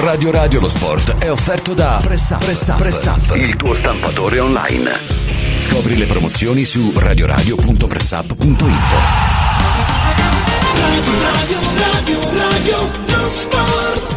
Radio Radio lo sport è offerto da Press Up, il tuo stampatore online. Scopri le promozioni su radioradio.pressup.it. Radio lo sport.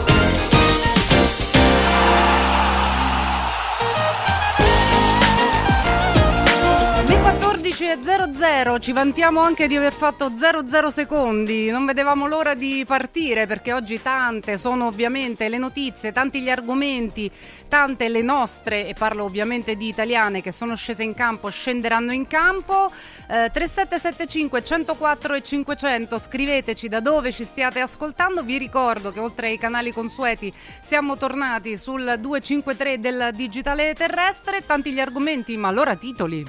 14:00, ci vantiamo anche di aver fatto 00 secondi, non vedevamo l'ora di partire perché oggi tante sono ovviamente le notizie, tanti gli argomenti, tante le nostre, e parlo ovviamente di italiane che sono scese in campo, scenderanno in campo. 3775 104 e 500, scriveteci da dove ci stiate ascoltando. Vi ricordo che oltre ai canali consueti siamo tornati sul 253 del digitale terrestre. Tanti gli argomenti, ma allora titoli.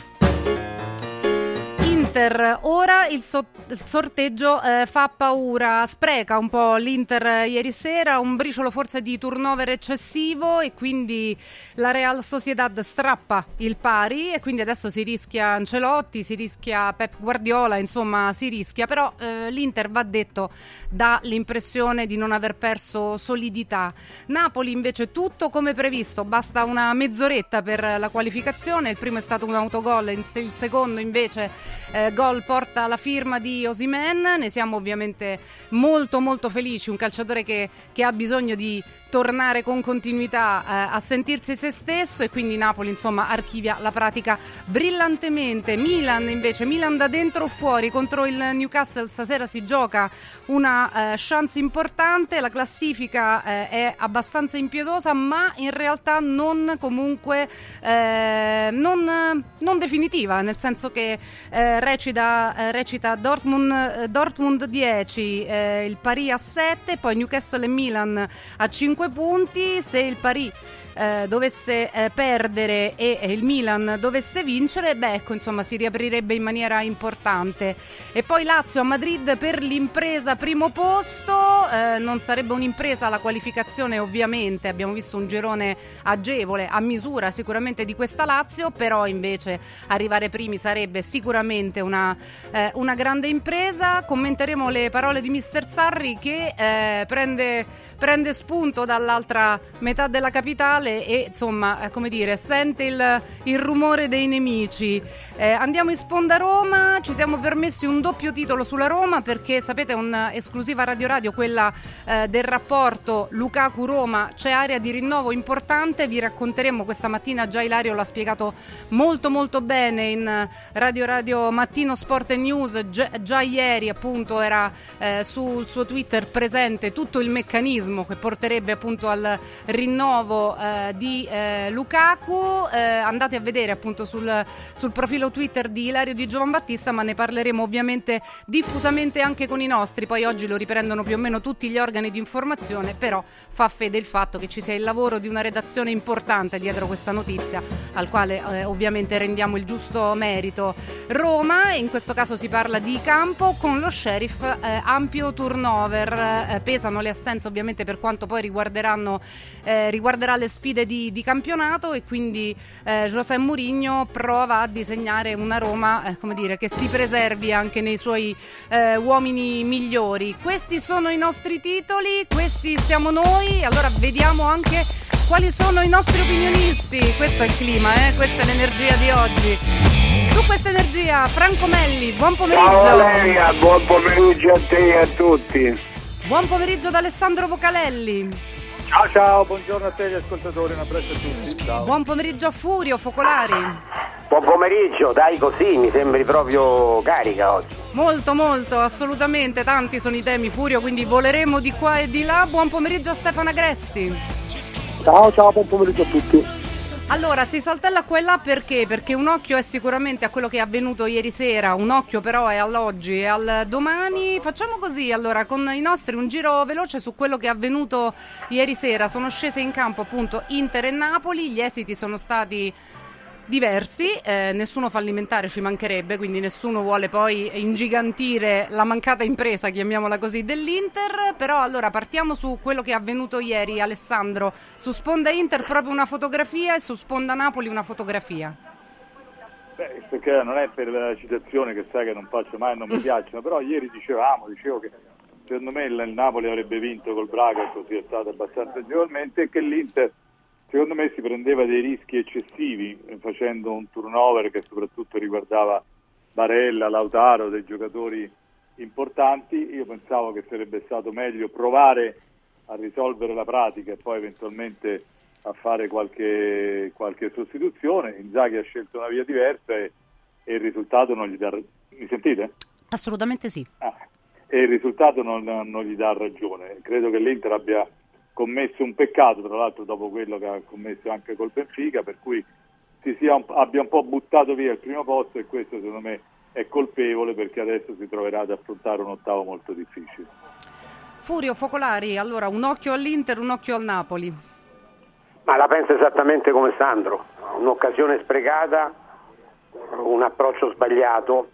Ora il sorteggio fa paura, spreca un po' l'Inter ieri sera, un briciolo forse di turnover eccessivo e quindi la Real Sociedad strappa il pari e quindi adesso si rischia Ancelotti, si rischia Pep Guardiola, insomma si rischia, però l'Inter, va detto, dà l'impressione di non aver perso solidità. Napoli invece tutto come previsto, basta una mezz'oretta per la qualificazione, il primo è stato un autogol, il secondo invece gol porta la firma di Osimhen, ne siamo ovviamente molto molto felici, un calciatore che ha bisogno di tornare con continuità a sentirsi se stesso e quindi Napoli insomma archivia la pratica brillantemente. Milan invece, Milan da dentro o fuori contro il Newcastle, stasera si gioca una chance importante, la classifica è abbastanza impiedosa ma in realtà non comunque non definitiva, nel senso che recita Dortmund 10, il Paris a 7, poi Newcastle e Milan a 5 punti. Se il Paris dovesse perdere e il Milan dovesse vincere, insomma si riaprirebbe in maniera importante. E poi Lazio a Madrid per l'impresa primo posto, non sarebbe un'impresa la qualificazione ovviamente, abbiamo visto un girone agevole a misura sicuramente di questa Lazio, però invece arrivare primi sarebbe sicuramente una grande impresa. Commenteremo le parole di Mister Sarri che prende spunto dall'altra metà della capitale e insomma come dire, sente il rumore dei nemici. Andiamo in sponda Roma, ci siamo permessi un doppio titolo sulla Roma perché sapete, un'esclusiva Radio, quella del rapporto Lukaku-Roma, c'è area di rinnovo importante, vi racconteremo questa mattina, già Ilario l'ha spiegato molto molto bene in Radio Mattino Sport e News, già ieri appunto era sul suo Twitter presente tutto il meccanismo che porterebbe appunto al rinnovo di Lukaku. Andate a vedere appunto sul profilo Twitter di Ilario Di Giovanbattista, ma ne parleremo ovviamente diffusamente anche con i nostri, poi oggi lo riprendono più o meno tutti gli organi di informazione, però fa fede il fatto che ci sia il lavoro di una redazione importante dietro questa notizia, al quale ovviamente rendiamo il giusto merito. Roma, in questo caso si parla di campo, con lo Sheriff ampio turnover, pesano le assenze ovviamente per quanto poi riguarderà le sfide di campionato e quindi José Mourinho prova a disegnare una Roma come dire, che si preservi anche nei suoi uomini migliori. Questi sono i nostri titoli, questi siamo noi, allora vediamo anche quali sono i nostri opinionisti. Questo è il clima, questa è l'energia di oggi. Su questa energia Franco Melli, buon pomeriggio. Ciao Valeria, buon pomeriggio a te e a tutti. Buon pomeriggio da Alessandro Vocalelli. Ciao, buongiorno a te gli ascoltatori, un abbraccio a tutti. Ciao. Buon pomeriggio a Furio Focolari. Buon pomeriggio, dai, così mi sembri proprio carica oggi. Molto, assolutamente, tanti sono i temi, Furio, quindi voleremo di qua e di là. Buon pomeriggio a Stefano Agresti. Ciao, buon pomeriggio a tutti. Allora, si saltella qua e là perché? Perché un occhio è sicuramente a quello che è avvenuto ieri sera, un occhio però è all'oggi e al domani. Facciamo così, allora, con i nostri un giro veloce su quello che è avvenuto ieri sera. Sono scese in campo appunto Inter e Napoli, gli esiti sono stati diversi, nessuno fallimentare, ci mancherebbe, quindi nessuno vuole poi ingigantire la mancata impresa, chiamiamola così, dell'Inter. Però allora partiamo su quello che è avvenuto ieri, Alessandro. Su sponda Inter proprio una fotografia e su sponda Napoli una fotografia. Perché non è per la citazione, che sai che non faccio mai, non mi piacciono, però ieri dicevo che secondo me il Napoli avrebbe vinto col Braga, così è stato abbastanza agevolmente, e che l'Inter secondo me si prendeva dei rischi eccessivi facendo un turnover che soprattutto riguardava Barella, Lautaro, dei giocatori importanti. Io pensavo che sarebbe stato meglio provare a risolvere la pratica e poi eventualmente a fare qualche sostituzione. Inzaghi ha scelto una via diversa e il risultato non gli dà... Mi sentite? Assolutamente sì. E il risultato non gli dà ragione. Credo che l'Inter abbia commesso un peccato, tra l'altro dopo quello che ha commesso anche col Benfica, per cui abbia un po' buttato via il primo posto, e questo secondo me è colpevole, perché adesso si troverà ad affrontare un ottavo molto difficile. Furio Focolari, allora un occhio all'Inter, un occhio al Napoli. Ma la penso esattamente come Sandro, un'occasione sprecata, un approccio sbagliato,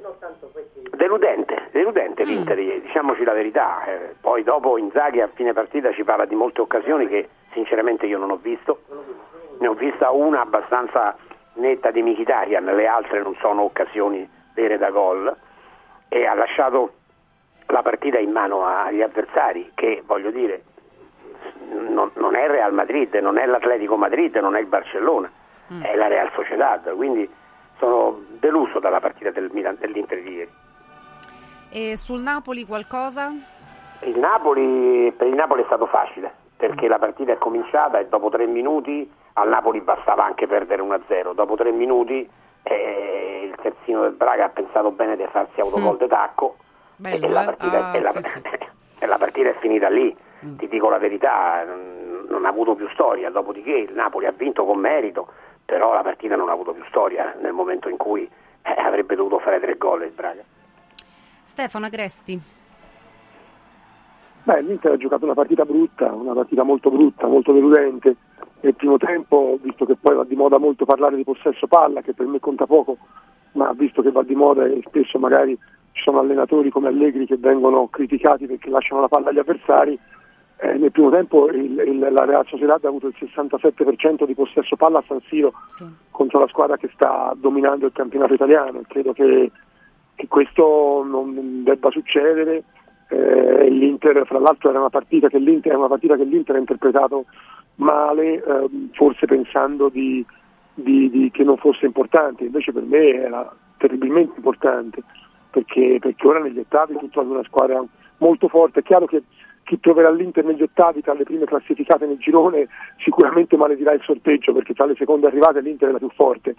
deludente l'Inter, diciamoci la verità. Poi dopo Inzaghi a fine partita ci parla di molte occasioni che sinceramente io non ho visto, ne ho vista una abbastanza netta di Mkhitaryan, le altre non sono occasioni vere da gol, e ha lasciato la partita in mano agli avversari, che voglio dire non è il Real Madrid, non è l'Atletico Madrid, non è il Barcellona, è la Real Sociedad, quindi sono deluso dalla partita dell'Inter di ieri. E sul Napoli qualcosa? Per il Napoli è stato facile, perché la partita è cominciata e dopo 3 minuti al Napoli bastava anche perdere 1-0. Dopo 3 minuti il terzino del Braga ha pensato bene di farsi autogol di tacco. Bello, e la partita è finita lì. Ti dico la verità, non ha avuto più storia. Dopodiché il Napoli ha vinto con merito, però la partita non ha avuto più storia nel momento in cui avrebbe dovuto fare 3 gol il Braga. Stefano Agresti. L'Inter ha giocato una partita brutta, una partita molto brutta, molto deludente. Nel primo tempo, visto che poi va di moda molto parlare di possesso palla, che per me conta poco, ma visto che va di moda e spesso magari ci sono allenatori come Allegri che vengono criticati perché lasciano la palla agli avversari, nel primo tempo la Real Sociedad ha avuto il 67% di possesso palla a San Siro, contro la squadra che sta dominando il campionato italiano. Credo che questo non debba succedere. L'Inter, fra l'altro, è una partita che l'Inter ha interpretato male, forse pensando che non fosse importante. Invece per me era terribilmente importante, perché ora negli ottavi tu trovi una squadra molto forte. È chiaro che chi troverà l'Inter negli ottavi tra le prime classificate nel girone sicuramente maledirà il sorteggio, perché tra le seconde arrivate l'Inter è la più forte.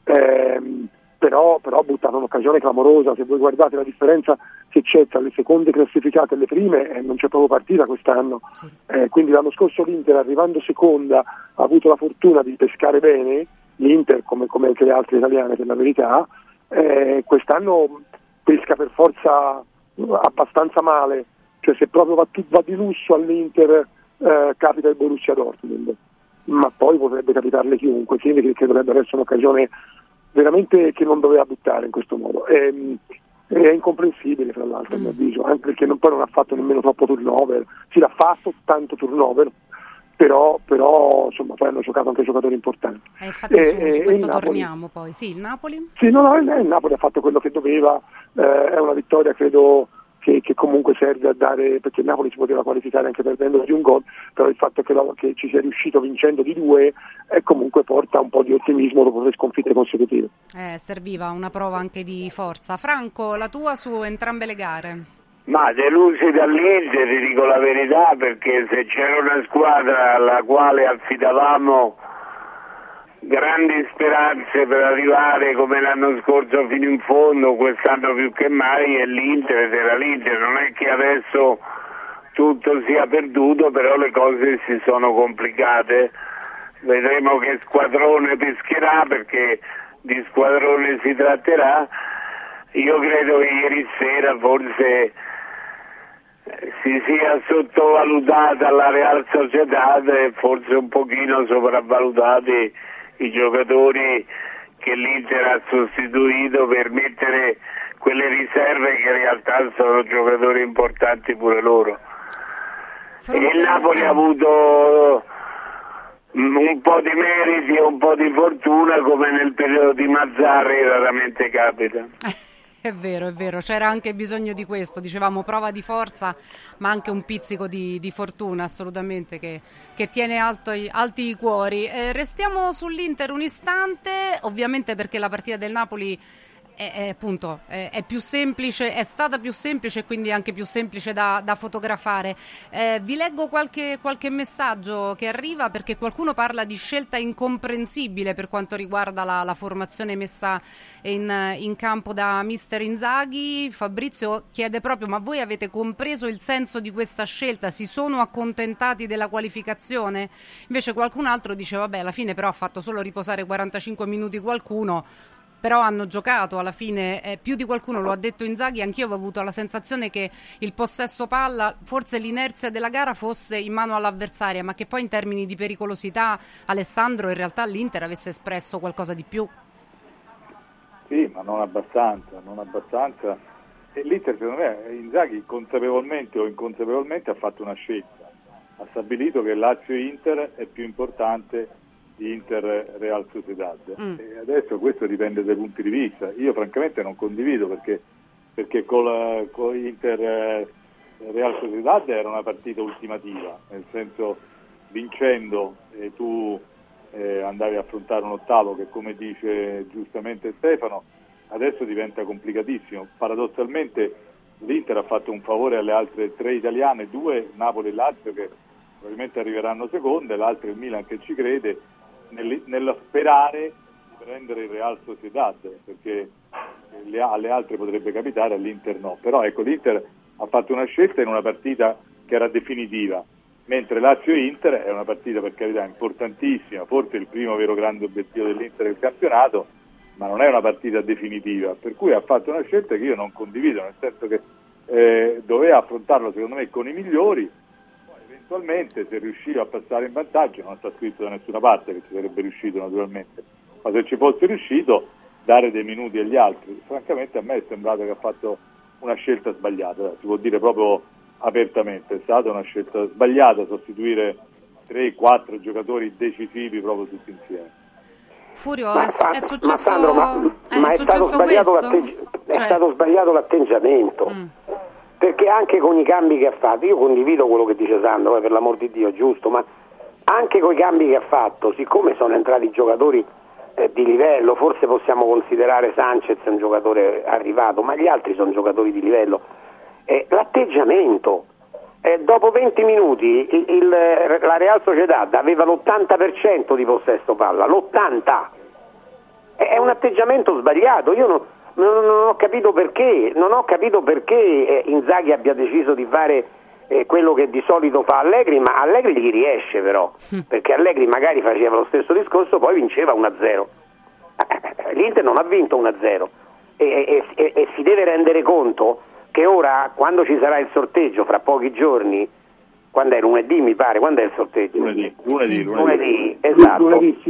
Però ha buttato un'occasione clamorosa. Se voi guardate la differenza che c'è tra le seconde classificate e le prime, non c'è proprio partita quest'anno. Quindi l'anno scorso l'Inter, arrivando seconda, ha avuto la fortuna di pescare bene, l'Inter come anche le altre italiane per la verità. Quest'anno pesca per forza abbastanza male, cioè se proprio va di lusso all'Inter capita il Borussia Dortmund, ma poi potrebbe capitarle chiunque, quindi che dovrebbe essere un'occasione veramente che non doveva buttare in questo modo. È incomprensibile, fra l'altro, a mio avviso, anche perché poi non ha fatto nemmeno troppo turnover. Sì, l'ha fatto tanto turnover, però insomma poi hanno giocato anche giocatori importanti. Infatti su questo torniamo poi. Sì, il Napoli? Sì, il Napoli ha fatto quello che doveva, è una vittoria credo che comunque serve a dare, perché il Napoli si poteva qualificare anche perdendo di un gol, però il fatto che ci sia riuscito vincendo di 2 comunque porta un po' di ottimismo dopo 3 sconfitte consecutive. Serviva una prova anche di forza. Franco, la tua su entrambe le gare? Ma delusi dall'Inter, ti dico la verità, perché se c'era una squadra alla quale affidavamo grandi speranze per arrivare come l'anno scorso fino in fondo, quest'anno più che mai è l'Inter, era l'Inter. Non è che adesso tutto sia perduto, però le cose si sono complicate. Vedremo che squadrone pescherà, perché di squadrone si tratterà. Io credo che ieri sera forse si sia sottovalutata la Real Sociedad e forse un pochino sopravvalutati i giocatori che l'Inter ha sostituito per mettere quelle riserve che in realtà sono giocatori importanti pure loro. E il Napoli ha avuto un po' di meriti e un po' di fortuna, come nel periodo di Mazzarri raramente capita. È vero, c'era anche bisogno di questo, dicevamo prova di forza, ma anche un pizzico di fortuna assolutamente che tiene alti i cuori. Restiamo sull'Inter un istante, ovviamente perché la partita del Napoli è più semplice, è stata più semplice e quindi anche più semplice da fotografare. Vi leggo qualche messaggio che arriva, perché qualcuno parla di scelta incomprensibile per quanto riguarda la formazione messa in campo da mister Inzaghi. Fabrizio chiede proprio: ma voi avete compreso il senso di questa scelta? Si sono accontentati della qualificazione? Invece qualcun altro dice vabbè, alla fine però ha fatto solo riposare 45 minuti qualcuno, però hanno giocato alla fine, più di qualcuno lo ha detto Inzaghi. Anch'io avevo avuto la sensazione che il possesso palla, forse l'inerzia della gara fosse in mano all'avversaria, ma che poi in termini di pericolosità Alessandro in realtà l'Inter avesse espresso qualcosa di più. Sì, ma non abbastanza. E l'Inter, secondo me, Inzaghi consapevolmente o inconsapevolmente ha fatto una scelta, ha stabilito che Lazio-Inter è più importante di Inter-Real Sociedad. E adesso questo dipende dai punti di vista. Io francamente non condivido, perché con Inter-Real Sociedad era una partita ultimativa, nel senso, vincendo e tu andavi a affrontare un ottavo che, come dice giustamente Stefano, adesso diventa complicatissimo. Paradossalmente l'Inter ha fatto un favore alle altre 3 italiane, 2 Napoli e Lazio, che probabilmente arriveranno seconde, l'altro il Milan che ci crede, nello sperare di prendere il Real Sociedad, perché alle altre potrebbe capitare, all'Inter no. Però ecco, l'Inter ha fatto una scelta in una partita che era definitiva, mentre Lazio-Inter è una partita, per carità, importantissima, forse il primo vero grande obiettivo dell'Inter del campionato, ma non è una partita definitiva, per cui ha fatto una scelta che io non condivido, nel senso che doveva affrontarlo secondo me con i migliori. Eventualmente, se riusciva a passare in vantaggio, non sta scritto da nessuna parte che ci sarebbe riuscito naturalmente, ma se ci fosse riuscito, dare dei minuti agli altri. Francamente a me è sembrato che ha fatto una scelta sbagliata, si può dire proprio apertamente, è stata una scelta sbagliata sostituire 3-4 giocatori decisivi proprio tutti insieme. Furio, è successo, ma Sandro, è stato sbagliato è stato sbagliato l'atteggiamento. Perché anche con i cambi che ha fatto, io condivido quello che dice Sandro, per l'amor di Dio, giusto, ma anche con i cambi che ha fatto, siccome sono entrati giocatori di livello, forse possiamo considerare Sanchez un giocatore arrivato, ma gli altri sono giocatori di livello, l'atteggiamento, dopo 20 minuti la Real Sociedad aveva l'80% di possesso palla, l'80%, è un atteggiamento sbagliato. Io non ho capito perché Inzaghi abbia deciso di fare quello che di solito fa Allegri, ma Allegri gli riesce però, perché Allegri magari faceva lo stesso discorso, poi vinceva 1-0. L'Inter non ha vinto 1-0 e si deve rendere conto che ora, quando ci sarà il sorteggio fra pochi giorni, quando è lunedì mi pare, quando è il sorteggio? Lunedì, esatto.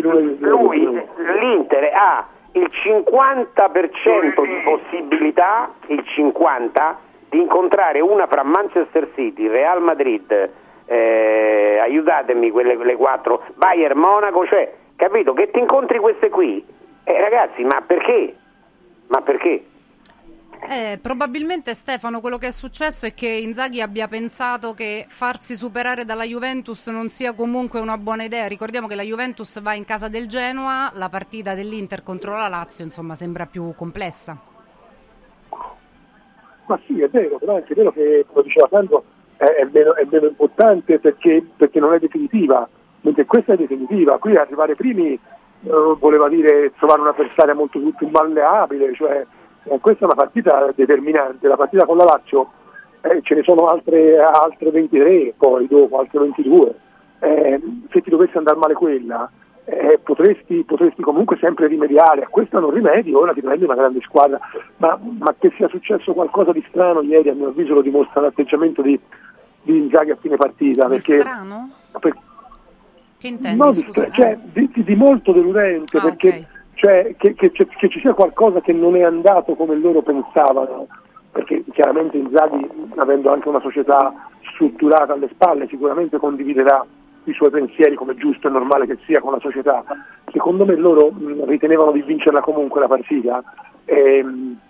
L'Inter ha il 50% di possibilità, il 50%, di incontrare una fra Manchester City, Real Madrid, aiutatemi, quelle 4, Bayern, Monaco, cioè, capito, che ti incontri queste qui, ragazzi, ma perché? Probabilmente, Stefano, quello che è successo è che Inzaghi abbia pensato che farsi superare dalla Juventus non sia comunque una buona idea. Ricordiamo che la Juventus va in casa del Genoa, la partita dell'Inter contro la Lazio insomma sembra più complessa. Ma sì, è vero, però è anche vero che, come diceva Sandro, è meno importante perché non è definitiva, mentre questa è definitiva. Qui arrivare primi voleva dire trovare un'avversaria molto più malleabile, cioè questa è una partita determinante. La partita con la Lazio ce ne sono altre 23, poi dopo altre 22. Se ti dovesse andare male quella, potresti comunque sempre rimediare. A questa non rimedi, ora ti prendi una grande squadra, ma che sia successo qualcosa di strano ieri, a mio avviso lo dimostra l'atteggiamento di Inzaghi a fine partita. Perché strano? Che intendi? No, di molto deludente, perché okay. Cioè che ci sia qualcosa che non è andato come loro pensavano, perché chiaramente Inzaghi, avendo anche una società strutturata alle spalle, sicuramente condividerà i suoi pensieri, come giusto e normale che sia, con la società. Secondo me loro ritenevano di vincerla comunque la partita,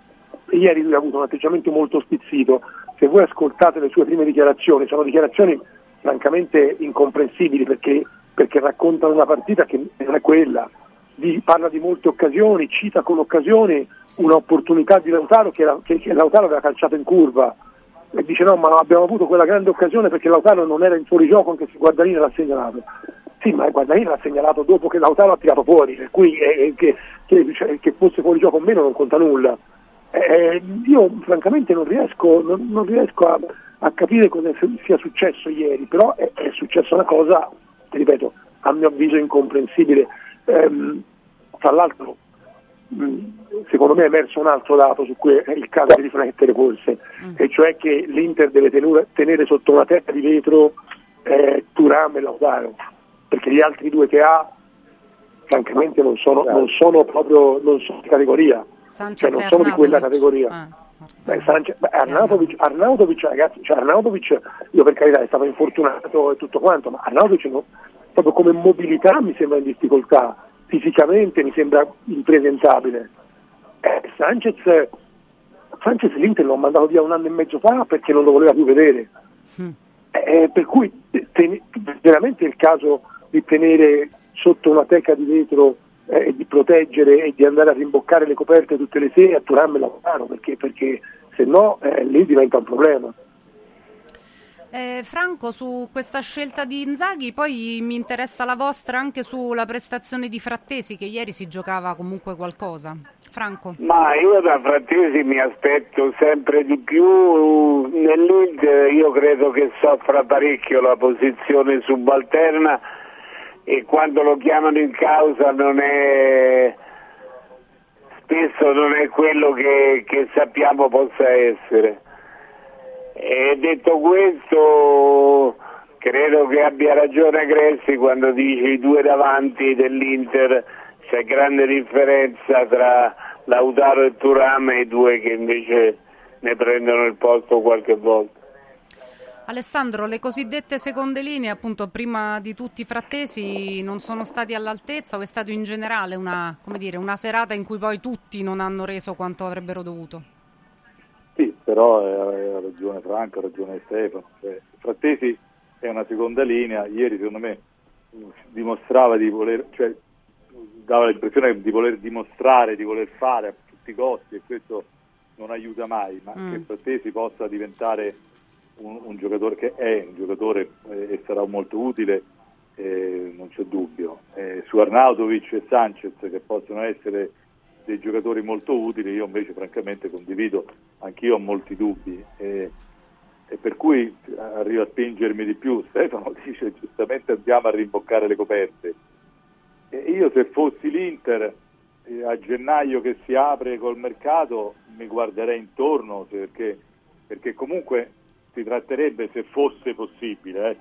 ieri lui ha avuto un atteggiamento molto stizzito. Se voi ascoltate le sue prime dichiarazioni, sono dichiarazioni francamente incomprensibili perché raccontano una partita che non è quella, parla di molte occasioni, cita con occasioni un'opportunità di Lautaro che Lautaro aveva calciato in curva e dice no, ma abbiamo avuto quella grande occasione perché Lautaro non era in fuorigioco anche se Guardanini l'ha segnalato. Sì, ma Guardanini l'ha segnalato dopo che Lautaro ha tirato fuori, per cui che fosse fuorigioco o meno non conta nulla. Io francamente non riesco a capire cosa sia successo ieri, però è successa una cosa, ripeto, a mio avviso incomprensibile. Tra l'altro secondo me è emerso un altro dato su cui è il caso di riflettere forse, e cioè che l'Inter deve tenere sotto una testa di vetro Thuram e Lautaro, perché gli altri due che ha francamente non sono di categoria, Sanchez cioè non sono di quella categoria. Arnautovic, ragazzi, Arnautovic, io per carità stava infortunato e tutto quanto, ma Arnautovic proprio come mobilità mi sembra in difficoltà, fisicamente mi sembra impresentabile. Sanchez l'Inter l'ho mandato via 1 anno e mezzo fa perché non lo voleva più vedere. Per cui veramente è il caso di tenere sotto una teca di vetro e di proteggere e di andare a rimboccare le coperte tutte le sere a Thuram e Lautaro, perché se no lì diventa un problema. Franco, su questa scelta di Inzaghi poi mi interessa la vostra anche sulla prestazione di Frattesi, che ieri si giocava comunque qualcosa. Franco? Ma io da Frattesi mi aspetto sempre di più. Nell'Inter io credo che soffra parecchio la posizione subalterna e quando lo chiamano in causa spesso non è quello che sappiamo possa essere. E detto questo, credo che abbia ragione Gresti quando dice i due davanti dell'Inter, c'è grande differenza tra Lautaro e Thuram e i due che invece ne prendono il posto qualche volta. Alessandro, le cosiddette seconde linee, appunto prima di tutti Frattesi, non sono stati all'altezza o è stato in generale una serata in cui poi tutti non hanno reso quanto avrebbero dovuto? Sì, però ha ragione Franco, ha ragione Stefano. Frattesi è una seconda linea, ieri secondo me dimostrava di voler, cioè dava l'impressione di voler dimostrare, di voler fare a tutti i costi, e questo non aiuta mai, ma che Frattesi possa diventare un giocatore che è un giocatore e sarà molto utile, non c'è dubbio. Su Arnautovic e Sanchez, che possono essere dei giocatori molto utili, io invece francamente condivido, anch'io ho molti dubbi e per cui arrivo a spingermi di più. Stefano dice giustamente andiamo a rimboccare le coperte, e io se fossi l'Inter a gennaio che si apre col mercato mi guarderei intorno, perché comunque si tratterebbe, se fosse possibile,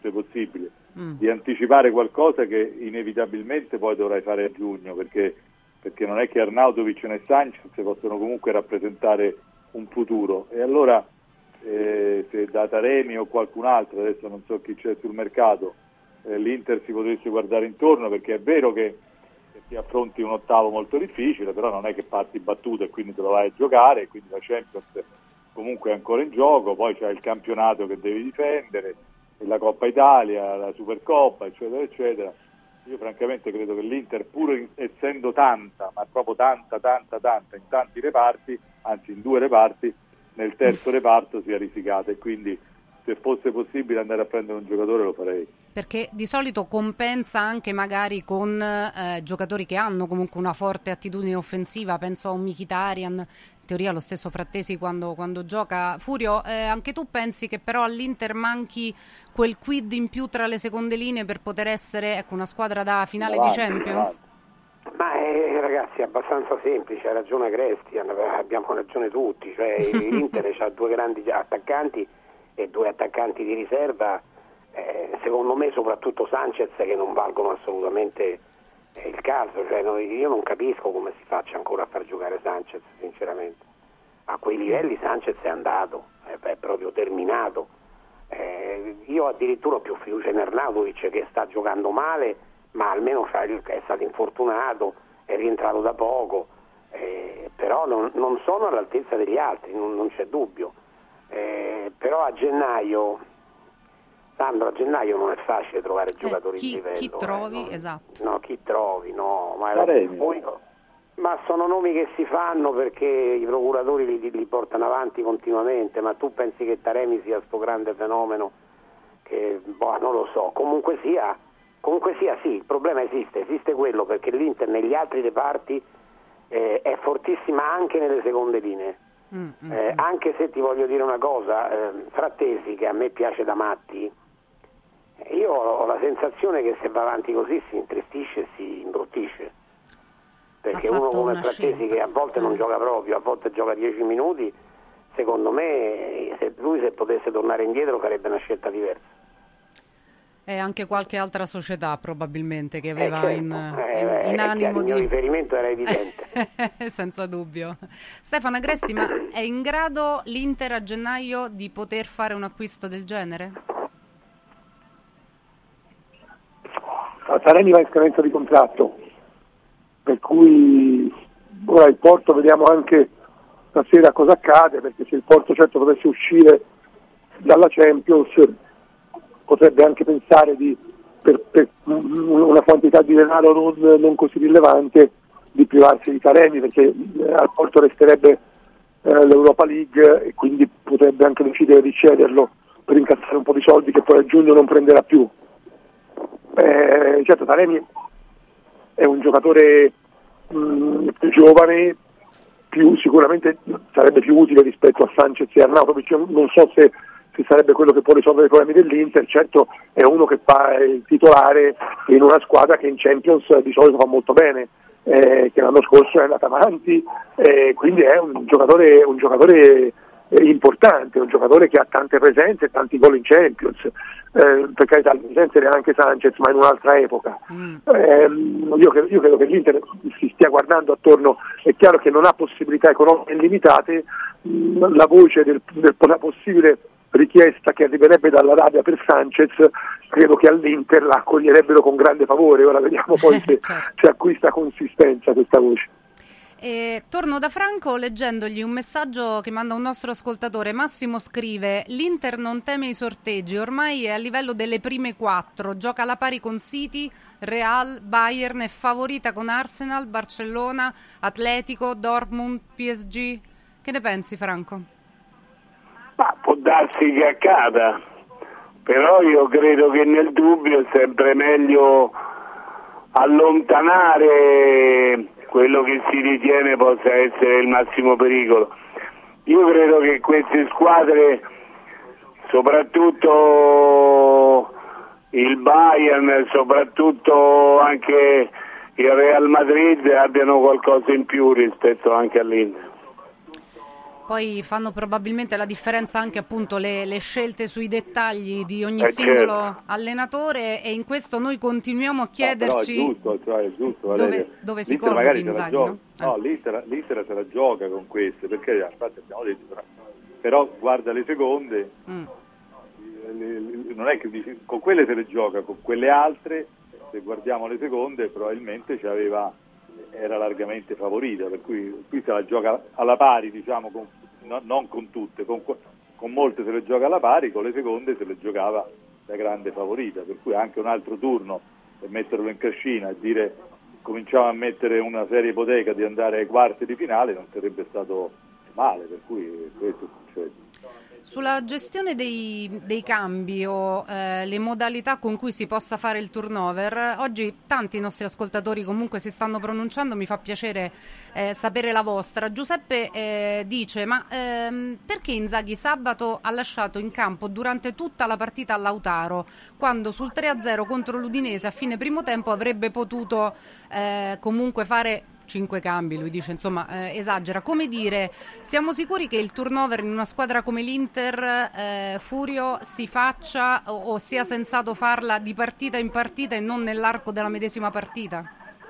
di anticipare qualcosa che inevitabilmente poi dovrai fare a giugno, perché non è che Arnautovic e Sanchez possono comunque rappresentare un futuro, e allora se da Taremi o qualcun altro, adesso non so chi c'è sul mercato, l'Inter si potesse guardare intorno, perché è vero che ti affronti un ottavo molto difficile, però non è che parti battuto e quindi te lo vai a giocare, quindi la Champions comunque è ancora in gioco, poi c'è il campionato che devi difendere, la Coppa Italia, la Supercoppa, eccetera eccetera. Io francamente credo che l'Inter, pur essendo tanta, ma proprio tanta in tanti reparti, anzi in 2 reparti, nel terzo reparto sia risicata, e quindi se fosse possibile andare a prendere un giocatore lo farei. Perché di solito compensa anche magari con giocatori che hanno comunque una forte attitudine offensiva, penso a un Mkhitaryan, in teoria lo stesso Frattesi quando gioca. Furio, anche tu pensi che però all'Inter manchi quel quid in più tra le seconde linee per poter essere una squadra da finale di Champions? Ma ragazzi, è abbastanza semplice, ha ragione Gresti, abbiamo ragione tutti, cioè l'Inter ha 2 grandi attaccanti e 2 attaccanti di riserva, secondo me soprattutto Sanchez, che non valgono assolutamente il caso, cioè io non capisco come si faccia ancora a far giocare Sanchez, sinceramente. A quei livelli Sanchez è andato, è proprio terminato. Io addirittura ho più fiducia in Arnautovic, che sta giocando male, ma almeno è stato infortunato, è rientrato da poco, però non sono all'altezza degli altri, non c'è dubbio. Però a gennaio, Sandro, a gennaio non è facile trovare giocatori di livello. Chi trovi, no? esatto. No, chi trovi, no. Ma sono nomi che si fanno perché i procuratori li portano avanti continuamente, ma tu pensi che Taremi sia sto grande fenomeno? Che, non lo so. Comunque sia sì, il problema esiste quello, perché l'Inter negli altri reparti è fortissima anche nelle seconde linee. Anche se ti voglio dire una cosa, Frattesi, che a me piace da matti, io ho la sensazione che se va avanti così si intristisce e si imbruttisce, perché uno come Frattesi, che a volte non gioca proprio, a volte gioca 10 minuti, secondo me se potesse tornare indietro farebbe una scelta diversa. E anche qualche altra società probabilmente che aveva in animo il mio riferimento era evidente. Senza dubbio. Stefano Agresti, ma è in grado l'Inter a gennaio di poter fare un acquisto del genere? Taremi va in scadenza di contratto, per cui ora il Porto vediamo anche stasera cosa accade, perché se il Porto certo potesse uscire dalla Champions potrebbe anche pensare per una quantità di denaro non così rilevante di privarsi di Taremi, perché al Porto resterebbe l'Europa League e quindi potrebbe anche decidere di cederlo per incassare un po' di soldi che poi a giugno non prenderà più. Certo, Taremi è un giocatore più giovane, sicuramente sarebbe più utile rispetto a Sanchez e Arnautovic. Non so se sarebbe quello che può risolvere i problemi dell'Inter. Certo è uno che fa il titolare in una squadra che in Champions di solito fa molto bene, che l'anno scorso è andata avanti, quindi è un giocatore importante, un giocatore che ha tante presenze e tanti gol in Champions, per carità le presenze neanche Sanchez, ma in un'altra epoca. Io credo che l'Inter si stia guardando attorno, è chiaro che non ha possibilità economiche illimitate, la voce della possibile richiesta che arriverebbe dall'Arabia per Sanchez credo che all'Inter la accoglierebbero con grande favore. Ora vediamo poi se acquista consistenza questa voce. Torno da Franco leggendogli un messaggio che manda un nostro ascoltatore. Massimo scrive: l'Inter non teme i sorteggi, ormai è a livello delle prime 4, gioca alla pari con City, Real, Bayern, è favorita con Arsenal, Barcellona, Atletico, Dortmund, PSG. Che ne pensi, Franco? Ma può darsi che accada, però io credo che nel dubbio è sempre meglio allontanare quello che si ritiene possa essere il massimo pericolo. Io credo che queste squadre, soprattutto il Bayern, soprattutto anche il Real Madrid, abbiano qualcosa in più rispetto anche all'Inter. Poi fanno probabilmente la differenza anche appunto le scelte sui dettagli di ogni singolo allenatore, e in questo noi continuiamo a chiederci però è giusto, dove si colloca Inzaghi, no? No, l'Inter se la gioca con queste, perché infatti abbiamo detto, però guarda le seconde, non è che dici, con quelle se le gioca, con quelle altre se guardiamo le seconde probabilmente era largamente favorita, per cui qui se la gioca alla pari, diciamo, non con tutte, con molte se le gioca alla pari, con le seconde se le giocava da grande favorita, per cui anche un altro turno per metterlo in cascina e dire cominciamo a mettere una seria ipoteca di andare ai quarti di finale non sarebbe stato male, per cui questo succede. Sulla gestione dei cambi o le modalità con cui si possa fare il turnover, oggi tanti nostri ascoltatori comunque si stanno pronunciando, mi fa piacere sapere la vostra. Giuseppe dice, ma perché Inzaghi sabato ha lasciato in campo durante tutta la partita Lautaro, quando sul 3-0 contro l'Udinese a fine primo tempo avrebbe potuto comunque fare 5 cambi, lui dice, insomma, esagera. Come dire, siamo sicuri che il turnover in una squadra come l'Inter, Furio, si faccia o sia sensato farla di partita in partita e non nell'arco della medesima partita?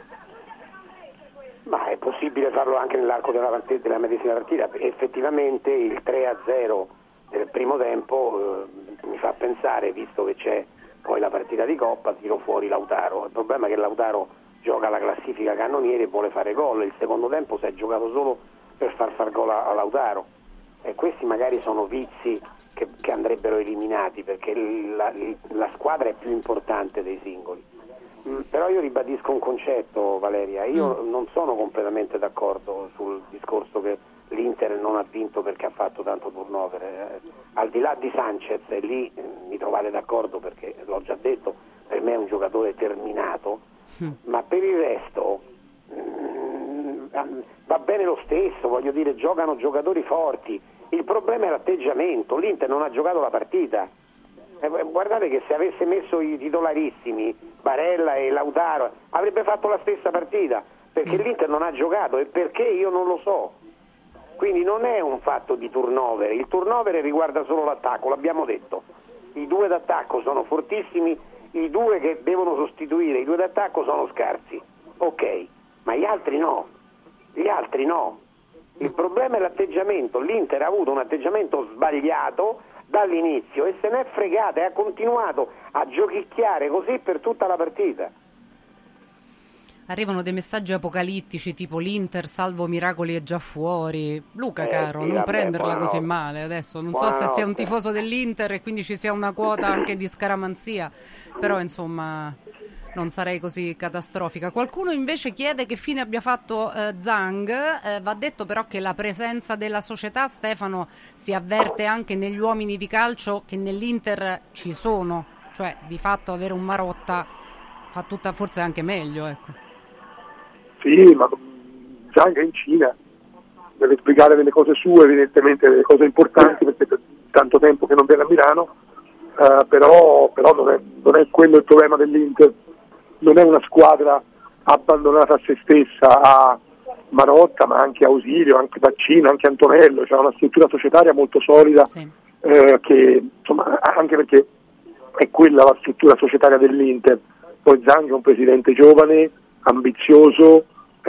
Ma è possibile farlo anche nell'arco della medesima partita, perché effettivamente il 3-0 del primo tempo mi fa pensare, visto che c'è poi la partita di Coppa, tiro fuori Lautaro. Il problema è che Lautaro gioca la classifica cannoniere e vuole fare gol. Il secondo tempo si è giocato solo per far gol a Lautaro, e questi magari sono vizi che andrebbero eliminati, perché la squadra è più importante dei singoli. Però io ribadisco un concetto, Valeria, io non sono completamente d'accordo sul discorso che l'Inter non ha vinto perché ha fatto tanto turnover. Al di là di Sanchez, e lì mi trovate d'accordo perché l'ho già detto, per me è un giocatore terminato, ma per il resto va bene lo stesso, voglio dire, giocano giocatori forti. Il problema è l'atteggiamento. L'Inter non ha giocato la partita. Guardate che se avesse messo i titolarissimi, Barella e Lautaro, avrebbe fatto la stessa partita, perché l'Inter non ha giocato, e perché io non lo so. Quindi non è un fatto di turnover, il turnover riguarda solo l'attacco, l'abbiamo detto. I due d'attacco sono fortissimi, i due che devono sostituire i due d'attacco sono scarsi. Ok, ma gli altri no. Il problema è l'atteggiamento. L'Inter ha avuto un atteggiamento sbagliato dall'inizio e se n'è fregata e ha continuato a giochicchiare così per tutta la partita. Arrivano dei messaggi apocalittici tipo l'Inter salvo miracoli è già fuori. Luca caro, sì, non vabbè, prenderla così buonanotte. male adesso. Non so se sei un tifoso dell'Inter e quindi ci sia una quota anche di scaramanzia, però insomma non sarei così catastrofica. Qualcuno invece chiede che fine abbia fatto Zhang. Va detto però che la presenza della società, Stefano, si avverte anche negli uomini di calcio che nell'Inter ci sono, cioè di fatto avere un Marotta fa tutta forse anche meglio, ecco. Sì, ma Zhang è in Cina, deve spiegare delle cose sue, evidentemente delle cose importanti, perché per tanto tempo che non viene a Milano, però non è quello il problema dell'Inter. Non è una squadra abbandonata a se stessa, a Marotta, ma anche a Ausilio, anche Vaccino, anche Antonello, c'è una struttura societaria molto solida, Sì. Che insomma, anche perché è quella la struttura societaria dell'Inter. Poi Zhang è un presidente giovane, ambizioso,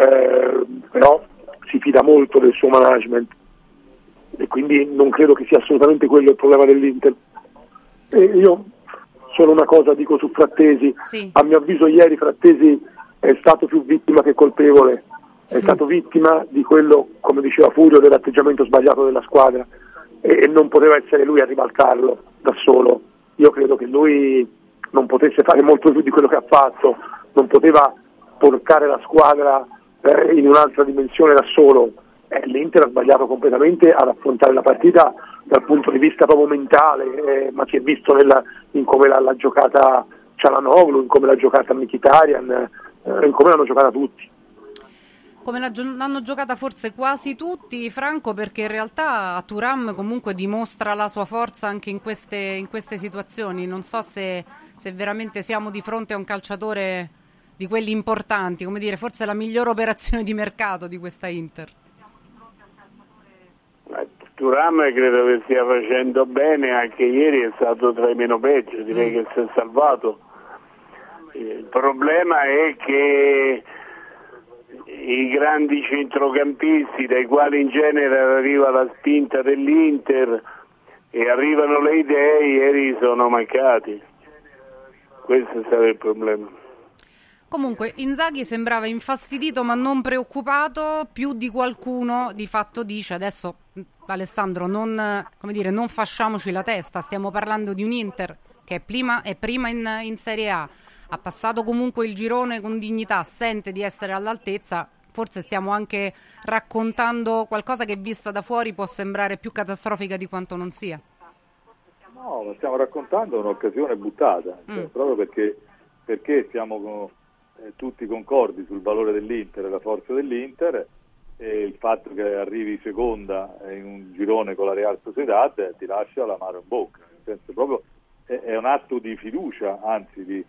però si fida molto del suo management e quindi non credo che sia assolutamente quello il problema dell'Inter. E io solo una cosa dico su Frattesi, Sì. A mio avviso ieri Frattesi è stato più vittima che colpevole, è stato vittima di quello, come diceva Furio, dell'atteggiamento sbagliato della squadra e non poteva essere lui a ribaltarlo da solo. Io credo che lui non potesse fare molto più di quello che ha fatto, non poteva portare la squadra in un'altra dimensione da solo. L'Inter ha sbagliato completamente ad affrontare la partita dal punto di vista proprio mentale, ma si è visto in come l'ha giocata Çalhanoğlu, in come l'ha giocata Mkhitaryan, in come l'hanno giocata tutti. Come l'hanno giocata forse quasi tutti, Franco, perché in realtà Thuram comunque dimostra la sua forza anche in queste situazioni. Non so se veramente siamo di fronte a un calciatore di quelli importanti, come dire, forse la migliore operazione di mercato di questa Inter. Thuram credo che stia facendo bene, anche ieri è stato tra i meno peggio, direi che si è salvato. Il problema è che i grandi centrocampisti, dai quali in genere arriva la spinta dell'Inter e arrivano le idee, ieri sono mancati. Questo è stato il problema. Comunque Inzaghi sembrava infastidito ma non preoccupato, più di qualcuno di fatto dice adesso Alessandro non fasciamoci la testa, stiamo parlando di un Inter che è prima in Serie A, ha passato comunque il girone con dignità, sente di essere all'altezza, forse stiamo anche raccontando qualcosa che vista da fuori può sembrare più catastrofica di quanto non sia. No, ma stiamo raccontando un'occasione buttata, cioè, proprio perché siamo tutti concordi sul valore dell'Inter e la forza dell'Inter, e il fatto che arrivi seconda in un girone con la Real Sociedad ti lascia l'amaro in bocca, nel senso proprio è un atto di fiducia, anzi di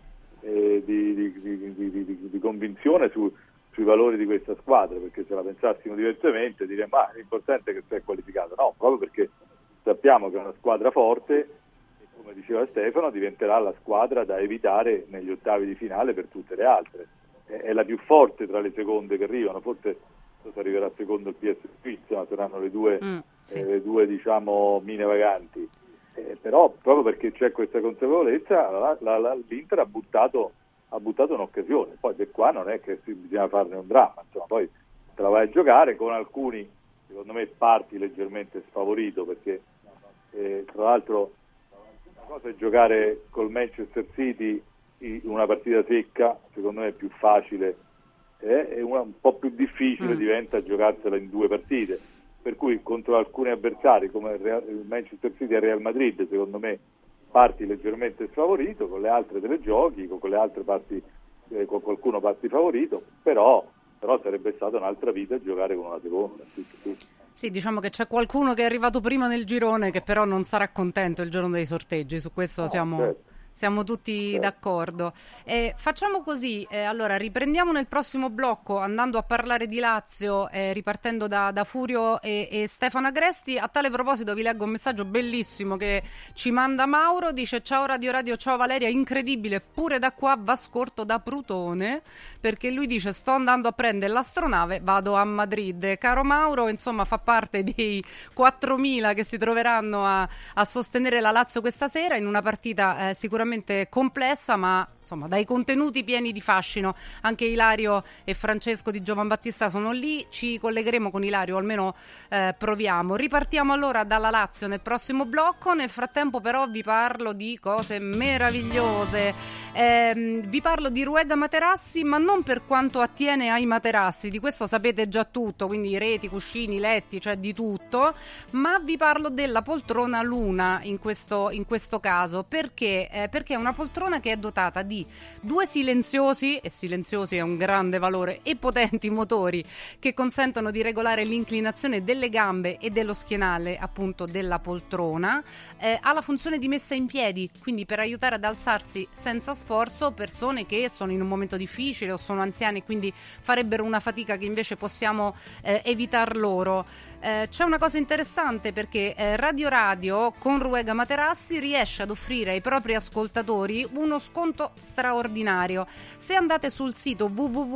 convinzione sui valori di questa squadra, perché se la pensassimo diversamente diremmo ma l'importante è che si è qualificato, no, proprio perché sappiamo che è una squadra forte e come diceva Stefano diventerà la squadra da evitare negli ottavi di finale per tutte le altre, è la più forte tra le seconde che arrivano, forse arriverà secondo il PS Svizzera, ma saranno le due diciamo mine vaganti, però proprio perché c'è questa consapevolezza l'Inter ha buttato ha buttato un'occasione. Poi per qua non è che bisogna farne un dramma, insomma, poi te la vai a giocare con alcuni, secondo me, parti leggermente sfavorito, perché tra l'altro una cosa è giocare col Manchester City una partita secca, secondo me è più facile, e un po' più difficile diventa giocarsela in 2 partite, per cui contro alcuni avversari come il Manchester City e il Real Madrid, secondo me parti leggermente sfavorito, con le altre te le giochi, con le altre parti con qualcuno parti favorito, però sarebbe stata un'altra vita giocare con una seconda. Sì, diciamo che c'è qualcuno che è arrivato prima nel girone che però non sarà contento il giorno dei sorteggi, su questo siamo tutti d'accordo. Facciamo così, allora riprendiamo nel prossimo blocco andando a parlare di Lazio, ripartendo da Furio e Stefano Agresti. A tale proposito vi leggo un messaggio bellissimo che ci manda Mauro, dice: ciao Radio, ciao Valeria, incredibile, pure da qua va scorto da Prutone, perché lui dice sto andando a prendere l'astronave, vado a Madrid. Caro Mauro, insomma fa parte dei 4.000 che si troveranno a sostenere la Lazio questa sera in una partita sicuramente complessa, ma insomma dai contenuti pieni di fascino. Anche Ilario e Francesco di Giovan Battista sono lì, ci collegheremo con Ilario, almeno proviamo. Ripartiamo allora dalla Lazio nel prossimo blocco. Nel frattempo però vi parlo di cose meravigliose. Vi parlo di Ruega Materassi, ma non per quanto attiene ai materassi, di questo sapete già tutto, quindi reti, cuscini, letti, cioè di tutto, ma vi parlo della poltrona Luna in questo caso. Perché è una poltrona che è dotata di 2 silenziosi, e silenziosi è un grande valore, e potenti motori che consentono di regolare l'inclinazione delle gambe e dello schienale appunto della poltrona. Ha la funzione di messa in piedi, quindi per aiutare ad alzarsi senza sforzo persone che sono in un momento difficile o sono anziani e quindi farebbero una fatica che invece possiamo evitar loro. C'è una cosa interessante, perché Radio con Ruega Materassi riesce ad offrire ai propri ascoltatori uno sconto straordinario. Se andate sul sito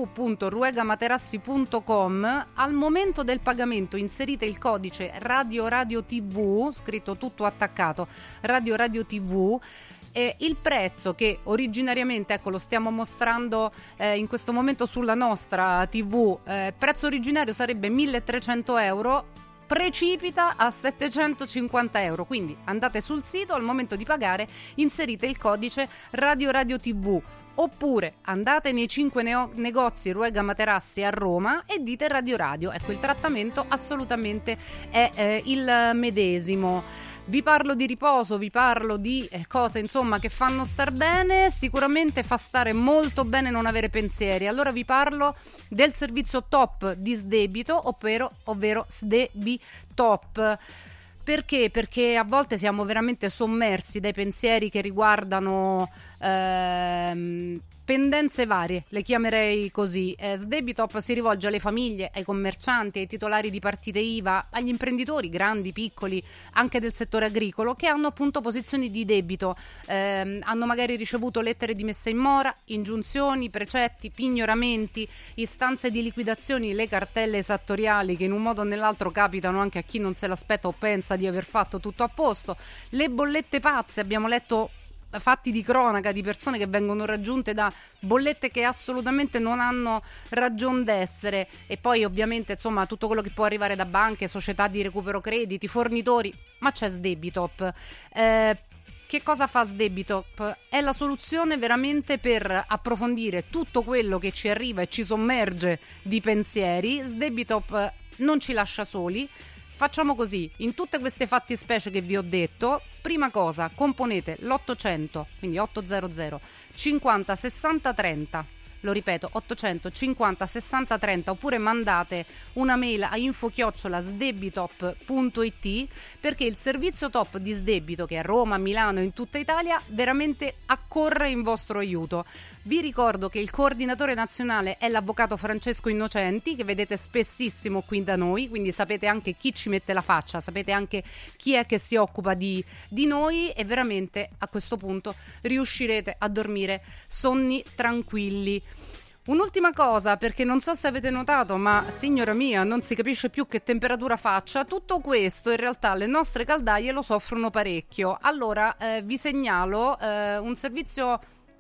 www.ruegamaterassi.com, al momento del pagamento inserite il codice Radio TV, scritto tutto attaccato, Radio TV. Il prezzo, che originariamente, ecco, lo stiamo mostrando in questo momento sulla nostra TV, prezzo originario sarebbe 1.300 euro, precipita a 750 euro. Quindi andate sul sito, al momento di pagare inserite il codice Radio TV, oppure andate nei 5 negozi Ruega Materassi a Roma e dite Radio. Ecco, il trattamento assolutamente è il medesimo. Vi parlo di riposo, vi parlo di cose insomma che fanno star bene. Sicuramente fa stare molto bene non avere pensieri. Allora vi parlo del servizio top di Sdebito, ovvero Sdebitop. Perché? Perché a volte siamo veramente sommersi dai pensieri che riguardano pendenze varie, le chiamerei così. Sdebitop si rivolge alle famiglie, ai commercianti, ai titolari di partite IVA, agli imprenditori grandi, piccoli, anche del settore agricolo, che hanno appunto posizioni di debito, hanno magari ricevuto lettere di messa in mora, ingiunzioni, precetti, pignoramenti, istanze di liquidazioni, le cartelle esattoriali che in un modo o nell'altro capitano anche a chi non se l'aspetta o pensa di aver fatto tutto a posto, le bollette pazze. Abbiamo letto fatti di cronaca di persone che vengono raggiunte da bollette che assolutamente non hanno ragion d'essere, e poi ovviamente insomma tutto quello che può arrivare da banche, società di recupero crediti, fornitori, ma c'è Sdebitop. Che cosa fa Sdebitop? È la soluzione veramente per approfondire tutto quello che ci arriva e ci sommerge di pensieri. Sdebitop non ci lascia soli. Facciamo così, in tutte queste fattispecie che vi ho detto, prima cosa, componete l'800, quindi 800 50 60 30, lo ripeto, 800 50 60 30, oppure mandate una mail a info@sdebitop.it, perché il servizio top di Sdebito, che è a Roma, Milano e in tutta Italia, veramente accorre in vostro aiuto. Vi ricordo che il coordinatore nazionale è l'avvocato Francesco Innocenti, che vedete spessissimo qui da noi, quindi sapete anche chi ci mette la faccia, sapete anche chi è che si occupa di noi, e veramente a questo punto riuscirete a dormire sonni tranquilli. Un'ultima cosa, perché non so se avete notato, ma signora mia, non si capisce più che temperatura faccia. Tutto questo in realtà le nostre caldaie lo soffrono parecchio. Allora vi segnalo un servizio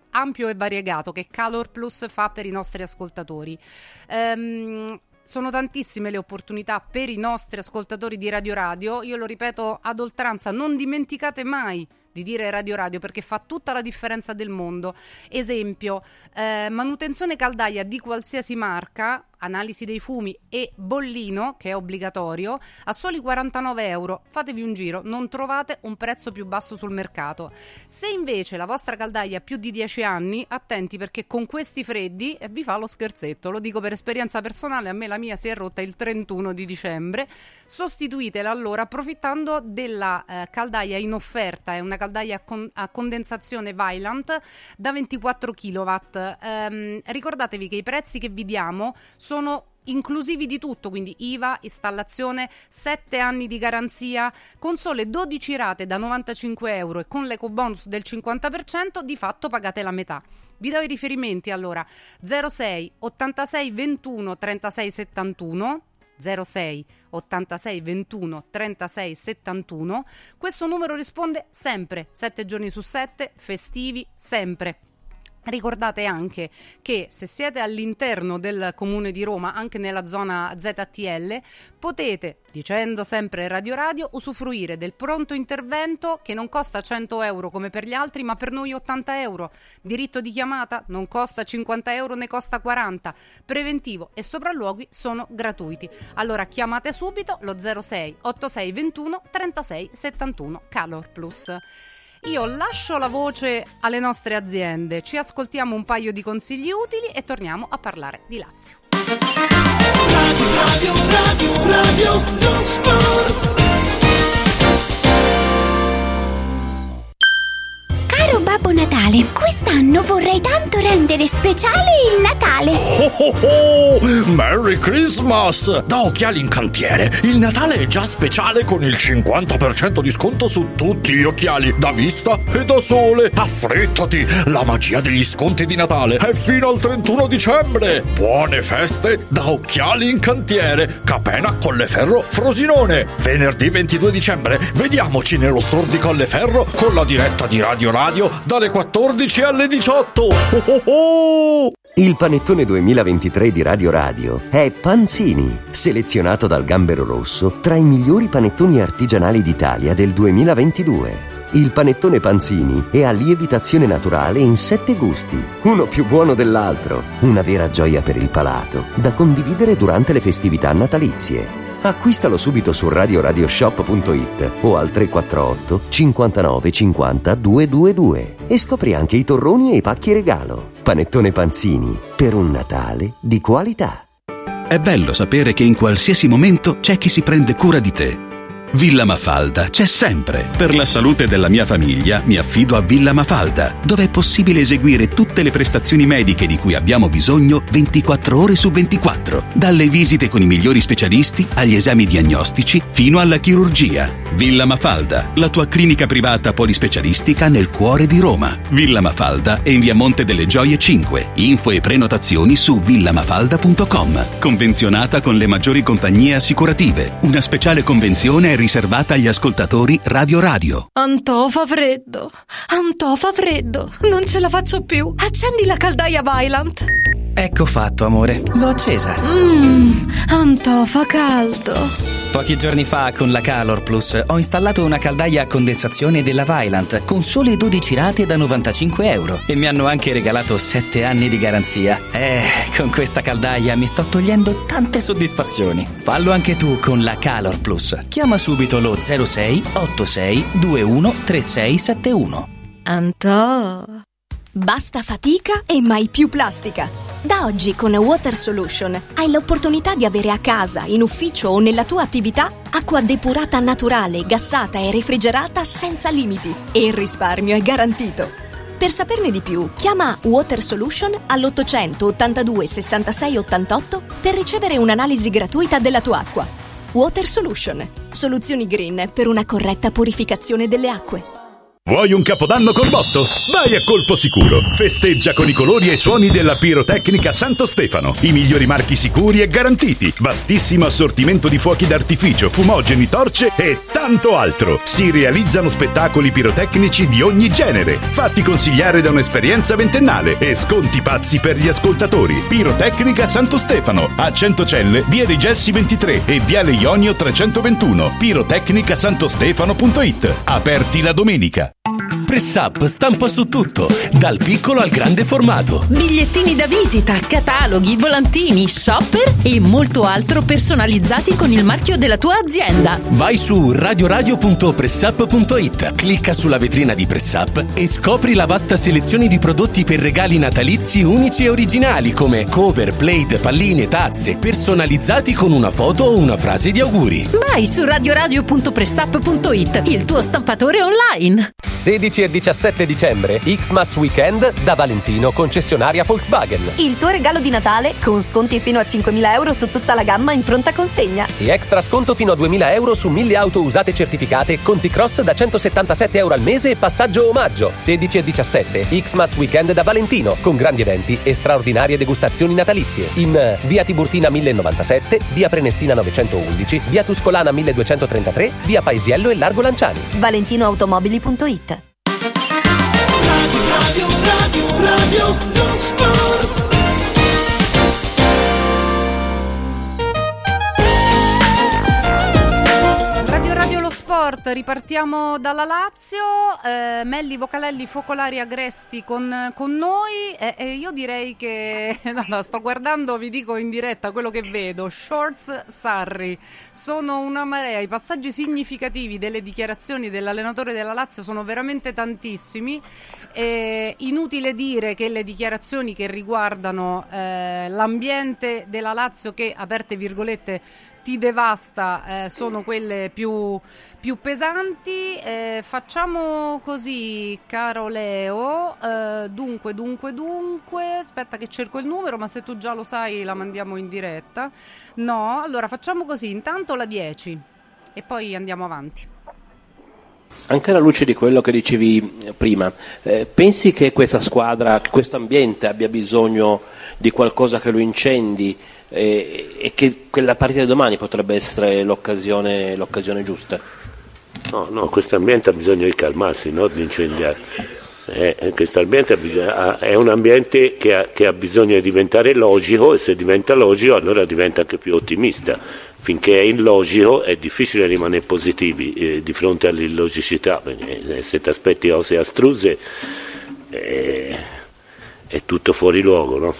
ampio e variegato che Calor Plus fa per i nostri ascoltatori. Sono tantissime le opportunità per i nostri ascoltatori di Radio Radio. Io lo ripeto ad oltranza, non dimenticate mai di dire Radio Radio, perché fa tutta la differenza del mondo. Esempio, manutenzione caldaia di qualsiasi marca, analisi dei fumi e bollino, che è obbligatorio, a soli 49 euro. Fatevi un giro, non trovate un prezzo più basso sul mercato. Se invece la vostra caldaia ha più di 10 anni, attenti, perché con questi freddi vi fa lo scherzetto. Lo dico per esperienza personale, a me la mia si è rotta il 31 di dicembre. Sostituitela allora approfittando della caldaia in offerta. È una caldaia a condensazione Vaillant da 24 kW. Ricordatevi che i prezzi che vi diamo sono inclusivi di tutto, quindi IVA, installazione, 7 anni di garanzia, con sole 12 rate da 95 euro e con l'ecobonus del 50%, di fatto pagate la metà. Vi do i riferimenti allora: 06 86 21 36 71, 06 86 21 36 71. Questo numero risponde sempre, 7 giorni su 7, festivi sempre. Ricordate anche che se siete all'interno del comune di Roma, anche nella zona ZTL, potete, dicendo sempre Radio Radio, usufruire del pronto intervento che non costa 100 euro come per gli altri, ma per noi 80 euro. Diritto di chiamata non costa 50 euro, ne costa 40. Preventivo e sopralluoghi sono gratuiti. Allora chiamate subito lo 06 86 21 36 71 Calor Plus. Io lascio la voce alle nostre aziende, ci ascoltiamo un paio di consigli utili e torniamo a parlare di Lazio. Radio lo sport. Caro Babbo Natale, quest'anno vorrei tanto rendere speciale il Natale. Merry Christmas! Da Occhiali in Cantiere, il Natale è già speciale con il 50% di sconto su tutti gli occhiali, da vista e da sole. Affrettati, la magia degli sconti di Natale è fino al 31 dicembre. Buone feste da Occhiali in Cantiere, Capena, Colleferro, Frosinone. Venerdì 22 dicembre, vediamoci nello store di Colleferro con la diretta di Radio Radio dalle 14 alle 18. Il panettone 2023 di Radio Radio è Panzini, selezionato dal Gambero Rosso tra i migliori panettoni artigianali d'Italia del 2022. Il panettone Panzini è a lievitazione naturale in 7 gusti, uno più buono dell'altro, una vera gioia per il palato, da condividere durante le festività natalizie. Acquistalo subito su radioradioshop.it o al 348 59 50 222 e scopri anche i torroni e i pacchi regalo. Panettone Panzini, per un Natale di qualità. È bello sapere che in qualsiasi momento c'è chi si prende cura di te. Villa Mafalda c'è sempre. Per la salute della mia famiglia mi affido a Villa Mafalda, dove è possibile eseguire tutte le prestazioni mediche di cui abbiamo bisogno 24 ore su 24, dalle visite con i migliori specialisti agli esami diagnostici fino alla chirurgia. Villa Mafalda, la tua clinica privata polispecialistica nel cuore di Roma. Villa Mafalda è in via Monte delle Gioie 5. Info e prenotazioni su villamafalda.com. Convenzionata con le maggiori compagnie assicurative. Una speciale convenzione è riservata agli ascoltatori Radio Radio. Antò fa freddo, non ce la faccio più. Accendi la caldaia Vaillant. Ecco fatto, amore, l'ho accesa. Antò fa caldo. Pochi giorni fa con la Calor Plus ho installato una caldaia a condensazione della Vaillant con sole 12 rate da 95 euro e mi hanno anche regalato 7 anni di garanzia. Con questa caldaia mi sto togliendo tante soddisfazioni. Fallo anche tu con la Calor Plus. Chiama subito lo 06 86 21 3671. Antò. Basta fatica e mai più plastica. Da oggi con Water Solution hai l'opportunità di avere a casa, in ufficio o nella tua attività acqua depurata naturale, gassata e refrigerata senza limiti. E il risparmio è garantito. Per saperne di più, chiama Water Solution all'800 82 66 88 per ricevere un'analisi gratuita della tua acqua. Water Solution. Soluzioni green per una corretta purificazione delle acque. Vuoi un capodanno col botto? Vai a Colpo Sicuro. Festeggia con i colori e i suoni della pirotecnica Santo Stefano. I migliori marchi sicuri e garantiti. Vastissimo assortimento di fuochi d'artificio, fumogeni, torce e tanto altro. Si realizzano spettacoli pirotecnici di ogni genere. Fatti consigliare da un'esperienza ventennale e sconti pazzi per gli ascoltatori. Pirotecnica Santo Stefano. A Centocelle, via dei Gelsi 23 e viale Ionio 321. pirotecnicasantostefano.it. Aperti la domenica. Pressup stampa su tutto, dal piccolo al grande formato. Bigliettini da visita, cataloghi, volantini, shopper e molto altro personalizzati con il marchio della tua azienda. Vai su radioradio.pressup.it, clicca sulla vetrina di Pressup e scopri la vasta selezione di prodotti per regali natalizi unici e originali come cover, plate, palline, tazze, personalizzati con una foto o una frase di auguri. Vai su radioradio.pressup.it, il tuo stampatore online. 16 e 17 dicembre, Xmas Weekend da Valentino, concessionaria Volkswagen. Il tuo regalo di Natale con sconti fino a 5.000 euro su tutta la gamma in pronta consegna. E extra sconto fino a 2.000 euro su 1.000 auto usate certificate, conti cross da 177 euro al mese e passaggio omaggio. 16 e 17, Xmas Weekend da Valentino, con grandi eventi e straordinarie degustazioni natalizie. In via Tiburtina 1097, via Prenestina 911, via Tuscolana 1233, via Paesiello e Largo Lanciani. ValentinoAutomobili.it. Radio lo sport. Radio lo sport, ripartiamo dalla Lazio. Melli, Vocalelli, Focolari, Agresti con noi. Io direi che no, sto guardando, vi dico in diretta quello che vedo. Shorts, Sarri, sono una marea. I passaggi significativi delle dichiarazioni dell'allenatore della Lazio sono veramente tantissimi. Inutile dire che le dichiarazioni che riguardano l'ambiente della Lazio, che aperte virgolette ti devasta, sono quelle più pesanti. Facciamo così, caro Leo. Dunque, aspetta che cerco il numero, ma se tu già lo sai la mandiamo in diretta. No, allora facciamo così, intanto la 10 e poi andiamo avanti. Anche alla luce di quello che dicevi prima, pensi che questa squadra, che questo ambiente abbia bisogno di qualcosa che lo incendi e che quella partita di domani potrebbe essere l'occasione giusta? No, questo ambiente ha bisogno di calmarsi, non di incendiare. Questo ambiente è un ambiente che ha bisogno di diventare logico, e se diventa logico allora diventa anche più ottimista. Finché è illogico è difficile rimanere positivi di fronte all'illogicità, perché se ti aspetti cose astruse è tutto fuori luogo, no?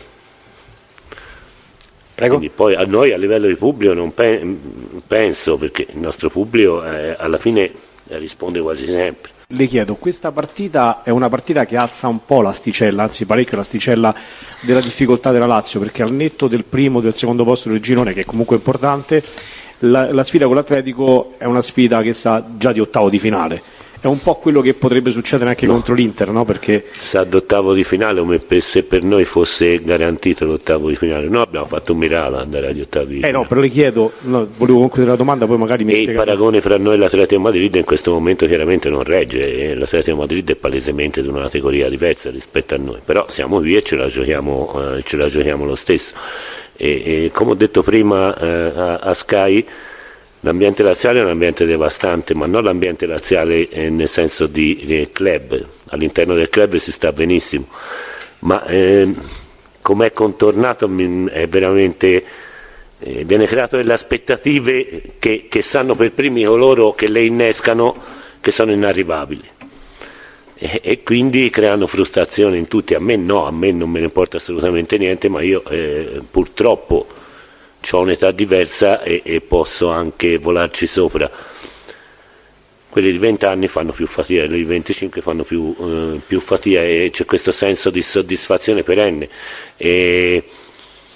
Prego. Quindi poi a noi a livello di pubblico non penso, perché il nostro pubblico alla fine risponde quasi sempre. Le chiedo, questa partita è una partita che alza un po' l'asticella, anzi parecchio l'asticella della difficoltà della Lazio, perché al netto del primo e del secondo posto del girone, che è comunque importante, la sfida con l'Atletico è una sfida che sa già di ottavo di finale. È un po' quello che potrebbe succedere anche contro l'Inter, no? Perché sa d'ottavo di finale come se per noi fosse garantito l'ottavo di finale. Noi abbiamo fatto un miracolo andare agli ottavi di finale. No, però le chiedo, volevo concludere la domanda, poi magari mi spiega. Il paragone fra noi e l'Atletico Madrid in questo momento chiaramente non regge, l'Atletico Madrid è palesemente di una categoria diversa rispetto a noi, però siamo qui e ce la giochiamo lo stesso. E come ho detto prima a Sky, l'ambiente laziale è un ambiente devastante, ma non l'ambiente laziale nel senso di club. All'interno del club si sta benissimo, ma come è contornato è veramente viene creato delle aspettative che sanno per primi coloro che le innescano che sono inarrivabili e quindi creano frustrazione in tutti. A me non me ne importa assolutamente niente, ma io purtroppo ho un'età diversa e posso anche volarci sopra. Quelli di 20 anni fanno più fatica, quelli di 25 fanno più fatica, e c'è questo senso di soddisfazione perenne. E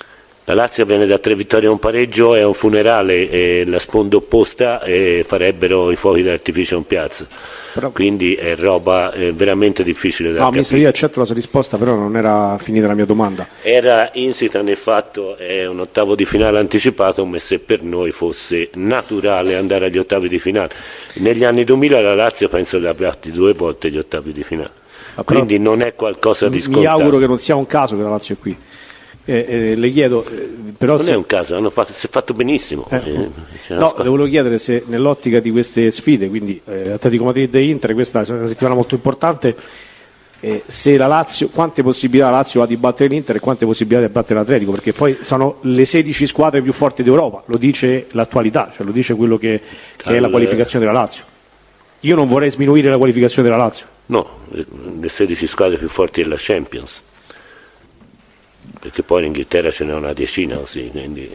La Lazio viene da 3 vittorie e un pareggio, è un funerale e la sponda opposta farebbero i fuochi d'artificio in piazza. Però, quindi è roba veramente difficile da capire. Io accetto la sua risposta, però non era finita la mia domanda. Era insita nel fatto, è un ottavo di finale anticipato, come se per noi fosse naturale andare agli ottavi di finale. Negli anni 2000 la Lazio penso che abbia fatto 2 volte gli ottavi di finale, quindi non è qualcosa di scontato. Mi auguro che non sia un caso che la Lazio è qui. Le chiedo, però non è un caso, si è fatto benissimo. Le volevo chiedere se nell'ottica di queste sfide, quindi Atletico Madrid e Inter, questa è una settimana molto importante, se la Lazio, quante possibilità la Lazio ha di battere l'Inter e quante possibilità di battere l'Atletico, perché poi sono le 16 squadre più forti d'Europa, lo dice l'attualità, cioè lo dice quello che è la qualificazione della Lazio. Io non vorrei sminuire la qualificazione della Lazio. No, le 16 squadre più forti della Champions, perché poi in Inghilterra ce n'è una decina così, quindi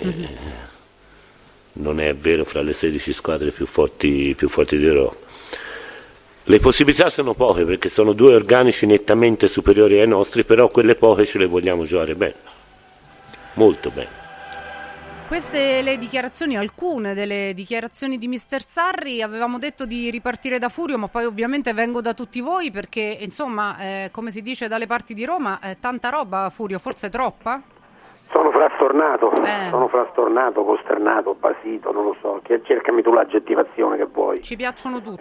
non è vero fra le 16 squadre più forti d'Europa. Le possibilità sono poche perché sono 2 organici nettamente superiori ai nostri, però quelle poche ce le vogliamo giocare bene, molto bene. Queste le dichiarazioni, alcune delle dichiarazioni di Mister Sarri. Avevamo detto di ripartire da Furio, ma poi ovviamente vengo da tutti voi perché insomma, come si dice dalle parti di Roma, tanta roba Furio, forse troppa? Sono frastornato, costernato, basito, non lo so, cercami tu l'aggettivazione che vuoi. Ci piacciono tutti.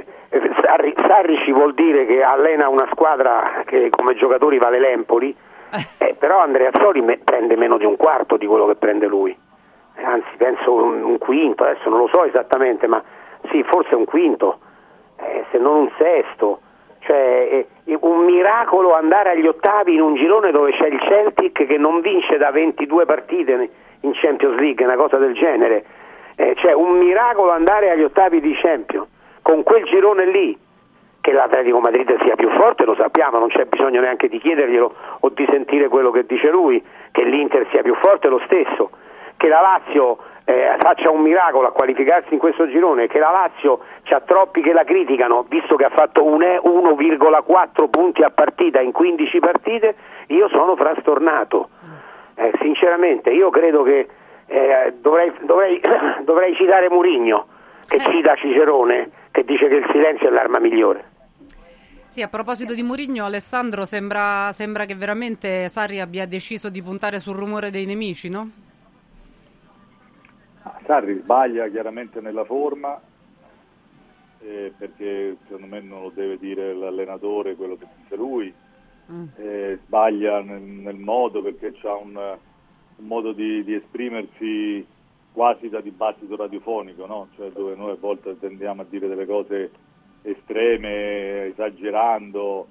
Sarri ci vuol dire che allena una squadra che come giocatori vale l'Empoli, però Andrea Azzoli prende meno di un quarto di quello che prende lui. Anzi penso un quinto, adesso non lo so esattamente, ma sì, forse un quinto, se non un sesto. Cioè è un miracolo andare agli ottavi in un girone dove c'è il Celtic che non vince da 22 partite in Champions League, una cosa del genere. Cioè un miracolo andare agli ottavi di Champions con quel girone lì. Che l'Atletico Madrid sia più forte lo sappiamo, non c'è bisogno neanche di chiederglielo o di sentire quello che dice lui. Che l'Inter sia più forte lo stesso, che la Lazio faccia un miracolo a qualificarsi in questo girone, che la Lazio c'ha troppi che la criticano visto che ha fatto 1,4 punti a partita in 15 partite. Io sono frastornato, sinceramente. Io credo che dovrei citare Mourinho, che cita Cicerone, che dice che il silenzio è l'arma migliore. Sì, a proposito di Mourinho, Alessandro, sembra che veramente Sarri abbia deciso di puntare sul rumore dei nemici, no? Sarri sbaglia chiaramente nella forma, perché secondo me non lo deve dire l'allenatore quello che dice lui, sbaglia nel modo, perché c'ha un modo di esprimersi quasi da dibattito radiofonico, no? Cioè dove noi a volte tendiamo a dire delle cose estreme, esagerando,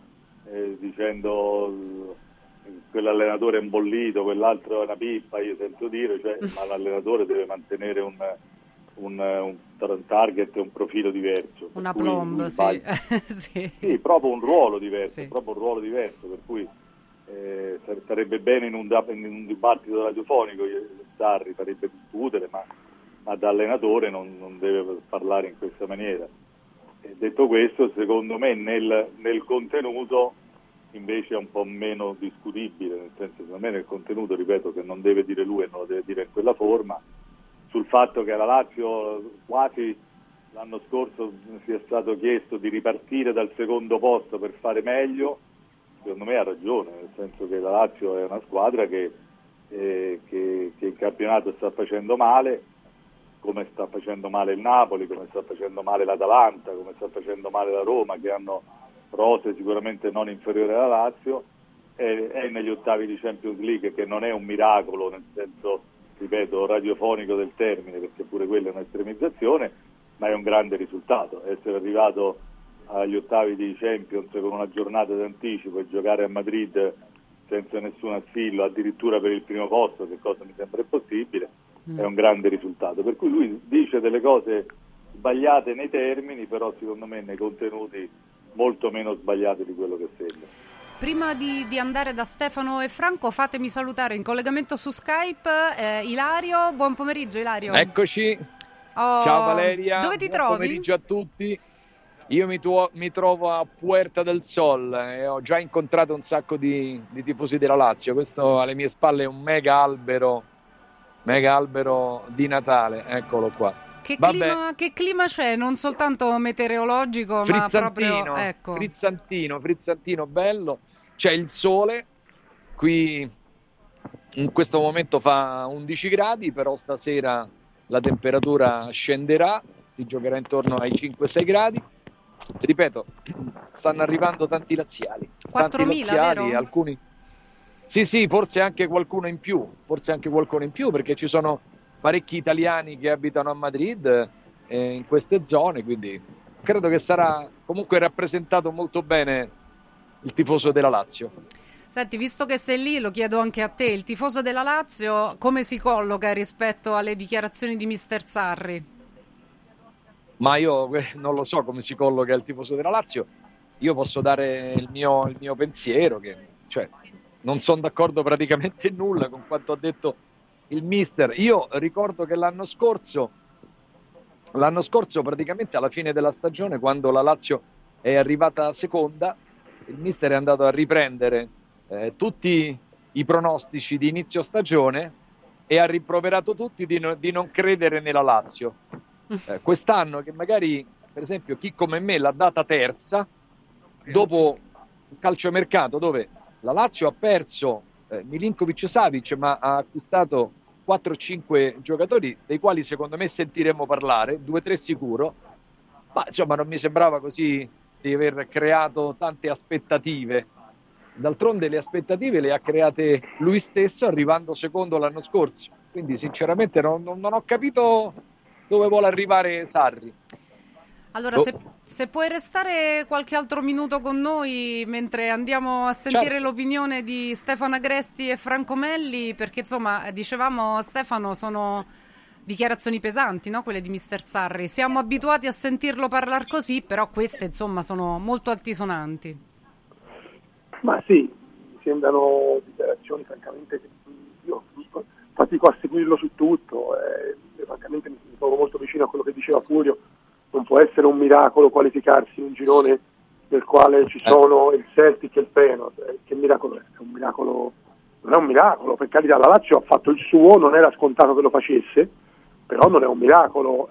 dicendo quell'allenatore è imbollito, quell'altro è una pippa, io sento dire, ma l'allenatore deve mantenere un target e un profilo diverso. Una plomb, sì. Sì, proprio un ruolo diverso, per cui sarebbe bene in un dibattito radiofonico, Sarri farebbe discutere, ma da allenatore non deve parlare in questa maniera. E detto questo, secondo me nel contenuto invece è un po' meno discutibile, nel senso, secondo me nel contenuto, ripeto, che non deve dire lui e non lo deve dire in quella forma, sul fatto che la Lazio quasi l'anno scorso sia stato chiesto di ripartire dal secondo posto per fare meglio, secondo me ha ragione, nel senso che la Lazio è una squadra che in campionato sta facendo male, come sta facendo male il Napoli, come sta facendo male l'Atalanta, come sta facendo male la Roma, che hanno rose sicuramente non inferiori alla Lazio, è negli ottavi di Champions League, che non è un miracolo nel senso, ripeto, radiofonico del termine, perché pure quella è un'estremizzazione, ma è un grande risultato. Essere arrivato agli ottavi di Champions con una giornata d'anticipo e giocare a Madrid senza nessun assillo, addirittura per il primo posto, che cosa mi sembra impossibile, è un grande risultato. Per cui lui dice delle cose sbagliate nei termini, però secondo me nei contenuti molto meno sbagliate di quello che sembra. Prima di andare da Stefano e Franco, fatemi salutare in collegamento su Skype Ilario. Buon pomeriggio, Ilario. Eccoci. Ciao Valeria. Dove ti Buon trovi? pomeriggio a tutti. Io mi trovo a Puerta del Sol e ho già incontrato un sacco di tifosi della Lazio. Questo alle mie spalle è un mega albero mega albero di Natale, eccolo qua. Che clima c'è? Non soltanto meteorologico, ma proprio, ecco. frizzantino, bello. C'è il sole, qui in questo momento fa 11 gradi, però stasera la temperatura scenderà, si giocherà intorno ai 5-6 gradi. Ripeto, stanno arrivando tanti laziali. 4.000, vero? Alcuni... Sì, forse anche qualcuno in più, perché ci sono parecchi italiani che abitano a Madrid in queste zone, quindi credo che sarà comunque rappresentato molto bene il tifoso della Lazio. Senti, visto che sei lì, lo chiedo anche a te, il tifoso della Lazio come si colloca rispetto alle dichiarazioni di Mister Sarri? Ma io non lo so come si colloca il tifoso della Lazio, io posso dare il mio pensiero, che cioè non sono d'accordo praticamente in nulla con quanto ha detto il mister. Io ricordo che l'anno scorso praticamente alla fine della stagione, quando la Lazio è arrivata seconda, il mister è andato a riprendere tutti i pronostici di inizio stagione e ha rimproverato tutti di non credere nella Lazio. Quest'anno, che magari per esempio chi come me l'ha data terza, dopo un calciomercato dove la Lazio ha perso Milinkovic-Savic, ma ha acquistato 4-5 giocatori dei quali secondo me sentiremo parlare, 2-3 sicuro, ma insomma non mi sembrava così di aver creato tante aspettative. D'altronde le aspettative le ha create lui stesso arrivando secondo l'anno scorso, quindi sinceramente non ho capito dove vuole arrivare Sarri. Allora, se puoi restare qualche altro minuto con noi mentre andiamo a sentire l'opinione di Stefano Agresti e Franco Melli, perché insomma, dicevamo Stefano, sono dichiarazioni pesanti, no? Quelle di Mister Sarri. Siamo abituati a sentirlo parlare così, però queste insomma sono molto altisonanti. Ma sì, mi sembrano dichiarazioni francamente che io fatico a seguirlo su tutto, francamente mi trovo molto vicino a quello che diceva Furio. Non può essere un miracolo qualificarsi in un girone nel quale ci sono il Celtic e il Feyenoord. Che miracolo è? È un miracolo? Non è un miracolo, per carità, la Lazio ha fatto il suo, non era scontato che lo facesse, però non è un miracolo.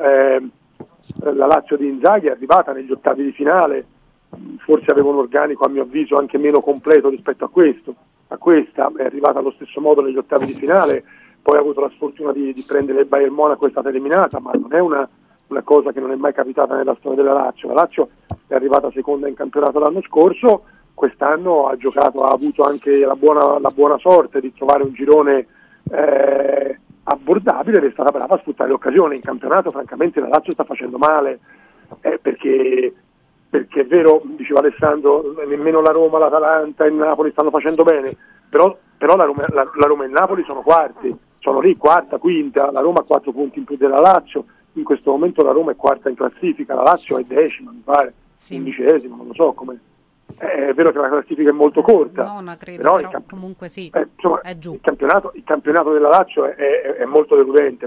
La Lazio di Inzaghi è arrivata negli ottavi di finale, forse aveva un organico a mio avviso anche meno completo rispetto a questa, è arrivata allo stesso modo negli ottavi di finale, poi ha avuto la sfortuna di prendere il Bayern Monaco, è stata eliminata, ma non è una cosa che non è mai capitata nella storia della Lazio. La Lazio è arrivata seconda in campionato l'anno scorso, quest'anno ha avuto anche la buona sorte di trovare un girone abbordabile ed è stata brava a sfruttare le occasioni. In campionato francamente la Lazio sta facendo male, perché è vero, diceva Alessandro, nemmeno la Roma, l'Atalanta e il Napoli stanno facendo bene, però la Roma e il Napoli sono quarti, sono lì quarta, quinta, la Roma ha 4 punti in più della Lazio. In questo momento la Roma è quarta in classifica, la Lazio è decima, mi pare, 11ª, non lo so come. È vero che la classifica è molto corta, no, credo, però comunque sì, insomma, è giù. Il campionato della Lazio è molto deludente,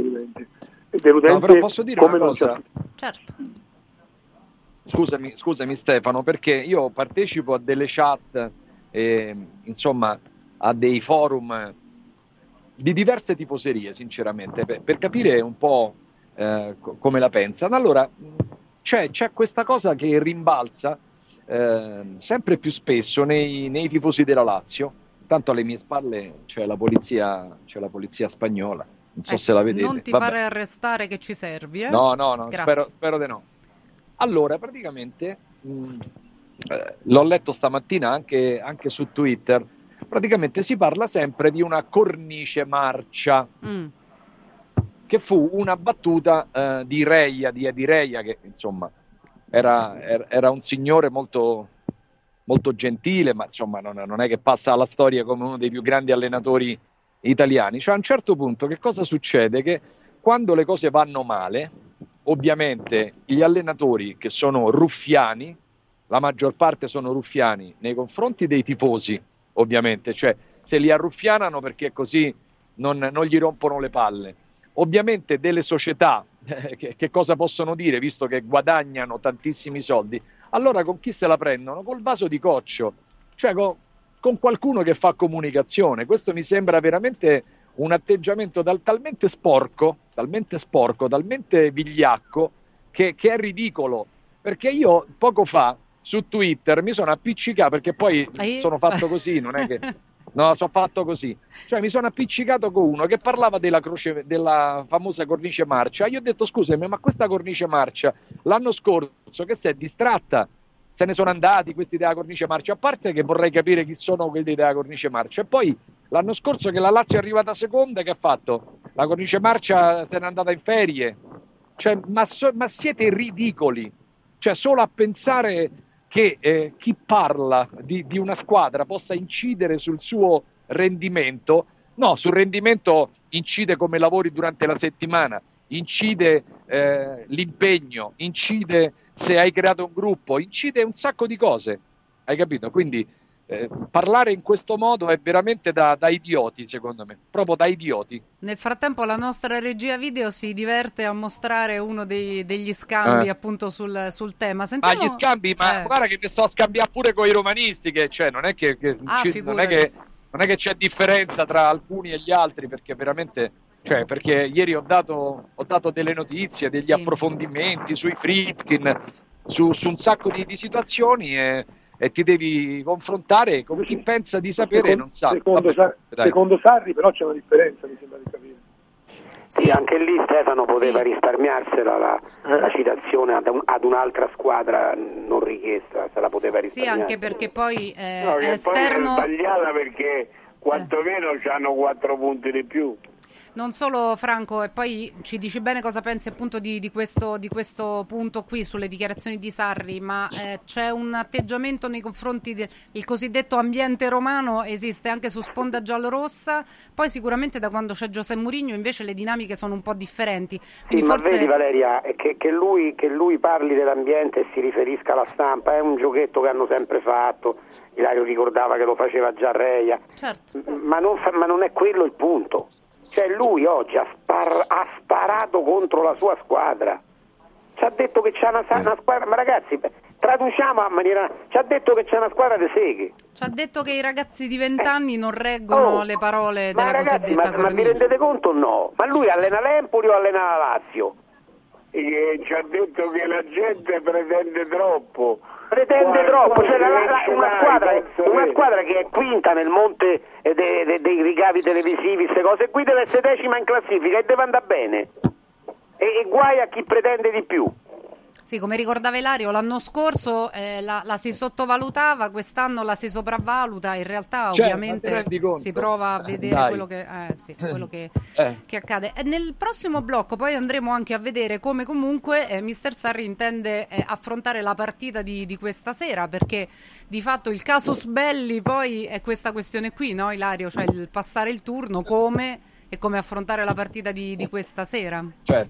È deludente, no, però posso dire come una cosa? Certo. Scusami Stefano, perché io partecipo a delle chat, insomma, a dei forum di diverse tifoserie, sinceramente, per capire un po' come la pensano. Allora c'è questa cosa che rimbalza sempre più spesso nei tifosi della Lazio. Tanto alle mie spalle c'è la polizia spagnola, non so se la vedete. Non ti fare arrestare che ci servi, eh? No, spero di no. Allora, praticamente l'ho letto stamattina anche su Twitter. Praticamente si parla sempre di una cornice marcia, che fu una battuta di Eddie Reia, che insomma era un signore molto, molto gentile, ma insomma non è che passa alla storia come uno dei più grandi allenatori italiani. Cioè, a un certo punto che cosa succede? Che quando le cose vanno male, ovviamente gli allenatori che sono ruffiani, la maggior parte sono ruffiani nei confronti dei tifosi, ovviamente, cioè se li arruffianano perché così non gli rompono le palle. Ovviamente delle società che cosa possono dire, visto che guadagnano tantissimi soldi? Allora con chi se la prendono? Col vaso di coccio, cioè con qualcuno che fa comunicazione. Questo mi sembra veramente un atteggiamento talmente sporco, talmente vigliacco, che è ridicolo. Perché io poco fa su Twitter mi sono appiccicato, perché poi sono fatto così, non è che... No, sono fatto così. Cioè mi sono appiccicato con uno che parlava della famosa cornice marcia. Io ho detto: scusami, ma questa cornice marcia l'anno scorso che si è distratta, se ne sono andati questi della cornice marcia, a parte che vorrei capire chi sono quelli della cornice marcia. E poi l'anno scorso che la Lazio è arrivata seconda, che ha fatto? La cornice marcia se n'è andata in ferie. Cioè, ma siete ridicoli. Cioè, solo a pensare che chi parla di una squadra possa incidere sul suo rendimento. No, sul rendimento incide come lavori durante la settimana, incide l'impegno, incide se hai creato un gruppo, incide un sacco di cose, hai capito? Quindi parlare in questo modo è veramente da idioti, secondo me, proprio da idioti. Nel frattempo la nostra regia video si diverte a mostrare uno degli scambi appunto sul tema. Sentiamo... gli scambi, ma guarda che mi sto a scambiare pure con i romanisti, che cioè non è che non è che c'è differenza tra alcuni e gli altri, perché veramente, cioè, perché ieri ho dato delle notizie, degli approfondimenti sui Friedkin, su un sacco di situazioni e ti devi confrontare con chi pensa di sapere e non sa. Secondo Sarri però c'è una differenza, mi sembra di capire. Sì, anche lì Stefano poteva risparmiarsela la citazione ad un'altra squadra non richiesta, se la poteva risparmiare. Sì, anche perché poi è esterno... poi è sbagliata, perché quantomeno hanno 4 punti di più. Non solo, Franco, e poi ci dici bene cosa pensi appunto di questo punto qui sulle dichiarazioni di Sarri, ma c'è un atteggiamento nei confronti del cosiddetto ambiente romano, esiste anche su sponda giallorossa, poi sicuramente da quando c'è José Mourinho invece le dinamiche sono un po' differenti. Sì, ma vedi Valeria, che lui parli dell'ambiente e si riferisca alla stampa, è un giochetto che hanno sempre fatto, Ilario ricordava che lo faceva già Reia, certo. ma non è quello il punto. Cioè lui oggi ha sparato contro la sua squadra, ci ha detto che c'è una squadra, ma ragazzi traduciamo a maniera, ci ha detto che c'è una squadra di seghe, ci ha detto che i ragazzi di 20 anni non reggono le parole della ragazzi, cosiddetta ma vi rendete conto o no? Ma lui allena l'Empoli o allena la Lazio? E ci ha detto che la gente pretende troppo, cioè una squadra che è quinta nel monte dei ricavi televisivi, queste cose qui, deve essere decima in classifica e deve andare bene, e guai a chi pretende di più. Sì, come ricordava Ilario, l'anno scorso la si sottovalutava, quest'anno la si sopravvaluta, in realtà ovviamente si prova a vedere quello che accade. E nel prossimo blocco poi andremo anche a vedere come comunque Mister Sarri intende affrontare la partita di questa sera, perché di fatto il casus belli poi è questa questione qui, no Ilario? Cioè il passare il turno, come affrontare la partita di questa sera.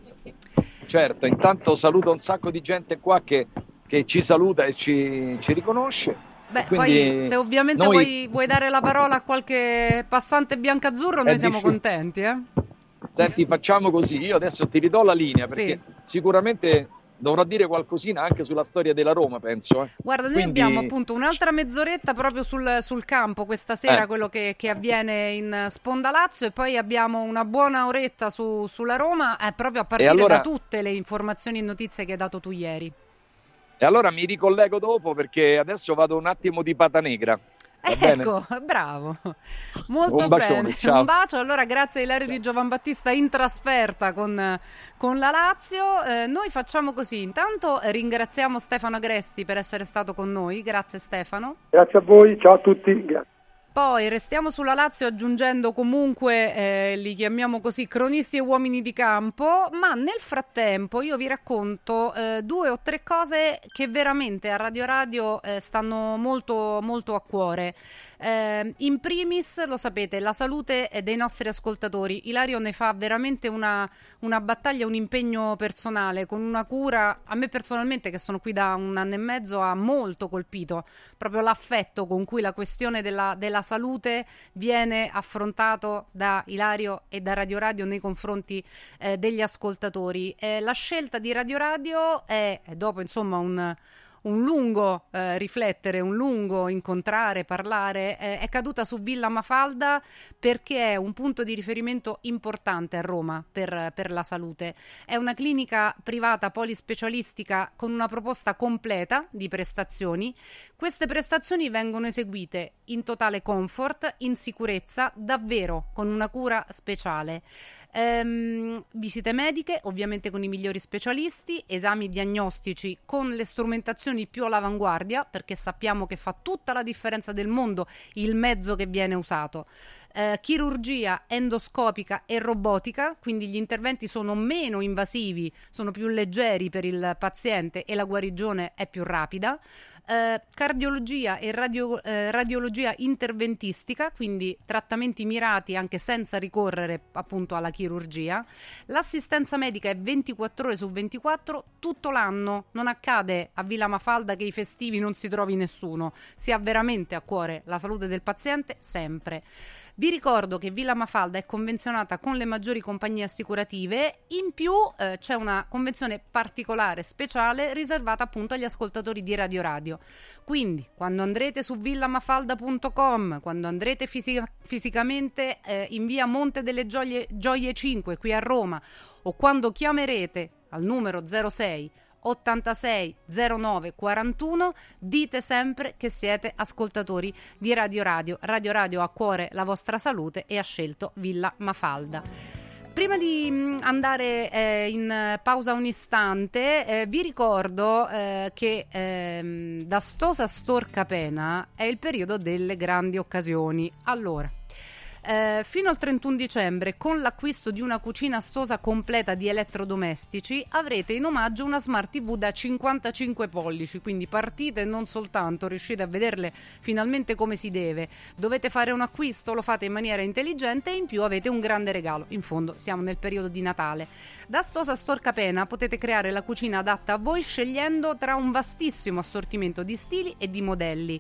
Certo, intanto saluto un sacco di gente qua che ci saluta e ci riconosce. Beh, poi se ovviamente vuoi dare la parola a qualche passante biancazzurro, noi siamo contenti. Senti, facciamo così, io adesso ti ridò la linea, perché sicuramente dovrò dire qualcosina anche sulla storia della Roma, penso. Guarda, noi abbiamo appunto un'altra mezz'oretta proprio sul campo questa sera, quello che avviene in Sponda Lazio, e poi abbiamo una buona oretta sulla Roma, proprio a partire da tutte le informazioni e notizie che hai dato tu ieri. E allora mi ricollego dopo, perché adesso vado un attimo di pata negra. Ecco, bravo, molto un bacione, bene. Ciao. Un bacio. Allora, grazie a Ilario Di Giovanbattista in trasferta con la Lazio. Noi facciamo così, intanto ringraziamo Stefano Agresti per essere stato con noi. Grazie Stefano. Grazie a voi, ciao a tutti. Grazie. Poi restiamo sulla Lazio aggiungendo comunque, li chiamiamo così, cronisti e uomini di campo, ma nel frattempo io vi racconto 2 o 3 cose che veramente a Radio stanno molto, molto a cuore. In primis, lo sapete, la salute dei nostri ascoltatori. Ilario ne fa veramente una battaglia, un impegno personale, con una cura. A me personalmente, che sono qui da 1 anno e mezzo, ha molto colpito proprio l'affetto con cui la questione della salute viene affrontato da Ilario e da Radio nei confronti degli ascoltatori. La scelta di Radio è, dopo insomma un lungo riflettere, un lungo incontrare, parlare, è caduta su Villa Mafalda perché è un punto di riferimento importante a Roma per la salute. È una clinica privata polispecialistica con una proposta completa di prestazioni. Queste prestazioni vengono eseguite in totale comfort, in sicurezza, davvero con una cura speciale. Visite mediche, ovviamente con i migliori specialisti, esami diagnostici con le strumentazioni più all'avanguardia, perché sappiamo che fa tutta la differenza del mondo il mezzo che viene usato. Chirurgia endoscopica e robotica, quindi gli interventi sono meno invasivi, sono più leggeri per il paziente e la guarigione è più rapida. Cardiologia e radiologia interventistica, quindi trattamenti mirati anche senza ricorrere appunto alla chirurgia. L'assistenza medica è 24 ore su 24 tutto l'anno. Non accade a Villa Mafalda che i festivi non si trovi nessuno, si ha veramente a cuore la salute del paziente sempre. Vi ricordo che Villa Mafalda è convenzionata con le maggiori compagnie assicurative, in più c'è una convenzione particolare, speciale, riservata appunto agli ascoltatori di Radio Radio. Quindi, quando andrete su villamafalda.com, quando andrete fisicamente in via Monte delle Gioie 5 qui a Roma, o quando chiamerete al numero 06 86 09 41, dite sempre che siete ascoltatori di Radio Radio. Radio Radio ha a cuore la vostra salute e ha scelto Villa Mafalda. Prima di andare in pausa un istante, vi ricordo che da Stosa Storcapena è il periodo delle grandi occasioni. Allora, fino al 31 dicembre, con l'acquisto di una cucina Stosa completa di elettrodomestici, avrete in omaggio una Smart TV da 55 pollici, quindi partite e non soltanto, riuscite a vederle finalmente come si deve. Dovete fare un acquisto, lo fate in maniera intelligente e in più avete un grande regalo. In fondo siamo nel periodo di Natale. Da Stosa Storcapena potete creare la cucina adatta a voi scegliendo tra un vastissimo assortimento di stili e di modelli.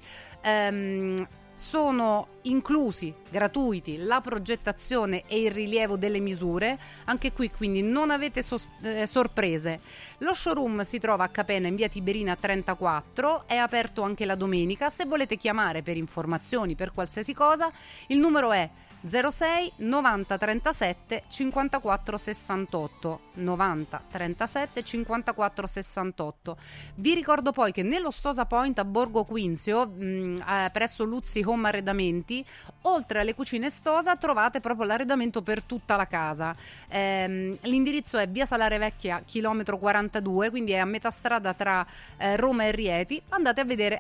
Sono inclusi, gratuiti, la progettazione e il rilievo delle misure. Anche qui quindi non avete sorprese. Lo showroom si trova a Capena in via Tiberina 34, è aperto anche la domenica. Se volete chiamare per informazioni, per qualsiasi cosa, il numero è 06 90 37 54 68 90 37 54 68. Vi ricordo poi che nello Stosa Point a Borgo Quinzio, presso Luzzi Home Arredamenti, oltre alle cucine Stosa trovate proprio l'arredamento per tutta la casa. L'indirizzo è via Salare Vecchia chilometro 42, quindi è a metà strada tra Roma e Rieti. Andate a vedere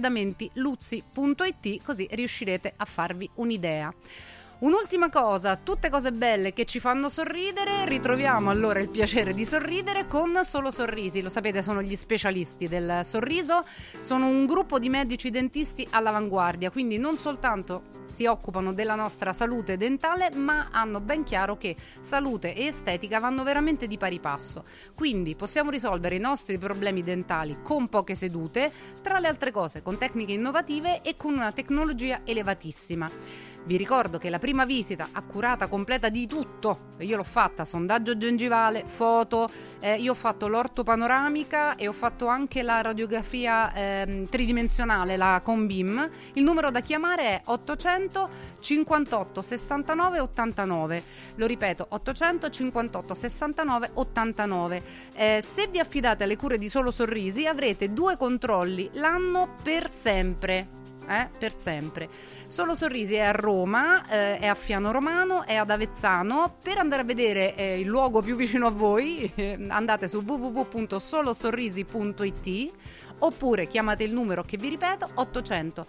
arredamentiluzzi.it, così riuscirete a farvi un'idea. Un'ultima cosa, tutte cose belle che ci fanno sorridere. Ritroviamo allora il piacere di sorridere con Solo Sorrisi. Lo sapete, sono gli specialisti del sorriso, sono un gruppo di medici dentisti all'avanguardia, quindi non soltanto si occupano della nostra salute dentale, ma hanno ben chiaro che salute e estetica vanno veramente di pari passo. Quindi possiamo risolvere i nostri problemi dentali con poche sedute, tra le altre cose con tecniche innovative e con una tecnologia elevatissima. Vi ricordo che la prima visita accurata, completa di tutto, io l'ho fatta, sondaggio gengivale, foto, io ho fatto l'ortopanoramica e ho fatto anche la radiografia tridimensionale, la Conbim. Il numero da chiamare è 800 58 69 89, lo ripeto, 800 58 69 89. Se vi affidate alle cure di Solo Sorrisi avrete 2 controlli l'anno per sempre. Per sempre. Solo Sorrisi è a Roma, è a Fiano Romano, è ad Avezzano. Per andare a vedere il luogo più vicino a voi andate su www.solosorrisi.it oppure chiamate il numero che vi ripeto, 800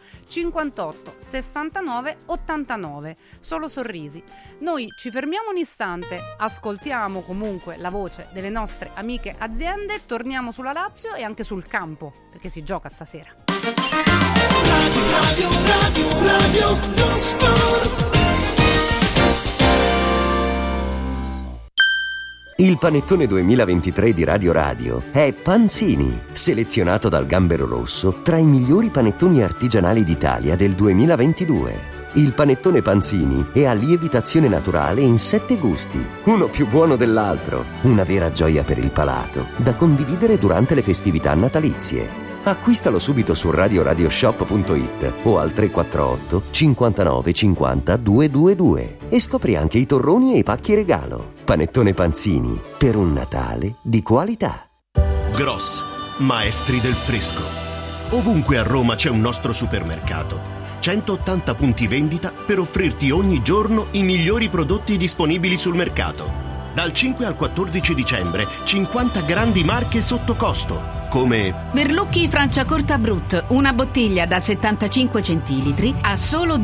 58 69 89. Solo Sorrisi. Noi ci fermiamo un istante, ascoltiamo comunque la voce delle nostre amiche aziende, torniamo sulla Lazio e anche sul campo, perché si gioca stasera. Radio non sport. Il panettone 2023 di Radio Radio è Panzini, selezionato dal Gambero Rosso tra i migliori panettoni artigianali d'Italia del 2022. Il panettone Panzini è a lievitazione naturale in 7 gusti, uno più buono dell'altro, una vera gioia per il palato, da condividere durante le festività natalizie. Acquistalo subito su radioradioshop.it o al 348 59 50 222 e scopri anche i torroni e i pacchi regalo. Panettone Panzini, per un Natale di qualità. Gross, maestri del fresco. Ovunque a Roma c'è un nostro supermercato. 180 punti vendita per offrirti ogni giorno i migliori prodotti disponibili sul mercato. Dal 5 al 14 dicembre 50 grandi marche sotto costo, come Berlucchi Franciacorta Brut, una bottiglia da 75 centilitri a solo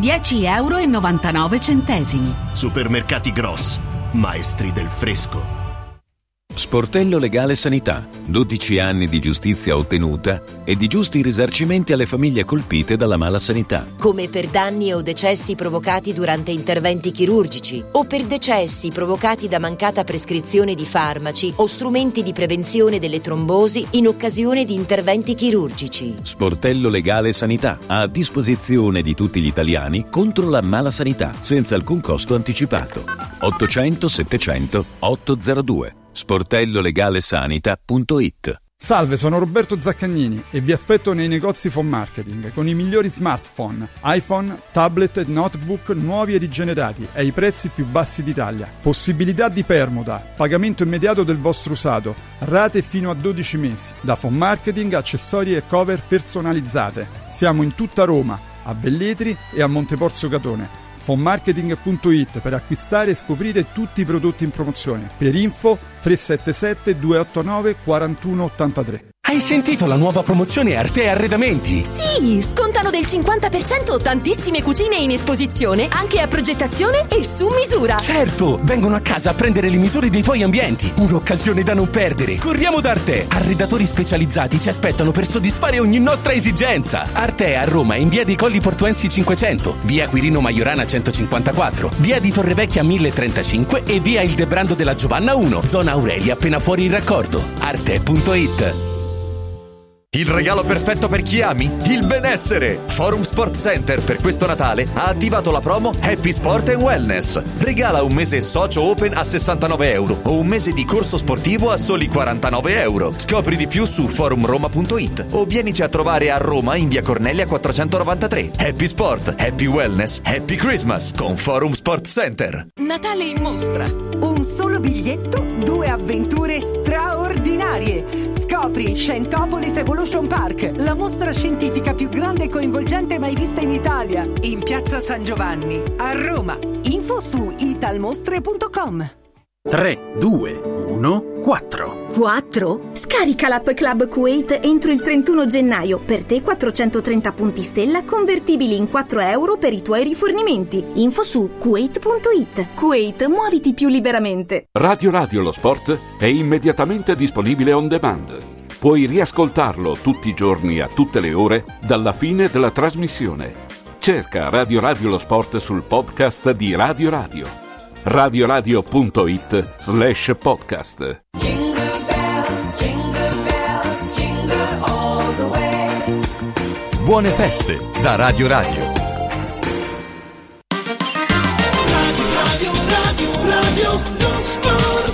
10,99 €. Supermercati Gross, maestri del fresco. Sportello Legale Sanità, 12 anni di giustizia ottenuta e di giusti risarcimenti alle famiglie colpite dalla mala sanità. Come per danni o decessi provocati durante interventi chirurgici o per decessi provocati da mancata prescrizione di farmaci o strumenti di prevenzione delle trombosi in occasione di interventi chirurgici. Sportello Legale Sanità, a disposizione di tutti gli italiani contro la mala sanità, senza alcun costo anticipato. 800 700 802. sportellolegalesanita.it. Salve, sono Roberto Zaccagnini e vi aspetto nei negozi Phone Marketing con i migliori smartphone, iPhone, tablet e notebook nuovi e rigenerati ai prezzi più bassi d'Italia. Possibilità di permuta, pagamento immediato del vostro usato, rate fino a 12 mesi. Da Phone Marketing, accessori e cover personalizzate. Siamo in tutta Roma, a Velletri e a Monteporzio Catone. Fonmarketing.it per acquistare e scoprire tutti i prodotti in promozione. Per info 377 289 4183. Hai sentito la nuova promozione Arte Arredamenti? Sì, scontano del 50% tantissime cucine in esposizione, anche a progettazione e su misura. Certo, vengono a casa a prendere le misure dei tuoi ambienti. Un'occasione da non perdere. Corriamo da Arte. Arredatori specializzati ci aspettano per soddisfare ogni nostra esigenza. Arte a Roma in via dei Colli Portuensi 500, via Quirino Maiorana 154, via di Torrevecchia 1035 e via Ildebrando della Giovanna 1, zona Aurelia appena fuori il raccordo. Arte.it. Il regalo perfetto per chi ami? Il benessere! Forum Sport Center per questo Natale ha attivato la promo Happy Sport and Wellness. Regala un mese socio open a 69 € o un mese di corso sportivo a soli 49 €. Scopri di più su forumroma.it o vienici a trovare a Roma in via Cornelia 493. Happy Sport, Happy Wellness, Happy Christmas con Forum Sport Center. Natale in mostra. Un solo biglietto, 2 avventure straordinarie. Scopri Scientopolis Evolution Park, la mostra scientifica più grande e coinvolgente mai vista in Italia, in piazza San Giovanni, a Roma. Info su italmostre.com. 3, 2, 1, 4. 4? Scarica l'app Club Kuwait entro il 31 gennaio. Per te 430 punti stella convertibili in 4 € per i tuoi rifornimenti. Info su kuwait.it. Kuwait, muoviti più liberamente. Radio lo Sport è immediatamente disponibile on demand. Puoi riascoltarlo tutti i giorni a tutte le ore dalla fine della trasmissione. Cerca Radio lo Sport sul podcast di Radio. radioradio.it/podcast. Buone feste da Radio. Radio lo sport.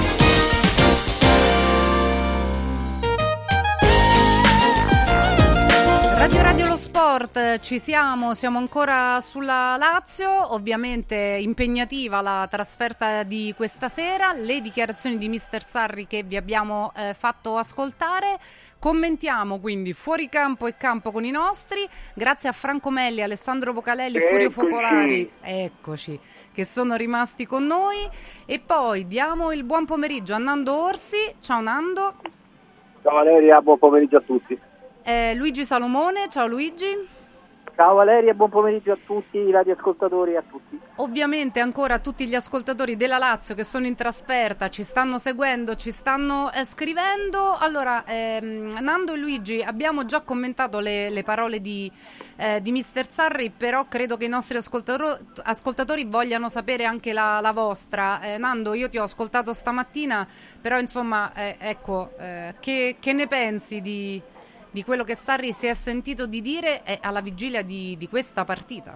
Radio lo sport, ci siamo ancora sulla Lazio, ovviamente impegnativa la trasferta di questa sera, le dichiarazioni di mister Sarri che vi abbiamo fatto ascoltare. Commentiamo quindi fuori campo e campo con i nostri, grazie a Franco Melli, Alessandro Vocalelli e Furio Focolari, eccoci, che sono rimasti con noi. E poi diamo il buon pomeriggio a Nando Orsi. Ciao Nando. Ciao Valeria, buon pomeriggio a tutti. Luigi Salomone, ciao Luigi. Ciao Valeria, buon pomeriggio a tutti i radioascoltatori e a tutti. Ovviamente ancora a tutti gli ascoltatori della Lazio che sono in trasferta, ci stanno seguendo, ci stanno scrivendo. Allora, Nando e Luigi, abbiamo già commentato le parole di mister Sarri, però credo che i nostri ascoltatori vogliano sapere anche la vostra. Nando, io ti ho ascoltato stamattina, però insomma, che ne pensi di quello che Sarri si è sentito di dire alla vigilia di questa partita?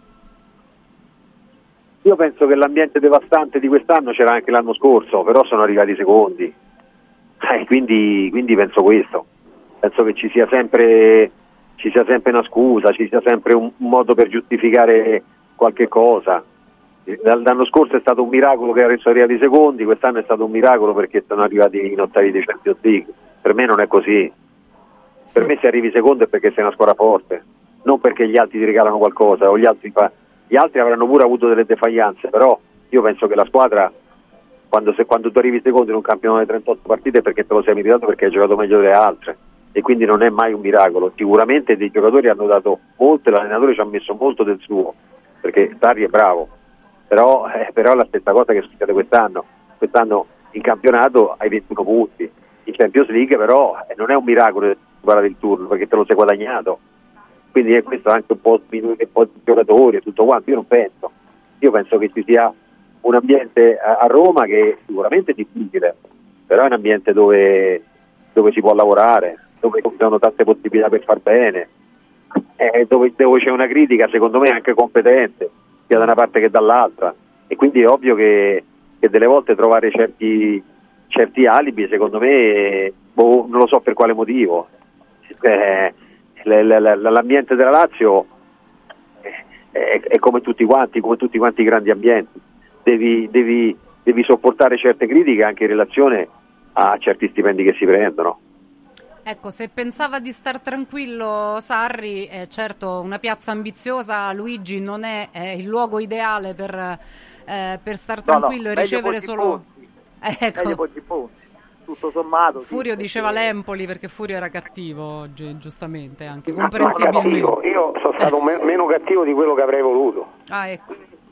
Io penso che l'ambiente devastante di quest'anno c'era anche l'anno scorso, però sono arrivati secondi, quindi penso questo. penso che ci sia sempre una scusa, ci sia sempre un modo per giustificare qualche cosa. L'anno scorso è stato un miracolo che sono arrivati secondi, quest'anno è stato un miracolo perché sono arrivati in ottavi di Champions League. Per me non è così. Per me se arrivi secondo è perché sei una squadra forte, non perché gli altri ti regalano qualcosa, o gli altri avranno pure avuto delle defaglianze, però io penso che la squadra, quando tu arrivi secondo in un campionato di 38 partite, è perché te lo sei meritato, perché hai giocato meglio delle altre, e quindi non è mai un miracolo. Sicuramente dei giocatori hanno dato molto e l'allenatore ci ha messo molto del suo, perché Sarri è bravo, però è la stessa cosa che succede quest'anno in campionato hai 21 punti, in Champions League però non è un miracolo superare il turno, perché te lo sei guadagnato, quindi è questo anche un po' di giocatori e tutto quanto. Io penso che ci sia un ambiente a Roma che sicuramente è difficile, però è un ambiente dove si può lavorare, dove ci sono tante possibilità per far bene, dove c'è una critica secondo me anche competente, sia da una parte che dall'altra, e quindi è ovvio che delle volte trovare certi alibi, secondo me, non lo so per quale motivo. L'ambiente della Lazio è come tutti quanti i grandi ambienti, devi sopportare certe critiche anche in relazione a certi stipendi che si prendono. Ecco, se pensava di star tranquillo Sarri, certo una piazza ambiziosa, Luigi, non è il luogo ideale per star tranquillo e ricevere solo... Meglio Ponzi, tutto sommato. Furio sì, diceva l'Empoli, perché Furio era cattivo oggi, giustamente, anche comprensibilmente. Io sono stato meno cattivo di quello che avrei voluto. Ah, ecco.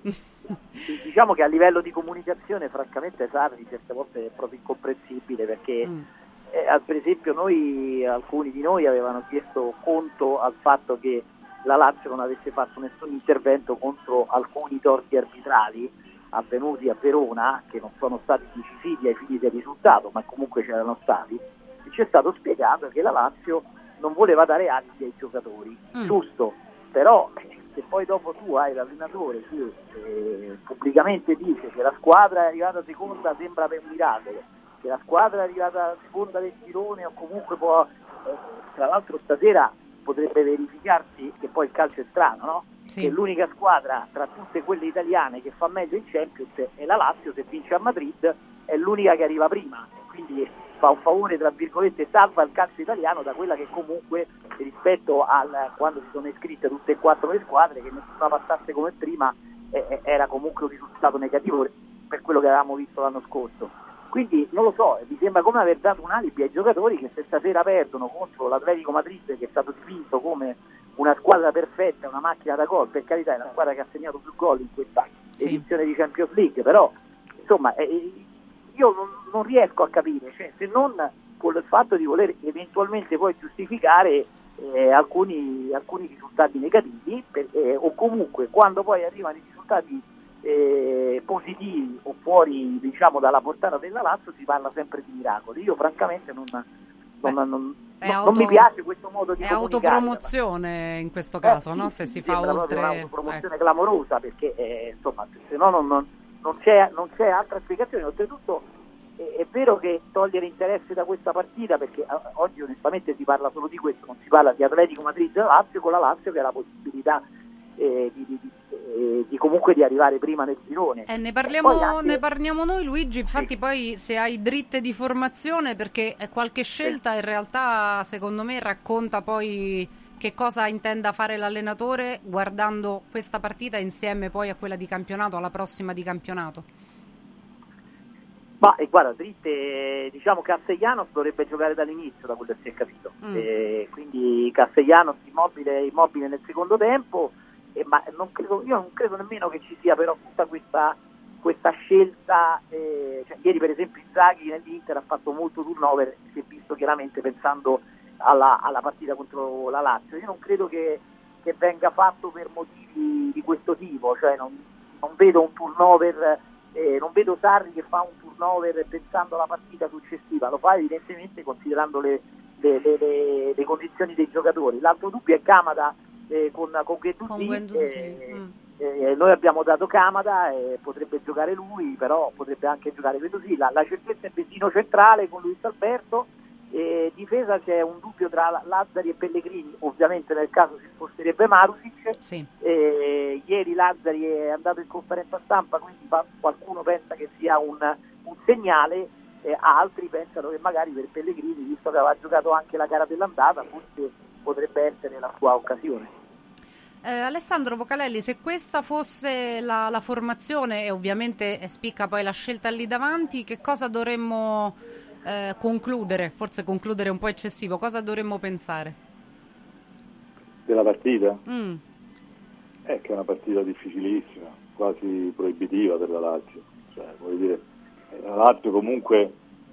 Diciamo che a livello di comunicazione, francamente, Sarri certe volte è proprio incomprensibile, perché per esempio alcuni di noi avevano chiesto conto al fatto che la Lazio non avesse fatto nessun intervento contro alcuni torti arbitrali avvenuti a Verona, che non sono stati decisivi ai fini del risultato, ma comunque c'erano stati, e ci è stato spiegato che la Lazio non voleva dare alibi ai giocatori, giusto, però se poi dopo tu hai l'allenatore che pubblicamente dice che la squadra è arrivata seconda sembra per un miracolo, che la squadra è arrivata seconda del girone o comunque può, tra l'altro stasera potrebbe verificarsi, che poi il calcio è strano, no? Sì. Che l'unica squadra tra tutte quelle italiane che fa meglio in Champions è la Lazio, se vince a Madrid è l'unica che arriva prima, quindi fa un favore, tra virgolette, salva il calcio italiano da quella che comunque, rispetto al quando si sono iscritte tutte e quattro le squadre, che nessuna passasse come prima, era comunque un risultato negativo per quello che avevamo visto l'anno scorso. Quindi non lo so, mi sembra come aver dato un alibi ai giocatori che se stasera perdono contro l'Atletico Madrid, che è stato dipinto come una squadra perfetta, una macchina da gol, per carità è la squadra che ha segnato più gol in questa edizione di Champions League, però insomma io non riesco a capire, cioè, se non con il fatto di voler eventualmente poi giustificare alcuni risultati negativi, o comunque quando poi arrivano i risultati positivi o fuori, diciamo, dalla portata della Lazio, si parla sempre di miracoli. Io francamente non mi piace questo modo di comunicare. È autopromozione in questo caso, sì, no? Sì, se si fa oltre un'autopromozione clamorosa, perché insomma, se no non c'è altra spiegazione. Oltretutto è vero che togliere interesse da questa partita, perché oggi onestamente si parla solo di questo, non si parla di Atletico Madrid e Lazio, con la Lazio che ha la possibilità di comunque di arrivare prima nel girone. Ne parliamo noi, Luigi, infatti. Sì. Poi se hai dritte di formazione, perché qualche scelta in realtà secondo me racconta poi che cosa intenda fare l'allenatore guardando questa partita insieme poi a quella di campionato, alla prossima di campionato. Ma guarda, dritte, diciamo Castellanos dovrebbe giocare dall'inizio, da quello che si è capito, quindi Castellanos immobile nel secondo tempo, ma io non credo nemmeno che ci sia però tutta questa scelta, cioè, ieri per esempio Inzaghi nell'Inter ha fatto molto turnover, si è visto chiaramente pensando alla partita contro la Lazio. Io non credo che venga fatto per motivi di questo tipo, cioè non vedo un turnover, non vedo Sarri che fa un turnover pensando alla partita successiva, lo fa evidentemente considerando le condizioni dei giocatori. L'altro dubbio è Kamada con Guendouzi. Noi abbiamo dato Kamada, potrebbe giocare lui, però potrebbe anche giocare Guendouzi. La certezza è Vecino centrale con Luis Alberto, Difesa c'è un dubbio tra Lazzari e Pellegrini, ovviamente nel caso si sposterebbe Marusic. Sì. Ieri Lazzari è andato in conferenza stampa, quindi qualcuno pensa che sia un segnale, altri pensano che magari per Pellegrini, visto che aveva giocato anche la gara dell'andata, forse potrebbe essere la sua occasione. Alessandro Vocalelli, se questa fosse la formazione, e ovviamente spicca poi la scelta lì davanti, che cosa dovremmo concludere? Forse concludere è un po' eccessivo. Cosa dovremmo pensare? Della partita? Che è una partita difficilissima, quasi proibitiva per la Lazio. Cioè, voglio dire, la Lazio comunque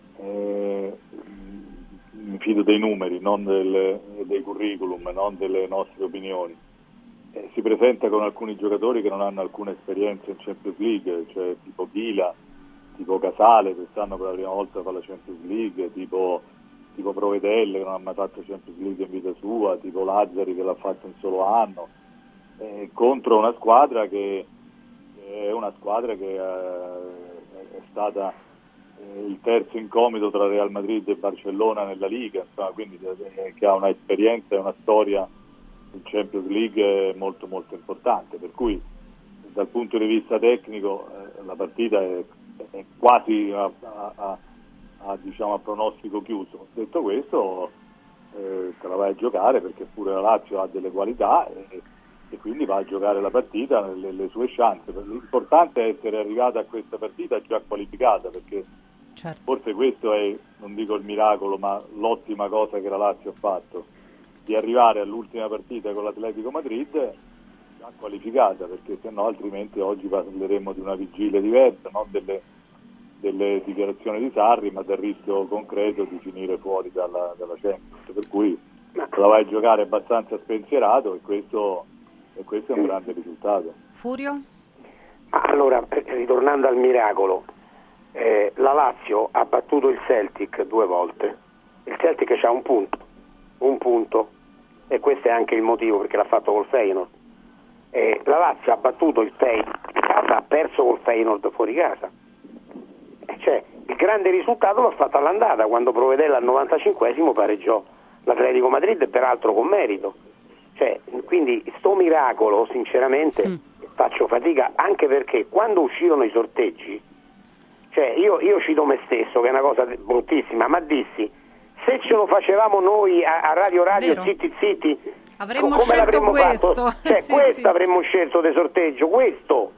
mi fido dei numeri, non dei curriculum, non delle nostre opinioni. Si presenta con alcuni giocatori che non hanno alcuna esperienza in Champions League, cioè tipo Ghila, tipo Casale, quest'anno per la prima volta fa la Champions League, tipo Provedelle che non ha mai fatto Champions League in vita sua, tipo Lazzari che l'ha fatto in solo anno, contro una squadra che è stata il terzo incomodo tra Real Madrid e Barcellona nella Liga, insomma, quindi che ha una esperienza e una storia in Champions League molto molto importante, per cui dal punto di vista tecnico la partita è quasi a pronostico chiuso. Detto questo, te la vai a giocare perché pure la Lazio ha delle qualità e quindi va a giocare la partita nelle sue chance. L'importante è essere arrivata a questa partita già qualificata, perché forse questo è, non dico il miracolo, ma l'ottima cosa che la Lazio ha fatto, di arrivare all'ultima partita con l'Atletico Madrid già qualificata, perché sennò altrimenti oggi parleremo di una vigilia diversa, non delle dichiarazioni di Sarri, ma del rischio concreto di finire fuori dalla Champions, per cui la vai a giocare abbastanza spensierato e questo è un grande risultato. Furio? Allora, ritornando al miracolo, la Lazio ha battuto il Celtic 2 volte, il Celtic c'ha un punto, e questo è anche il motivo perché l'ha fatto col Feyenoord. La Lazio ha battuto il Feyenoord in casa, ha perso col Feyenoord fuori casa. Cioè, il grande risultato l'ha fatto all'andata, quando Provedella al 95esimo pareggiò l'Atletico Madrid, peraltro con merito. Cioè, quindi sto miracolo sinceramente faccio fatica, anche perché quando uscirono i sorteggi, cioè io cito me stesso, che è una cosa bruttissima, ma dissi: se ce lo facevamo noi a Radio zitti, avremmo come l'avremmo questo. fatto? Cioè, questo avremmo scelto del sorteggio, questo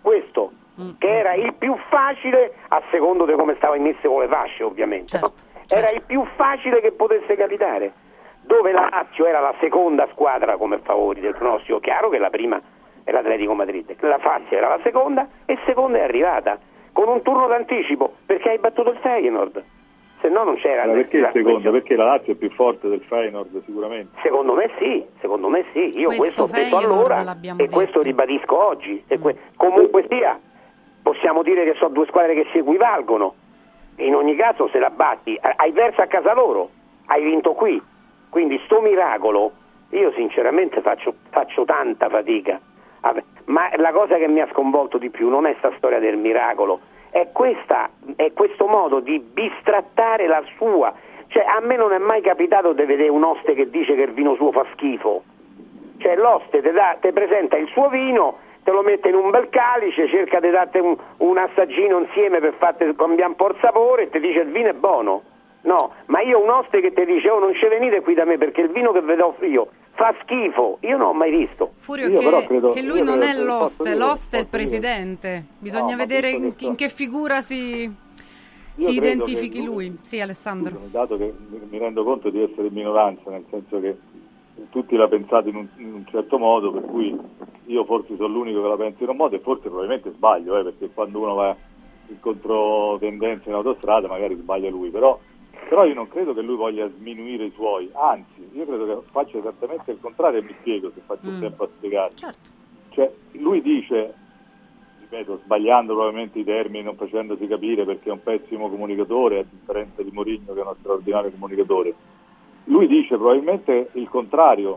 che era il più facile, a secondo di come stava immesso con le fasce, ovviamente. Era il più facile che potesse capitare, dove la Lazio era la seconda squadra come favori del pronostico. Chiaro che la prima è l'Atletico Madrid, la Lazio era la seconda e seconda è arrivata con un turno d'anticipo, perché hai battuto il Feyenoord. Se no non c'era. Ma perché il secondo? Perché la Lazio è più forte del Feyenoord sicuramente. Secondo me sì. Io questo ho detto allora e questo ribadisco oggi. Comunque sia, possiamo dire che sono due squadre che si equivalgono. In ogni caso, se la batti, hai perso a casa loro, hai vinto qui. Quindi sto miracolo, io sinceramente faccio tanta fatica. Ma la cosa che mi ha sconvolto di più non è sta storia del miracolo, è questo modo di bistrattare la sua. Cioè, a me non è mai capitato di vedere un oste che dice che il vino suo fa schifo. Cioè, l'oste te presenta il suo vino, te lo mette in un bel calice, cerca di darti un assaggino insieme per farti cambiare un po' il sapore e ti dice il vino è buono. No, ma io un oste che ti dice: oh, non ci venite qui da me perché il vino che vi offro io fa schifo, io non ho mai visto. Furio, che lui non è l'oste è il presidente. Bisogna vedere in che figura si identifichi lui. Sì, Alessandro. Dato che mi rendo conto di essere in minoranza, nel senso che tutti la pensate in un certo modo, per cui io forse sono l'unico che la pensa in un modo e forse probabilmente sbaglio, perché quando uno va in controtendenza in autostrada magari sbaglia lui, però io non credo che lui voglia sminuire i suoi, anzi io credo che faccia esattamente il contrario, e mi spiego se faccio tempo a spiegare. Cioè, lui dice, ripeto, sbagliando probabilmente i termini, non facendosi capire perché è un pessimo comunicatore, a differenza di Mourinho che è uno straordinario comunicatore. Lui dice probabilmente il contrario: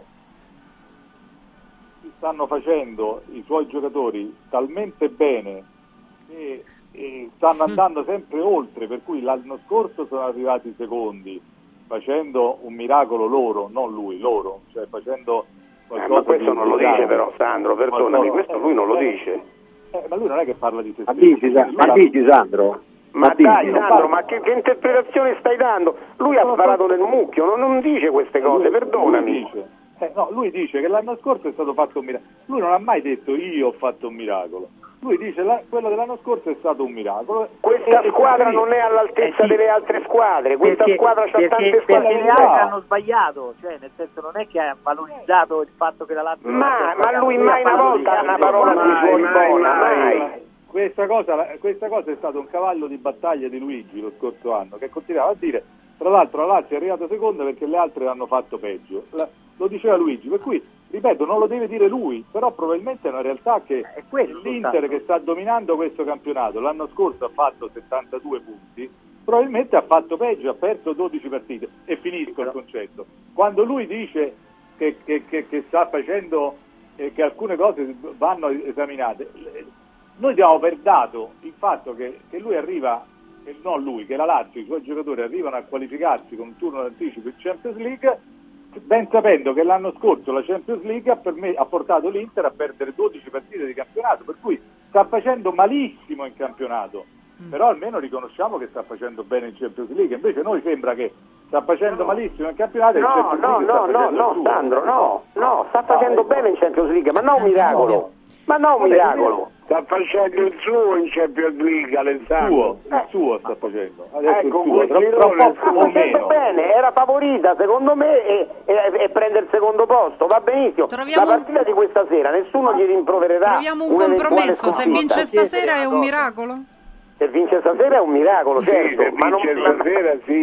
stanno facendo i suoi giocatori talmente bene e stanno andando sempre oltre, per cui l'anno scorso sono arrivati secondi, facendo un miracolo loro, non lui, loro, cioè facendo qualcosa ma questo di non lo dice però Sandro, perdonami, questo lui non lo dice. Ma lui non è che parla di se Ma dici Sandro? Ma dai Sandro, ma che interpretazione stai dando? Lui ha sparato nel mucchio, non dice queste cose, perdonami. Lui dice che l'anno scorso è stato fatto un miracolo. Lui non ha mai detto io ho fatto un miracolo. Lui dice quello dell'anno scorso è stato un miracolo. Questa squadra non è all'altezza delle altre squadre, questa squadra c'ha tante squadre. Perché le altre hanno sbagliato, cioè nel senso non è che ha valorizzato il fatto che la Lazio... Ma lui mai una volta ha una parola di fuori buona, mai. Questa cosa è stato un cavallo di battaglia di Luigi lo scorso anno, che continuava a dire, tra l'altro la Lazio è arrivata seconda perché le altre l'hanno fatto peggio. Lo diceva Luigi, per cui, ripeto, non lo deve dire lui, però probabilmente è una realtà che l'Inter che sta dominando questo campionato, l'anno scorso ha fatto 72 punti, probabilmente ha fatto peggio, ha perso 12 partite, e finisco il concetto. Quando lui dice che sta facendo, che alcune cose vanno esaminate, noi diamo per dato il fatto che lui arriva, non lui, che la Lazio, i suoi giocatori arrivano a qualificarsi con un turno d'anticipo in Champions League, ben sapendo che l'anno scorso la Champions League ha portato l'Inter a perdere 12 partite di campionato, per cui sta facendo malissimo in campionato, però almeno riconosciamo che sta facendo bene in Champions League, invece noi sembra che sta facendo malissimo in campionato. No, Sandro, no, sta facendo bene in Champions League, ma non un miracolo. Ma non un miracolo. Sta facendo il suo in Champions League, Alessandro. Il suo sta facendo. Ecco, sta facendo bene, era favorita secondo me e prende il secondo posto, va benissimo. La partita di questa sera nessuno gli rimprovererà. Troviamo un compromesso, se vince stasera è un miracolo? Se vince stasera è un miracolo, certo. Se vince stasera sì,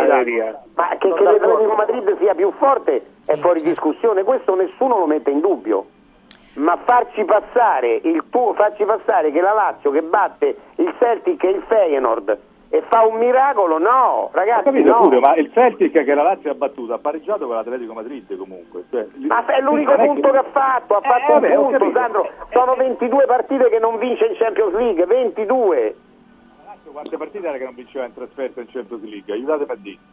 ma che l'Atletico Madrid sia più forte è fuori discussione, questo nessuno lo mette in dubbio. Ma farci passare che la Lazio che batte il Celtic e il Feyenoord e fa un miracolo, no, ragazzi, capito, no. Pure, ma il Celtic che la Lazio ha battuto ha pareggiato con l'Atletico Madrid comunque. Cioè, ma è l'unico punto che ha fatto un punto, Sandro, sono 22 partite che non vince in Champions League, 22. La Lazio quante partite era che non vinceva in trasferta in Champions League? Aiutatemi a dire.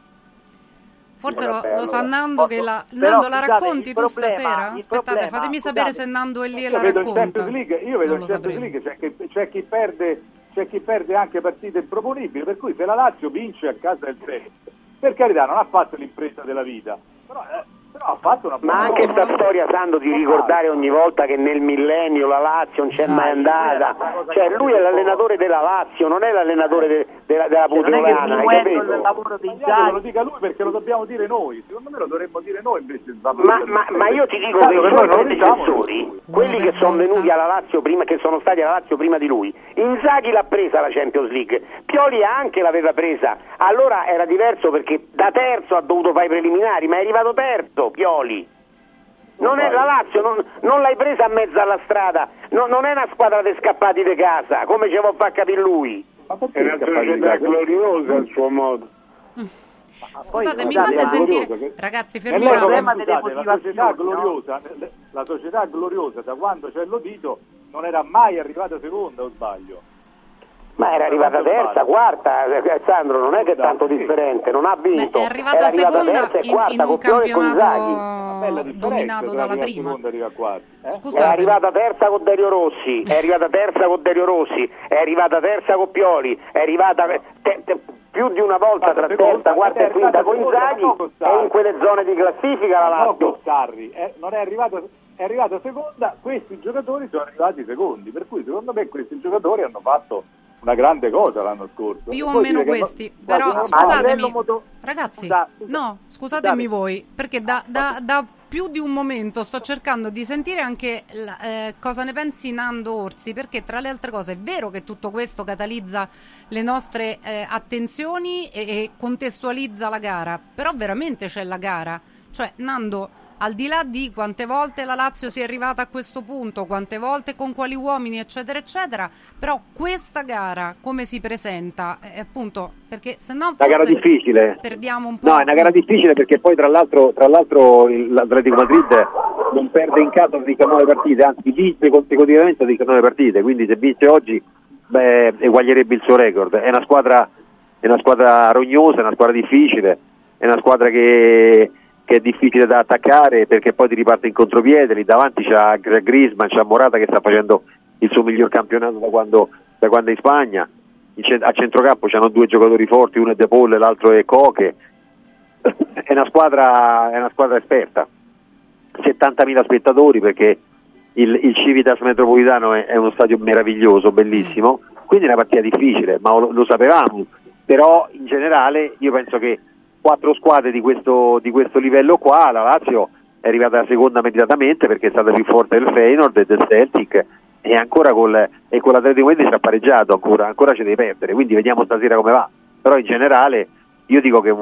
Forse lo sa Nando che Nando la racconti tu stasera? Aspettate, fatemi sapere se Nando è lì e la racconta. Io vedo in Champions League c'è chi perde anche partite improponibili, per cui se la Lazio vince a casa del Celtic, per carità non ha fatto l'impresa della vita, però ha fatto una buona ma anche questa storia, Sando, di ricordare ogni volta che nel millennio la Lazio non c'è mai andata, cioè lui è l'allenatore della Lazio, non è l'allenatore della Puteolana, hai capito? Lo dica lui perché lo dobbiamo dire noi, secondo me lo dovremmo dire noi invece. Ma io ti dico che i suoi predecessori, quelli che sono venuti alla Lazio prima, che sono stati alla Lazio prima di lui, Inzaghi l'ha presa la Champions League, Pioli anche l'aveva presa, allora era diverso perché da terzo ha dovuto fare i preliminari, ma è arrivato terzo Pioli. Non è la Lazio, non l'hai presa a mezzo alla strada, non è una squadra di scappati di casa, come ce lo fa capire lui. È una società gloriosa al suo modo. Scusate, mi fate sentire, ragazzi, fermiamoci. La società gloriosa da quando c'è Lotito non era mai arrivata seconda, o sbaglio? Ma era arrivata terza, quarta, Sandro, non è che è tanto differente, non ha vinto. È arrivata seconda in un campionato dominato dalla prima. È arrivata terza con Dario Rossi, è arrivata terza con Pioli, è arrivata più di una volta tra terza, quarta e quinta con Inzaghi, è in quelle zone di classifica la Lazio. Non è arrivata seconda, questi giocatori sono arrivati secondi, per cui secondo me questi giocatori hanno fatto una grande cosa l'anno scorso. Più o meno questi, però scusatemi, ragazzi, no, scusatemi voi, perché da più di un momento sto cercando di sentire anche cosa ne pensi Nando Orsi, perché tra le altre cose è vero che tutto questo catalizza le nostre attenzioni e contestualizza la gara, però veramente c'è la gara, cioè Nando, al di là di quante volte la Lazio sia arrivata a questo punto, quante volte con quali uomini eccetera eccetera, però questa gara come si presenta, appunto, perché se no una gara difficile, perdiamo un po'. No, è una gara difficile perché poi tra l'altro l'Atletico Madrid non perde in casa 19 partite, anzi vince consecutivamente 19 partite, quindi se vince oggi eguaglierebbe il suo record. È una squadra rognosa, è una squadra difficile. è una squadra che è difficile da attaccare, perché poi ti riparte in contropiede. Lì davanti c'è Griezmann, c'è Morata che sta facendo il suo miglior campionato da quando è in Spagna. A centrocampo c'hanno 2 giocatori forti, uno è De Paul e l'altro è Koke. È una squadra esperta. 70.000 spettatori, perché il Civitas Metropolitano è uno stadio meraviglioso, bellissimo, quindi è una partita difficile, ma lo sapevamo. Però in generale io penso che 4 squadre di questo livello qua, la Lazio è arrivata alla seconda meritatamente, perché è stata più forte del Feyenoord e del Celtic, e ancora con l'Atletico Madrid ci ha pareggiato, ancora ci deve perdere, quindi vediamo stasera come va. Però in generale io dico che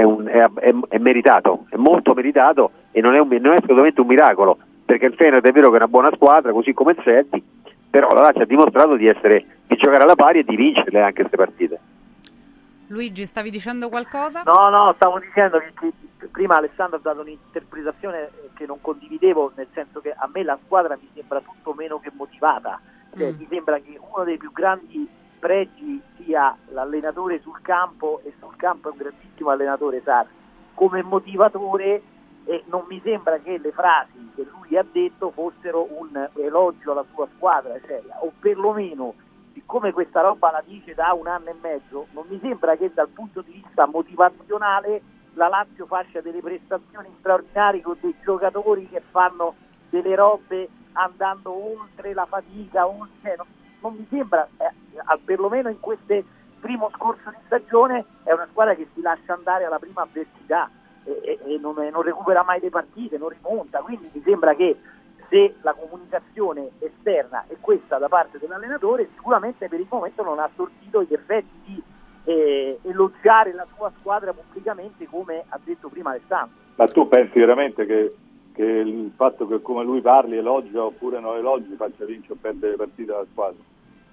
è meritato, è molto meritato, e non è assolutamente un miracolo, perché il Feyenoord è vero che è una buona squadra, così come il Celtic, però la Lazio ha dimostrato di giocare alla pari e di vincerle anche queste partite. Luigi, stavi dicendo qualcosa? No, stavo dicendo che prima Alessandro ha dato un'interpretazione che non condividevo, nel senso che a me la squadra mi sembra tutto meno che motivata, cioè mi sembra che uno dei più grandi pregi sia l'allenatore sul campo, e sul campo è un grandissimo allenatore Sarri, come motivatore, e non mi sembra che le frasi che lui ha detto fossero un elogio alla sua squadra, cioè, o perlomeno siccome questa roba la dice da 1 anno e mezzo, non mi sembra che dal punto di vista motivazionale la Lazio faccia delle prestazioni straordinarie con dei giocatori che fanno delle robe andando oltre la fatica, non mi sembra, perlomeno in questo primo scorcio di stagione, è una squadra che si lascia andare alla prima avversità e non recupera mai le partite, non rimonta, quindi mi sembra che se la comunicazione esterna è questa da parte dell'allenatore, sicuramente per il momento non ha sortito gli effetti di elogiare la sua squadra pubblicamente, come ha detto prima Alessandro. Ma tu pensi veramente che il fatto che come lui parli elogia oppure non elogi faccia vincere o perdere le partite alla squadra?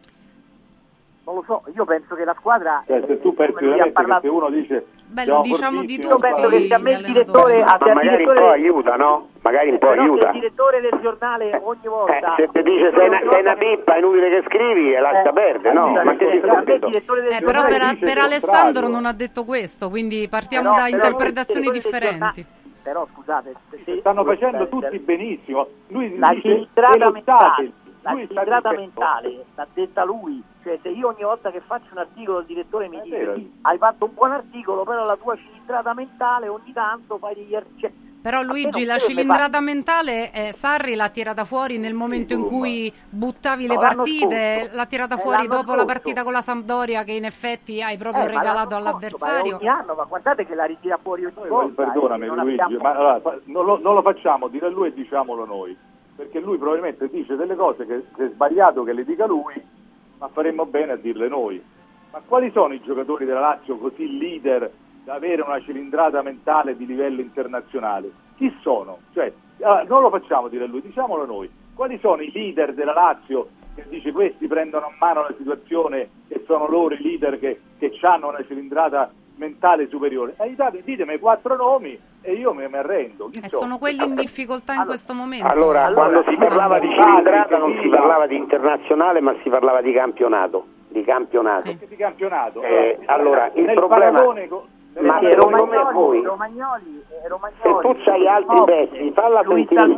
Non lo so, io penso che la squadra... se tu pensi veramente che se uno dice... Beh, lo diciamo di tutti. Io penso che se a me il direttore... Ma magari un po' aiuta, no? Magari un po' aiuta. Se il direttore del giornale ogni volta... se ti dice sei una pippa, è inutile che scrivi e lascia perdere, no? Ma che però per Alessandro non ha detto questo, quindi partiamo da interpretazioni differenti. Però scusate... stanno facendo tutti benissimo. Lui la cilindrata mentale... mentale l'ha detta lui, cioè se io ogni volta che faccio un articolo il direttore mi dice sì, hai fatto un buon articolo, però la tua cilindrata mentale ogni tanto fai degli Però Luigi, la cilindrata mentale Sarri l'ha tirata fuori nel momento in cui buttavi le partite, l'ha tirata fuori dopo la partita con la Sampdoria, che in effetti hai proprio regalato all'avversario. Ogni anno, ma guardate che la ritira fuori ogni volta. Perdonami Luigi, ma allora, non lo facciamo dire a lui e diciamolo noi, perché lui probabilmente dice delle cose che è sbagliato che le dica lui, ma faremmo bene a dirle noi. Ma quali sono i giocatori della Lazio così leader da avere una cilindrata mentale di livello internazionale? Chi sono? Cioè, non lo facciamo dire a lui, diciamolo noi. Quali sono i leader della Lazio che dice questi prendono a mano la situazione e sono loro i leader che hanno una cilindrata mentale superiore? Ditemi 4 nomi e io mi arrendo. Sono quelli in difficoltà in questo momento. Allora, quando si parlava di cilindrata non si parlava di internazionale, ma si parlava di campionato. Di campionato. Sì. Di campionato. Allora, il problema... Ma secondo me voi, Romagnoli, se tu c'hai altri pezzi, falla sentire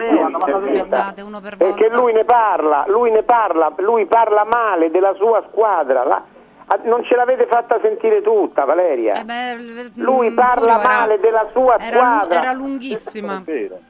perché lui parla male della sua squadra. Non ce l'avete fatta sentire tutta, Valeria. Lui parla male della sua squadra. Era lunghissima.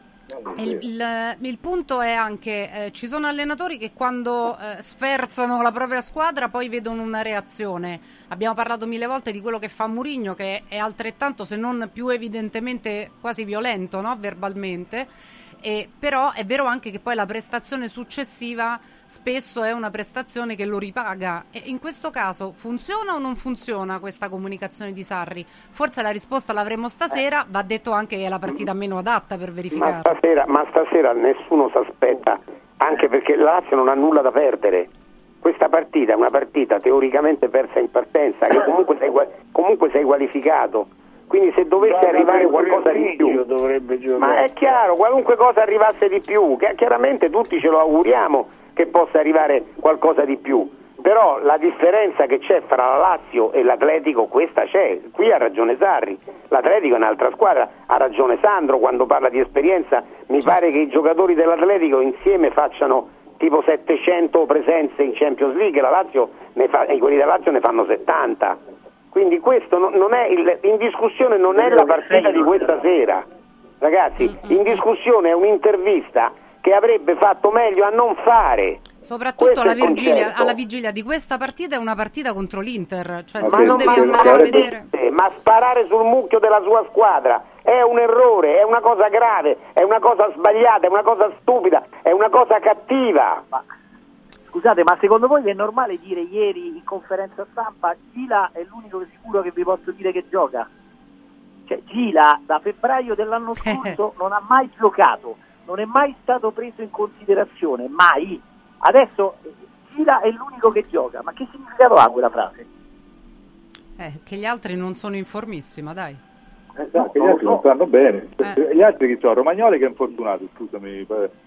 Il punto è anche ci sono allenatori che quando sferzano la propria squadra poi vedono una reazione. Abbiamo parlato 1000 volte di quello che fa Mourinho, che è altrettanto, se non più evidentemente quasi violento, no? Verbalmente. Però è vero anche che poi la prestazione successiva spesso è una prestazione che lo ripaga, e in questo caso funziona o non funziona questa comunicazione di Sarri? Forse la risposta l'avremo stasera, va detto anche che è la partita meno adatta per verificare. Ma stasera nessuno si aspetta, anche perché la Lazio non ha nulla da perdere. Questa partita è una partita teoricamente persa in partenza, che comunque sei qualificato. Quindi se dovesse arrivare qualcosa di più, ma è chiaro, qualunque cosa arrivasse di più, chiaramente tutti ce lo auguriamo che possa arrivare qualcosa di più, Però la differenza che c'è fra la Lazio e l'Atletico, questa c'è. Qui ha ragione Sarri, l'Atletico è un'altra squadra, ha ragione Sandro quando parla di esperienza. Mi pare che i giocatori dell'Atletico insieme facciano tipo 700 presenze in Champions League, e quelli della Lazio ne fanno 70. Quindi questo non è in discussione, non è la partita di questa sera. Ragazzi, in discussione è un'intervista che avrebbe fatto meglio a non fare. Soprattutto alla vigilia di questa partita, è una partita contro l'Inter, cioè se tu devi andare a vedere... Ma sparare sul mucchio della sua squadra è un errore, è una cosa grave, è una cosa sbagliata, è una cosa stupida, è una cosa cattiva. Scusate, ma secondo voi è normale dire ieri in conferenza stampa Gila è l'unico sicuro che vi posso dire che gioca? Cioè Gila da febbraio dell'anno scorso non ha mai giocato, non è mai stato preso in considerazione, mai. Adesso Gila è l'unico che gioca, ma che significato ha quella frase? Che gli altri non sono informissimi, dai. Esatto, gli altri non sanno bene. Gli altri che sono? Romagnoli che è infortunato, scusami,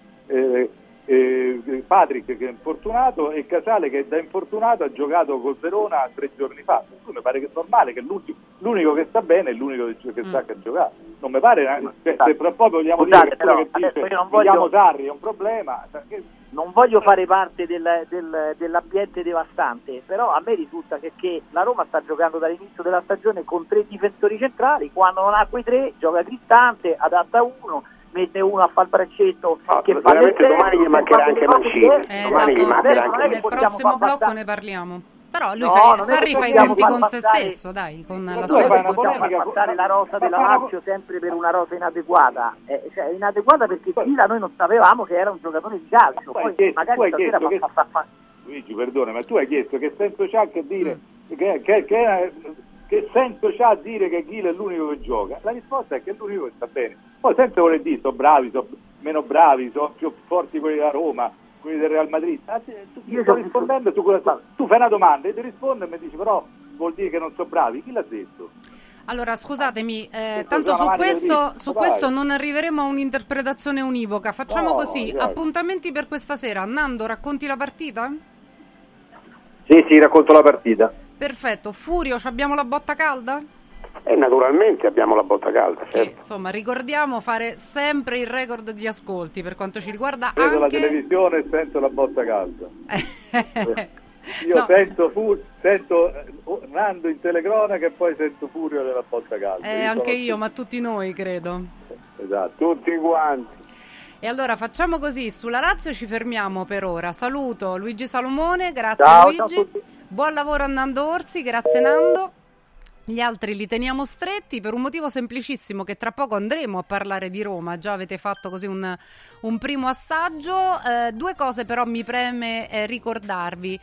Patrick che è infortunato e Casale che da infortunato ha giocato col Verona 3 giorni fa. Mi pare che è normale che l'unico che sta bene è l'unico che sa che ha giocato. Non mi pare, se proprio vogliamo dire che quello che dice vogliamo Sarri è un problema. Non voglio fare parte dell'ambiente devastante, però a me risulta che la Roma sta giocando dall'inizio della stagione con 3 difensori centrali, quando non ha quei 3 gioca Cristante, adatta uno, mette uno a fare il braccetto che fa domani gli mancherà anche Mancini. Nel prossimo blocco ne parliamo. Però lui Sarri fa i conti con se stesso, dai, con la sua situazione. Non possiamo passare la rosa della Lazio sempre per una rosa inadeguata. Cioè, inadeguata perché Gila noi non sapevamo che era un giocatore di calcio. Poi magari stasera Luigi, perdona, ma tu hai chiesto che senso c'ha che dire che senso c'ha a dire che Gila è l'unico che gioca? La risposta è che è l'unico che sta bene. Poi senza voler dire sono bravi, sono meno bravi, sono più forti quelli della Roma, quelli del Real Madrid. Io sto rispondendo su quella. Tu fai una domanda e ti rispondo e mi dici però vuol dire che non sono bravi. Chi l'ha detto? Allora scusatemi, tanto su questo non arriveremo a un'interpretazione univoca. Facciamo così, appuntamenti per questa sera. Nando, racconti la partita? Sì, racconto la partita. Perfetto. Furio, abbiamo la botta calda? Naturalmente abbiamo la botta calda, certo. Insomma, ricordiamo fare sempre il record di ascolti per quanto ci riguarda. Vedo anche la televisione e sento la botta calda. Io sento Nando in telecronaca e poi sento Furio della botta calda. Anche io, ma tutti noi credo. Esatto, tutti quanti. E allora facciamo così, sulla Lazio ci fermiamo per ora. Saluto Luigi Salomone, grazie ciao, Luigi. Ciao buon lavoro a Nando Orsi, grazie Nando. Gli altri li teniamo stretti per un motivo semplicissimo, che tra poco andremo a parlare di Roma. Già avete fatto così un primo assaggio. 2 cose però mi preme ricordarvi.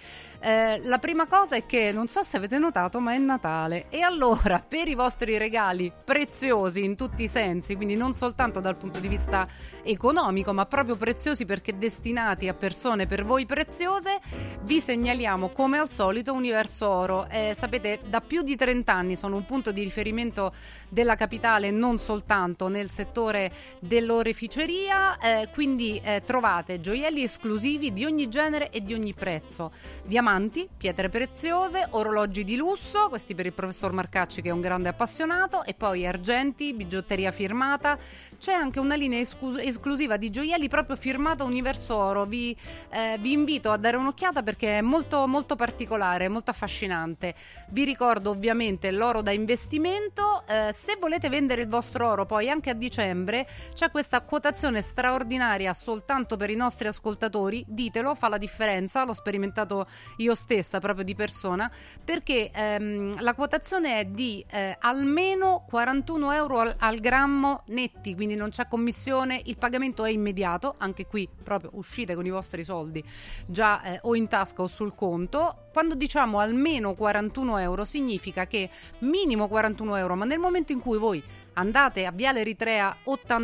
La prima cosa è che non so se avete notato, ma è Natale, e allora per i vostri regali preziosi in tutti i sensi, quindi non soltanto dal punto di vista economico, ma proprio preziosi perché destinati a persone per voi preziose, vi segnaliamo come al solito Universo Oro. Sapete, da più di 30 anni sono un punto di riferimento della capitale, non soltanto nel settore dell'oreficeria, quindi trovate gioielli esclusivi di ogni genere e di ogni prezzo, diamanti, pietre preziose, orologi di lusso, questi per il professor Marcacci che è un grande appassionato, e poi argenti, bigiotteria firmata. C'è anche una linea esclusiva di gioielli proprio firmata Universo Oro. Vi invito a dare un'occhiata perché è molto, molto particolare, molto affascinante. Vi ricordo ovviamente l'oro da investimento. Se volete vendere il vostro oro poi anche a dicembre c'è questa quotazione straordinaria soltanto per i nostri ascoltatori. Ditelo, fa la differenza, l'ho sperimentato io stessa proprio di persona, perché la quotazione è di almeno 41 euro al grammo netti, quindi non c'è commissione, il pagamento è immediato, anche qui proprio uscite con i vostri soldi già o in tasca o sul conto. Quando diciamo almeno 41 euro significa che minimo 41 euro, ma nel momento in cui voi andate a Viale Eritrea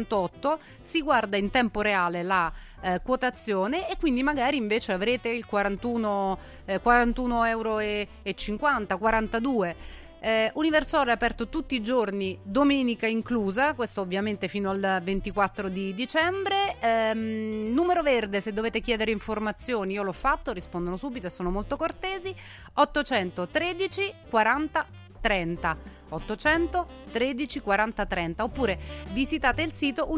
88 si guarda in tempo reale la quotazione, e quindi magari invece avrete il 41 euro e 50, 42. Universo Oro è aperto tutti i giorni, domenica inclusa, questo ovviamente fino al 24 di dicembre. Numero verde, se dovete chiedere informazioni, io l'ho fatto, rispondono subito e sono molto cortesi. 813 40 30 813 40 30, oppure visitate il sito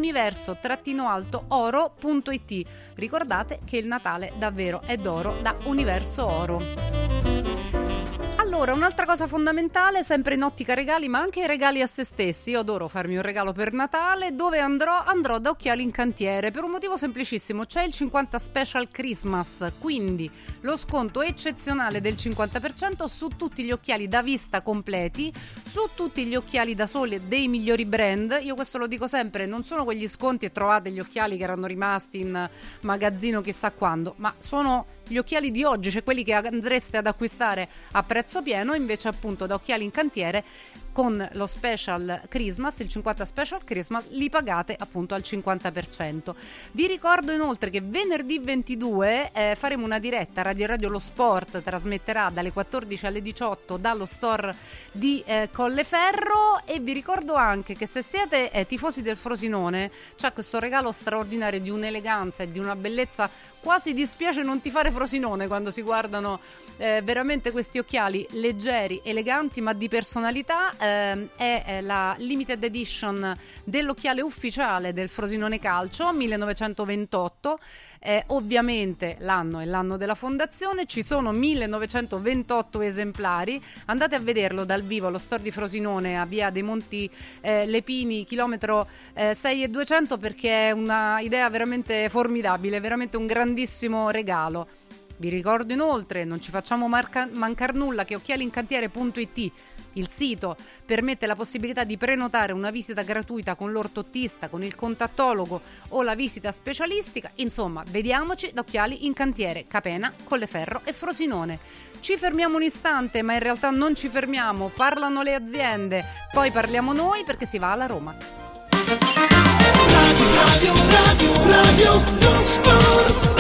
universo-oro.it. Ricordate che il Natale davvero è d'oro da Universo Oro. Allora, un'altra cosa fondamentale, sempre in ottica regali, ma anche regali a se stessi. Io adoro farmi un regalo per Natale. Dove andrò? Andrò da Occhiali in Cantiere, per un motivo semplicissimo: c'è il 50 Special Christmas, quindi lo sconto eccezionale del 50% su tutti gli occhiali da vista completi, su tutti gli occhiali da sole dei migliori brand. Io questo lo dico sempre, non sono quegli sconti e trovate gli occhiali che erano rimasti in magazzino chissà quando, ma sono gli occhiali di oggi, cioè quelli che andreste ad acquistare a prezzo pieno. Invece appunto da Occhiali in Cantiere, con lo Special Christmas, il 50 Special Christmas, li pagate appunto al 50%. Vi ricordo inoltre che venerdì 22 faremo una diretta. Radio Lo Sport trasmetterà dalle 14 alle 18 dallo store di Colleferro, e vi ricordo anche che se siete tifosi del Frosinone c'è questo regalo straordinario di un'eleganza e di una bellezza, quasi dispiace non tifare Frosinone quando si guardano veramente questi occhiali leggeri, eleganti ma di personalità. È la limited edition dell'occhiale ufficiale del Frosinone Calcio 1928. Ovviamente l'anno è l'anno della fondazione, ci sono 1928 esemplari. Andate a vederlo dal vivo allo store di Frosinone a via dei Monti Lepini, chilometro 6,200, perché è una idea veramente formidabile, veramente un grandissimo regalo. Vi ricordo inoltre, non ci facciamo mancar nulla, che occhialincantiere.it, il sito, permette la possibilità di prenotare una visita gratuita con l'ortottista, con il contattologo o la visita specialistica. Insomma, vediamoci da Occhiali in Cantiere, Capena, Colleferro e Frosinone. Ci fermiamo un istante, ma in realtà non ci fermiamo. Parlano le aziende, poi parliamo noi, perché si va alla Roma. Radio Lo Sport.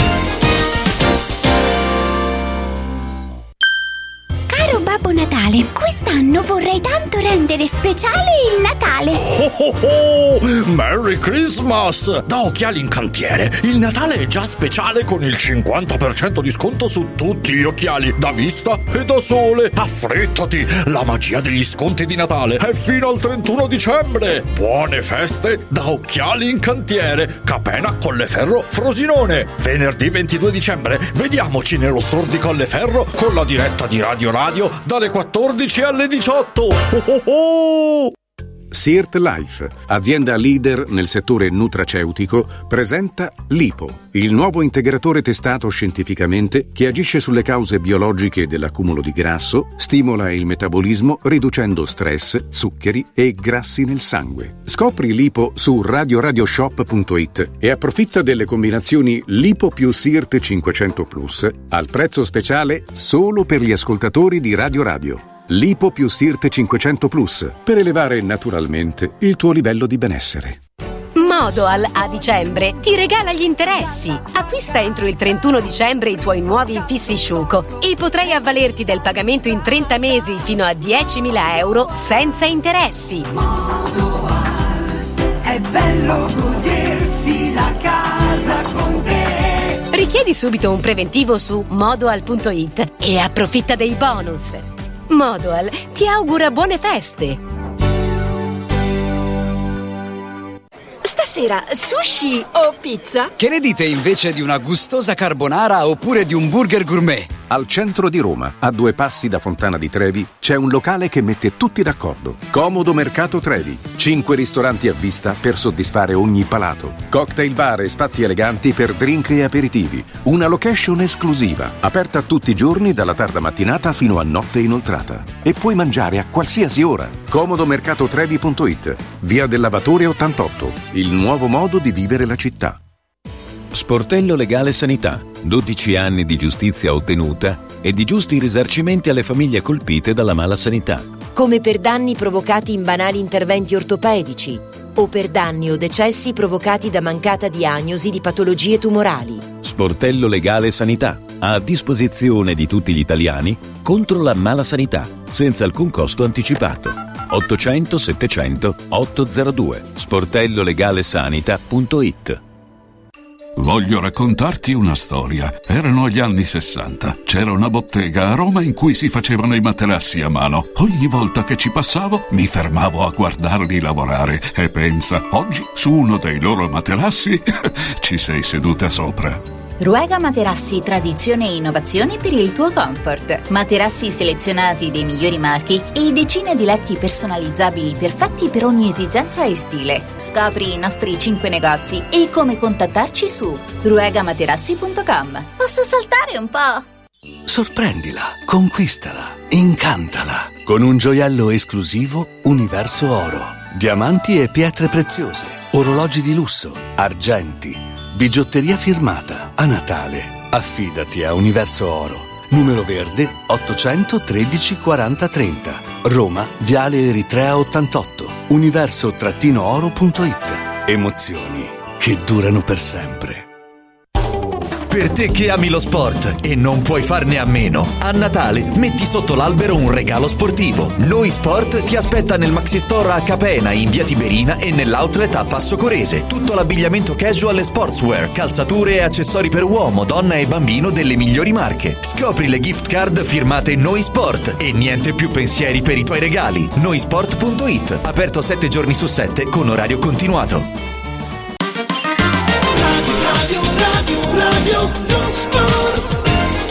Caro Babbo Natale, quest'anno vorrei tanto rendere speciale il Natale. Oh oh oh! Merry Christmas! Da Occhiali in Cantiere il Natale è già speciale con il 50% di sconto su tutti gli occhiali da vista e da sole. Affrettati! La magia degli sconti di Natale è fino al 31 dicembre. Buone feste da Occhiali in Cantiere, Capena, Colleferro, Frosinone. Venerdì 22 dicembre vediamoci nello store di Colleferro con la diretta di Radio dalle 14 alle 18. Oh oh oh! Sirt Life, azienda leader nel settore nutraceutico, presenta Lipo, il nuovo integratore testato scientificamente che agisce sulle cause biologiche dell'accumulo di grasso, stimola il metabolismo riducendo stress, zuccheri e grassi nel sangue. Scopri Lipo su radioradioshop.it e approfitta delle combinazioni Lipo più Sirt 500 Plus al prezzo speciale solo per gli ascoltatori di Radio Radio. Lipo più Sirt 500 Plus, per elevare naturalmente il tuo livello di benessere. Modoal a dicembre ti regala gli interessi. Acquista entro il 31 dicembre i tuoi nuovi infissi Sciuco e potrai avvalerti del pagamento in 30 mesi fino a 10.000 euro senza interessi. Modoal, è bello godersi la casa con te. Richiedi subito un preventivo su modoal.it e approfitta dei bonus. Modoal ti augura buone feste. Stasera sushi o pizza? Che ne dite invece di una gustosa carbonara oppure di un burger gourmet? Al centro di Roma, a 2 passi da Fontana di Trevi, c'è un locale che mette tutti d'accordo. Comodo Mercato Trevi. 5 ristoranti a vista per soddisfare ogni palato. Cocktail bar e spazi eleganti per drink e aperitivi. Una location esclusiva, aperta tutti i giorni dalla tarda mattinata fino a notte inoltrata. E puoi mangiare a qualsiasi ora. Comodomercatotrevi.it. Via del Lavatore 88. Il nuovo modo di vivere la città. Sportello Legale Sanità. 12 anni di giustizia ottenuta e di giusti risarcimenti alle famiglie colpite dalla mala sanità. Come per danni provocati in banali interventi ortopedici o per danni o decessi provocati da mancata diagnosi di patologie tumorali. Sportello Legale Sanità, a disposizione di tutti gli italiani contro la mala sanità, senza alcun costo anticipato. 800 700 802 sportellolegalesanita.it. Voglio raccontarti una storia. Erano gli anni 60. C'era una bottega a Roma in cui si facevano i materassi a mano. Ogni volta che ci passavo mi fermavo a guardarli lavorare e pensa, oggi su uno dei loro materassi ci sei seduta sopra. Ruega Materassi, tradizione e innovazione per il tuo comfort. Materassi selezionati dei migliori marchi e decine di letti personalizzabili perfetti per ogni esigenza e stile. Scopri i nostri 5 negozi e come contattarci su ruegamaterassi.com. Posso saltare un po'? Sorprendila, conquistala, incantala con un gioiello esclusivo Universo Oro. Diamanti e pietre preziose, orologi di lusso, argenti, bigiotteria firmata. A Natale, affidati a Universo Oro. Numero verde 813 40 30. Roma, Viale Eritrea 88. Universo-oro.it. Emozioni che durano per sempre. Per te che ami lo sport e non puoi farne a meno, a Natale metti sotto l'albero un regalo sportivo. Noi Sport ti aspetta nel Maxi Store a Capena in via Tiberina e nell'outlet a Passo Corese. Tutto l'abbigliamento casual e sportswear, calzature e accessori per uomo, donna e bambino delle migliori marche. Scopri le gift card firmate Noi Sport e niente più pensieri per i tuoi regali. Noisport.it, aperto 7 giorni su 7 con orario continuato. Radio lo sport.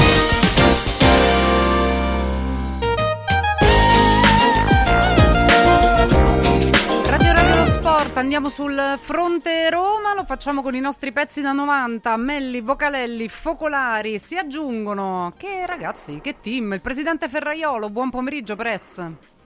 Radio lo sport, andiamo sul fronte Roma, lo facciamo con i nostri pezzi da 90, Melli, Vocalelli, Focolari, si aggiungono, che ragazzi, che team, il presidente Ferraiolo, buon pomeriggio Press.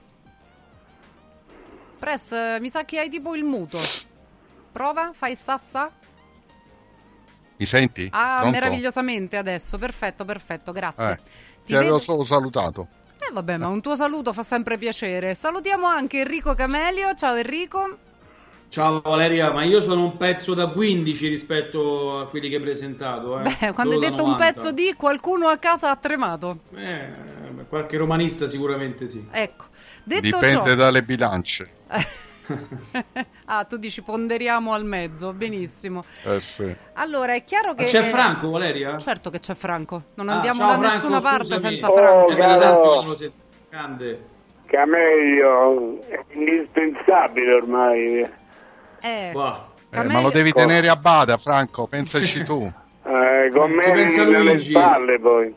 Press, mi sa che hai tipo il muto, prova, fai sassa. Mi senti? Ah, Pronto? Meravigliosamente adesso, perfetto, grazie. Ti avevo solo salutato. Vabbè, ma un tuo saluto fa sempre piacere. Salutiamo anche Enrico Camelio, ciao Enrico. Ciao Valeria, ma io sono un pezzo da 15 rispetto a quelli che hai presentato. Beh, quando hai detto 90. Un pezzo di, qualcuno a casa ha tremato. Qualche romanista sicuramente sì. Ecco, detto dipende ciò... dalle bilance. Ah, tu dici ponderiamo al mezzo, benissimo. Sì. Allora, è chiaro che... Ma c'è Franco, Valeria? Certo che c'è Franco, non andiamo da Franco, nessuna parte scusami. senza Franco. Camelio, è indispensabile ormai. Ma lo devi tenere a bada, Franco, pensaci tu. Con me nelle spalle poi.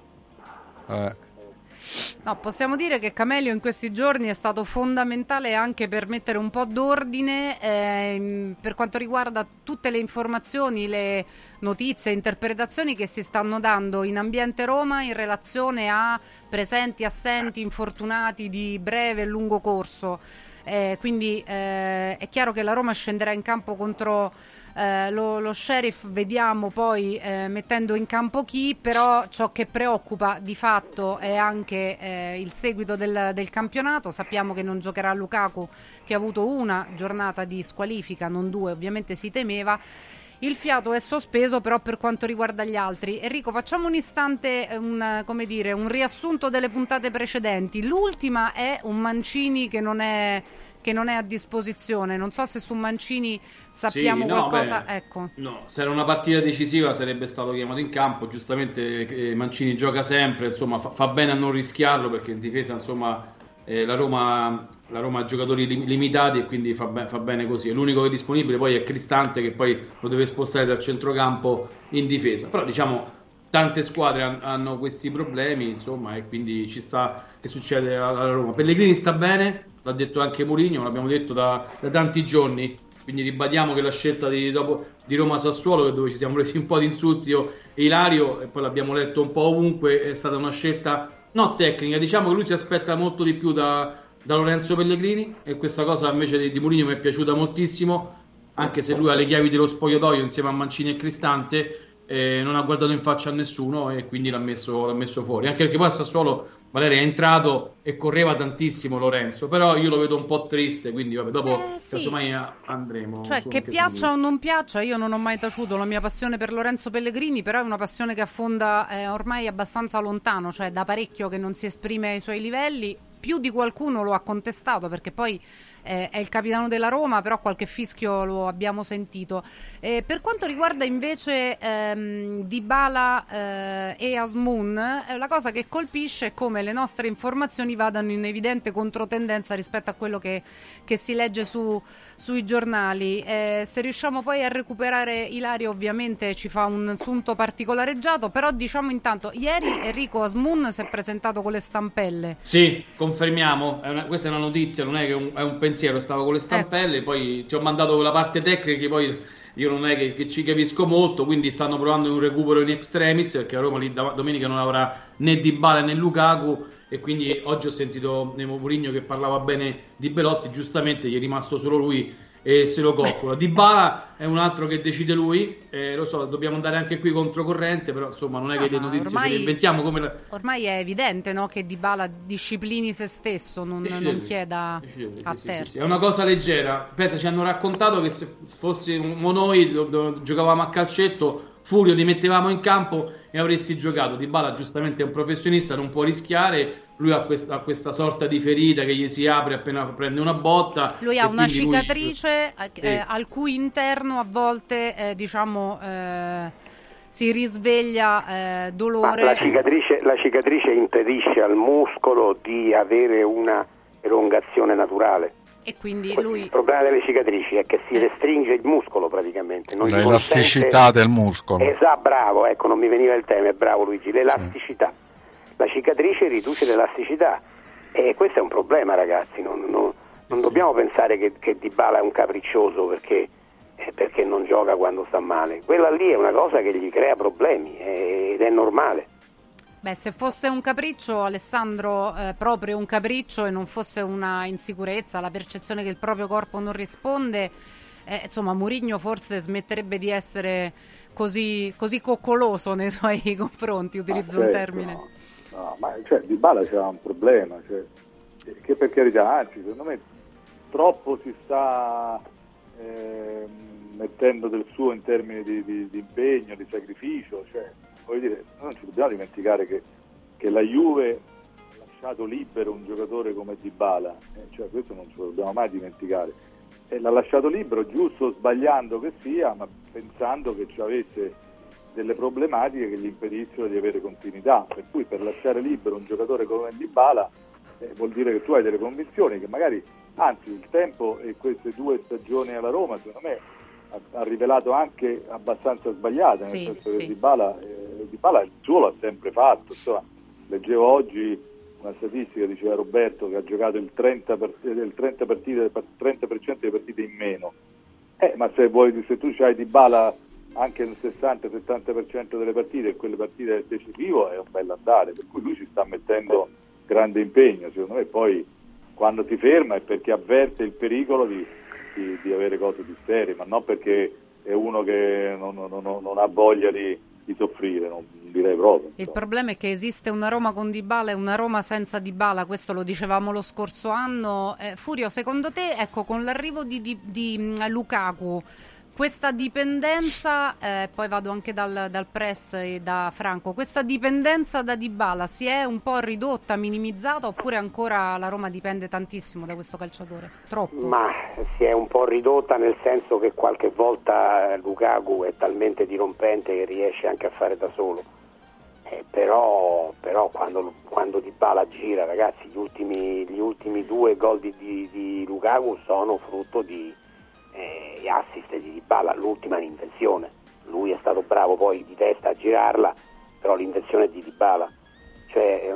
No, possiamo dire che Camelio in questi giorni è stato fondamentale anche per mettere un po' d'ordine per quanto riguarda tutte le informazioni, le notizie, interpretazioni che si stanno dando in ambiente Roma in relazione a presenti, assenti, infortunati di breve e lungo corso. Quindi è chiaro che la Roma scenderà in campo contro lo Sheriff, vediamo poi mettendo in campo chi, però ciò che preoccupa di fatto è anche il seguito del campionato. Sappiamo che non giocherà Lukaku, che ha avuto una giornata di squalifica, non due, ovviamente si temeva. Il fiato è sospeso però per quanto riguarda gli altri. Enrico, facciamo un istante un riassunto delle puntate precedenti. L'ultima è un Mancini che non è a disposizione. Non so se su Mancini sappiamo qualcosa. Ecco. No, se era una partita decisiva sarebbe stato chiamato in campo. Giustamente Mancini gioca sempre, insomma fa bene a non rischiarlo, perché in difesa insomma la Roma ha giocatori limitati e quindi fa bene così. L'unico che è disponibile poi è Cristante, che poi lo deve spostare dal centrocampo in difesa. Però diciamo tante squadre hanno questi problemi, insomma, e quindi ci sta che succede alla Roma. Pellegrini sta bene, l'ha detto anche Mourinho, l'abbiamo detto da tanti giorni, quindi ribadiamo che la scelta di Roma-Sassuolo, dove ci siamo presi un po' di insulti io e Ilario, e poi l'abbiamo letto un po' ovunque, è stata una scelta non tecnica. Diciamo che lui si aspetta molto di più da Lorenzo Pellegrini, e questa cosa invece di Mourinho mi è piaciuta moltissimo, anche se lui ha le chiavi dello spogliatoio insieme a Mancini e Cristante. Non ha guardato in faccia a nessuno e quindi l'ha messo fuori, anche perché poi a Sassuolo Valeri è entrato e correva tantissimo Lorenzo, però io lo vedo un po' triste, quindi vabbè, dopo casomai andremo. Cioè, che piaccia o non piaccia, io non ho mai taciuto la mia passione per Lorenzo Pellegrini, però è una passione che affonda ormai abbastanza lontano, cioè da parecchio che non si esprime ai suoi livelli. Più di qualcuno lo ha contestato, perché poi è il capitano della Roma, però qualche fischio lo abbiamo sentito. Per quanto riguarda invece Dybala e Azmoun, la cosa che colpisce è come le nostre informazioni vadano in evidente controtendenza rispetto a quello che si legge sui giornali. Se riusciamo poi a recuperare Ilario, ovviamente ci fa un sunto particolareggiato, però diciamo intanto, ieri Enrico Azmoun si è presentato con le stampelle. Sì, confermiamo, questa è una notizia, non è che è un pensiero, stavo con le stampelle, poi ti ho mandato la parte tecnica che poi io non è che ci capisco molto, quindi stanno provando un recupero in extremis, perché a Roma lì domenica non avrà né Dybala né Lukaku, e quindi oggi ho sentito Nemo Mourinho che parlava bene di Belotti, giustamente gli è rimasto solo lui e se lo coccola. Dybala è un altro che decide lui, lo so, dobbiamo andare anche qui controcorrente, però insomma non è che le notizie ce le inventiamo come ormai è evidente, no, che Dybala disciplini se stesso, non chieda a terzi. Sì. È una cosa leggera. Pensa, ci hanno raccontato che se fossimo noi giocavamo a calcetto, Furio ti mettevamo in campo e avresti giocato. Dybala giustamente è un professionista, non può rischiare, lui ha questa sorta di ferita che gli si apre appena prende una botta. Lui ha una cicatrice al cui interno a volte si risveglia dolore. Ma la cicatrice impedisce al muscolo di avere una elongazione naturale. E quindi il problema delle cicatrici è che si restringe il muscolo praticamente. L'elasticità del muscolo. Esatto, bravo, ecco, non mi veniva il tema, bravo Luigi, l'elasticità. La cicatrice riduce l'elasticità e questo è un problema, ragazzi, non dobbiamo pensare che Dybala è un capriccioso perché non gioca quando sta male. Quella lì è una cosa che gli crea problemi ed è normale. Beh, se fosse un capriccio, Alessandro, proprio un capriccio, e non fosse una insicurezza, la percezione che il proprio corpo non risponde, insomma, Mourinho forse smetterebbe di essere così coccoloso nei suoi confronti, utilizzo un termine. No, ma cioè Dybala c'ha un problema, che per carità, anzi, secondo me troppo si sta mettendo del suo in termini di impegno, di sacrificio, cioè, voglio dire, non ci dobbiamo dimenticare che la Juve ha lasciato libero un giocatore come Dybala, cioè questo non ce lo dobbiamo mai dimenticare, e l'ha lasciato libero, giusto o sbagliando che sia, ma pensando che ci avesse delle problematiche che gli impedissero di avere continuità, per cui per lasciare libero un giocatore come Dybala vuol dire che tu hai delle convinzioni che magari, anzi il tempo e queste 2 stagioni alla Roma secondo me ha rivelato anche abbastanza sbagliate, nel senso che Dybala il suo l'ha sempre fatto, insomma, leggevo oggi una statistica, diceva Roberto, che ha giocato il 30% delle partite in meno, ma se tu c'hai Dybala anche nel 60-70% delle partite e quelle partite del decisivo è un bel andare, per cui lui ci sta mettendo grande impegno, secondo me. Poi quando ti ferma è perché avverte il pericolo di avere cose più serie, ma non perché è uno che non ha voglia di soffrire, non direi proprio. Il problema è che esiste una Roma con Dybala e una Roma senza Dybala, questo lo dicevamo lo scorso anno. Furio, secondo te, ecco, con l'arrivo di Lukaku, questa dipendenza, poi vado anche dal press e da Franco, questa dipendenza da Dybala si è un po' ridotta, minimizzata, oppure ancora la Roma dipende tantissimo da questo calciatore? Troppo? Ma si è un po' ridotta, nel senso che qualche volta Lukaku è talmente dirompente che riesce anche a fare da solo, però quando Dybala gira, ragazzi, gli ultimi 2 gol di Lukaku sono frutto di assist di Dybala, l'ultima è un'invenzione, lui è stato bravo poi di testa a girarla, però l'invenzione è di Dybala, cioè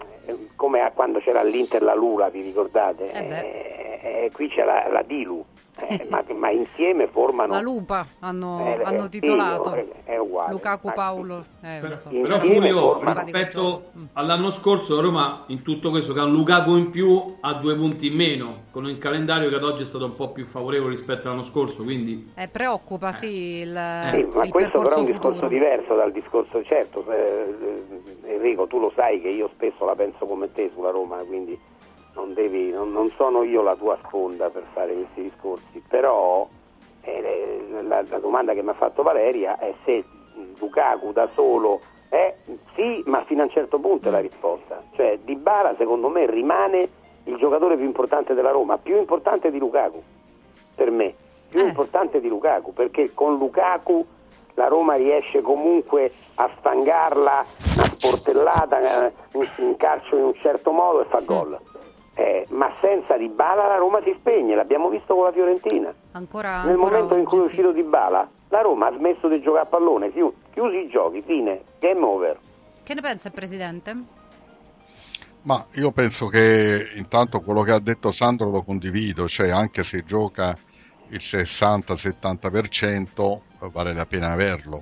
come quando c'era all'Inter la Lula, vi ricordate? Qui c'è la Dilu, ma insieme formano la lupa hanno titolato è uguale. Lukaku Paolo però Fulvio, rispetto all'anno scorso la Roma in tutto questo che ha un Lukaku in più ha 2 punti in meno con il calendario che ad oggi è stato un po' più favorevole rispetto all'anno scorso, quindi preoccupa il ma questo però è un discorso diverso dal discorso, certo. Enrico, tu lo sai che io spesso la penso come te sulla Roma, quindi non sono io la tua sponda per fare questi discorsi, però la domanda che mi ha fatto Valeria è se Lukaku da solo sì, ma fino a un certo punto è la risposta, cioè Dybala secondo me rimane il giocatore più importante della Roma, più importante di Lukaku per me, più importante di Lukaku, perché con Lukaku la Roma riesce comunque a sfangarla una sportellata, un calcio in un certo modo e fa gol. Ma senza Dybala la Roma si spegne, l'abbiamo visto con la Fiorentina. Nel momento in cui è uscito Dybala, la Roma ha smesso di giocare a pallone, chiusi i giochi, fine, game over. Che ne pensa il Presidente? Ma io penso che intanto quello che ha detto Sandro lo condivido, cioè anche se gioca il 60-70% vale la pena averlo,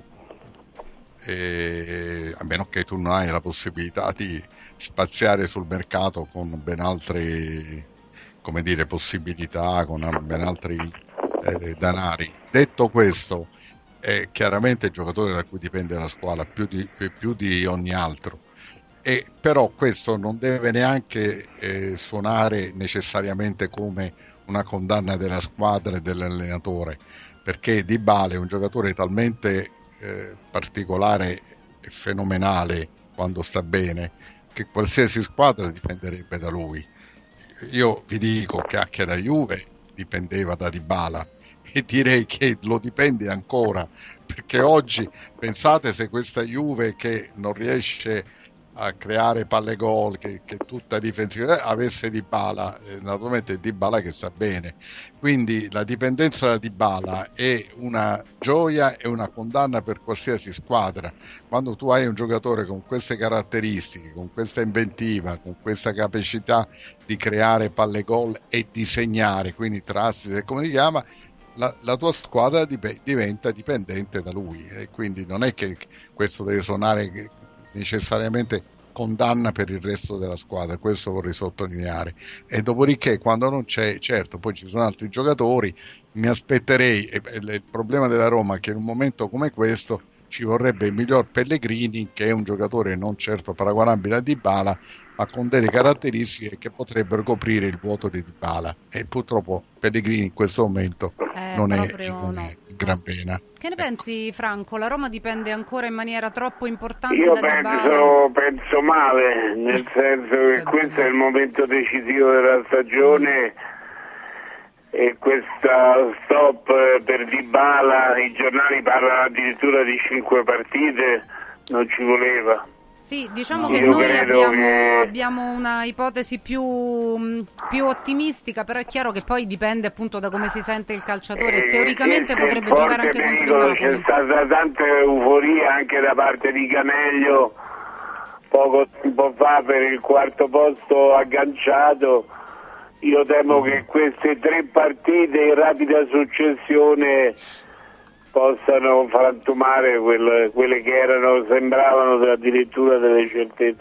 a meno che tu non hai la possibilità di spaziare sul mercato con ben altre possibilità, con ben altri danari. Detto questo, è chiaramente il giocatore da cui dipende la squadra più di ogni altro, però questo non deve neanche suonare necessariamente come una condanna della squadra e dell'allenatore, perché Dybala è un giocatore talmente particolare e fenomenale quando sta bene che qualsiasi squadra dipenderebbe da lui. Io vi dico che anche la Juve dipendeva da Dybala e direi che lo dipende ancora, perché oggi pensate se questa Juve che non riesce a creare palle gol, che tutta difensiva avesse Dybala, naturalmente è Dybala che sta bene, quindi la dipendenza da Dybala è una gioia e una condanna per qualsiasi squadra. Quando tu hai un giocatore con queste caratteristiche, con questa inventiva, con questa capacità di creare palle gol e di segnare, quindi assist, come si chiama, la tua squadra diventa dipendente da lui, e quindi non è che questo deve suonare necessariamente condanna per il resto della squadra, questo vorrei sottolineare. E dopodiché quando non c'è, certo, poi ci sono altri giocatori, mi aspetterei, il problema della Roma è che in un momento come questo ci vorrebbe il miglior Pellegrini, che è un giocatore non certo paragonabile a Dybala, ma con delle caratteristiche che potrebbero coprire il vuoto di Dybala, e purtroppo Pellegrini in questo momento non è in gran pena. Che ne pensi, Franco? La Roma dipende ancora in maniera troppo importante Io da Dybala? penso male, nel senso che questo è il momento decisivo della stagione e questa stop per Dybala, i giornali parlano addirittura di 5 partite, non ci voleva. Sì, diciamo che noi abbiamo una ipotesi più ottimistica, però è chiaro che poi dipende appunto da come si sente il calciatore. Teoricamente potrebbe giocare anche contro il Napoli. C'è stata tanta euforia anche da parte di Camello poco tempo fa per il 4º posto agganciato. Io temo che queste 3 partite in rapida successione possano frantumare quelle che sembravano addirittura delle certezze.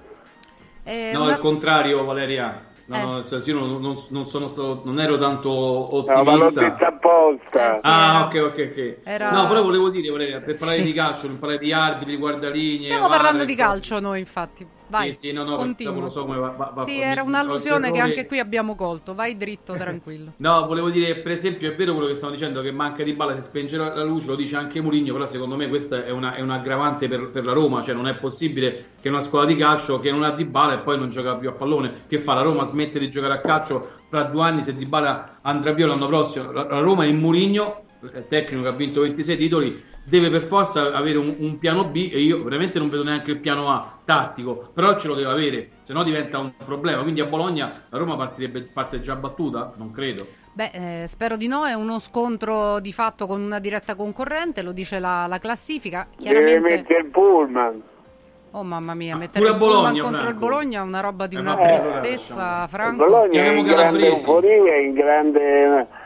No, al contrario, Valeria. No, io non ero tanto ottimista. No, ma l'ho detto apposta. Ok. No, però volevo dire, Valeria, per parlare di calcio, per parlare di arbitri, guardalinee. Stiamo parlando di calcio noi, infatti. Vai, continua. Non so come va. Sì, era un'allusione che anche qui abbiamo colto. Vai dritto, tranquillo. No, volevo dire, per esempio, è vero quello che stanno dicendo, che manca Dybala, si spenge la luce, lo dice anche Mourinho, però secondo me questa è un aggravante per la Roma, cioè non è possibile che una squadra di calcio che non ha Dybala e poi non gioca più a pallone, che fa? La Roma smette di giocare a calcio fra 2 anni se Dybala andrà via l'anno prossimo. La Roma è Mourinho, il tecnico che ha vinto 26 titoli, deve per forza avere un piano B, e io veramente non vedo neanche il piano A tattico, però ce lo deve avere, se no diventa un problema. Quindi a Bologna la Roma parte già battuta? Non credo. Spero di no, è uno scontro di fatto con una diretta concorrente, lo dice la classifica. Chiaramente... Deve mettere il pullman. Oh mamma mia, mettere il pullman contro il Bologna è una roba di una tristezza, Franco. Il Bologna è in grande euforia, in grande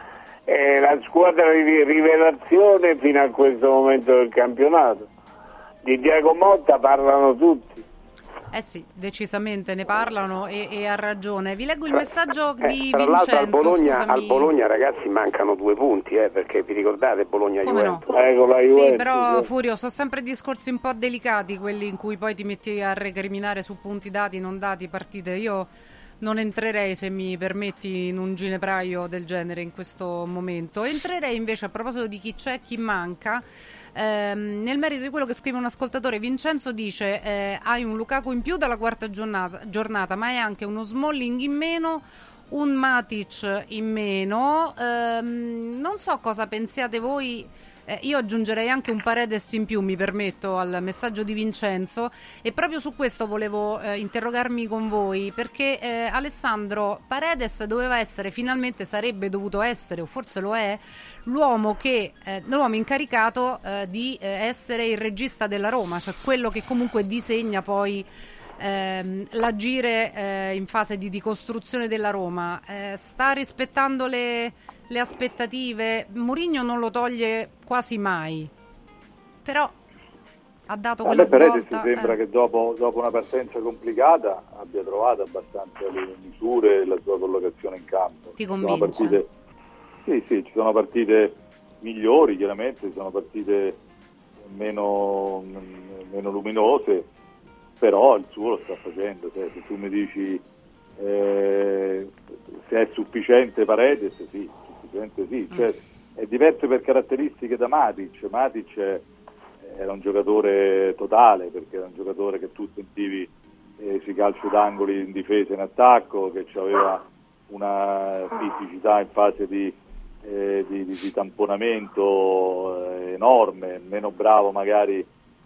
è la squadra di rivelazione fino a questo momento del campionato. Di Diego Motta parlano tutti. Eh sì, decisamente ne parlano e ha ragione. Vi leggo il messaggio di tra l'altro Vincenzo. al Bologna ragazzi mancano 2 punti, perché vi ricordate Bologna-Juventus? No? Ecco la Juventus. Sì, però Furio, sono sempre discorsi un po' delicati quelli in cui poi ti metti a recriminare su punti dati, non dati, partite. Io non entrerei, se mi permetti, in un ginepraio del genere in questo momento. Entrerei invece, a proposito di chi c'è e chi manca, nel merito di quello che scrive un ascoltatore. Vincenzo dice: hai un Lukaku in più dalla quarta giornata, ma hai anche uno Smalling in meno, un Matic in meno. Non so cosa pensiate voi. Io aggiungerei anche un Paredes in più, mi permetto, al messaggio di Vincenzo, e proprio su questo volevo interrogarmi con voi, perché Alessandro, Paredes doveva essere, finalmente sarebbe dovuto essere, o forse lo è, l'uomo incaricato di essere il regista della Roma, cioè quello che comunque disegna poi l'agire in fase di costruzione della Roma. Sta rispettando le aspettative? Mourinho non lo toglie quasi mai, però ha dato quella svolta. Mi sembra che dopo una partenza complicata abbia trovato abbastanza le misure e la sua collocazione in campo. Ti convince? Sì, ci sono partite migliori, chiaramente, ci sono partite meno luminose, però il suo lo sta facendo. Se tu mi dici se è sufficiente Paredes, sì. Cioè, è diverso per caratteristiche da Matic. Matic era un giocatore totale, perché era un giocatore che tu sentivi sui calci d'angoli in difesa e in attacco, che aveva una fisicità in fase di tamponamento enorme, meno bravo magari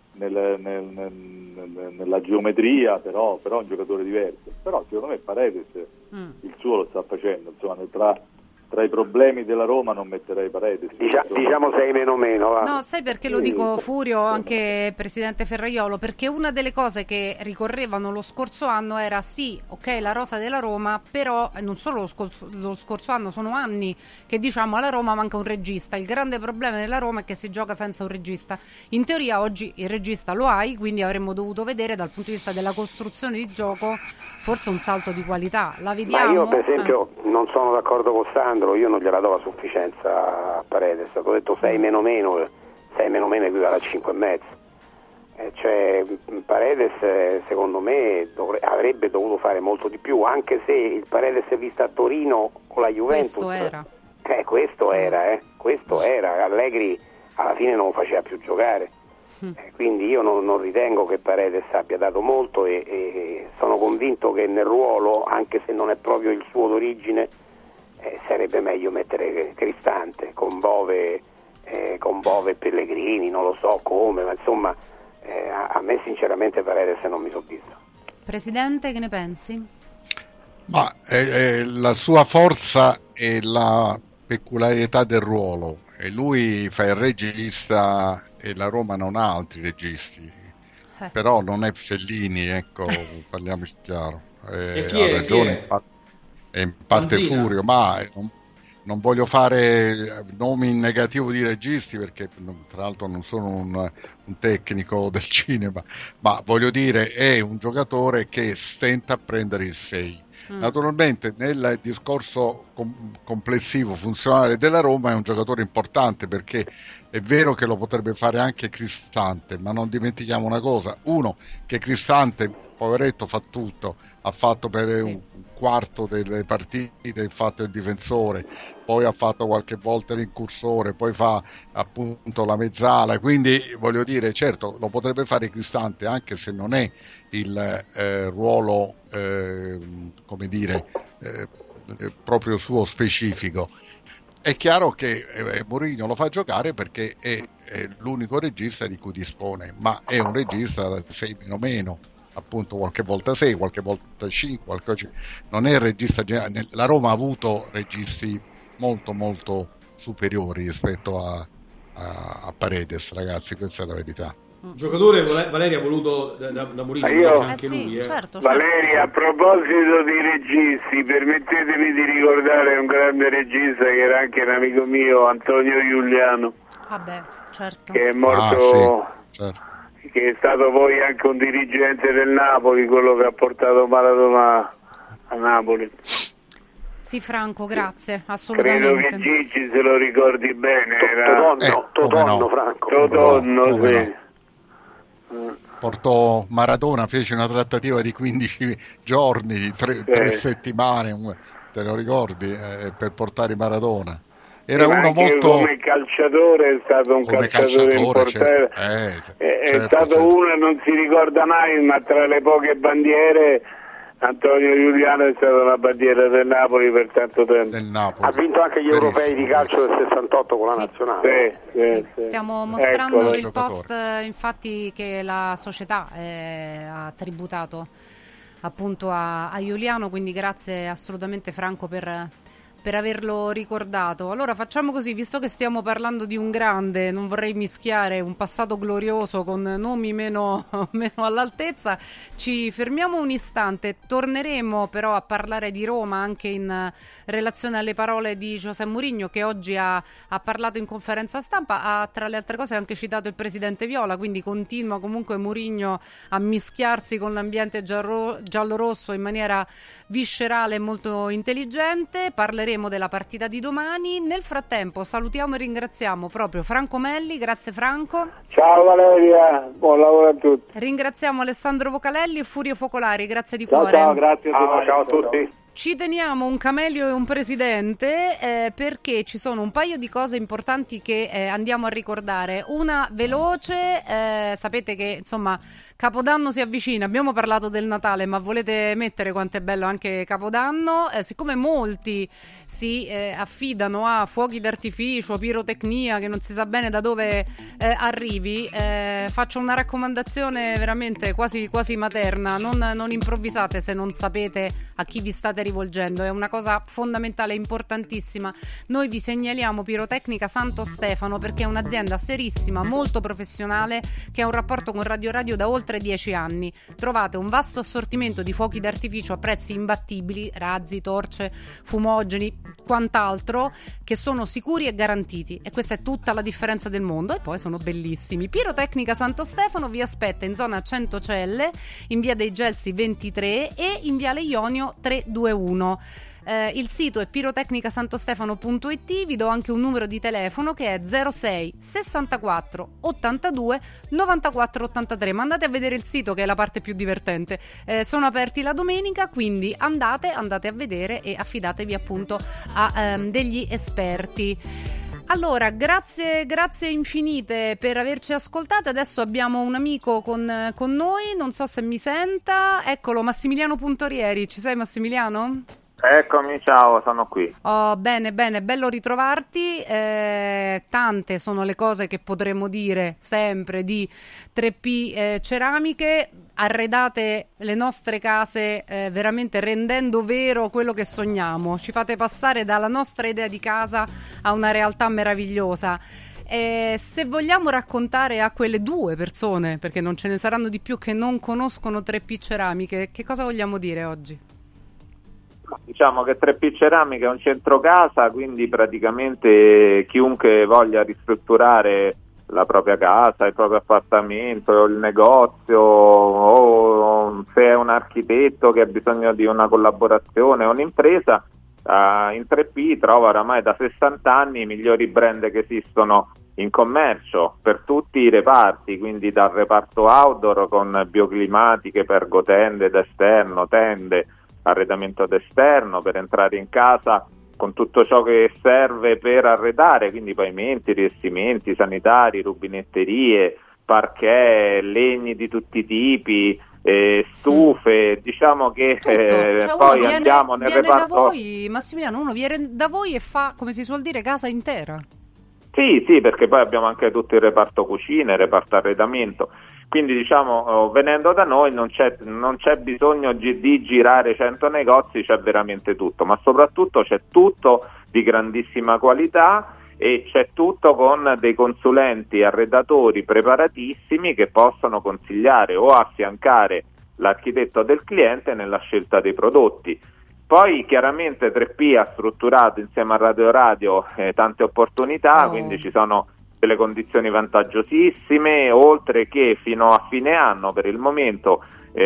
nella geometria, però è un giocatore diverso. Però secondo me Paredes il suo lo sta facendo, insomma, tra i problemi della Roma non metterei Paredes. Diciamo 6 meno. Va. No, sai perché lo dico, Furio, anche presidente Ferraiolo? Perché una delle cose che ricorrevano lo scorso anno era sì, ok, la rosa della Roma, però non solo lo scorso anno, sono anni che diciamo alla Roma manca un regista. Il grande problema della Roma è che si gioca senza un regista. In teoria oggi il regista lo hai, quindi avremmo dovuto vedere dal punto di vista della costruzione di gioco forse un salto di qualità. La vediamo? Ma io per esempio non sono d'accordo con Sandro, io non gliela do a sufficienza a Paredes. Ho detto 6 meno equivale a 5,5. Cioè Paredes secondo me avrebbe dovuto fare molto di più, anche se il Paredes visto a Torino con la Juventus questo era Allegri alla fine non lo faceva più giocare. Quindi io non ritengo che Paredes abbia dato molto e sono convinto che nel ruolo, anche se non è proprio il suo d'origine, sarebbe meglio mettere Cristante con Bove e Pellegrini, non lo so come, ma insomma a me sinceramente Paredes non mi soddisfa. Presidente, che ne pensi? Ma la sua forza è la peculiarità del ruolo, e lui fa il regista e la Roma non ha altri registi, però non è Fellini, ecco, parliamoci chiaro, ha ragione in parte Furio, ma non voglio fare nomi in negativo di registi, perché tra l'altro non sono un tecnico del cinema, ma voglio dire è un giocatore che stenta a prendere il 6. Naturalmente nel discorso complessivo funzionale della Roma è un giocatore importante, perché è vero che lo potrebbe fare anche Cristante, ma non dimentichiamo una cosa: uno, che Cristante, poveretto, fa tutto, ha fatto per un quarto delle partite il fatto il difensore, poi ha fatto qualche volta l'incursore, poi fa appunto la mezzala, quindi voglio dire, certo lo potrebbe fare Cristante, anche se non è il ruolo come dire proprio suo specifico. È chiaro che Mourinho lo fa giocare perché è l'unico regista di cui dispone, ma è un regista da 6 meno, appunto, qualche volta 6, qualche volta 5, non è il regista generale. La Roma ha avuto registi molto molto superiori rispetto a Paredes, ragazzi, questa è la verità. Giocatore Valeria voluto da Mourinho, anche lui. Certo. Valeria, a proposito di registi, permettetemi di ricordare un grande regista che era anche un amico mio, Antonio Giuliano. Vabbè, certo. Che è morto, che è stato poi anche un dirigente del Napoli, quello che ha portato Maradona a Napoli. Sì, Franco, grazie, assolutamente. Credo che Gigi se lo ricordi bene. Totonno, Franco. Totonno, sì. Portò Maradona, fece una trattativa di 15 giorni, 3 settimane, te lo ricordi, per portare Maradona. Era uno molto... come calciatore è stato un calciatore importante, è stato uno, non si ricorda mai, ma tra le poche bandiere Antonio Giuliano è stata una bandiera del Napoli per tanto tempo. Ha vinto anche gli europei di calcio del 68 con la nazionale. Sì. Stiamo mostrando il post, infatti, che la società ha tributato appunto a Giuliano, quindi grazie assolutamente Franco per averlo ricordato. Allora facciamo così, visto che stiamo parlando di un grande, non vorrei mischiare un passato glorioso con nomi meno all'altezza, ci fermiamo un istante, torneremo però a parlare di Roma anche in relazione alle parole di José Mourinho, che oggi ha parlato in conferenza stampa, ha tra le altre cose anche citato il presidente Viola, quindi continua comunque Mourinho a mischiarsi con l'ambiente giallorosso in maniera viscerale e molto intelligente. Parleremo della partita di domani. Nel frattempo salutiamo e ringraziamo proprio Franco Melli. Grazie Franco. Ciao Valeria, buon lavoro a tutti. Ringraziamo Alessandro Vocalelli e Furio Focolari, grazie di cuore. Ciao, grazie ciao a tutti. Ci teniamo un camelio e un presidente perché ci sono un paio di cose importanti che andiamo a ricordare. Una veloce, sapete che insomma Capodanno si avvicina, abbiamo parlato del Natale, ma volete mettere quanto è bello anche Capodanno? Siccome molti si affidano a fuochi d'artificio, pirotecnia, che non si sa bene da dove arrivi, faccio una raccomandazione veramente quasi materna: non improvvisate se non sapete a chi vi state rivolgendo, è una cosa fondamentale, importantissima. Noi vi segnaliamo Pirotecnica Santo Stefano perché è un'azienda serissima, molto professionale, che ha un rapporto con Radio da oltre 10 anni. Trovate un vasto assortimento di fuochi d'artificio a prezzi imbattibili, razzi, torce, fumogeni, quant'altro, che sono sicuri e garantiti, e questa è tutta la differenza del mondo, e poi sono bellissimi. Pirotecnica Santo Stefano vi aspetta in zona Centocelle, in via dei Gelsi 23 e in viale Ionio 321. Il sito è pirotecnicasantostefano.it. vi do anche un numero di telefono che è 06 64 82 94 83. ma andate a vedere il sito, che è la parte più divertente. Sono aperti la domenica, quindi andate a vedere e affidatevi appunto a degli esperti. Allora, grazie infinite per averci ascoltate. Adesso abbiamo un amico con noi, non so se mi senta. Eccolo, Massimiliano Puntorieri. Ci sei, Massimiliano? Eccomi, ciao, sono qui. Oh, bene, bello ritrovarti. Tante sono le cose che potremmo dire sempre di 3P Ceramiche. Arredate le nostre case veramente rendendo vero quello che sogniamo. Ci fate passare dalla nostra idea di casa a una realtà meravigliosa. Se vogliamo raccontare a quelle 2 persone, perché non ce ne saranno di più, che non conoscono 3P Ceramiche, che cosa vogliamo dire oggi? Diciamo che 3P Ceramica è un centro casa, quindi praticamente chiunque voglia ristrutturare la propria casa, il proprio appartamento, il negozio, o se è un architetto che ha bisogno di una collaborazione o un'impresa, in 3P trova oramai da 60 anni i migliori brand che esistono in commercio per tutti i reparti, quindi dal reparto outdoor con bioclimatiche, pergotende d'esterno, tende, arredamento d'esterno per entrare in casa con tutto ciò che serve per arredare, quindi pavimenti, rivestimenti sanitari, rubinetterie, parquet, legni di tutti i tipi, stufe, diciamo che poi andiamo nel reparto. Da voi, Massimiliano, uno viene da voi e fa, come si suol dire, casa intera. Sì, perché poi abbiamo anche tutto il reparto cucina, il reparto arredamento. Quindi diciamo, venendo da noi non c'è bisogno di girare 100 negozi, c'è veramente tutto, ma soprattutto c'è tutto di grandissima qualità e c'è tutto con dei consulenti arredatori preparatissimi che possono consigliare o affiancare l'architetto del cliente nella scelta dei prodotti. Poi chiaramente 3P ha strutturato insieme a Radio tante opportunità, quindi ci sono delle condizioni vantaggiosissime, oltre che fino a fine anno per il momento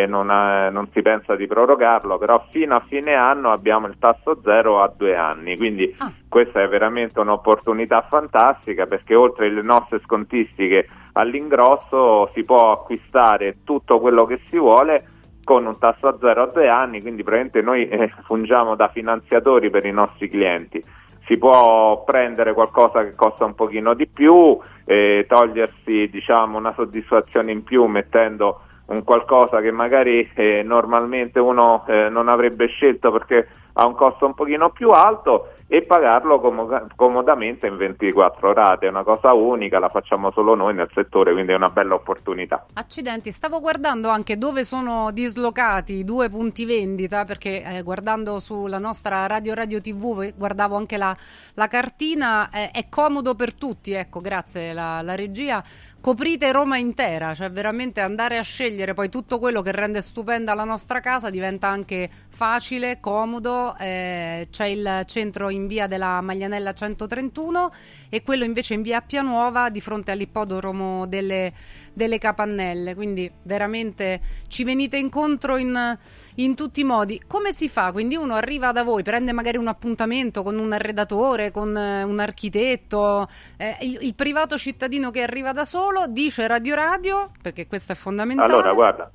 non si pensa di prorogarlo, però fino a fine anno abbiamo il tasso zero a 2 anni, quindi questa è veramente un'opportunità fantastica, perché oltre le nostre scontistiche all'ingrosso si può acquistare tutto quello che si vuole con un tasso a zero a 2 anni, quindi praticamente noi fungiamo da finanziatori per i nostri clienti. Si può prendere qualcosa che costa un pochino di più, togliersi una soddisfazione in più mettendo un qualcosa che magari normalmente uno non avrebbe scelto perché ha un costo un pochino più alto, e pagarlo comodamente in 24 rate. È una cosa unica, la facciamo solo noi nel settore, quindi è una bella opportunità. Accidenti, stavo guardando anche dove sono dislocati i 2 punti vendita, perché guardando sulla nostra Radio TV guardavo anche la cartina, è comodo per tutti, ecco, grazie la regia. Coprite Roma intera, cioè veramente andare a scegliere poi tutto quello che rende stupenda la nostra casa diventa anche facile, comodo. C'è il centro in via della Maglianella 131 e quello invece in via Appia Nuova di fronte all'ippodromo delle Capannelle, quindi veramente ci venite incontro in tutti i modi. Come si fa? Quindi uno arriva da voi, prende magari un appuntamento con un arredatore, con un architetto, il privato cittadino che arriva da solo dice Radio, perché questo è fondamentale. Allora guarda,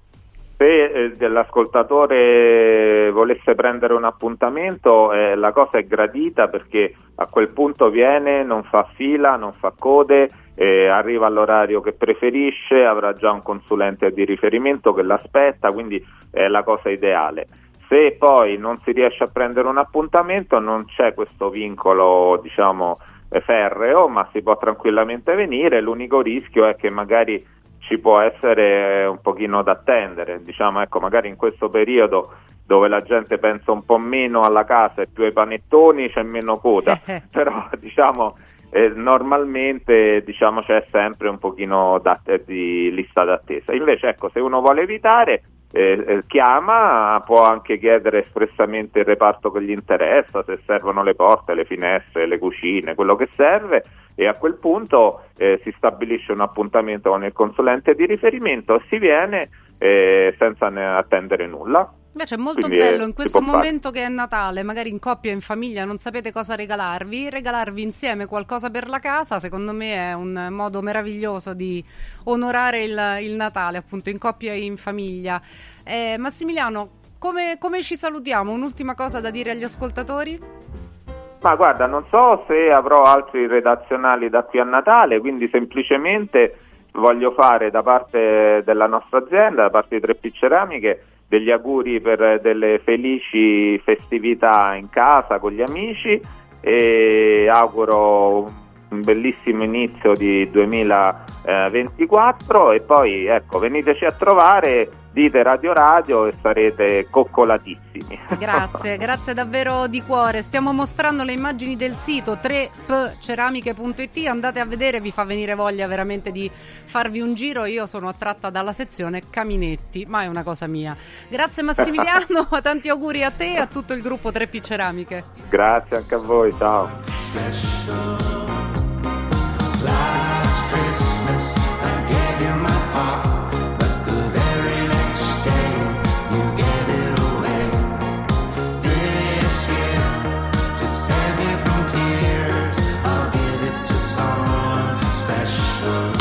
se l'ascoltatore volesse prendere un appuntamento, la cosa è gradita, perché a quel punto viene, non fa fila, non fa code, arriva all'orario che preferisce, avrà già un consulente di riferimento che l'aspetta, quindi è la cosa ideale. Se poi non si riesce a prendere un appuntamento, non c'è questo vincolo ferreo, ma si può tranquillamente venire. L'unico rischio è che magari ci può essere un pochino da attendere, magari in questo periodo dove la gente pensa un po' meno alla casa e più ai panettoni c'è meno coda, però normalmente c'è sempre un pochino di lista d'attesa. Invece se uno vuole evitare, chiama, può anche chiedere espressamente il reparto che gli interessa, se servono le porte, le finestre, le cucine, quello che serve, e a quel punto si stabilisce un appuntamento con il consulente di riferimento e si viene senza attendere nulla. Invece è molto bello in questo momento che è Natale, magari in coppia, in famiglia, non sapete cosa regalarvi insieme qualcosa per la casa. Secondo me è un modo meraviglioso di onorare il Natale, appunto in coppia e in famiglia. Massimiliano, come ci salutiamo? Un'ultima cosa da dire agli ascoltatori? Ma guarda, non so se avrò altri redazionali da qui a Natale, quindi semplicemente voglio fare da parte della nostra azienda, da parte di 3P Ceramiche, degli auguri per delle felici festività in casa con gli amici, e auguro un bellissimo inizio di 2024, e poi veniteci a trovare, dite Radio e sarete coccolatissimi. Grazie davvero di cuore. Stiamo mostrando le immagini del sito 3pceramiche.it, andate a vedere, vi fa venire voglia veramente di farvi un giro. Io sono attratta dalla sezione caminetti, ma è una cosa mia. Grazie Massimiliano, tanti auguri a te e a tutto il gruppo 3P Ceramiche. Grazie anche a voi, ciao. Last Christmas I gave you my heart, but the very next day you gave it away. This year, to save me from tears, I'll give it to someone special.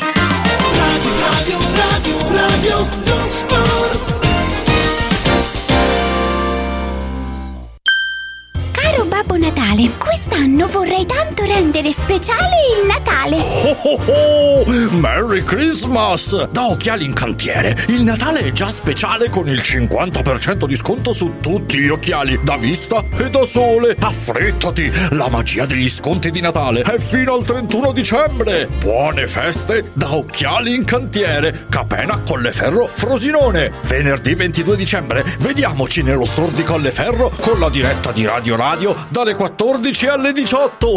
Radio non sport. Caro Babbo Natale, quest'anno vorrei tanto rendere speciale il Natale. Merry Christmas! Da Occhiali in Cantiere, il Natale è già speciale con il 50% di sconto su tutti gli occhiali, da vista e da sole. Affrettati! La magia degli sconti di Natale è fino al 31 dicembre. Buone feste da Occhiali in Cantiere, Capena, Colleferro, Frosinone. Venerdì 22 dicembre, vediamoci nello store di Colleferro con la diretta di Radio dalle 14 alle 18. 18.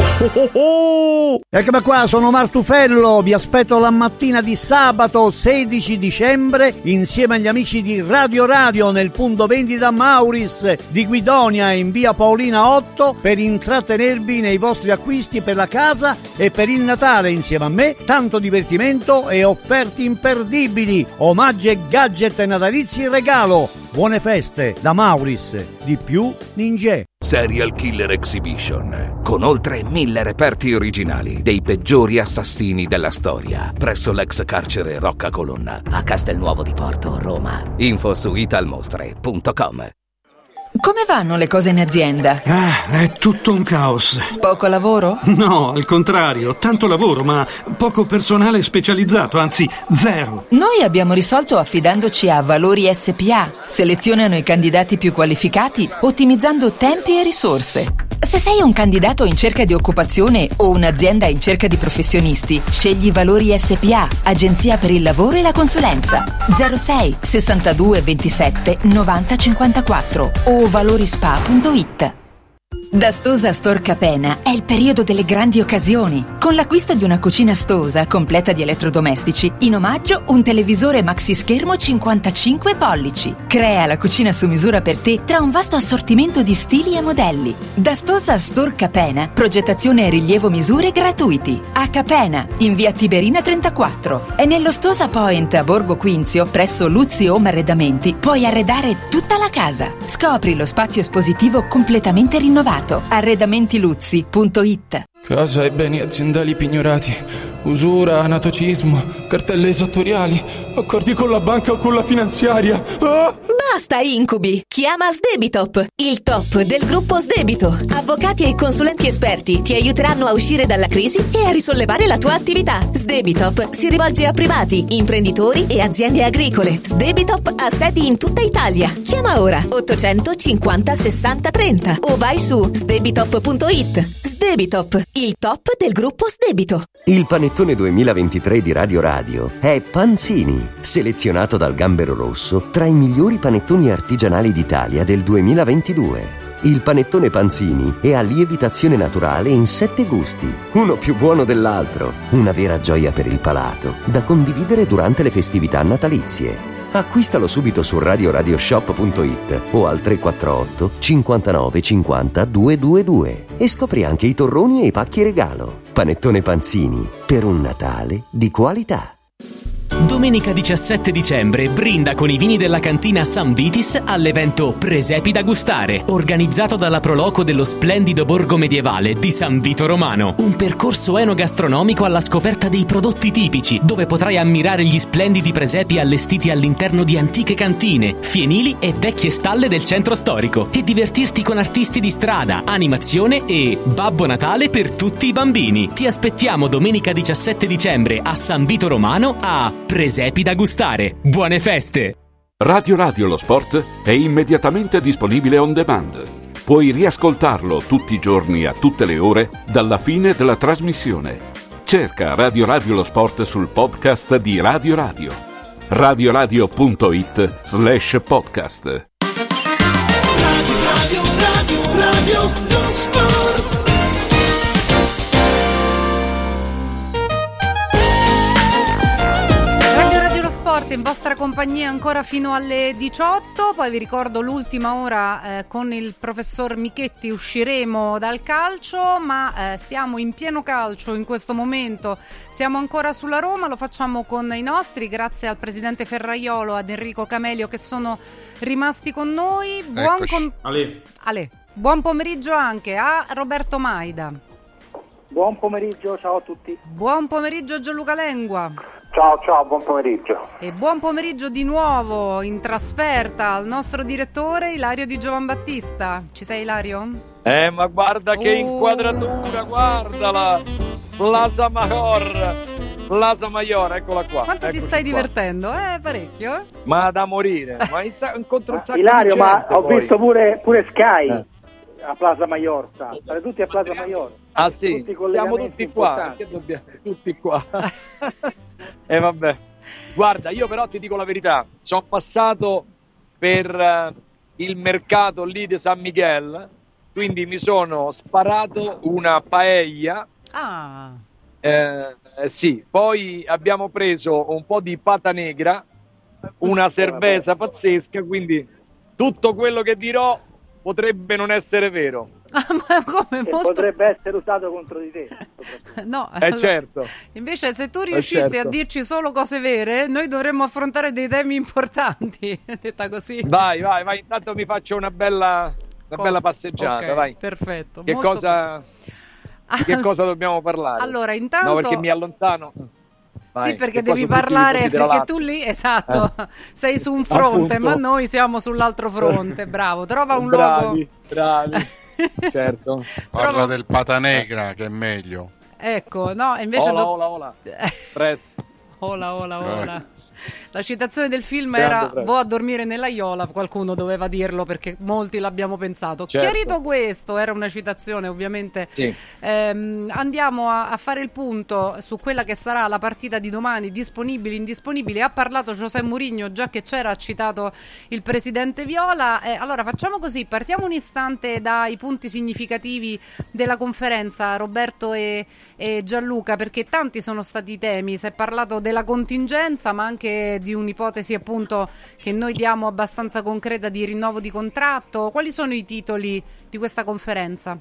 Eccomi qua, sono Martufello, vi aspetto la mattina di sabato 16 dicembre insieme agli amici di Radio Radio nel punto vendita Mauris di Guidonia in via Paolina 8 per intrattenervi nei vostri acquisti per la casa e per il Natale insieme a me, tanto divertimento e offerte imperdibili, omaggi e gadget natalizi in regalo. Buone feste da Mauris, di più Ninja. Serial Killer Exhibition, con oltre 1000 reperti originali dei peggiori assassini della storia, presso l'ex carcere Rocca Colonna a Castelnuovo di Porto, Roma. Info su italmostre.com. Come vanno le cose in azienda? È tutto un caos. Poco lavoro? No, al contrario, tanto lavoro, ma poco personale specializzato, anzi zero. Noi abbiamo risolto affidandoci a Valori SPA. Selezionano i candidati più qualificati, ottimizzando tempi e risorse. Se sei un candidato in cerca di occupazione o un'azienda in cerca di professionisti, scegli Valori SPA, agenzia per il lavoro e la consulenza. 06 62 27 90 54 o valorispa.it. Da Stosa Store Capena è il periodo delle grandi occasioni. Con l'acquisto di una cucina Stosa completa di elettrodomestici, in omaggio un televisore maxi schermo 55 pollici. Crea la cucina su misura per te tra un vasto assortimento di stili e modelli. Da Stosa Store Capena, progettazione e rilievo misure gratuiti. A Capena, in via Tiberina 34. E nello Stosa Point a Borgo Quinzio, presso Luzzi Home Arredamenti, puoi arredare tutta la casa. Scopri lo spazio espositivo completamente rinnovato. Arredamentiluzzi.it. Casa e beni aziendali pignorati, usura, anatocismo, cartelle esattoriali, accordi con la banca o con la finanziaria. Ah! Basta incubi! Chiama Sdebitop, il top del gruppo Sdebito. Avvocati e consulenti esperti ti aiuteranno a uscire dalla crisi e a risollevare la tua attività. Sdebitop si rivolge a privati, imprenditori e aziende agricole. Sdebitop ha sedi in tutta Italia. Chiama ora 850 60 30 o vai su sdebitop.it. Sdebitop, il top del gruppo Sdebito. Il panettone 2023 di Radio Radio è Panzini, selezionato dal Gambero Rosso tra i migliori panettoni artigianali d'Italia del 2022. Il panettone Panzini è a lievitazione naturale in 7 gusti, uno più buono dell'altro, una vera gioia per il palato, da condividere durante le festività natalizie. Acquistalo subito su radioradioshop.it o al 348 59 50 222 e scopri anche i torroni e i pacchi regalo. Panettone Panzini, per un Natale di qualità. Domenica 17 dicembre brinda con i vini della cantina San Vitis all'evento Presepi da gustare, organizzato dalla Proloco dello splendido borgo medievale di San Vito Romano. Un percorso enogastronomico alla scoperta dei prodotti tipici, dove potrai ammirare gli splendidi presepi allestiti all'interno di antiche cantine, fienili e vecchie stalle del centro storico e divertirti con artisti di strada, animazione e Babbo Natale per tutti i bambini. Ti aspettiamo domenica 17 dicembre a San Vito Romano a Presepi da gustare. Buone feste! Radio Radio lo Sport è immediatamente disponibile on demand. Puoi riascoltarlo tutti i giorni a tutte le ore dalla fine della trasmissione. Cerca Radio Radio lo Sport sul podcast di Radio Radio. radioradio.it/podcast. Radio lo Sport. In vostra compagnia ancora fino alle 18, poi vi ricordo l'ultima ora con il professor Michetti usciremo dal calcio, ma siamo in pieno calcio in questo momento, siamo ancora sulla Roma, lo facciamo con i nostri, grazie al presidente Ferraiolo, ad Enrico Camelio che sono rimasti con noi. Buon pomeriggio anche a Roberto Maida. Buon pomeriggio, ciao a tutti. Buon pomeriggio Gianluca Lengua. Ciao, buon pomeriggio. E buon pomeriggio di nuovo in trasferta al nostro direttore Ilario Di Giovanbattista. Ci sei, Ilario? Ma guarda che inquadratura, guardala! Plaza Mayor, eccola qua. Quanto ti stai divertendo? Parecchio? Ma da morire, ma incontro un sacco Ilario, di gente, ma ho poi. visto pure Sky a Plaza Mayor, state tutti a Plaza Mayor. Ah sì, siamo tutti qua, importanti. perché dobbiamo tutti qua. Vabbè. Guarda, io però ti dico la verità, sono passato per il mercato lì di San Miguel, quindi mi sono sparato una paella. Ah. Sì, poi abbiamo preso un po' di pata negra, una cerveza pazzesca, quindi tutto quello che dirò potrebbe non essere vero. Ma come E molto... potrebbe essere usato contro di te. No, Certo. Invece se tu riuscissi a dirci solo cose vere, noi dovremmo affrontare dei temi importanti, detta così. Vai, intanto mi faccio una bella passeggiata, Ok, vai. perfetto. Che molto cosa di che cosa dobbiamo parlare? Allora, intanto... No, perché mi allontano. Vai, Sì, perché che cosa devi tutti i parlare, tifosi della perché tu Lazio? lì, esatto, sei su un fronte, Appunto. ma noi siamo sull'altro fronte. Bravo, trova un Bravi, luogo. bravi. Certo. Parla del pata negra, che è meglio. Ecco, no, invece... Ola. Press. Ola. La citazione del film Grande, era prego. "Vo a dormire nella Iola", qualcuno doveva dirlo perché molti l'abbiamo pensato. Certo. Chiarito questo, era una citazione ovviamente. Sì. Andiamo a fare il punto su quella che sarà la partita di domani, disponibili, indisponibili. Ha parlato José Mourinho, già che c'era, ha citato il presidente Viola. Allora facciamo così, partiamo un istante dai punti significativi della conferenza, Roberto e Gianluca, perché tanti sono stati i temi. Si è parlato della contingenza, ma anche di un'ipotesi appunto che noi diamo abbastanza concreta di rinnovo di contratto. Quali sono i titoli di questa conferenza?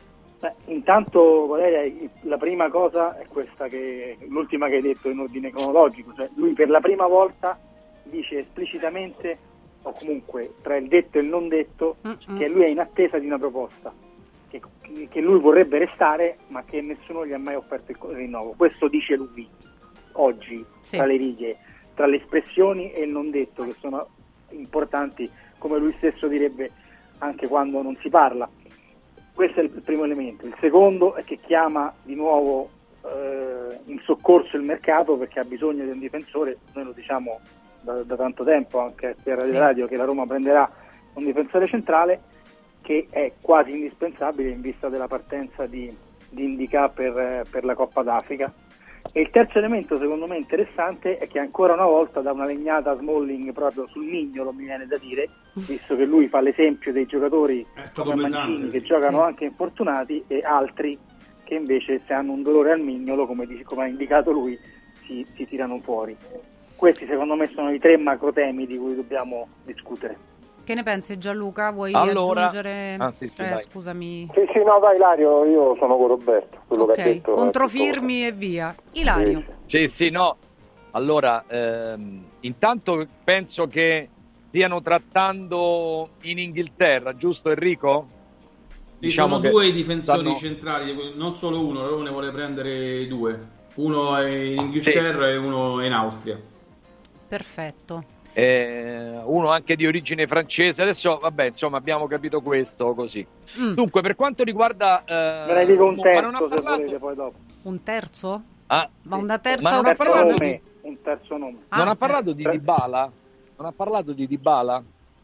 Intanto Valeria, la prima cosa è questa, che l'ultima che hai detto in ordine cronologico, cioè lui per la prima volta dice esplicitamente, o comunque tra il detto e il non detto, che lui è in attesa di una proposta, che lui vorrebbe restare ma che nessuno gli ha mai offerto il rinnovo. Questo dice lui oggi, Sì. tra le righe, tra le espressioni e il non detto, che sono importanti, come lui stesso direbbe anche quando non si parla. Questo è il primo elemento. Il secondo è che chiama di nuovo in soccorso il mercato, perché ha bisogno di un difensore. Noi lo diciamo da tanto tempo anche per Radio Sì. Radio, che la Roma prenderà un difensore centrale, che è quasi indispensabile in vista della partenza di Indica per la Coppa d'Africa. E il terzo elemento secondo me interessante è che ancora una volta dà una legnata a Smalling proprio sul mignolo, mi viene da dire, visto che lui fa l'esempio dei giocatori come Mancini che giocano anche infortunati, e altri che invece se hanno un dolore al mignolo, come ha indicato lui, si tirano fuori. Questi secondo me sono i tre macrotemi di cui dobbiamo discutere. Che ne pensi Gianluca? Vuoi Allora- aggiungere? sì, vai. Scusami. Sì, no, vai Ilario, io sono con Roberto, quello che ha Ok, detto. controfirmi e via. Ilario. Sì, no. Allora, intanto penso che stiano trattando in Inghilterra, giusto Enrico? Ci sono che due difensori stanno- centrali, non solo uno, la Roma ne vuole prendere due. Uno è in Inghilterra e uno è in Austria. Perfetto. Uno anche di origine francese. Adesso, vabbè, insomma, abbiamo capito questo così. Dunque, per quanto riguarda... Ve ne dico un ma non ha terzo se parlato- volete poi dopo. Un terzo? Ah, Ma una ma terza non ha opzione? parlato Nome, un terzo nome. Non ha parlato di Dybala? Non ha parlato di Dybala?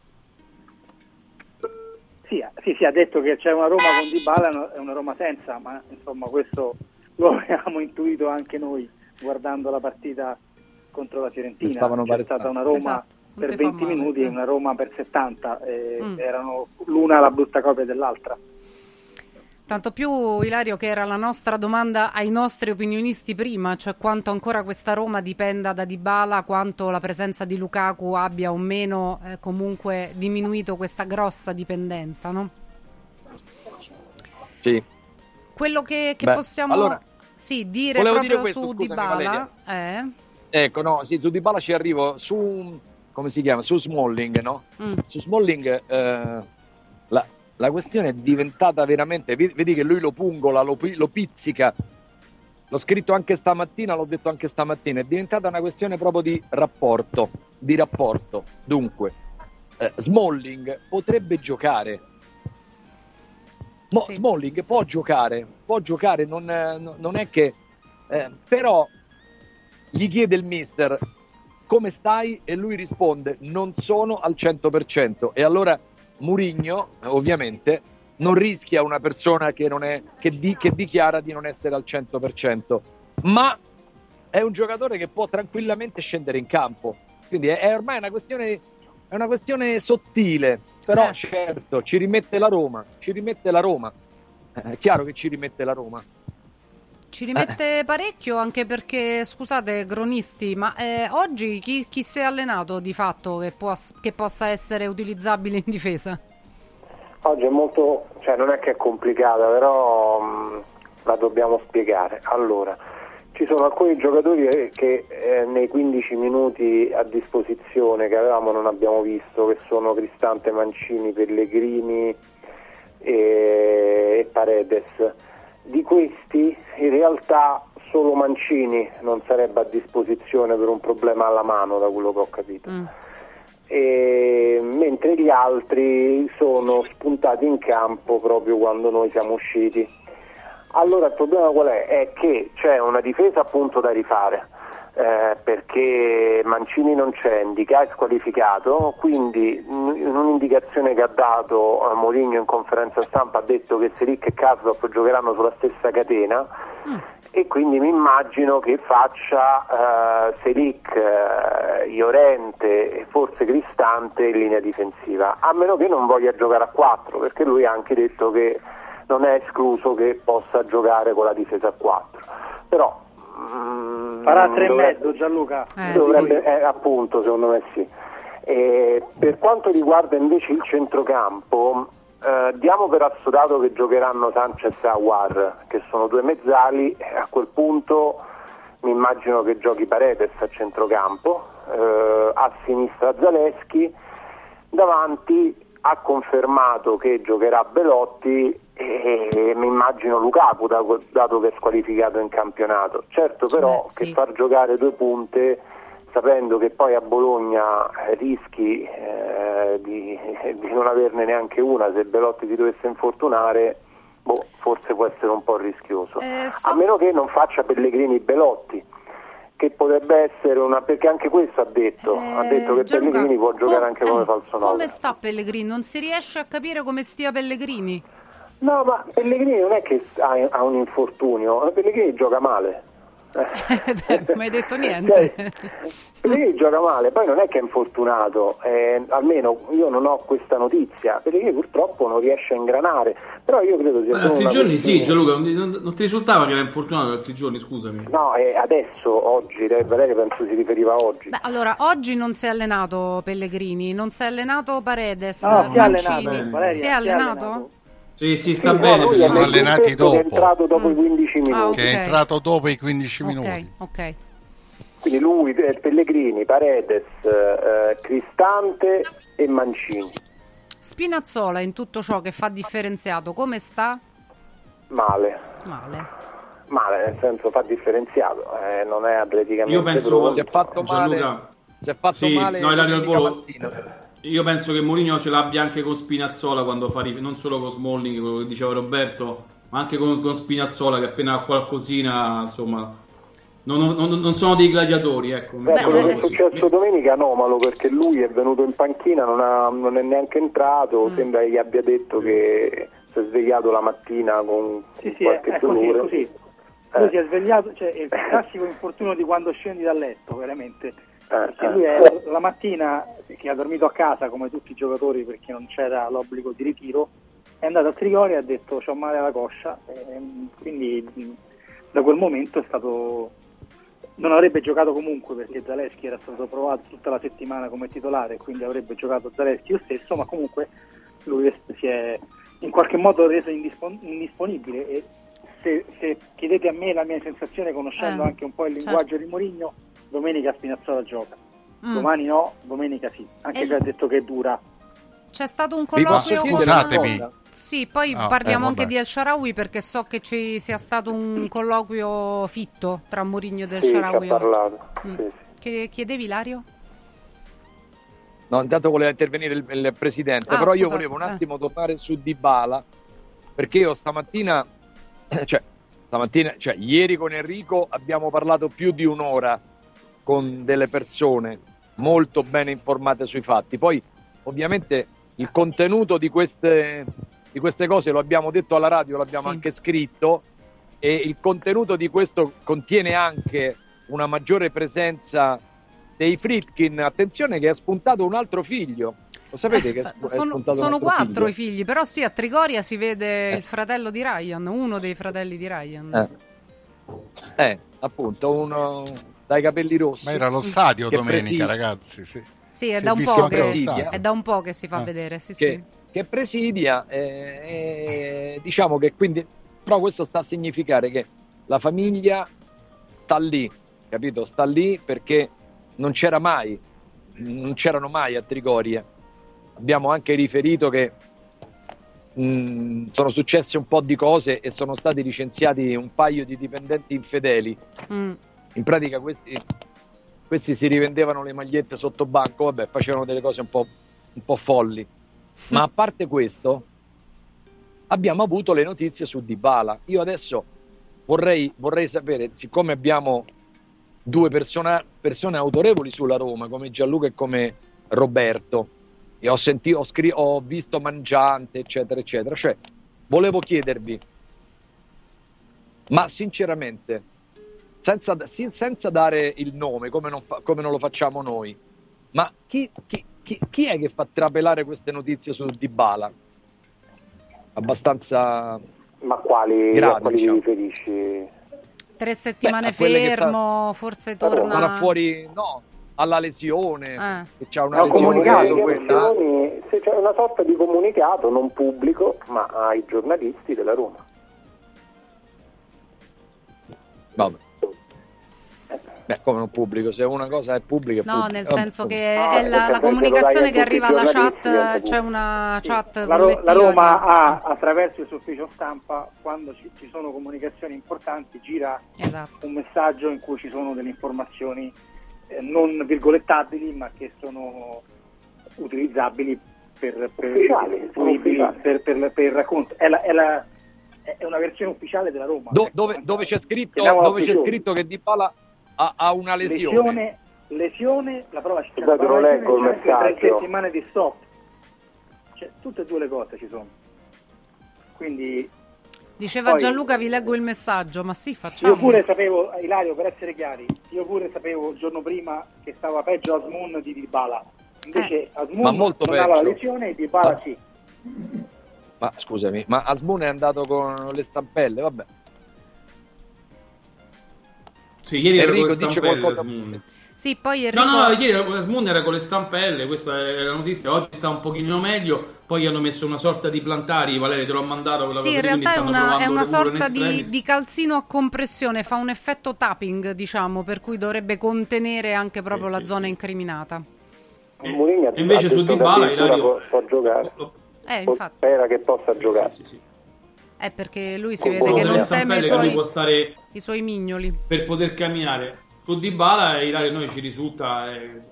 Sì, ha detto che c'è una Roma con Dybala e una Roma senza, ma insomma questo lo avevamo intuito anche noi guardando la partita contro la Fiorentina. Stavano C'è stata una Roma Esatto, non per ti fa 20 male. minuti e una Roma per 70, erano l'una la brutta copia dell'altra. Tanto più, Ilario, che era la nostra domanda ai nostri opinionisti prima, cioè quanto ancora questa Roma dipenda da Dybala, quanto la presenza di Lukaku abbia o meno comunque diminuito questa grossa dipendenza, no? Sì. Quello che Beh, possiamo allora, dire volevo proprio dire questo, su scusami, Dybala è... Ecco, no, sì, su Dybala ci arrivo. Su, come si chiama? Su Smalling, no? Su Smalling la questione è diventata veramente... Vedi che lui lo pungola, lo pizzica. L'ho scritto anche stamattina, l'ho detto anche stamattina. È diventata una questione proprio di rapporto. Dunque, Smalling potrebbe giocare. Sì. Smalling può giocare, non è che... però gli chiede il mister come stai e lui risponde non sono al 100%, e allora Mourinho ovviamente non rischia una persona che non è che dichiara di non essere al 100%, ma è un giocatore che può tranquillamente scendere in campo, quindi è ormai una questione sottile, Però certo, ci rimette la Roma. È chiaro che ci rimette la Roma. Ci rimette parecchio, anche perché, scusate, cronisti, ma oggi chi si è allenato di fatto che possa essere utilizzabile in difesa? Oggi è molto, cioè non è che è complicata, però la dobbiamo spiegare. Allora, ci sono alcuni giocatori che nei 15 minuti a disposizione che avevamo non abbiamo visto, che sono Cristante, Mancini, Pellegrini e Paredes. Di questi in realtà solo Mancini non sarebbe a disposizione per un problema alla mano, da quello che ho capito. Mentre gli altri sono spuntati in campo proprio quando noi siamo usciti. Allora il problema qual è? È che c'è una difesa appunto da rifare, perché Mancini non c'è, Ndicà è squalificato, quindi in un'indicazione che ha dato Mourinho in conferenza stampa ha detto che Selic e Karsdorp giocheranno sulla stessa catena, e quindi mi immagino che faccia Selic, Llorente e forse Cristante in linea difensiva, a meno che non voglia giocare a 4, perché lui ha anche detto che non è escluso che possa giocare con la difesa a 4, però farà 3,5 Gianluca. Dovrebbe, appunto, secondo me sì. Per quanto riguarda invece il centrocampo, diamo per assodato che giocheranno Sanchez e Aouar, che sono due mezzali, a quel punto mi immagino che giochi Paredes a centrocampo, a sinistra Zalewski, davanti ha confermato che giocherà Belotti e mi immagino Lukaku, dato che è squalificato in campionato. Certo, però sì, che far giocare due punte sapendo che poi a Bologna rischi di non averne neanche una se Belotti ti dovesse infortunare, forse può essere un po' rischioso, a meno che non faccia Pellegrini Belotti, che potrebbe essere perché anche questo ha detto che Gianluca, Pellegrini può giocare anche come falso 9. Come sta Pellegrini? Non si riesce a capire come stia Pellegrini. No, ma Pellegrini non è che ha un infortunio, Pellegrini gioca male. Non hai detto niente. Pellegrini gioca male, poi non è che è infortunato, almeno io non ho questa notizia. Pellegrini purtroppo non riesce a ingranare, però io credo sia altri giorni sì, Gianluca, non ti risultava che era infortunato gli altri giorni, scusami? No, adesso, oggi, lei penso si riferiva a oggi. Allora, oggi non si è allenato Pellegrini, non si è allenato Paredes, no, Mancini. Valeria, si è allenato? Sì, sta bene. Sono allenati dopo. È entrato dopo i 15 minuti. Okay. Che è entrato dopo i 15 minuti. Ok. Quindi lui, Pellegrini, Paredes, Cristante e Mancini. Spinazzola in tutto ciò che fa differenziato, come sta? Male, nel senso fa differenziato, non è atleticamente. Io penso si è fatto male. Si è fatto male. No, Ilario al volo. Io penso che Mourinho ce l'abbia anche con Spinazzola quando fa non solo con Smalling, quello che diceva Roberto, ma anche con Spinazzola, che appena ha qualcosina, insomma, non sono dei gladiatori, ecco. Quello che è successo domenica è anomalo, perché lui è venuto in panchina, non è neanche entrato, sembra che gli abbia detto che si è svegliato la mattina con qualche dolore. Così. Lui si è svegliato, cioè è il classico infortunio di quando scendi dal letto, veramente. Perché lui la mattina, che ha dormito a casa come tutti i giocatori perché non c'era l'obbligo di ritiro, è andato a Trigoria e ha detto c'ho male alla coscia, quindi da quel momento è stato, non avrebbe giocato comunque, perché Zalewski era stato provato tutta la settimana come titolare, quindi avrebbe giocato Zalewski lo stesso, ma comunque lui si è in qualche modo reso indisponibile, e se chiedete a me la mia sensazione, conoscendo anche un po' il linguaggio di Mourinho, domenica Spinazzola gioca, domani no, domenica sì, anche se ha detto che è dura. C'è stato un colloquio scusatemi. Sì, poi parliamo anche di El Shaarawy, perché so che ci sia stato un colloquio fitto tra Mourinho ed El Shaarawy. Ci ha parlato. Che chiedevi, Ilario? No, intanto voleva intervenire il presidente, però io volevo un attimo tornare su Dybala, perché io stamattina, ieri con Enrico abbiamo parlato più di un'ora con delle persone molto bene informate sui fatti. Poi ovviamente il contenuto di queste cose lo abbiamo detto alla radio, l'abbiamo anche scritto, e il contenuto di questo contiene anche una maggiore presenza dei Friedkin. Attenzione che è spuntato un altro figlio Lo sapete che è sono spuntato un altro 4 figlio? i figli, però sì, a Trigoria si vede il fratello di Ryan, uno dei fratelli di Ryan. Appunto, uno dai capelli rossi. Ma era allo stadio che domenica, presidia- ragazzi. Sì, Sì, è Si da, un visto po' anche allo che, stadio. è da un po' che si fa vedere, sì, sì. che presidia, diciamo che quindi, però questo sta a significare che la famiglia sta lì, capito? Sta lì perché non c'erano mai a Trigoria. Abbiamo anche riferito che sono successe un po' di cose e sono stati licenziati un paio di dipendenti infedeli. In pratica questi si rivendevano le magliette sotto banco, vabbè, facevano delle cose un po' folli. Ma a parte questo, abbiamo avuto le notizie su Dybala. Io adesso vorrei sapere, siccome abbiamo due persone autorevoli sulla Roma, come Gianluca e come Roberto, e ho visto Mangiante, eccetera, eccetera. Cioè, volevo chiedervi, ma sinceramente, senza dare il nome, come non lo facciamo noi, ma chi è che fa trapelare queste notizie su Dybala? Abbastanza. Ma a quali diciamo. ti riferisci? 3 settimane a quelle che fermo, forse torna... Sarà fuori, no, alla lesione, che c'ha una No, lesione comunicato, quella. se c'è una sorta di comunicato non pubblico, ma ai giornalisti della Roma. Vabbè. Come non pubblico? Se una cosa è pubblica è No, pubblica. nel senso che No, è la perché comunicazione se che lo dai a arriva tutti i alla giornalisti, chat, c'è una chat La collettiva Roma che- ha, attraverso il suo ufficio stampa, quando ci sono comunicazioni importanti, gira un messaggio in cui ci sono delle informazioni non virgolettabili, ma che sono utilizzabili per il racconto. È una versione ufficiale della Roma. Dove c'è scritto, Chiamiamola dove c'è ufficiale. scritto che Dybala ha una lesione. Lesione, la prova c'è. Scusate, lo leggo il c'è anche 3 messaggio. settimane di stop. Cioè, tutte e due le cose ci sono. Quindi Diceva poi- Gianluca, vi leggo il messaggio, ma sì, facciamo. io pure sapevo, Ilario, per essere chiari, io pure sapevo il giorno prima che stava peggio Asmun di Dybala. Invece Ma Asmun molto non aveva la peggio. lesione e Dybala sì. Ma scusami, ma Asmun è andato con le stampelle, vabbè. Sì, ieri era con Enrico le dice stampelle qualcosa. Asmun. Sì, poi Enrico... No, ieri Asmun era con le stampelle, questa è la notizia, oggi sta un pochino meglio, poi hanno messo una sorta di plantari, Valerio te l'ho mandato quella Sì, cosa in lì, quindi realtà è stanno una provando pure sorta in extremis. di calzino a compressione, fa un effetto tapping, diciamo, per cui dovrebbe contenere anche proprio la zona incriminata. Mourinho ha E invece detto su che Dybala, addirittura Ilario- può giocare. Infatti. Spera che possa giocare. È perché lui si Con vede che quello non delle teme i stampelle che lui suoi, può stare i suoi mignoli. per poter camminare. Su Dybala, Ilario, noi ci risulta,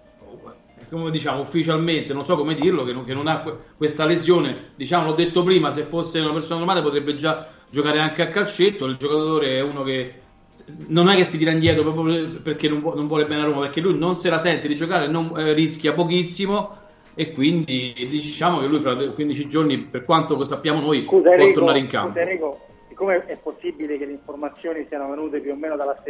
come diciamo ufficialmente, non so come dirlo, che non ha questa lesione. Diciamo, l'ho detto prima, se fosse una persona normale potrebbe già giocare anche a calcetto. Il giocatore è uno che non è che si tira indietro proprio perché non vuole bene a Roma, perché lui non se la sente di giocare, rischia pochissimo, e quindi diciamo che lui fra 15 giorni, per quanto sappiamo noi, può tornare in campo. Scusa Enrico, siccome è possibile che le informazioni siano venute più o meno dallo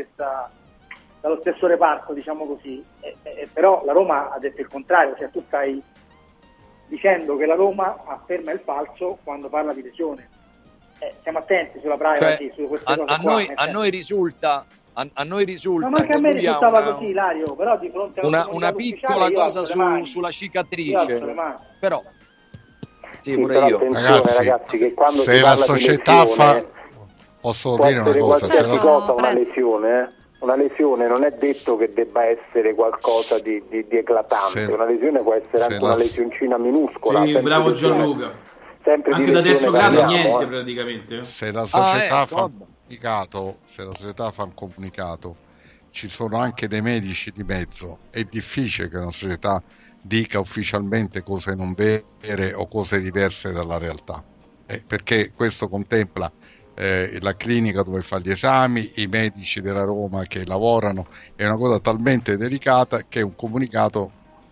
stesso reparto, diciamo così, però la Roma ha detto il contrario, cioè tu stai dicendo che la Roma afferma il falso quando parla di lesione. Siamo attenti sulla privacy, Cioè, su queste cose a qua, noi, nel a senso- noi risulta No, ma anche a me lui ha risultava una- così, Ilario, però di fronte a una piccola cosa sulla cicatrice, però sì, pure però io. attenzione, ragazzi, che quando se si la parla di società lesione, posso può dire una essere cosa, se qualsiasi la, cosa una lesione, eh? Una lesione non è detto che debba essere qualcosa di eclatante, una lesione può essere anche una lesioncina minuscola. Sì, sempre bravo di lesione- Gianluca. sempre di Anche da terzo lesione grado parliamo, niente praticamente. se la società ecco, fa un comunicato, se la società fa un comunicato, ci sono anche dei medici di mezzo. È difficile che una società dica ufficialmente cose non vere o cose diverse dalla realtà, perché questo contempla la clinica dove fa gli esami, i medici della Roma che lavorano. È una cosa talmente delicata che un comunicato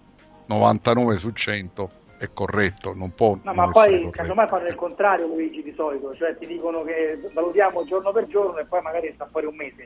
99 su 100 è corretto, non può No, non ma essere poi corretto. casomai fanno il contrario, Luigi, di solito, cioè ti dicono che valutiamo giorno per giorno e poi magari sta fuori un mese.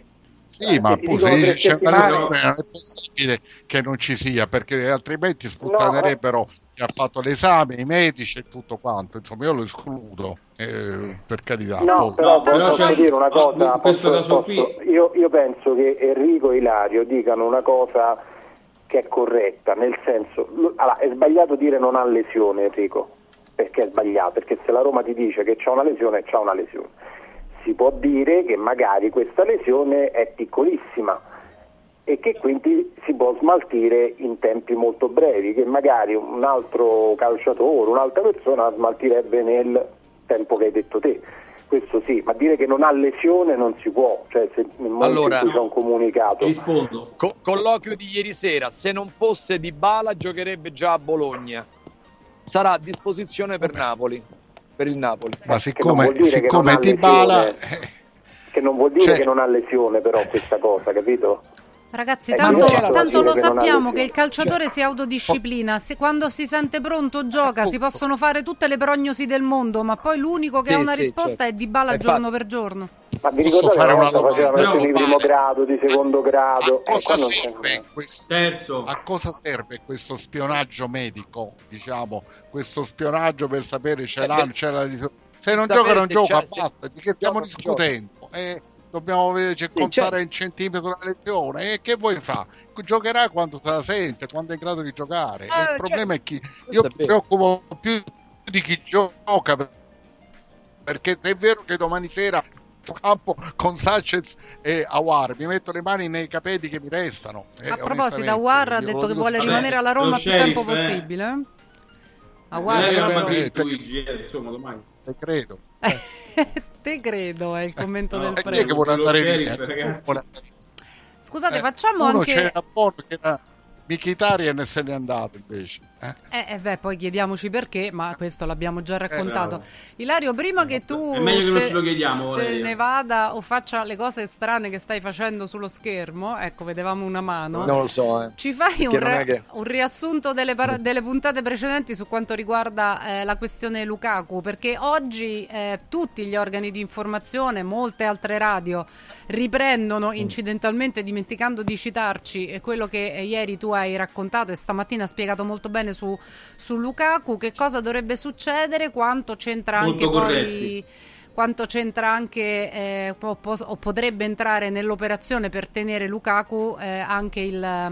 Sì, ma ti appunto, dicono se 3 c'è una settimane. lesione non è possibile che non ci sia, perché altrimenti sputtanerebbero chi ha fatto l'esame, i medici e tutto quanto. Insomma, io lo escludo, per carità. No, Poi- però però posso c'è- dire una cosa, questo caso qui- io penso che Enrico e Ilario dicano una cosa che è corretta, nel senso, allora, è sbagliato dire non ha lesione, Enrico, perché è sbagliato, perché se la Roma ti dice che c'ha una lesione, c'ha una lesione. Si può dire che magari questa lesione è piccolissima e che quindi si può smaltire in tempi molto brevi, che magari un altro calciatore, un'altra persona smaltirebbe nel tempo che hai detto te. Questo sì, ma dire che non ha lesione non si può, cioè se nel momento Allora, in cui c'è un comunicato. Rispondo. Colloquio di ieri sera, se non fosse Dybala giocherebbe già a Bologna. Sarà a disposizione per Napoli, per il Napoli. Ma Che non vuol dire che non siccome ha Dybala... lesione, che non vuol dire Cioè- che non ha lesione però questa cosa, capito? Ragazzi, È tanto, diverso tanto dire lo che non ha sappiamo che lesione. il calciatore si autodisciplina, se quando si sente pronto gioca, si possono fare tutte le prognosi del mondo, ma poi l'unico che Sì, ha una sì, risposta certo. è Dybala Infatti- giorno per giorno. Ma vi Posso ricordate fare una una volta facevano domanda? lezioni di primo grado, di secondo grado? A cosa, Qua non c'è- serve questo, Terzo. a cosa serve questo spionaggio medico, diciamo, questo spionaggio per sapere c'è l'anno, c'è la lesione? Se non Sapere gioca non se gioca, c'è- basta, di che stiamo gioca, non discutendo? Dobbiamo vedere, contare certo. in centimetri la lesione, e che vuoi fa? Giocherà quando se la sente, quando è in grado di giocare. Il problema è chi, io è mi vero. preoccupo più di chi gioca, perché se è vero che domani sera campo con Sanchez e Aouar mi metto le mani nei capelli che mi restano. A proposito, onestamente, Aouar ha glielo detto che dico vuole sempre. rimanere alla Roma Lo più tempo sheriff, possibile. Aouar Eh, proprio- beh, Luigi, insomma, domani. Te credo. Te credo, è il commento No, del E chi è prezzo. che vuole Lo andare sheriff, via? ragazzi. Vuole andare via. Scusate, facciamo Uno anche... c'era a bordo che era Mkhitaryan e se n'è andato invece. beh, poi chiediamoci perché, ma questo l'abbiamo già raccontato. bravo. Ilario, prima che tu È meglio che non ce lo chiediamo, te Valeria. ne vada o faccia le cose strane che stai facendo sullo schermo, ecco, vedevamo una mano. Non lo so, Ci fai Perché non è che- un riassunto delle puntate precedenti su quanto riguarda la questione Lukaku? Perché oggi tutti gli organi di informazione, molte altre radio, riprendono incidentalmente, dimenticando di citarci quello che ieri tu hai raccontato e stamattina spiegato molto bene su Lukaku, che cosa dovrebbe succedere, quanto c'entra Molto anche corretti. poi... Quanto c'entra anche o potrebbe entrare nell'operazione per tenere Lukaku anche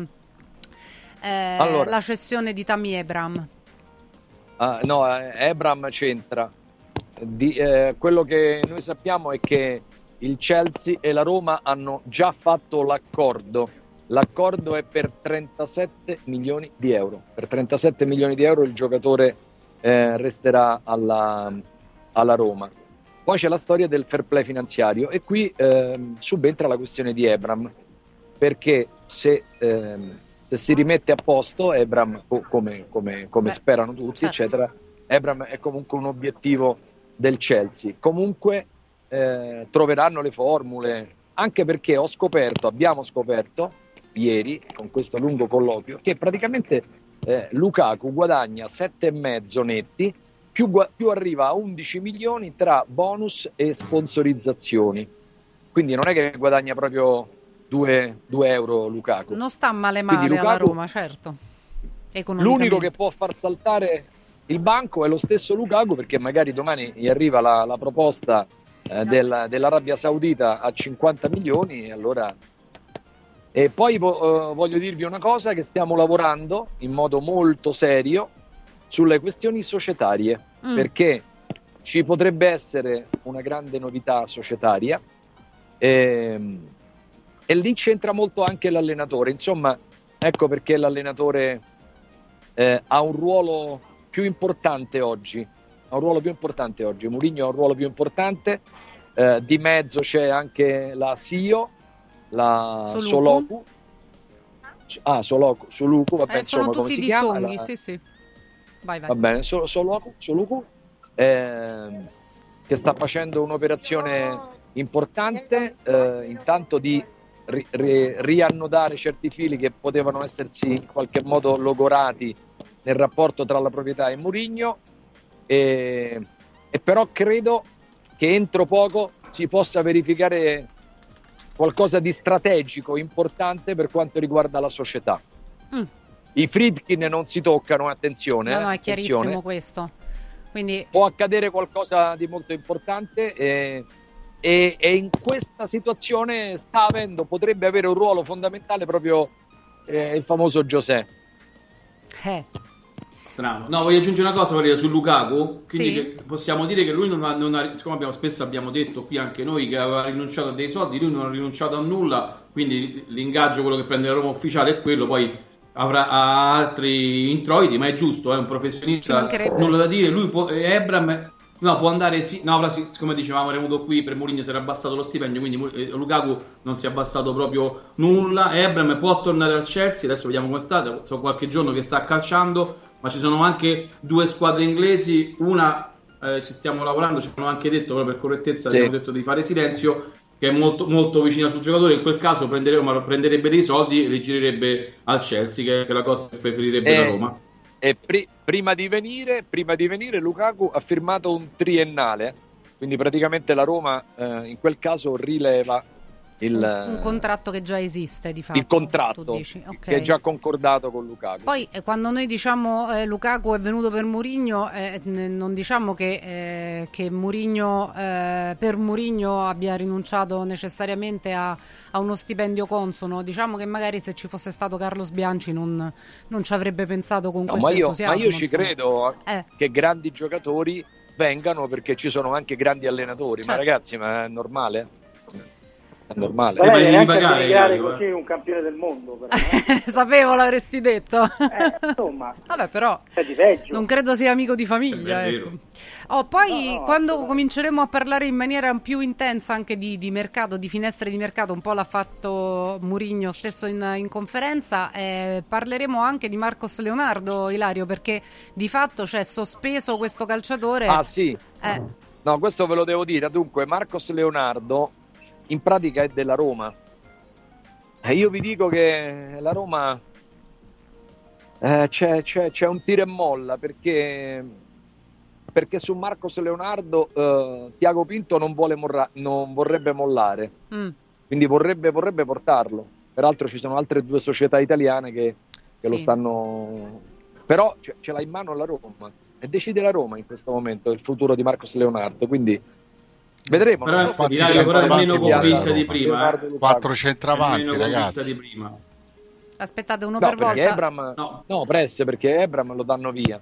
Allora. la cessione di Tammy Abraham? No, Abraham c'entra. Quello che noi sappiamo è che il Chelsea e la Roma hanno già fatto l'accordo. L'accordo è per 37 milioni di euro. Per 37 milioni di euro il giocatore resterà alla Roma. Poi c'è la storia del fair play finanziario e qui subentra la questione di Abraham, perché se si rimette a posto Abraham, come sperano tutti, certo. eccetera, Abraham è comunque un obiettivo del Chelsea. Comunque troveranno le formule, anche perché abbiamo scoperto ieri con questo lungo colloquio che praticamente Lukaku guadagna 7,5 netti, più arriva a 11 milioni tra bonus e sponsorizzazioni, quindi non è che guadagna proprio 2 euro Lukaku. Non sta male Quindi male alla Lukaku- Roma, certo. Economicamente. L'unico che può far saltare il banco è lo stesso Lukaku, perché magari domani gli arriva la proposta dell'Arabia Saudita a 50 milioni e allora... E poi voglio dirvi una cosa, che stiamo lavorando in modo molto serio sulle questioni societarie, perché ci potrebbe essere una grande novità societaria e lì c'entra molto anche l'allenatore. Insomma, ecco perché l'allenatore ha un ruolo più importante oggi. Mourinho ha un ruolo più importante. Di mezzo c'è anche la CEO, la Soluku. Soluku, vabbè, sono insomma, come tutti si chiama? dittonghi, La- sì. Vai. Va bene, Soluku, che sta facendo un'operazione importante, intanto di riannodare certi fili che potevano essersi in qualche modo logorati nel rapporto tra la proprietà e Mourinho, e però credo che entro poco si possa verificare qualcosa di strategico importante per quanto riguarda la società. I Friedkin non si toccano, attenzione. No, è chiarissimo attenzione. questo. Quindi può accadere qualcosa di molto importante e in questa situazione potrebbe avere un ruolo fondamentale proprio il famoso José. Strano. No, voglio aggiungere una cosa, Valeria, su Lukaku. Quindi Sì. che possiamo dire che lui non ha, siccome spesso abbiamo detto qui anche noi che aveva rinunciato a dei soldi, lui non ha rinunciato a nulla, quindi l'ingaggio, quello che prende la Roma ufficiale è quello, poi avrà altri introiti, ma è giusto, è un professionista, nulla da dire. Lui può, Ebram può andare, come dicevamo, era venuto qui per Mourinho, si era abbassato lo stipendio, quindi Lukaku non si è abbassato proprio nulla. Ebram può tornare al Chelsea, adesso vediamo come sta, so qualche giorno che sta calciando, ma ci sono anche 2 squadre inglesi, una ci stiamo lavorando, ci hanno anche detto, però per correttezza abbiamo detto di fare silenzio, che è molto, molto vicina sul giocatore. In quel caso prenderebbe dei soldi e li girerebbe al Chelsea, che è la cosa che preferirebbe la Roma. E prima di venire Lukaku ha firmato un triennale, quindi praticamente la Roma in quel caso rileva un contratto che già esiste di fatto. Il contratto tu dici. Okay. che è già concordato con Lukaku. Poi quando noi diciamo Lukaku è venuto per Mourinho, non diciamo che Mourinho per Mourinho abbia rinunciato necessariamente a uno stipendio consono. Diciamo che magari se ci fosse stato Carlos Bianchi non ci avrebbe pensato con questo entusiasmo. Ma io ci credo che grandi giocatori vengano, perché ci sono anche grandi allenatori. Certo. Ma ragazzi, ma è normale? È normale. Neanche così un campione del mondo, però. Sapevo l'avresti detto. Insomma, vabbè, però è di peggio. non credo sia amico di famiglia, ecco. Poi quando cominceremo a parlare in maniera più intensa anche di mercato, di finestre di mercato, un po' l'ha fatto Mourinho stesso in conferenza, parleremo anche di Marcos Leonardo, Ilario, perché di fatto c'è sospeso questo calciatore. Ah sì, no, questo ve lo devo dire. Dunque, Marcos Leonardo in pratica è della Roma, e io vi dico che la Roma c'è un tira e molla, perché su Marcos Leonardo Tiago Pinto non vorrebbe mollare, quindi vorrebbe portarlo. Peraltro ci sono altre 2 società italiane che lo stanno, però ce l'ha in mano la Roma e decide la Roma in questo momento il futuro di Marcos Leonardo, quindi vedremo. Però è meno convinta di prima. 4 centravanti, ragazzi. Di prima. Aspettate, uno per volta. Ebram, no, Press, perché Ebram lo danno via.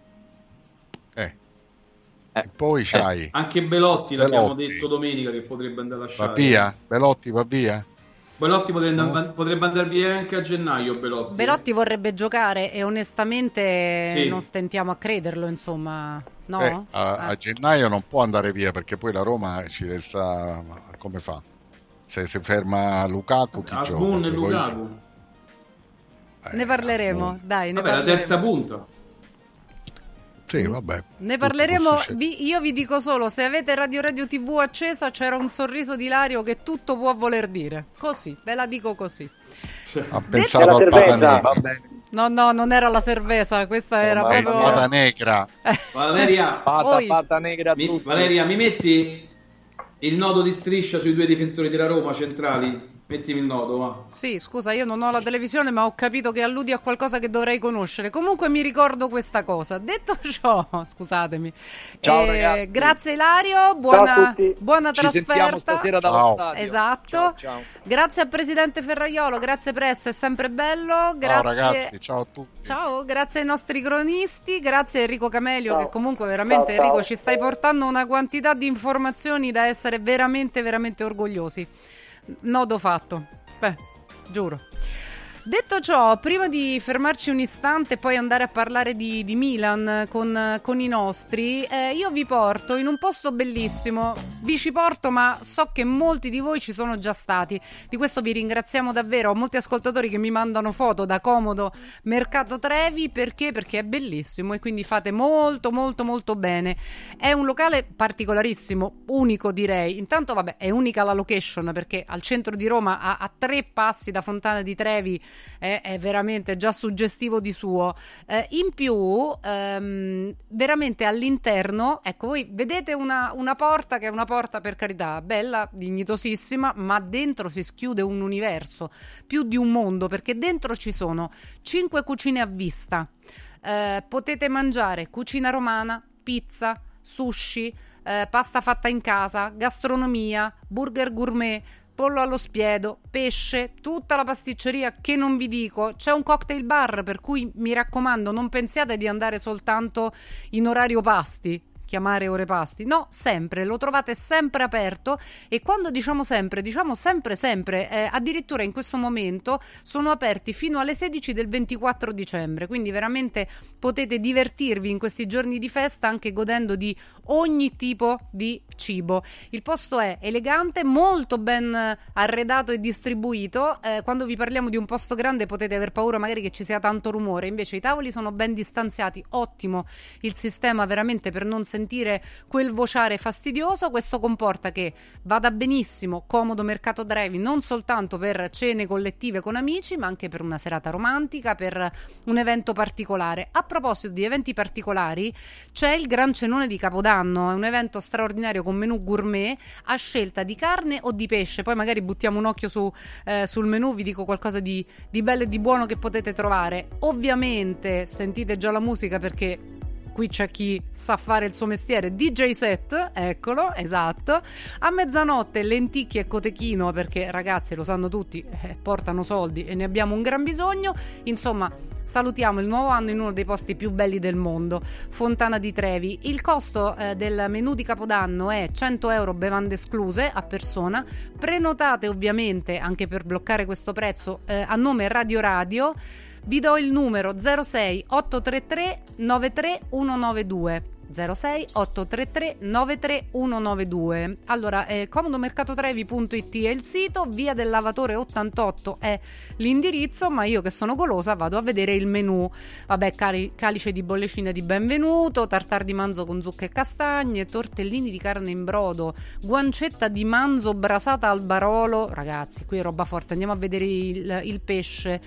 E poi c'hai anche Belotti, l'abbiamo detto domenica che potrebbe andare a lasciare. Va via? Belotti va via? Belotti potrebbe andare via anche a gennaio. Belotti vorrebbe giocare e onestamente non stentiamo a crederlo, insomma, no? A gennaio non può andare via, perché poi la Roma ci resta, come fa? Se si ferma Lukaku, chi Asmun gioca? E Lukaku. Ne parleremo, dai. La terza punta. Sì, vabbè. Ne parleremo. Io vi dico solo, se avete Radio TV accesa, c'era un sorriso di Ilario che tutto può voler dire. Così, ve la dico così. Ha pensato al Pata Negra. No, non era la cerveza, questa era proprio Pata Negra. Valeria, Pata Negra. Valeria, mi metti il nodo di striscia sui 2 difensori della Roma centrali? Mettimi il nodo, va. Sì, scusa, io non ho la televisione, ma ho capito che alludi a qualcosa che dovrei conoscere. Comunque mi ricordo questa cosa. Detto ciò, scusatemi. Ciao ragazzi. Grazie Ilario, buona Ci trasferta. sentiamo stasera dallo stadio. Esatto. Ciao. Grazie al presidente Ferraiolo, grazie Press, è sempre bello. Grazie. Ciao ragazzi, ciao a tutti. Ciao, grazie ai nostri cronisti, grazie a Enrico Camelio, che comunque veramente Enrico ci stai portando una quantità di informazioni da essere veramente, veramente orgogliosi. Nodo fatto, giuro. Detto ciò, prima di fermarci un istante e poi andare a parlare di Milan con i nostri, io vi porto in un posto bellissimo. Vi ci porto, ma so che molti di voi ci sono già stati. Di questo vi ringraziamo davvero. Ho molti ascoltatori che mi mandano foto da comodo Mercato Trevi, perché è bellissimo e quindi fate molto molto molto bene. È un locale particolarissimo, unico direi. Intanto è unica la location, perché al centro di Roma, a 3 passi da Fontana di Trevi, è veramente già suggestivo di suo. In più, veramente all'interno, ecco, voi vedete una porta che è una porta, per carità, bella, dignitosissima, ma dentro si schiude un universo, più di un mondo, perché dentro ci sono 5 cucine a vista. Potete mangiare cucina romana, pizza, sushi, pasta fatta in casa, gastronomia, burger gourmet, pollo allo spiedo, pesce, tutta la pasticceria che non vi dico. C'è un cocktail bar, per cui mi raccomando, non pensiate di andare soltanto in orario pasti, chiamare ore pasti, no, sempre, lo trovate sempre aperto, e quando diciamo sempre addirittura in questo momento sono aperti fino alle 16 del 24 dicembre, quindi veramente potete divertirvi in questi giorni di festa anche godendo di ogni tipo di cibo. Il posto è elegante, molto ben arredato e distribuito. Quando vi parliamo di un posto grande potete aver paura magari che ci sia tanto rumore, invece i tavoli sono ben distanziati, ottimo il sistema veramente per non sentire quel vociare fastidioso. Questo comporta che vada benissimo comodo mercato drive non soltanto per cene collettive con amici, ma anche per una serata romantica, per un evento particolare. A proposito di eventi particolari, c'è il Gran Cenone di Capodanno, è un evento straordinario con menù gourmet a scelta di carne o di pesce. Poi magari buttiamo un occhio sul menù, vi dico qualcosa di bello e di buono che potete trovare. Ovviamente sentite già la musica, perché qui c'è chi sa fare il suo mestiere, DJ set, eccolo, esatto. A mezzanotte lenticchie e cotechino, perché ragazzi lo sanno tutti, portano soldi e ne abbiamo un gran bisogno. Insomma, salutiamo il nuovo anno in uno dei posti più belli del mondo, Fontana di Trevi. Il costo del menù di Capodanno è 100 euro, bevande escluse a persona. Prenotate ovviamente, anche per bloccare questo prezzo, a nome Radio Radio. Vi do il numero 06 833 93192. 06 833 93192. Allora, comodomercatotrevi.it è il sito, via del Lavatore 88 è l'indirizzo, ma io che sono golosa vado a vedere il menù. Vabbè, calice di bollicine di benvenuto, tartar di manzo con zucche e castagne, tortellini di carne in brodo, guancetta di manzo brasata al barolo. Ragazzi, qui è roba forte. Andiamo a vedere il pesce.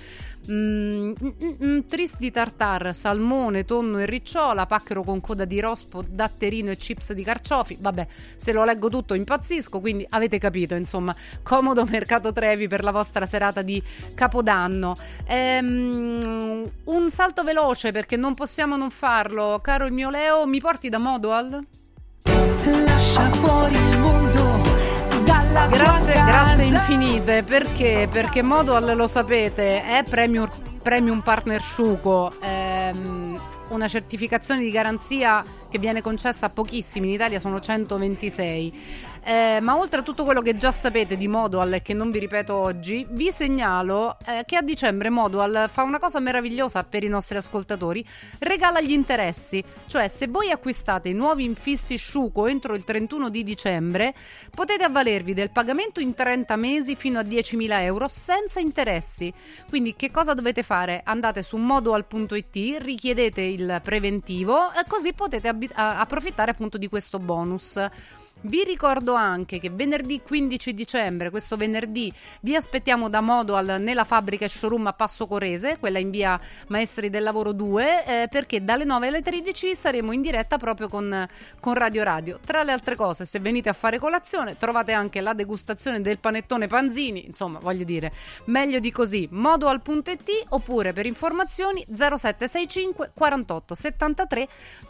Tris di tartar, salmone, tonno e ricciola, pacchero con coda di rospo, datterino e chips di carciofi. Vabbè, se lo leggo tutto impazzisco, quindi avete capito, insomma, comodo Mercato Trevi per la vostra serata di Capodanno. Un salto veloce, perché non possiamo non farlo, caro il mio Leo, mi porti da Modoal? Lascia fuori il mondo dalla Grazie infinite. Perché Modoal, lo sapete, è Premium Partner Sciuco, una certificazione di garanzia che viene concessa a pochissimi, in Italia sono 126. Ma oltre a tutto quello che già sapete di Modoal e che non vi ripeto oggi, vi segnalo che a dicembre Modoal fa una cosa meravigliosa per i nostri ascoltatori: regala gli interessi. Cioè, se voi acquistate i nuovi infissi Sciuco entro il 31 di dicembre, potete avvalervi del pagamento in 30 mesi fino a 10.000 euro senza interessi. Quindi che cosa dovete fare? Andate su modoal.it, richiedete il preventivo e così potete approfittare appunto di questo bonus. Vi ricordo anche che venerdì 15 dicembre, questo venerdì, vi aspettiamo da Modoal nella fabbrica e showroom a Passo Corese, quella in via Maestri del Lavoro 2, perché dalle 9 alle 13 saremo in diretta proprio con Radio Radio. Tra le altre cose, se venite a fare colazione, trovate anche la degustazione del panettone Panzini, insomma, voglio dire, meglio di così. Modoal.it, oppure per informazioni 0765 48 73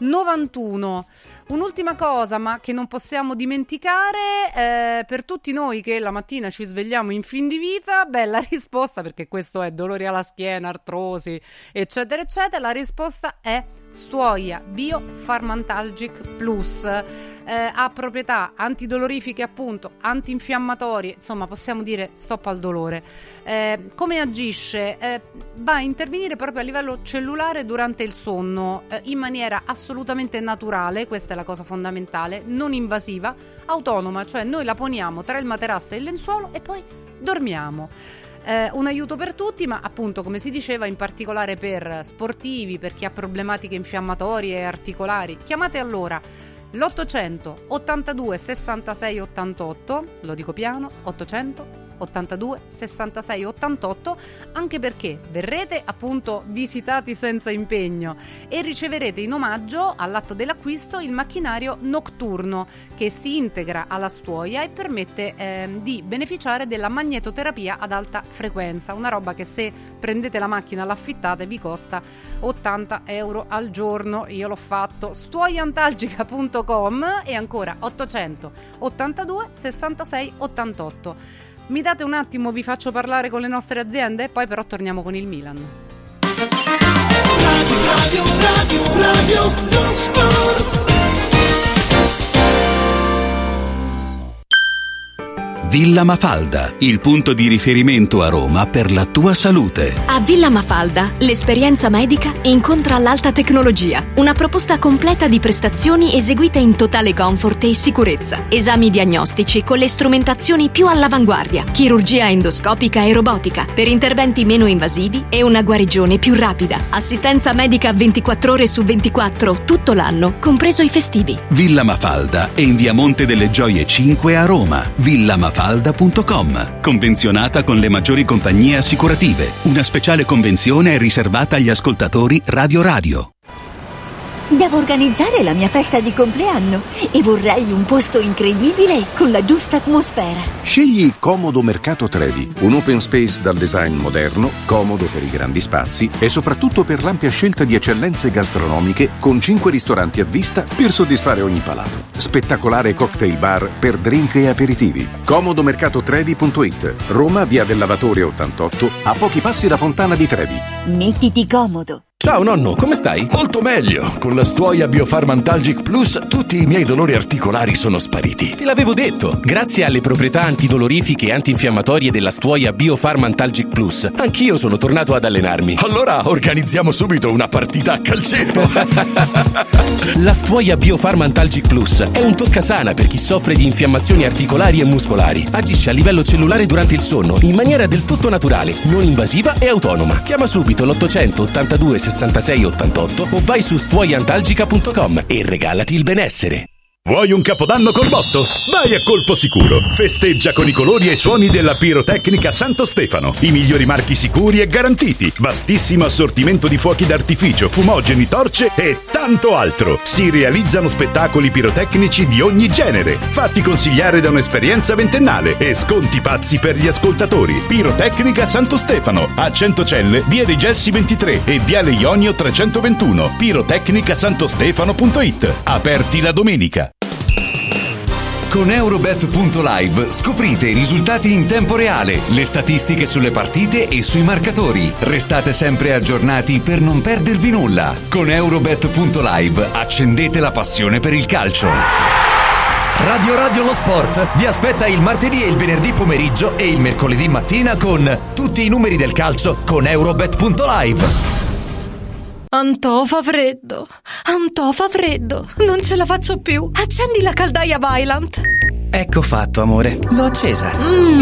91. Un'ultima cosa, ma che non possiamo dimenticare, per tutti noi che la mattina ci svegliamo in fin di vita, la risposta, perché questo è dolori alla schiena, artrosi, eccetera eccetera, la risposta è Stuoia Bio Pharmantalgic Plus. Ha proprietà antidolorifiche, appunto, antinfiammatorie, insomma possiamo dire stop al dolore. Come agisce? Va a intervenire proprio a livello cellulare durante il sonno, in maniera assolutamente naturale, questa è la cosa fondamentale, non invasiva, autonoma, cioè noi la poniamo tra il materasso e il lenzuolo e poi dormiamo. Un aiuto per tutti, ma appunto, come si diceva, in particolare per sportivi, per chi ha problematiche infiammatorie e articolari. Chiamate allora l'800 82 66 88, lo dico piano, 800 82 66 88, anche perché verrete appunto visitati senza impegno e riceverete in omaggio all'atto dell'acquisto il macchinario notturno che si integra alla stuoia e permette di beneficiare della magnetoterapia ad alta frequenza, una roba che se prendete la macchina, l'affittate, vi costa 80 euro al giorno. Io l'ho fatto. stuoiantalgica.com e ancora 800 82 66 88. Mi date un attimo, vi faccio parlare con le nostre aziende, poi però torniamo con il Milan. Radio lo sport. Villa Mafalda, il punto di riferimento a Roma per la tua salute. A Villa Mafalda, l'esperienza medica incontra l'alta tecnologia. Una proposta completa di prestazioni eseguite in totale comfort e sicurezza. Esami diagnostici con le strumentazioni più all'avanguardia. Chirurgia endoscopica e robotica per interventi meno invasivi e una guarigione più rapida. Assistenza medica 24 ore su 24 tutto l'anno, compreso i festivi. Villa Mafalda è in via Monte delle Gioie 5 a Roma. villamafalda.com. Convenzionata con le maggiori compagnie assicurative. Una speciale convenzione è riservata agli ascoltatori Radio. Devo organizzare la mia festa di compleanno e vorrei un posto incredibile con la giusta atmosfera. Scegli Comodo Mercato Trevi, un open space dal design moderno, comodo per i grandi spazi e soprattutto per l'ampia scelta di eccellenze gastronomiche con 5 ristoranti a vista per soddisfare ogni palato. Spettacolare cocktail bar per drink e aperitivi. Comodomercatotrevi.it, Roma, via del Lavatore 88, a pochi passi da Fontana di Trevi. Mettiti comodo. Ciao nonno, come stai? Molto meglio. Con la stuoia Biofarm-Antalgic Plus tutti i miei dolori articolari sono spariti. Te l'avevo detto. Grazie alle proprietà antidolorifiche e antinfiammatorie della stuoia Biofarm-Antalgic Plus, anch'io sono tornato ad allenarmi. Allora organizziamo subito una partita a calcetto. La stuoia Biofarm-Antalgic Plus è un toccasana per chi soffre di infiammazioni articolari e muscolari. Agisce a livello cellulare durante il sonno in maniera del tutto naturale, non invasiva e autonoma. Chiama subito l'800 82 66 88 o vai su stuoiantalgica.com e regalati il benessere. Vuoi un capodanno col botto? Vai a colpo sicuro. Festeggia con i colori e i suoni della pirotecnica Santo Stefano. I migliori marchi sicuri e garantiti. Vastissimo assortimento di fuochi d'artificio, fumogeni, torce e tanto altro. Si realizzano spettacoli pirotecnici di ogni genere. Fatti consigliare da un'esperienza ventennale e sconti pazzi per gli ascoltatori. Pirotecnica Santo Stefano. A Centocelle, via dei Gelsi 23 e viale Ionio 321. pirotecnicasantostefano.it. Aperti la domenica. Con Eurobet.live scoprite i risultati in tempo reale, le statistiche sulle partite e sui marcatori. Restate sempre aggiornati per non perdervi nulla. Con Eurobet.live accendete la passione per il calcio. Radio lo Sport vi aspetta il martedì e il venerdì pomeriggio e il mercoledì mattina con tutti i numeri del calcio con Eurobet.live. Antò fa freddo, non ce la faccio più. Accendi la caldaia Vaillant. Ecco fatto, amore, l'ho accesa.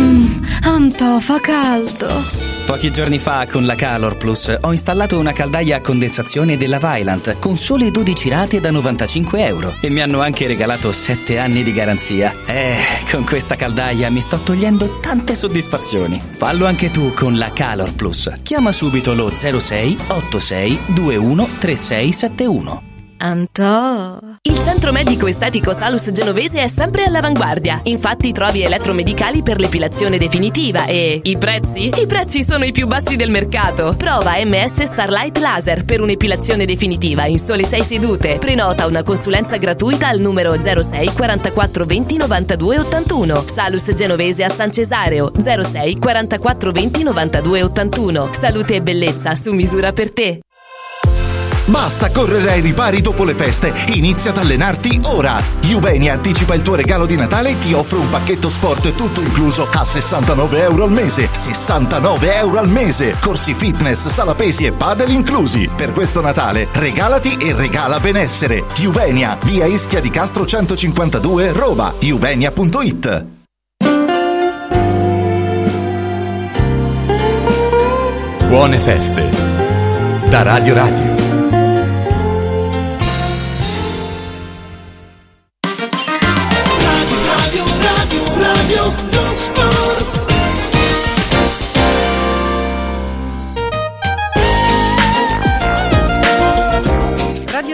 Antò fa caldo. Pochi giorni fa con la Calor Plus ho installato una caldaia a condensazione della Vaillant con sole 12 rate da 95 euro e mi hanno anche regalato 7 anni di garanzia. Con questa caldaia mi sto togliendo tante soddisfazioni. Fallo anche tu con la Calor Plus. Chiama subito lo 06 86 21 3671. Antò. Il centro medico estetico Salus Genovese è sempre all'avanguardia. Infatti trovi elettromedicali per l'epilazione definitiva e i prezzi? I prezzi sono i più bassi del mercato. Prova MS Starlight Laser per un'epilazione definitiva in sole 6 sedute. Prenota una consulenza gratuita al numero 06 44 20 92 81. Salus Genovese a San Cesareo 06 44 20 92 81. Salute e bellezza su misura per te. Basta correre ai ripari dopo le feste, inizia ad allenarti ora. Juvenia anticipa il tuo regalo di Natale e ti offre un pacchetto sport tutto incluso a 69 euro al mese. 69 euro al mese! Corsi fitness, sala pesi e padel inclusi. Per questo Natale regalati e regala benessere. Juvenia, via Ischia di Castro 152, Roma. Juvenia.it. Buone feste da Radio Radio. Radio lo sport.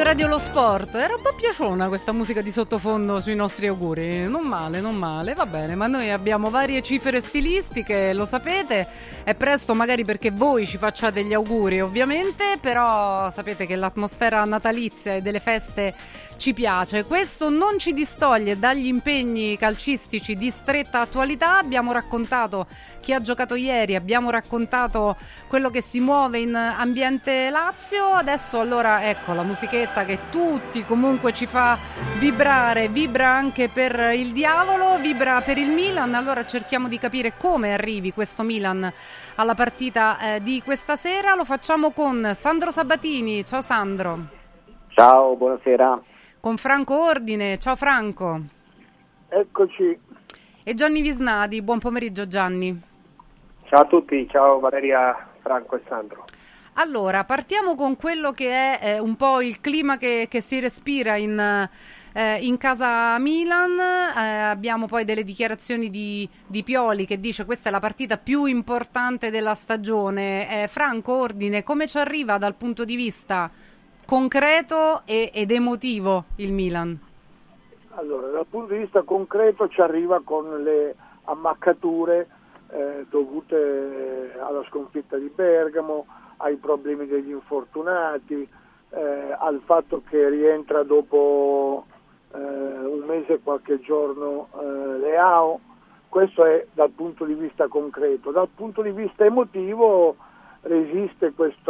Radio Lo Sport, era un po' piaciona questa musica di sottofondo sui nostri auguri, non male, va bene, ma noi abbiamo varie cifre stilistiche, lo sapete, è presto magari perché voi ci facciate gli auguri ovviamente, però sapete che l'atmosfera natalizia e delle feste ci piace. Questo non ci distoglie dagli impegni calcistici di stretta attualità. Abbiamo raccontato chi ha giocato ieri, abbiamo raccontato quello che si muove in ambiente Lazio. Adesso allora ecco la musichetta che tutti comunque ci fa vibrare, vibra anche per il diavolo, vibra per il Milan. Allora cerchiamo di capire come arrivi questo Milan alla partita di questa sera. Lo facciamo con Sandro Sabatini. Ciao Sandro. Ciao, buonasera. Con Franco Ordine. Ciao Franco. Eccoci. E Gianni Visnadi. Buon pomeriggio Gianni. Ciao a tutti, ciao Valeria, Franco e Sandro. Allora, partiamo con quello che è un po' il clima che si respira in casa Milan. Abbiamo poi delle dichiarazioni di Pioli che dice questa è la partita più importante della stagione. Franco Ordine, come ci arriva dal punto di vista concreto ed emotivo il Milan? Allora, dal punto di vista concreto ci arriva con le ammaccature dovute alla sconfitta di Bergamo, ai problemi degli infortunati, al fatto che rientra dopo un mese e qualche giorno Leao. Questo è dal punto di vista concreto. Dal punto di vista emotivo resiste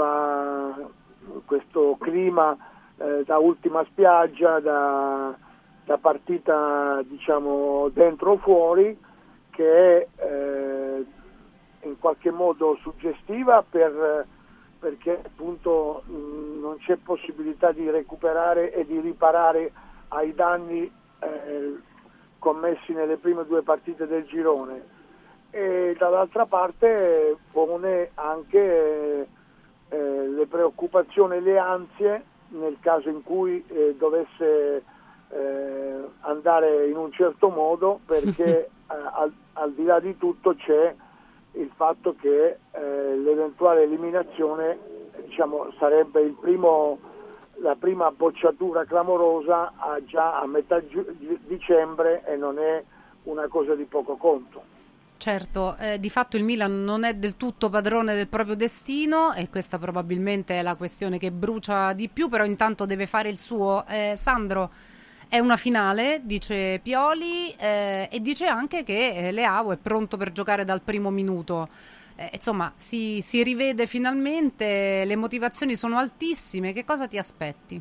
questo clima da ultima spiaggia, da partita diciamo dentro o fuori, che è in qualche modo suggestiva perché appunto non c'è possibilità di recuperare e di riparare ai danni commessi nelle prime due partite del girone, e dall'altra parte pone anche le preoccupazioni e le ansie nel caso in cui dovesse andare in un certo modo, perché al di là di tutto c'è il fatto che l'eventuale eliminazione diciamo sarebbe la prima bocciatura clamorosa già a metà dicembre, e non è una cosa di poco conto. Certo, di fatto il Milan non è del tutto padrone del proprio destino e questa probabilmente è la questione che brucia di più, però intanto deve fare il suo. Sandro, è una finale, dice Pioli, e dice anche che Leao è pronto per giocare dal primo minuto. Insomma, si rivede finalmente, le motivazioni sono altissime. Che cosa ti aspetti?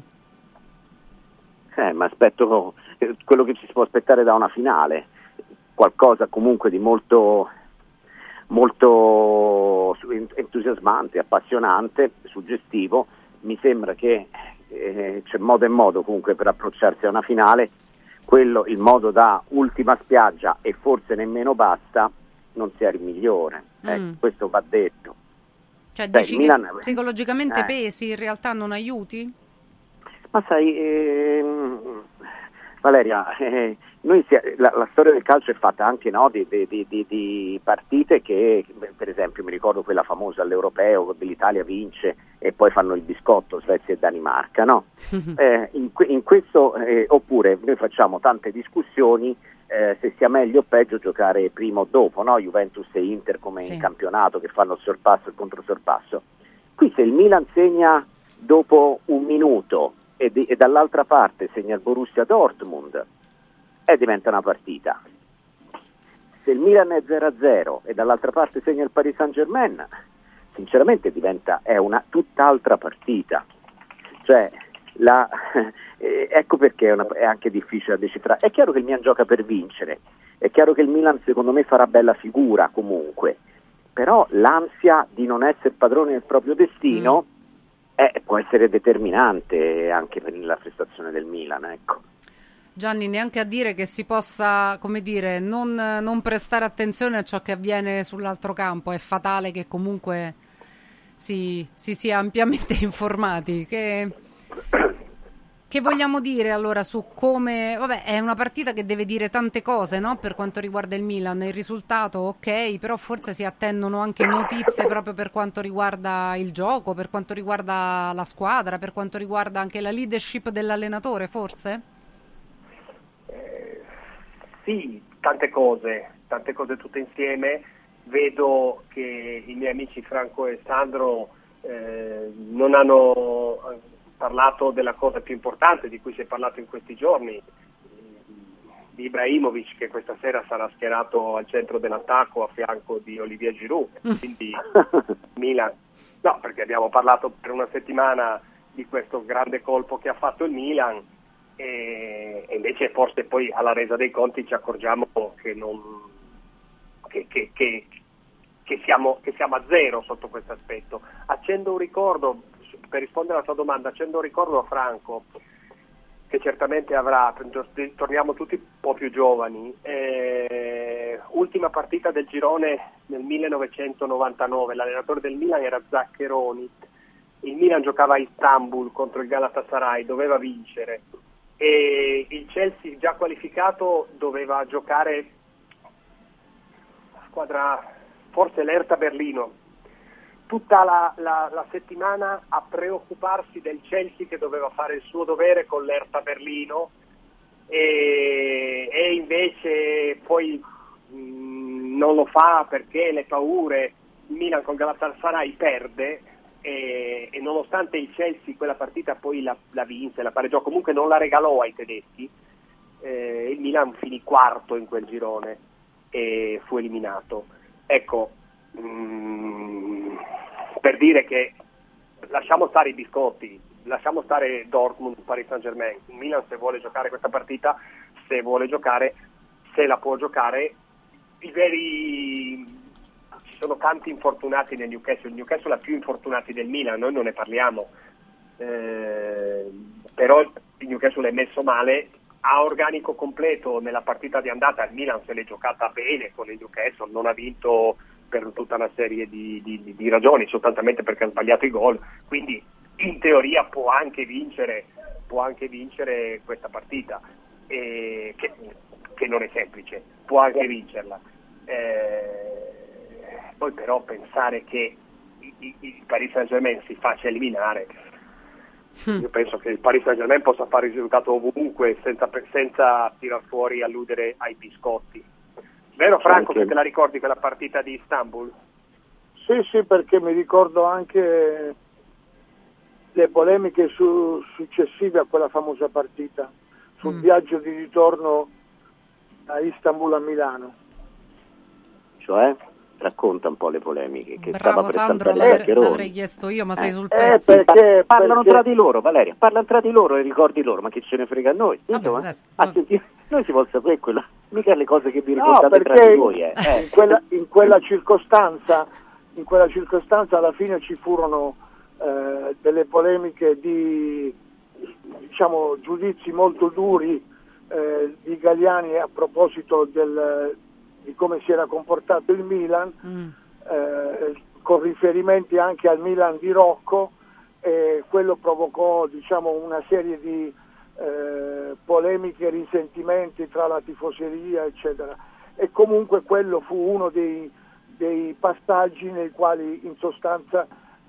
Ma aspetto quello che ci si può aspettare da una finale, qualcosa comunque di molto entusiasmante, appassionante, suggestivo. Mi sembra che c'è modo e modo comunque per approcciarsi a una finale. Il modo da ultima spiaggia e forse nemmeno basta non sia il migliore, questo va detto. Cioè dici che psicologicamente pesi, in realtà non aiuti? Ma sai, Valeria, la storia del calcio è fatta anche di partite che, per esempio, mi ricordo quella famosa all'Europeo dove l'Italia vince e poi fanno il biscotto Svezia e Danimarca, no? In questo, oppure noi facciamo tante discussioni se sia meglio o peggio giocare prima o dopo, no? Juventus e Inter come in campionato che fanno il sorpasso e il controsorpasso. Qui se il Milan segna dopo un minuto e dall'altra parte segna il Borussia Dortmund diventa una partita. Se il Milan è 0-0 e dall'altra parte segna il Paris Saint-Germain, sinceramente è una tutt'altra partita. Cioè ecco perché è anche difficile da decifrare. È chiaro che il Milan gioca per vincere, è chiaro che il Milan secondo me farà bella figura comunque, però l'ansia di non essere padrone del proprio destino può essere determinante anche per la prestazione del Milan, ecco. Gianni, neanche a dire che si possa, come dire, non prestare attenzione a ciò che avviene sull'altro campo. È fatale che comunque si sia ampiamente informati. Che Che vogliamo dire allora su come... Vabbè, è una partita che deve dire tante cose, no? Per quanto riguarda il Milan. Il risultato, ok, però forse si attendono anche notizie proprio per quanto riguarda il gioco, per quanto riguarda la squadra, per quanto riguarda anche la leadership dell'allenatore, forse? Sì, tante cose tutte insieme. Vedo che i miei amici Franco e Sandro non hanno parlato della cosa più importante di cui si è parlato in questi giorni, di Ibrahimovic, che questa sera sarà schierato al centro dell'attacco a fianco di Olivier Giroud. Quindi Milan, no, perché abbiamo parlato per una settimana di questo grande colpo che ha fatto il Milan e invece forse poi alla resa dei conti ci accorgiamo che siamo a zero sotto questo aspetto. Accendo un ricordo, per rispondere alla tua domanda, accendo un ricordo a Franco, che certamente avrà, torniamo tutti un po' più giovani, ultima partita del girone nel 1999, l'allenatore del Milan era Zaccheroni, il Milan giocava a Istanbul contro il Galatasaray, doveva vincere e il Chelsea già qualificato doveva giocare squadra, forse l'Hertha Berlino, tutta la settimana a preoccuparsi del Chelsea che doveva fare il suo dovere con l'Hertha Berlino e invece poi non lo fa perché le paure. Il Milan con Galatasaray perde e nonostante il Chelsea quella partita poi la vinse, la pareggiò, comunque non la regalò ai tedeschi, il Milan finì quarto in quel girone e fu eliminato. Ecco, per dire che lasciamo stare i biscotti, lasciamo stare Dortmund, Paris Saint-Germain. Il Milan, se vuole giocare questa partita, se la può giocare, ci sono tanti infortunati nel Newcastle. Il Newcastle ha più infortunati del Milan, noi non ne parliamo, però il Newcastle è messo male, ha organico completo nella partita di andata. Il Milan se l'è giocata bene con il Newcastle, non ha vinto per tutta una serie di ragioni, soltanto perché ha sbagliato i gol, quindi in teoria può anche vincere questa partita, che non è semplice, può anche vincerla. Poi però pensare che il Paris Saint-Germain si faccia eliminare, io penso che il Paris Saint-Germain possa fare il risultato ovunque senza tirar fuori e alludere ai biscotti. Vero Franco, che te la ricordi quella partita di Istanbul? Sì, perché mi ricordo anche le polemiche successive a quella famosa partita, sul viaggio di ritorno da Istanbul a Milano. Cioè? Racconta un po' le polemiche che Bravo Sandro, l'avrei chiesto io, ma sei sul pezzo. Parlano tra di loro, Valeria, parlano tra di loro e ricordi loro, ma che ce ne frega a noi? Noi si vuol sapere quella, mica le cose che vi ricordate tra di voi. In quella circostanza alla fine ci furono delle polemiche di giudizi molto duri di Galliani a proposito di come si era comportato il Milan, con riferimenti anche al Milan di Rocco, e quello provocò una serie di polemiche, risentimenti tra la tifoseria eccetera, e comunque quello fu uno dei passaggi nei quali in sostanza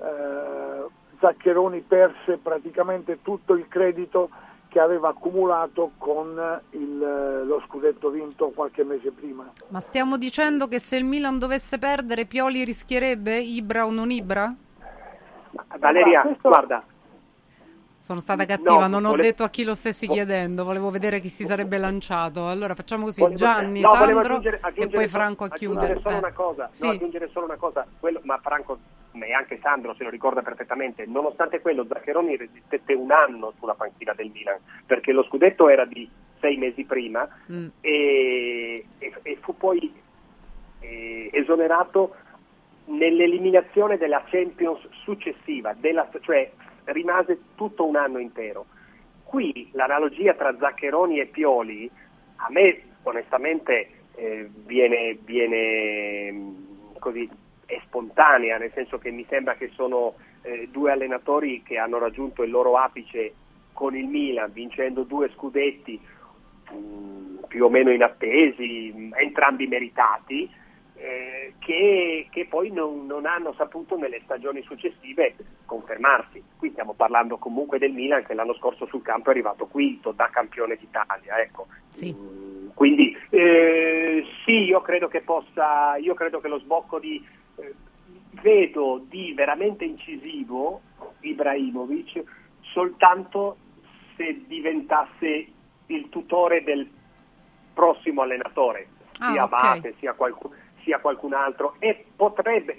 Zaccheroni perse praticamente tutto il credito che aveva accumulato con lo scudetto vinto qualche mese prima. Ma stiamo dicendo che se il Milan dovesse perdere, Pioli rischierebbe Ibra o non Ibra? Valeria, guarda. Sono stata cattiva, non ho detto a chi lo stessi chiedendo, volevo vedere chi si sarebbe lanciato. Allora facciamo così, Gianni, Sandro e poi Franco a chiudere. Aggiungere solo una cosa, ma Franco e anche Sandro se lo ricorda perfettamente, nonostante quello Zaccheroni resistette un anno sulla panchina del Milan, perché lo scudetto era di 6 mesi prima e fu poi esonerato nell'eliminazione della Champions successiva, cioè rimase tutto un anno intero. Qui l'analogia tra Zaccheroni e Pioli a me onestamente viene così, è spontanea, nel senso che mi sembra che sono due allenatori che hanno raggiunto il loro apice con il Milan, vincendo 2 scudetti più o meno inattesi, entrambi meritati, che poi non hanno saputo nelle stagioni successive confermarsi. Qui stiamo parlando comunque del Milan, che l'anno scorso sul campo è arrivato quinto da campione d'Italia, ecco. Sì. Quindi sì, io credo che lo sbocco vedo di veramente incisivo Ibrahimovic soltanto se diventasse il tutore del prossimo allenatore, sia Abate, sia qualcun altro, e potrebbe,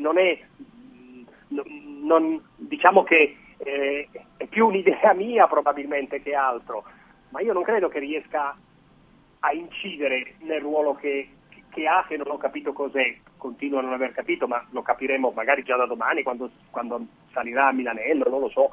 diciamo che è più un'idea mia probabilmente che altro, ma io non credo che riesca a incidere nel ruolo che ha, che non ho capito cos'è, continuo a non aver capito, ma lo capiremo magari già da domani quando salirà a Milanello, non lo so.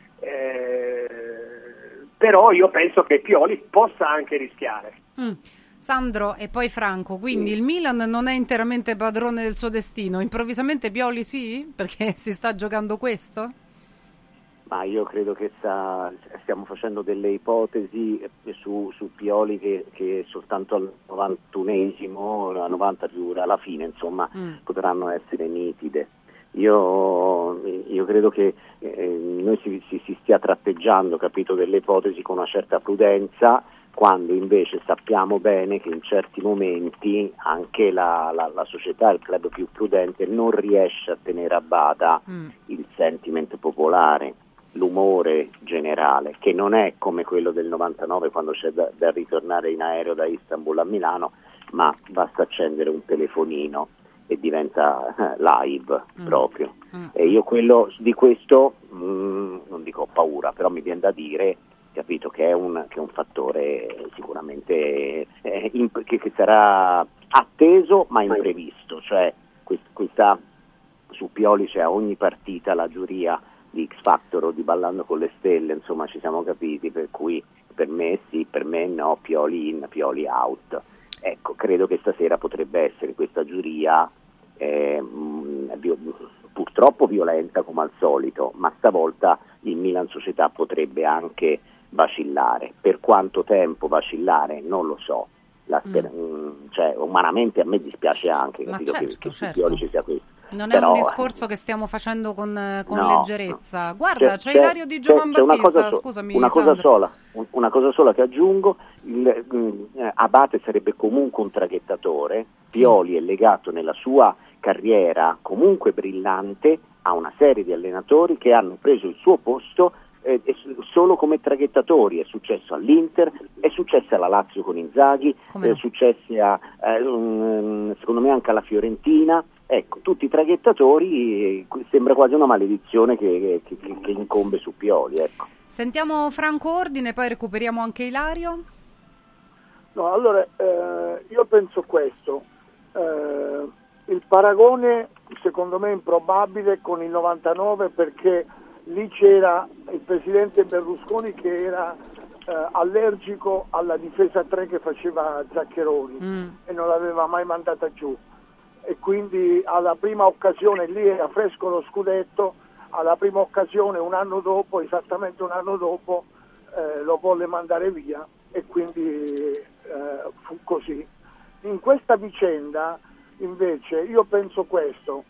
Però io penso che Pioli possa anche rischiare. Sandro e poi Franco, quindi il Milan non è interamente padrone del suo destino, improvvisamente Pioli sì? Perché si sta giocando questo? Ma io credo che stiamo facendo delle ipotesi su Pioli che soltanto al 91esimo, alla 90 più alla fine, insomma, potranno essere nitide. Io credo che noi si stia tratteggiando, capito, delle ipotesi con una certa prudenza, quando invece sappiamo bene che in certi momenti anche la società, il club più prudente, non riesce a tenere a bada il sentiment popolare, l'umore generale, che non è come quello del 99 quando c'è da ritornare in aereo da Istanbul a Milano, ma basta accendere un telefonino e diventa live proprio. E io di questo non dico ho paura, però mi viene da dire, capito, che è un fattore sicuramente che sarà atteso ma imprevisto, cioè questa su Pioli c'è a ogni partita la giuria di X Factor o di Ballando con le Stelle, insomma ci siamo capiti, per cui per me sì, per me no, Pioli in, Pioli out. Ecco, credo che stasera potrebbe essere questa giuria purtroppo violenta come al solito, ma stavolta il Milan Società potrebbe anche vacillare. Per quanto tempo vacillare non lo so, cioè umanamente a me dispiace anche, capito, che su Pioli ci sia questo. Non Però, è un discorso che stiamo facendo con no, leggerezza. Guarda, c'è Ilario Di Giovan c'è Battista, scusami. Una cosa sola che aggiungo, Abate sarebbe comunque un traghettatore, Pioli è legato nella sua carriera comunque brillante a una serie di allenatori che hanno preso il suo posto solo come traghettatori. È successo all'Inter, è successo alla Lazio con Inzaghi, è successo secondo me anche alla Fiorentina. Ecco, tutti i traghettatori, sembra quasi una maledizione che incombe su Pioli, ecco. Sentiamo Franco Ordine, poi recuperiamo anche Ilario. No, allora, io penso questo, il paragone secondo me è improbabile con il 99, perché lì c'era il presidente Berlusconi che era allergico alla difesa 3 che faceva Zaccheroni e non l'aveva mai mandata giù. E quindi alla prima occasione, lì era fresco lo scudetto, alla prima occasione esattamente un anno dopo lo volle mandare via, e quindi fu così. In questa vicenda invece io penso questo,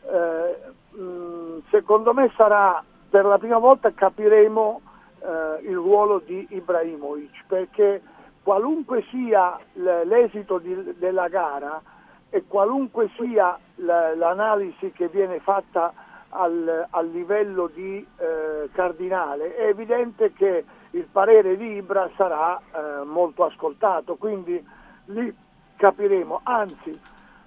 secondo me sarà per la prima volta capiremo il ruolo di Ibrahimovic, perché qualunque sia l'esito della gara e qualunque sia l'analisi che viene fatta al livello di cardinale, è evidente che il parere di Ibra sarà molto ascoltato, quindi lì capiremo, anzi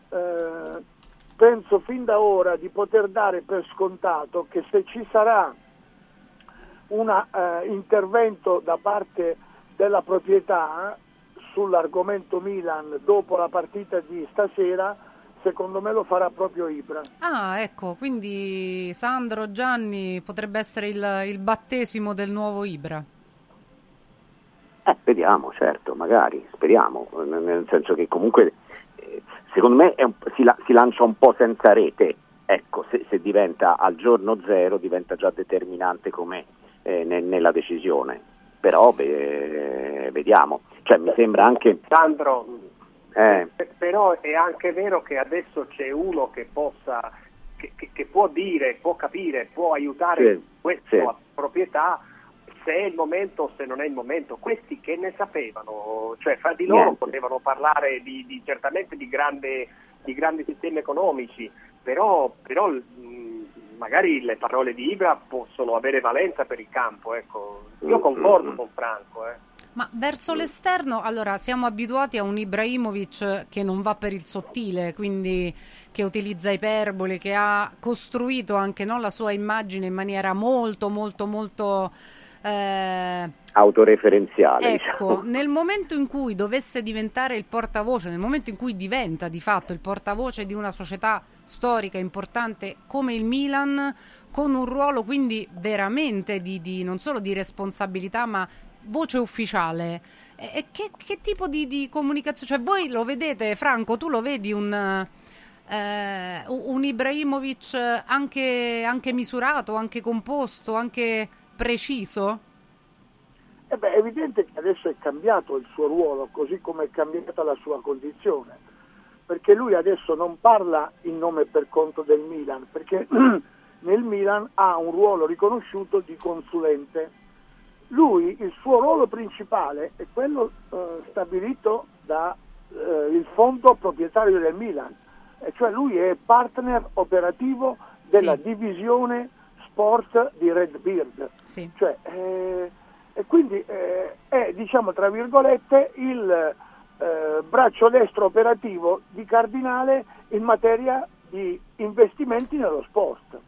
penso fin da ora di poter dare per scontato che se ci sarà un intervento da parte della proprietà sull'argomento Milan dopo la partita di stasera, secondo me lo farà proprio Ibra. Ah, ecco, quindi Sandro, Gianni, potrebbe essere il battesimo del nuovo Ibra. Vediamo, certo, magari, speriamo, nel senso che comunque secondo me si lancia un po' senza rete, ecco, se diventa al giorno zero diventa già determinante come nella decisione. però vediamo, cioè mi sembra anche... Sandro, però è anche vero che adesso c'è uno che possa, che può dire, può capire, può aiutare questa proprietà, se è il momento o se non è il momento. Questi che ne sapevano, cioè fra di loro potevano parlare certamente di grandi sistemi economici, però magari le parole di Ibra possono avere valenza per il campo, ecco. Io concordo con Franco. Ma verso l'esterno, allora, siamo abituati a un Ibrahimovic che non va per il sottile, quindi che utilizza iperbole, che ha costruito anche la sua immagine in maniera molto autoreferenziale. Ecco, diciamo. Nel momento in cui dovesse diventare il portavoce, nel momento in cui diventa di fatto il portavoce di una società storica importante come il Milan, con un ruolo quindi veramente di non solo di responsabilità ma voce ufficiale, e che tipo di comunicazione, cioè voi lo vedete, Franco, tu lo vedi un Ibrahimovic anche misurato, anche composto, anche preciso? È evidente che adesso è cambiato il suo ruolo, così come è cambiata la sua condizione, perché lui adesso non parla in nome per conto del Milan, perché nel Milan ha un ruolo riconosciuto di consulente. Lui, il suo ruolo principale è quello stabilito dal fondo proprietario del Milan, e cioè lui è partner operativo della divisione sport di Red Bird, cioè, e quindi è, diciamo tra virgolette, il braccio destro operativo di Cardinale in materia di investimenti nello sport.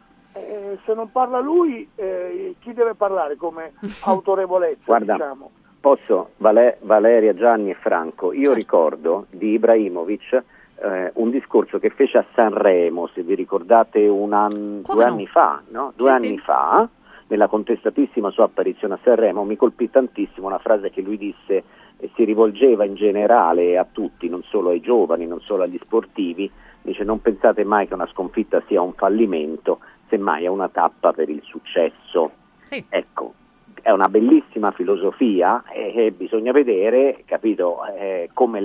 Se non parla lui, chi deve parlare come autorevolezza? Guarda, diciamo? Posso, Valeria, Gianni e Franco, io ricordo di Ibrahimovic un discorso che fece a Sanremo, se vi ricordate, 2 anni fa, no? 2 anni fa, nella contestatissima sua apparizione a Sanremo, mi colpì tantissimo una frase che lui disse, e si rivolgeva in generale a tutti, non solo ai giovani, non solo agli sportivi, dice: non pensate mai che una sconfitta sia un fallimento, semmai è una tappa per il successo. Ecco, è una bellissima filosofia e bisogna vedere, capito, come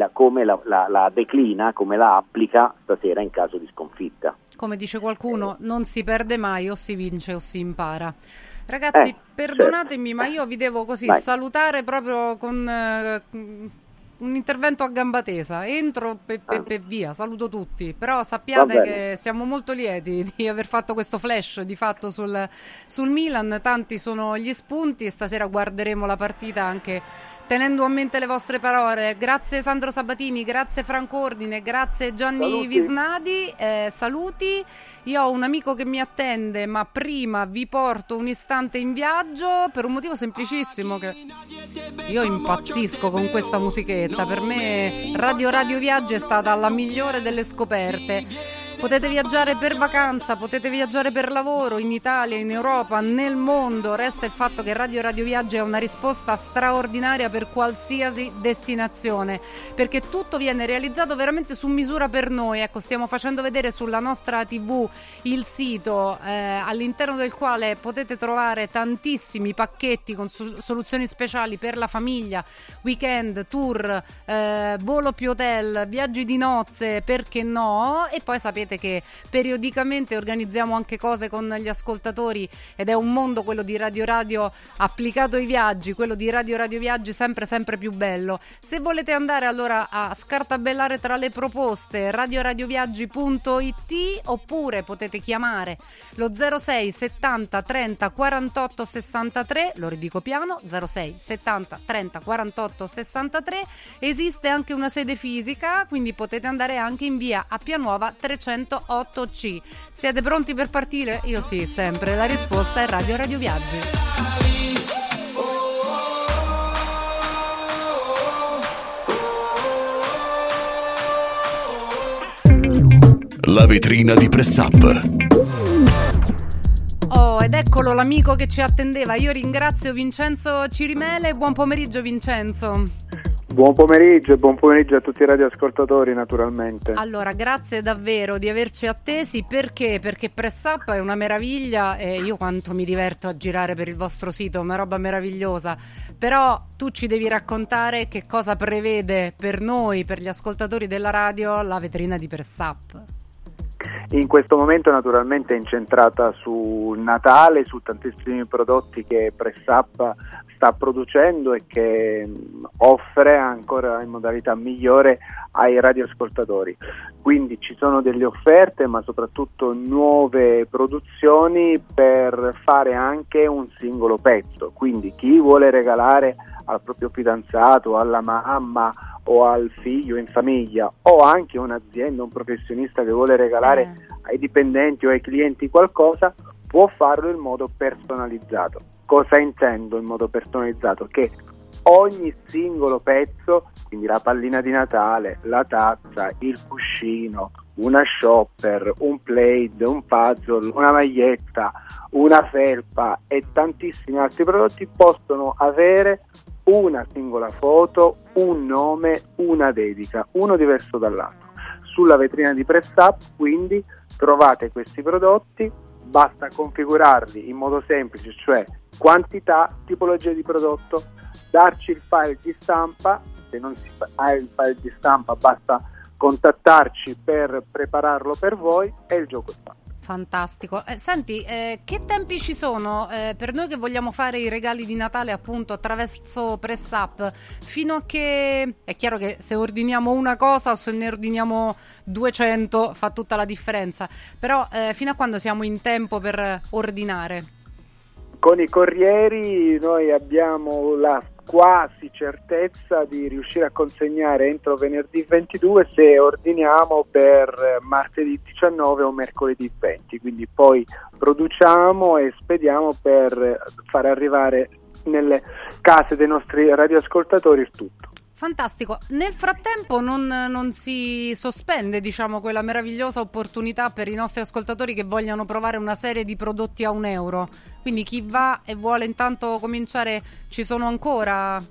la declina, come la applica stasera in caso di sconfitta. Come dice qualcuno, non si perde mai, o si vince o si impara. Ragazzi, perdonatemi, ma io vi devo salutare proprio con un intervento a gamba tesa. Entro e via, saluto tutti. Però sappiate che siamo molto lieti di aver fatto questo flash di fatto sul Milan. Tanti sono gli spunti e stasera guarderemo la partita anche tenendo a mente le vostre parole. Grazie Sandro Sabatini, grazie Franco Ordine, grazie Gianni Visnadi, saluti. Io ho un amico che mi attende, ma prima vi porto un istante in viaggio per un motivo semplicissimo, che io impazzisco con questa musichetta. Per me Radio Viaggi è stata la migliore delle scoperte. Potete viaggiare per vacanza, potete viaggiare per lavoro in Italia, in Europa, nel mondo. Resta il fatto che Radio Viaggi è una risposta straordinaria per qualsiasi destinazione, perché tutto viene realizzato veramente su misura per noi. Ecco, stiamo facendo vedere sulla nostra TV il sito all'interno del quale potete trovare tantissimi pacchetti con soluzioni speciali per la famiglia, weekend, tour, volo più hotel, viaggi di nozze, perché no? E poi sapete che periodicamente organizziamo anche cose con gli ascoltatori, ed è un mondo quello di Radio applicato ai viaggi, quello di Radio Viaggi sempre più bello. Se volete andare allora a scartabellare tra le proposte, radioviaggi.it, oppure potete chiamare lo 06 70 30 48 63, lo ridico piano, 06 70 30 48 63. Esiste anche una sede fisica, quindi potete andare anche in via Appia Nuova 308C. Siete pronti per partire? Io sì, sempre. La risposta è Radio Viaggi. La vetrina di Press Up. Oh, ed eccolo l'amico che ci attendeva. Io ringrazio Vincenzo Cirimele. Buon pomeriggio Vincenzo. Buon pomeriggio e buon pomeriggio a tutti i radioascoltatori, naturalmente. Allora, grazie davvero di averci attesi. Perché? Perché Press Up è una meraviglia e io quanto mi diverto a girare per il vostro sito, una roba meravigliosa. Però tu ci devi raccontare che cosa prevede per noi, per gli ascoltatori della radio, la vetrina di Press Up. In questo momento naturalmente è incentrata su Natale, su tantissimi prodotti che Press Up sta producendo e che offre ancora in modalità migliore ai radioascoltatori. Quindi ci sono delle offerte, ma soprattutto nuove produzioni per fare anche un singolo pezzo. Quindi chi vuole regalare al proprio fidanzato, alla mamma o al figlio in famiglia, o anche un'azienda, un professionista che vuole regalare ai dipendenti o ai clienti qualcosa, può farlo in modo personalizzato. Cosa intendo in modo personalizzato? Che ogni singolo pezzo, quindi la pallina di Natale, la tazza, il cuscino, una shopper, un plaid, un puzzle, una maglietta, una felpa e tantissimi altri prodotti possono avere una singola foto, un nome, una dedica, uno diverso dall'altro. Sulla vetrina di Press Up quindi trovate questi prodotti, basta configurarli in modo semplice, cioè quantità, tipologia di prodotto, darci il file di stampa. Se non si ha il file di stampa basta contattarci per prepararlo per voi e il gioco è fatto. Fantastico. Senti, che tempi ci sono per noi che vogliamo fare i regali di Natale appunto attraverso Press Up? Fino a che è chiaro che se ordiniamo una cosa o se ne ordiniamo 200 fa tutta la differenza, però fino a quando siamo in tempo per ordinare? Con i corrieri noi abbiamo la quasi certezza di riuscire a consegnare entro venerdì 22 se ordiniamo per martedì 19 o mercoledì 20, quindi poi produciamo e spediamo per far arrivare nelle case dei nostri radioascoltatori il tutto. Fantastico. Nel frattempo non si sospende, diciamo, quella meravigliosa opportunità per i nostri ascoltatori che vogliano provare una serie di prodotti a €1. Quindi chi va e vuole intanto cominciare, ci sono ancora?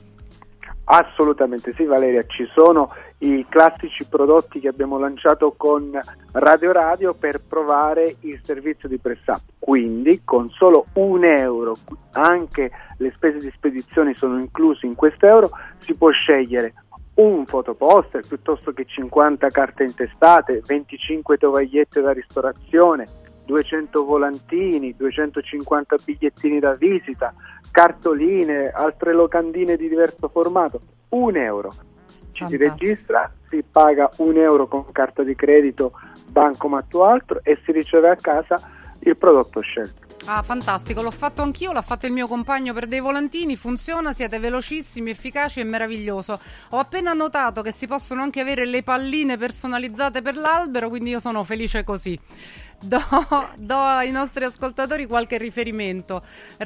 Assolutamente sì, Valeria, ci sono i classici prodotti che abbiamo lanciato con Radio per provare il servizio di Press Up, quindi con solo €1, anche le spese di spedizione sono incluse in questo euro, si può scegliere un fotoposter piuttosto che 50 carte intestate, 25 tovagliette da ristorazione, 200 volantini, 250 bigliettini da visita, cartoline, altre locandine di diverso formato, €1. Ci si registra, si paga €1 con carta di credito, bancomat o altro e si riceve a casa il prodotto scelto. Ah, fantastico, l'ho fatto anch'io, l'ha fatto il mio compagno per dei volantini, funziona, siete velocissimi, efficaci e meraviglioso. Ho appena notato che si possono anche avere le palline personalizzate per l'albero, quindi io sono felice così. Do ai nostri ascoltatori qualche riferimento.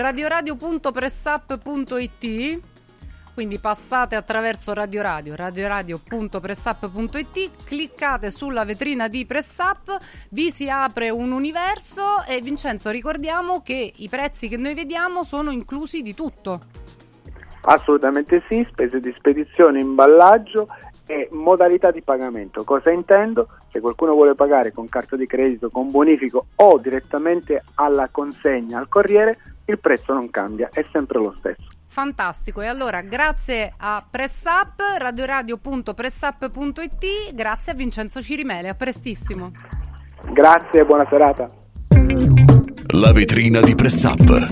radioradio.pressup.it, quindi passate attraverso radioradio.pressup.it, cliccate sulla vetrina di Press Up, vi si apre un universo e Vincenzo, ricordiamo che i prezzi che noi vediamo sono inclusi di tutto. Assolutamente sì, spese di spedizione, imballaggio e modalità di pagamento. Cosa intendo? Se qualcuno vuole pagare con carta di credito, con bonifico o direttamente alla consegna al corriere, il prezzo non cambia, è sempre lo stesso. Fantastico, e allora grazie a Press Up, radioradio.pressup.it, grazie a Vincenzo Cirimele, a prestissimo. Grazie, buona serata. La vetrina di Press Up.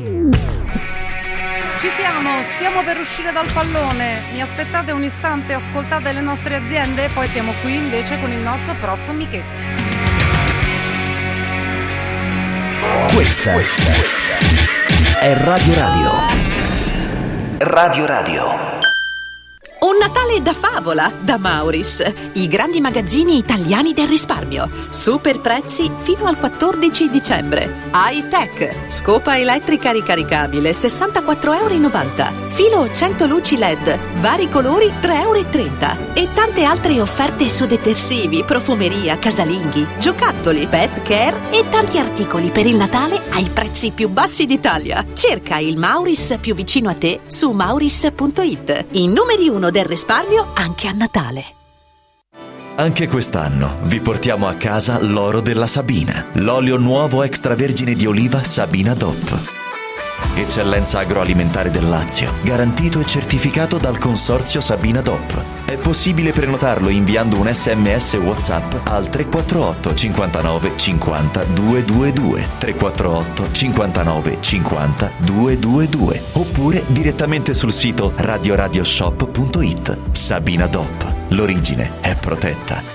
Ci siamo, stiamo per uscire dal pallone, mi aspettate un istante, ascoltate le nostre aziende, poi siamo qui invece con il nostro prof Michetti. Questa è Radio. Radio. Natale da favola da Mauris, i grandi magazzini italiani del risparmio. Super prezzi fino al 14 dicembre. High Tech, scopa elettrica ricaricabile 64,90 €. Filo 100 luci LED, vari colori 3,30 € e tante altre offerte su detersivi, profumeria, casalinghi, giocattoli, pet care e tanti articoli per il Natale ai prezzi più bassi d'Italia. Cerca il Mauris più vicino a te su mauris.it. I numeri 1 del risparmio anche a Natale. Anche quest'anno vi portiamo a casa l'oro della Sabina, l'olio nuovo extravergine di oliva Sabina DOP. Eccellenza agroalimentare del Lazio, garantito e certificato dal consorzio Sabina DOP. È possibile prenotarlo inviando un SMS WhatsApp al 348 59 50 222, 348 59 50 222, oppure direttamente sul sito radioradioshop.it. Sabina DOP, l'origine è protetta.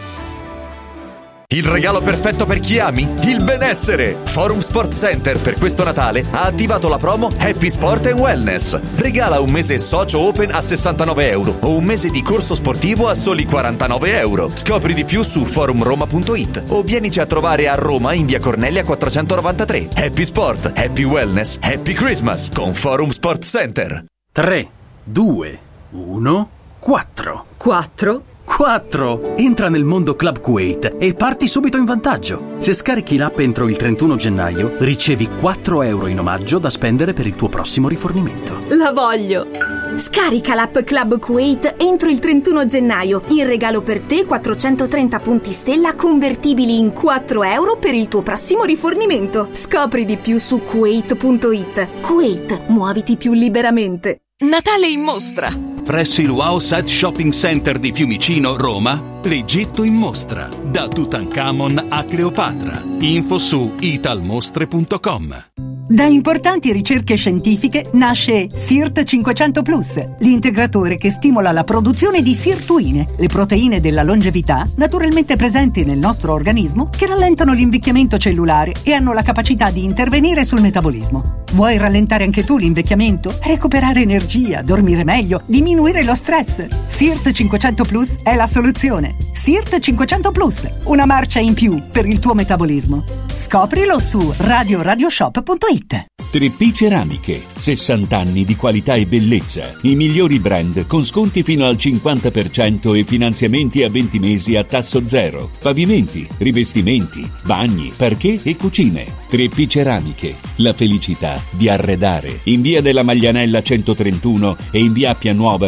Il regalo perfetto per chi ami? Il benessere! Forum Sport Center per questo Natale ha attivato la promo Happy Sport and Wellness. Regala un mese socio open a 69 € o un mese di corso sportivo a soli 49 €. Scopri di più su forumroma.it o vienici a trovare a Roma in via Cornelia 493. Happy Sport, Happy Wellness, Happy Christmas con Forum Sport Center. 3, 2, 1, 4. 4? 4. Entra nel mondo Club Kuwait e parti subito in vantaggio. Se scarichi l'app entro il 31 gennaio, ricevi 4 € in omaggio da spendere per il tuo prossimo rifornimento. La voglio! Scarica l'app Club Kuwait entro il 31 gennaio. In regalo per te 430 punti stella convertibili in 4 € per il tuo prossimo rifornimento. Scopri di più su kuwait.it. Kuwait, muoviti più liberamente. Natale in mostra. Presso il Wow Side Shopping Center di Fiumicino, Roma, l'Egitto in mostra, da Tutankhamon a Cleopatra. Info su italmostre.com. Da importanti ricerche scientifiche nasce SIRT 500 Plus, l'integratore che stimola la produzione di sirtuine, le proteine della longevità naturalmente presenti nel nostro organismo che rallentano l'invecchiamento cellulare e hanno la capacità di intervenire sul metabolismo. Vuoi rallentare anche tu l'invecchiamento? Recuperare energia, dormire meglio, diminuire lo stress? SIRT 500 Plus è la soluzione. SIRT 500 Plus, una marcia in più per il tuo metabolismo. Scoprilo su radioradioshop.it. 3P Ceramiche, 60 anni di qualità e bellezza, i migliori brand con sconti fino al 50% e finanziamenti a 20 mesi a tasso zero, pavimenti, rivestimenti, bagni, parquet e cucine. 3P Ceramiche, la felicità di arredare. In via della Maglianella 131 e in via Appia Nuova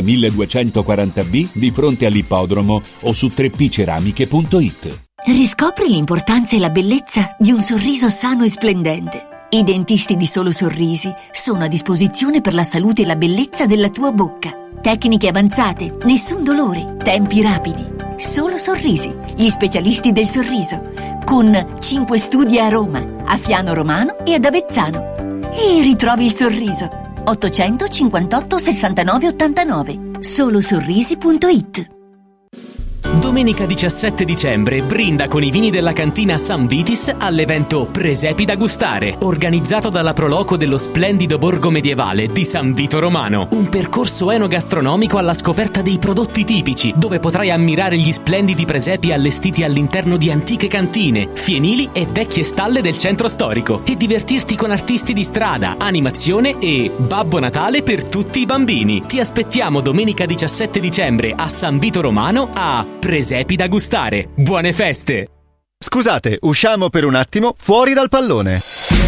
1240B di fronte all'ippodromo o su 3pceramiche.it. Riscopri l'importanza e la bellezza di un sorriso sano e splendente. I dentisti di Solo Sorrisi sono a disposizione per la salute e la bellezza della tua bocca. Tecniche avanzate, nessun dolore, tempi rapidi. Solo Sorrisi, gli specialisti del sorriso, con 5 studi a Roma, a Fiano Romano e ad Avezzano. E ritrovi il sorriso. 858 69 89. Solosorrisi.it. Domenica 17 dicembre brinda con i vini della cantina San Vitis all'evento Presepi da gustare, organizzato dalla Proloco dello splendido borgo medievale di San Vito Romano. Un percorso enogastronomico alla scoperta dei prodotti tipici, dove potrai ammirare gli splendidi presepi allestiti all'interno di antiche cantine, fienili e vecchie stalle del centro storico, e divertirti con artisti di strada, animazione e Babbo Natale per tutti i bambini. Ti aspettiamo domenica 17 dicembre a San Vito Romano a Presepi da gustare. Buone feste! Scusate, usciamo per un attimo fuori dal pallone.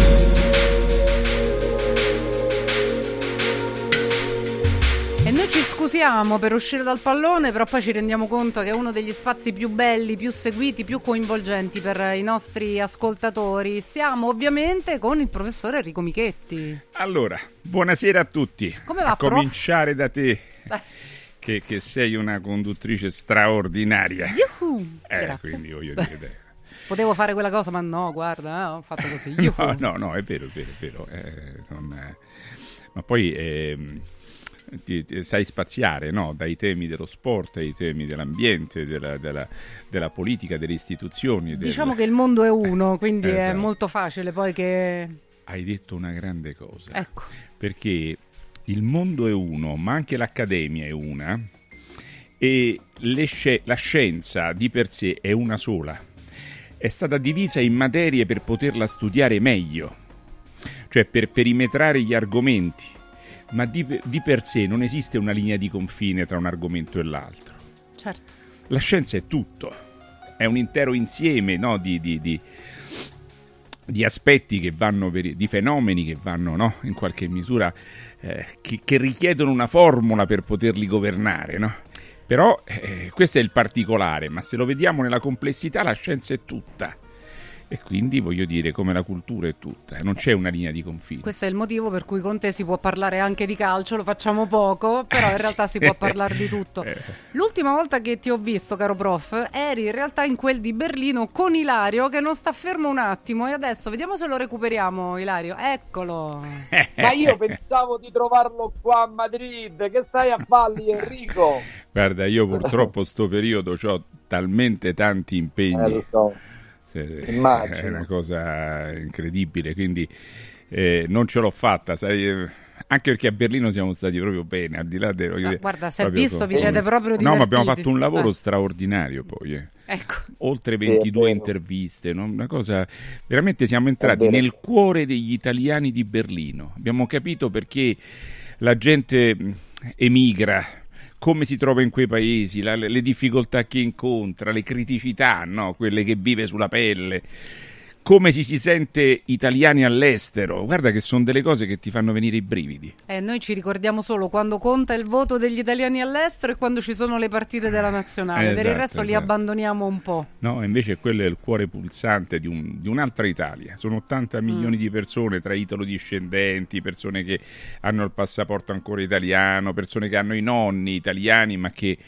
E noi ci scusiamo per uscire dal pallone, però poi ci rendiamo conto che è uno degli spazi più belli, più seguiti, più coinvolgenti per i nostri ascoltatori. Siamo ovviamente con il professore Enrico Michetti. Allora, buonasera a tutti. Come va, a cominciare da te. Che sei una conduttrice straordinaria. Grazie. Quindi voglio dire, dai. Potevo fare quella cosa, ma no, guarda, ho fatto così. No, è vero. Ma poi ti sai spaziare, no? Dai temi dello sport ai temi dell'ambiente, della politica, delle istituzioni. Diciamo che il mondo è uno, quindi esatto. È molto facile poi che... Hai detto una grande cosa. Ecco. Perché il mondo è uno, ma anche l'accademia è una, E la scienza di per sé è una sola, è stata divisa in materie per poterla studiare meglio, cioè per perimetrare gli argomenti, ma di per sé non esiste una linea di confine tra un argomento e l'altro. Certo. La scienza è tutto, è un intero insieme, no, di aspetti che vanno, di fenomeni che vanno, no, in qualche misura, che richiedono una formula per poterli governare, no? Però questo è il particolare, ma se lo vediamo nella complessità, la scienza è tutta. E quindi voglio dire, come la cultura è tutta, non c'è una linea di confine. Questo è il motivo per cui con te si può parlare anche di calcio, lo facciamo poco, però in realtà si può parlare di tutto. L'ultima volta che ti ho visto, caro prof, eri in realtà in quel di Berlino con Ilario, che non sta fermo un attimo, e adesso vediamo se lo recuperiamo, Ilario. Eccolo. Ma io pensavo di trovarlo qua a Madrid, che stai a farli, Enrico? Guarda, io purtroppo sto periodo ho talmente tanti impegni. Lo so. È una cosa incredibile, quindi non ce l'ho fatta, sai, anche perché a Berlino siamo stati proprio bene, al di là guarda, si è visto, vi siete proprio divertiti. No, ma abbiamo fatto un lavoro straordinario poi. Ecco. Oltre 22 interviste, no? Una cosa, veramente siamo entrati nel cuore degli italiani di Berlino, abbiamo capito perché la gente emigra, come si trova in quei paesi, le difficoltà che incontra, le criticità, no? Quelle che vive sulla pelle, come si sente italiani all'estero. Guarda che sono delle cose che ti fanno venire i brividi. Noi ci ricordiamo solo quando conta il voto degli italiani all'estero e quando ci sono le partite della nazionale, per il resto li abbandoniamo un po'. No, invece quello è il cuore pulsante di un'altra Italia. Sono 80 milioni di persone tra italo-discendenti, persone che hanno il passaporto ancora italiano, persone che hanno i nonni italiani ma che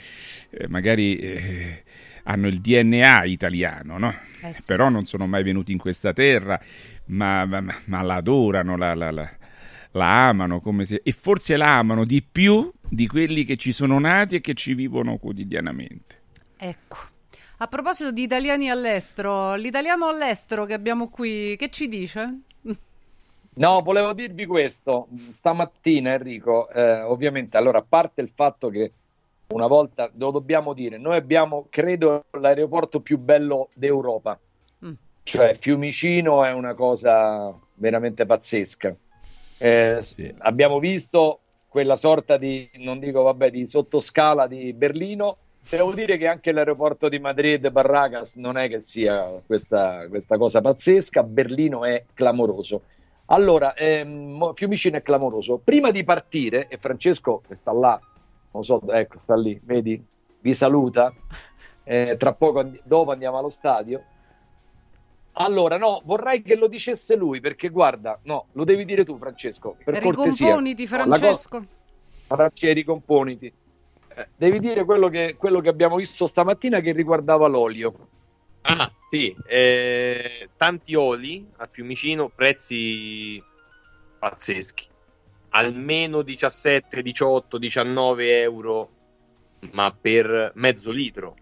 magari hanno il DNA italiano, no? Sì. Però non sono mai venuti in questa terra, ma la adorano, la amano, e forse la amano di più di quelli che ci sono nati e che ci vivono quotidianamente. Ecco. A proposito di italiani all'estero, l'italiano all'estero che abbiamo qui, che ci dice? No, volevo dirvi questo. Stamattina, Enrico, ovviamente, allora, a parte il fatto che una volta, lo dobbiamo dire, noi abbiamo, credo, l'aeroporto più bello d'Europa. Cioè Fiumicino è una cosa veramente pazzesca. Sì. Abbiamo visto quella sorta di, non dico vabbè, di sottoscala di Berlino. Devo dire che anche l'aeroporto di Madrid, Barracas, non è che sia questa cosa pazzesca. Berlino è clamoroso. Allora, Fiumicino è clamoroso. Prima di partire, e Francesco che sta là, non so, ecco, sta lì, vedi, vi saluta, tra poco dopo andiamo allo stadio. Allora, no, vorrei che lo dicesse lui, perché guarda, no, lo devi dire tu, Francesco, per cortesia. Ricomponiti, Francesco. Ricomponiti. Devi dire quello che abbiamo visto stamattina che riguardava l'olio. Ah, sì, tanti oli a Fiumicino, prezzi pazzeschi. Almeno 17, 18, 19 euro, ma per mezzo litro.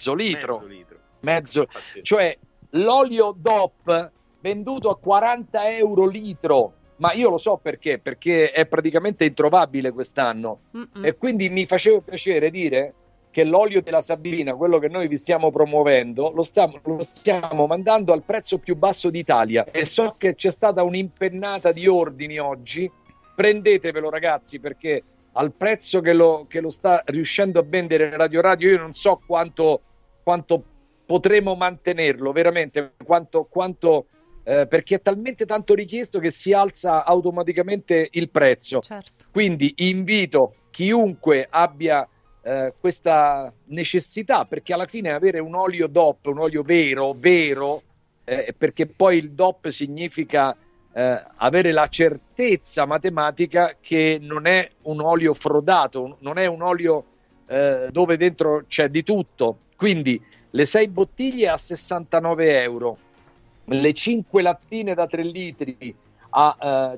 Cioè l'olio DOP venduto a 40 euro litro, ma io lo so perché è praticamente introvabile quest'anno. E quindi mi faceva piacere dire che l'olio della Sabina, quello che noi vi stiamo promuovendo, lo stiamo mandando al prezzo più basso d'Italia, e so che c'è stata un'impennata di ordini oggi. Prendetevelo, ragazzi, perché al prezzo che lo sta riuscendo a vendere Radio io non so quanto potremo mantenerlo, veramente, quanto perché è talmente tanto richiesto che si alza automaticamente il prezzo. Certo. Quindi invito chiunque abbia questa necessità, perché alla fine avere un olio DOP, un olio vero, perché poi il DOP significa avere la certezza matematica che non è un olio frodato, non è un olio dove dentro c'è di tutto. Quindi le 6 bottiglie a 69 euro, le 5 lattine da 3 litri a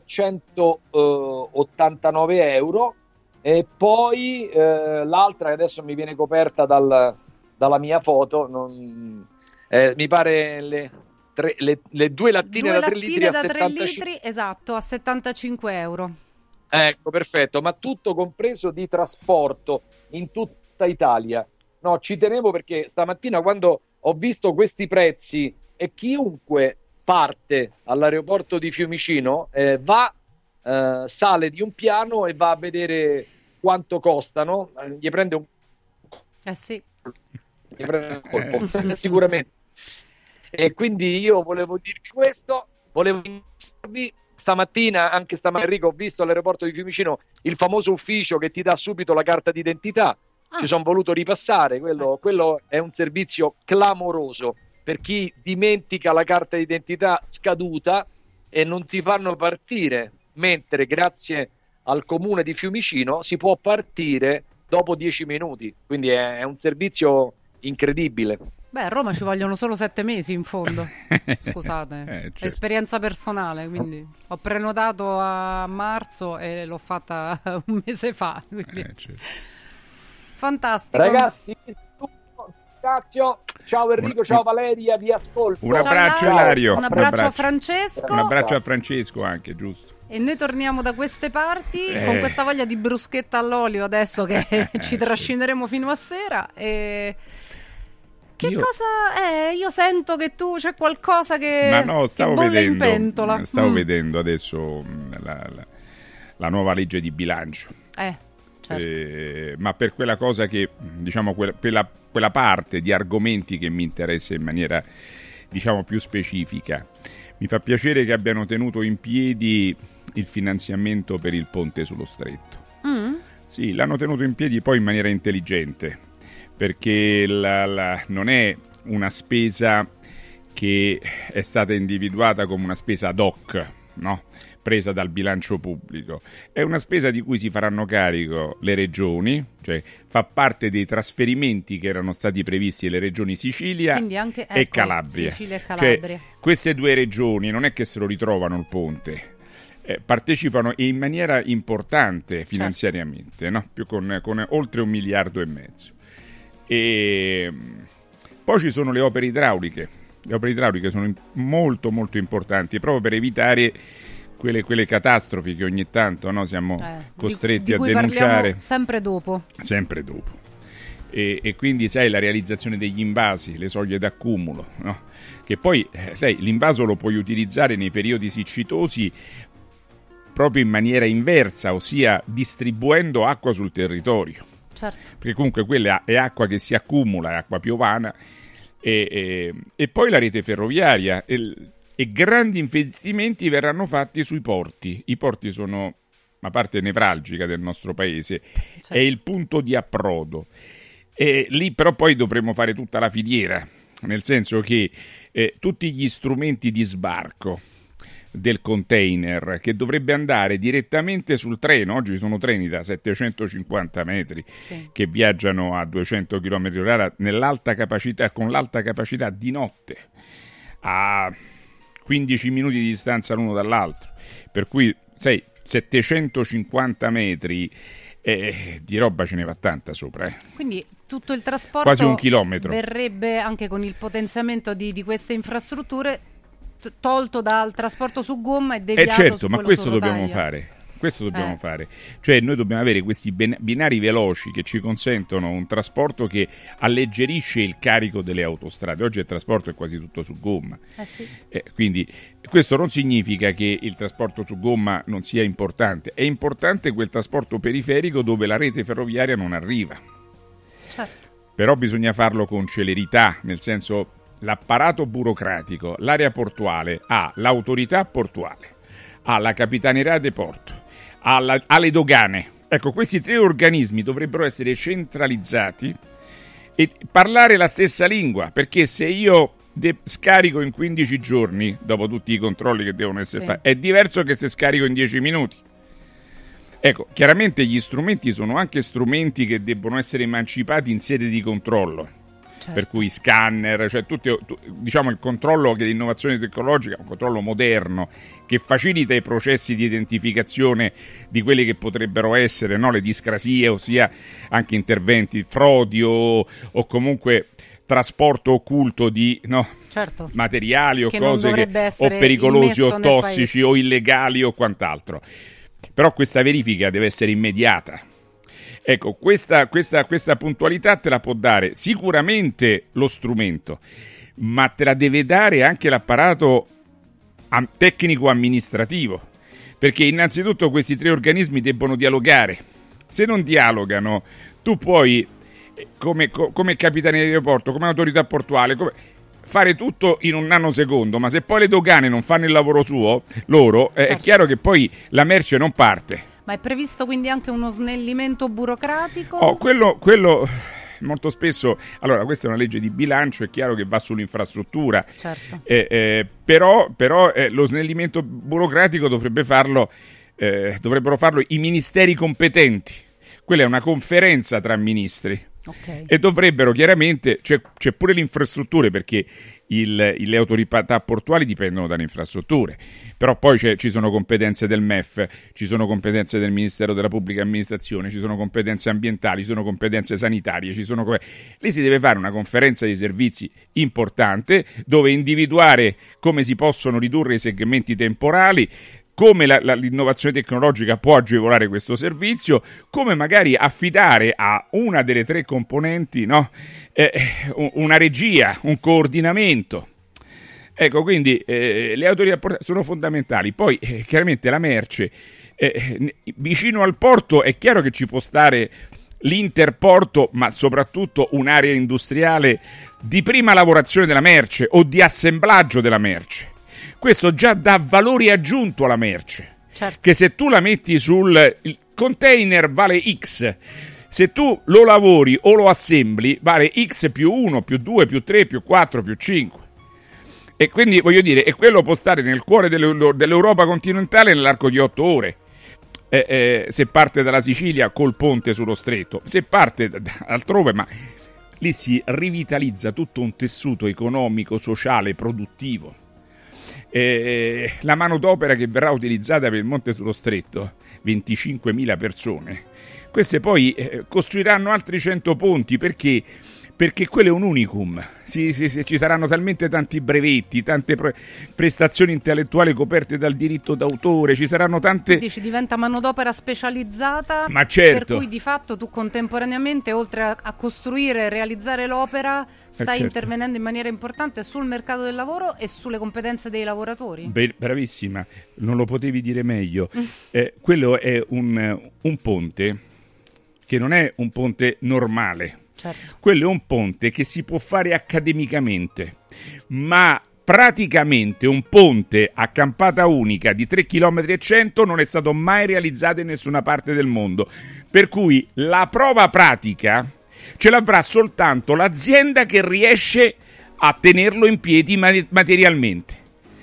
189 euro, e poi l'altra che adesso mi viene coperta dalla mia foto, mi pare le 2 lattine da 3 litri a 75, esatto, a 75 euro. Ecco, perfetto, ma tutto compreso di trasporto in tutta tutta Italia. No, ci tenevo perché stamattina quando ho visto questi prezzi e chiunque parte all'aeroporto di Fiumicino sale di un piano e va a vedere quanto costano, gli prende un colpo, sicuramente. E quindi io volevo dirvi questo, volevo dirvi stamattina, anche stamattina Enrico, ho visto all'aeroporto di Fiumicino il famoso ufficio che ti dà subito la carta d'identità. Ci sono voluto ripassare, quello è un servizio clamoroso per chi dimentica la carta d'identità scaduta e non ti fanno partire, mentre grazie al comune di Fiumicino si può partire dopo 10 minuti, quindi è un servizio incredibile. Beh, a Roma ci vogliono solo 7 mesi in fondo, scusate, certo. Esperienza personale, quindi ho prenotato a marzo e l'ho fatta un mese fa, quindi... certo. Fantastico. Ragazzi, ciao Enrico, ciao Valeria, vi ascolto. Un abbraccio Ciao, Ilario. un abbraccio a Francesco. Un abbraccio a Francesco anche, giusto. E noi torniamo da queste parti con questa voglia di bruschetta all'olio adesso che ci trascineremo fino a sera. E... cosa è? Io sento che tu c'è qualcosa che, stavo bolle vedendo, in pentola. Stavo vedendo adesso la nuova legge di bilancio. Certo. Ma per quella cosa che, diciamo, quella parte di argomenti che mi interessa in maniera, diciamo, più specifica, mi fa piacere che abbiano tenuto in piedi il finanziamento per il ponte sullo Stretto. Sì, l'hanno tenuto in piedi poi in maniera intelligente, perché non è una spesa che è stata individuata come una spesa ad hoc, no? Presa dal bilancio pubblico. È una spesa di cui si faranno carico le regioni, cioè fa parte dei trasferimenti che erano stati previsti alle regioni Sicilia, anche, e Calabria. Sicilia e Calabria. Cioè, queste due regioni non è che se lo ritrovano il ponte, partecipano in maniera importante finanziariamente, no? Più con oltre 1,5 miliardi. E poi ci sono le opere idrauliche. Le opere idrauliche sono molto molto importanti proprio per evitare quelle catastrofi che ogni tanto, no, siamo costretti di cui a denunciare sempre dopo. E quindi, sai, la realizzazione degli invasi, le soglie d'accumulo, no? Che poi, sai, l'invaso lo puoi utilizzare nei periodi siccitosi proprio in maniera inversa, ossia distribuendo acqua sul territorio. Certo. Perché comunque quella è acqua che si accumula, è acqua piovana, e poi la rete ferroviaria e grandi investimenti verranno fatti sui porti. I porti sono una parte nevralgica del nostro paese, è il punto di approdo. E lì però poi dovremo fare tutta la filiera, nel senso che tutti gli strumenti di sbarco del container che dovrebbe andare direttamente sul treno, oggi sono treni da 750 metri che viaggiano a 200 km/h nell'alta capacità, con l'alta capacità di notte, a 15 minuti di distanza l'uno dall'altro, per cui sai, 750 metri di roba ce ne va tanta sopra. Quindi tutto il trasporto quasi 1 chilometro verrebbe, anche con il potenziamento di queste infrastrutture, tolto dal trasporto su gomma e deviato certo, su ma quello questo su dobbiamo rotaia. fare. Questo dobbiamo fare, cioè noi dobbiamo avere questi binari veloci che ci consentono un trasporto che alleggerisce il carico delle autostrade. Oggi il trasporto è quasi tutto su gomma, quindi questo non significa che il trasporto su gomma non sia importante, è importante quel trasporto periferico dove la rete ferroviaria non arriva. Certo. Però bisogna farlo con celerità, nel senso, l'apparato burocratico, l'area portuale ha l'autorità portuale, ha la capitaneria di porto, alle dogane. Ecco, questi 3 organismi dovrebbero essere centralizzati e parlare la stessa lingua, perché se io scarico in 15 giorni, dopo tutti i controlli che devono essere fatti, è diverso che se scarico in 10 minuti. Ecco, chiaramente gli strumenti sono anche strumenti che debbono essere emancipati in sede di controllo. Certo. Per cui scanner, cioè diciamo il controllo che l'innovazione tecnologica, un controllo moderno che facilita i processi di identificazione di quelle che potrebbero essere, no, le discrasie, ossia anche interventi frodi o comunque trasporto occulto di materiali o che cose o pericolosi o tossici o illegali o quant'altro. Però questa verifica deve essere immediata. Ecco, questa puntualità te la può dare sicuramente lo strumento, ma te la deve dare anche l'apparato tecnico-amministrativo, perché innanzitutto questi 3 organismi debbono dialogare. Se non dialogano, tu puoi, come capitani di aeroporto, come autorità portuale, fare tutto in un nanosecondo, ma se poi le dogane non fanno il lavoro loro, certo, è chiaro che poi la merce non parte. Ma è previsto quindi anche uno snellimento burocratico? Quello molto spesso, allora questa è una legge di bilancio, è chiaro che va sull'infrastruttura, certo, però lo snellimento burocratico dovrebbero farlo i ministeri competenti. Quella è una conferenza tra ministri, okay, e dovrebbero chiaramente, c'è pure le infrastrutture, perché le autorità portuali dipendono dalle infrastrutture, però poi ci sono competenze del MEF, ci sono competenze del Ministero della Pubblica Amministrazione, ci sono competenze ambientali, ci sono competenze sanitarie, lì si deve fare una conferenza di servizi importante dove individuare come si possono ridurre i segmenti temporali, come l'innovazione tecnologica può agevolare questo servizio, come magari affidare a una delle 3 componenti, no? Una regia, un coordinamento. Ecco, quindi le autorità portuali sono fondamentali. Poi chiaramente la merce, vicino al porto è chiaro che ci può stare l'interporto, ma soprattutto un'area industriale di prima lavorazione della merce o di assemblaggio della merce. Questo già dà valore aggiunto alla merce, certo, che se tu la metti il container vale X, se tu lo lavori o lo assembli vale X più 1, più 2, più 3, più 4, più 5. E quindi voglio dire, e quello può stare nel cuore dell'Europa continentale nell'arco di 8 ore. Se parte dalla Sicilia col ponte sullo stretto, se parte altrove, ma lì si rivitalizza tutto un tessuto economico, sociale, produttivo. La manodopera che verrà utilizzata per il Monte sullo Stretto, 25.000 persone, queste poi costruiranno altri 100 ponti, perché quello è un unicum. Ci saranno talmente tanti brevetti, tante prestazioni intellettuali coperte dal diritto d'autore, ci saranno tante... Quindi ci diventa manodopera specializzata, ma certo, per cui di fatto tu contemporaneamente, oltre a costruire e realizzare l'opera, stai certo, intervenendo in maniera importante sul mercato del lavoro e sulle competenze dei lavoratori. Bravissima, non lo potevi dire meglio. Quello è un ponte che non è un ponte normale. Certo. Quello è un ponte che si può fare accademicamente, ma praticamente un ponte a campata unica di 3,1 km non è stato mai realizzato in nessuna parte del mondo, per cui la prova pratica ce l'avrà soltanto l'azienda che riesce a tenerlo in piedi materialmente.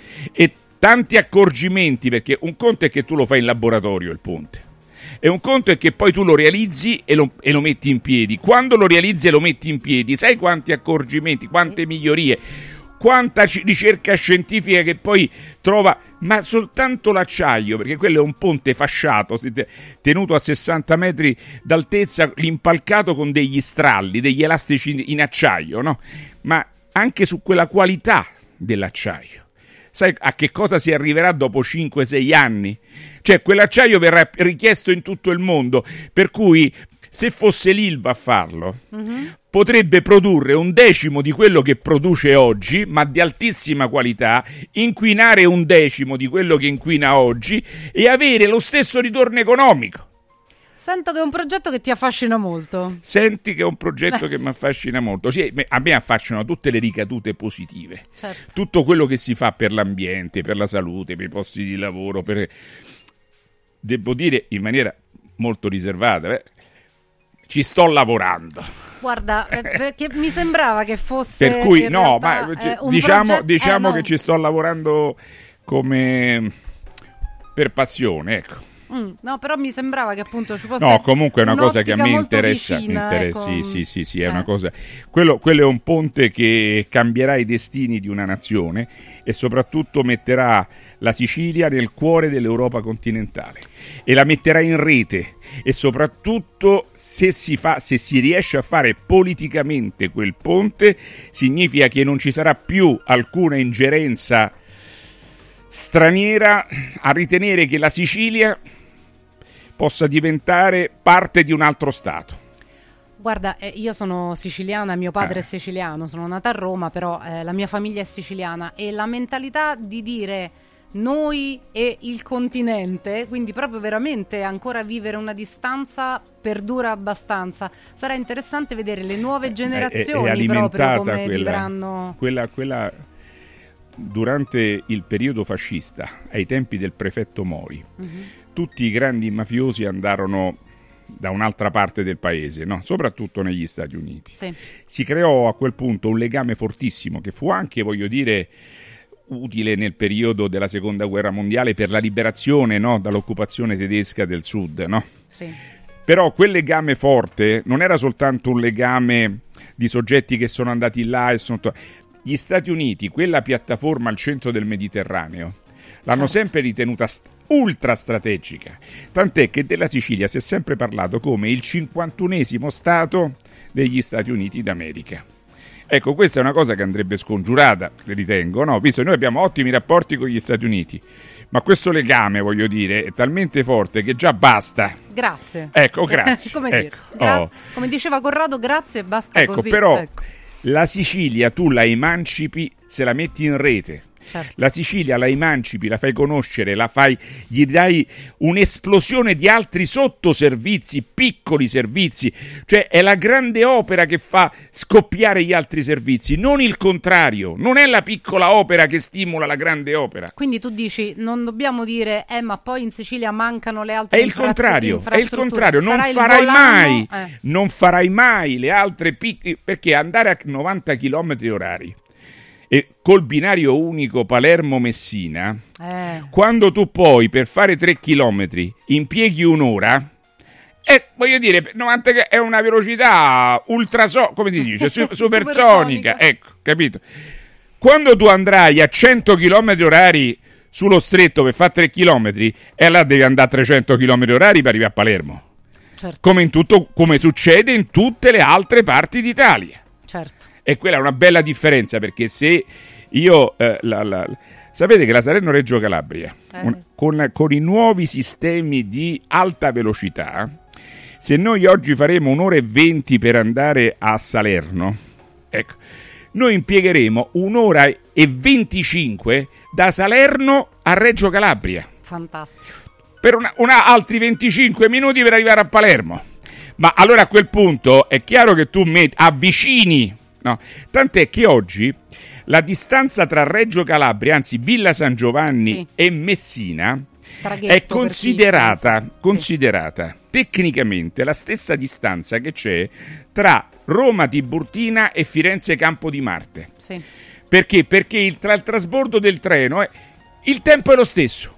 E tanti accorgimenti, perché un conto è che tu lo fai in laboratorio il ponte, e un conto è che poi tu lo realizzi e lo metti in piedi. Quando lo realizzi e lo metti in piedi, sai quanti accorgimenti, quante migliorie, quanta ricerca scientifica che poi trova, ma soltanto l'acciaio, perché quello è un ponte fasciato, tenuto a 60 metri d'altezza, impalcato con degli stralli, degli elastici in acciaio, no? Ma anche su quella qualità dell'acciaio. Sai a che cosa si arriverà dopo 5-6 anni? Cioè, quell'acciaio verrà richiesto in tutto il mondo, per cui se fosse l'Ilva a farlo, potrebbe produrre 1/10 di quello che produce oggi, ma di altissima qualità, inquinare 1/10 di quello che inquina oggi e avere lo stesso ritorno economico. Sento che è un progetto che ti affascina molto. Senti che è un progetto che mi affascina molto. Sì, a me affascinano tutte le ricadute positive. Certo. Tutto quello che si fa per l'ambiente, per la salute, per i posti di lavoro, devo dire in maniera molto riservata, ci sto lavorando. Guarda, perché mi sembrava che fosse... Per cui no, realtà, ma diciamo no. che ci sto lavorando come per passione, ecco. No, però mi sembrava che appunto ci fosse... No, comunque è una cosa che a me interessa. Vicina, ecco. Sì, è una cosa... Quello è un ponte che cambierà i destini di una nazione e soprattutto metterà la Sicilia nel cuore dell'Europa continentale e la metterà in rete, e soprattutto se si riesce a fare politicamente quel ponte, significa che non ci sarà più alcuna ingerenza straniera a ritenere che la Sicilia possa diventare parte di un altro Stato. Guarda, io sono siciliana, mio padre è siciliano, sono nata a Roma, però la mia famiglia è siciliana, e la mentalità di dire noi e il continente, quindi proprio veramente ancora vivere una distanza, perdura abbastanza. Sarà interessante vedere le nuove generazioni proprio come vivranno. Quella durante il periodo fascista, ai tempi del prefetto Mori, tutti i grandi mafiosi andarono da un'altra parte del paese, no? Soprattutto negli Stati Uniti. Sì. Si creò a quel punto un legame fortissimo che fu anche, voglio dire, utile nel periodo della Seconda Guerra Mondiale per la liberazione, no? Dall'occupazione tedesca del Sud, no? Sì. Però quel legame forte non era soltanto un legame di soggetti che sono andati là e sono... Gli Stati Uniti, quella piattaforma al centro del Mediterraneo, l'hanno sempre ritenuta ultra strategica, tant'è che della Sicilia si è sempre parlato come il 51esimo Stato degli Stati Uniti d'America. Ecco, questa è una cosa che andrebbe scongiurata, ritengo, no? Visto che noi abbiamo ottimi rapporti con gli Stati Uniti, ma questo legame, voglio dire, è talmente forte che già basta. Grazie. Ecco, grazie. Come ecco. dire? Come diceva Corrado, grazie e basta ecco, così. Però ecco. La Sicilia tu la emancipi se la metti in rete. Certo. La Sicilia la emancipi, la fai conoscere, gli dai un'esplosione di altri sottoservizi, piccoli servizi, cioè è la grande opera che fa scoppiare gli altri servizi, non il contrario, non è la piccola opera che stimola la grande opera. Quindi tu dici, non dobbiamo dire, ma poi in Sicilia mancano le altre È il contrario, non farai mai le altre piccole, perché andare a 90 km orari e col binario unico Palermo-Messina, quando tu poi per fare 3 chilometri impieghi un'ora, voglio dire, 90 è una velocità come si dice, supersonica, ecco, capito? Quando tu andrai a 100 km orari sullo stretto per fare 3 chilometri, e allora devi andare a 300 km orari per arrivare a Palermo, certo. come succede in tutte le altre parti d'Italia. Certo. E quella è una bella differenza, perché se io... sapete che la Salerno-Reggio Calabria, con i nuovi sistemi di alta velocità, se noi oggi faremo 1 ora e 20 per andare a Salerno, ecco, noi impiegheremo 1 ora e 25 da Salerno a Reggio Calabria. Fantastico. Per altri 25 minuti per arrivare a Palermo. Ma allora a quel punto è chiaro che tu avvicini... No. Tant'è che oggi la distanza tra Reggio Calabria, anzi Villa San Giovanni e Messina, è considerata tecnicamente la stessa distanza che c'è tra Roma Tiburtina e Firenze Campo di Marte. Sì. Perché? Perché tra il trasbordo del treno il tempo è lo stesso.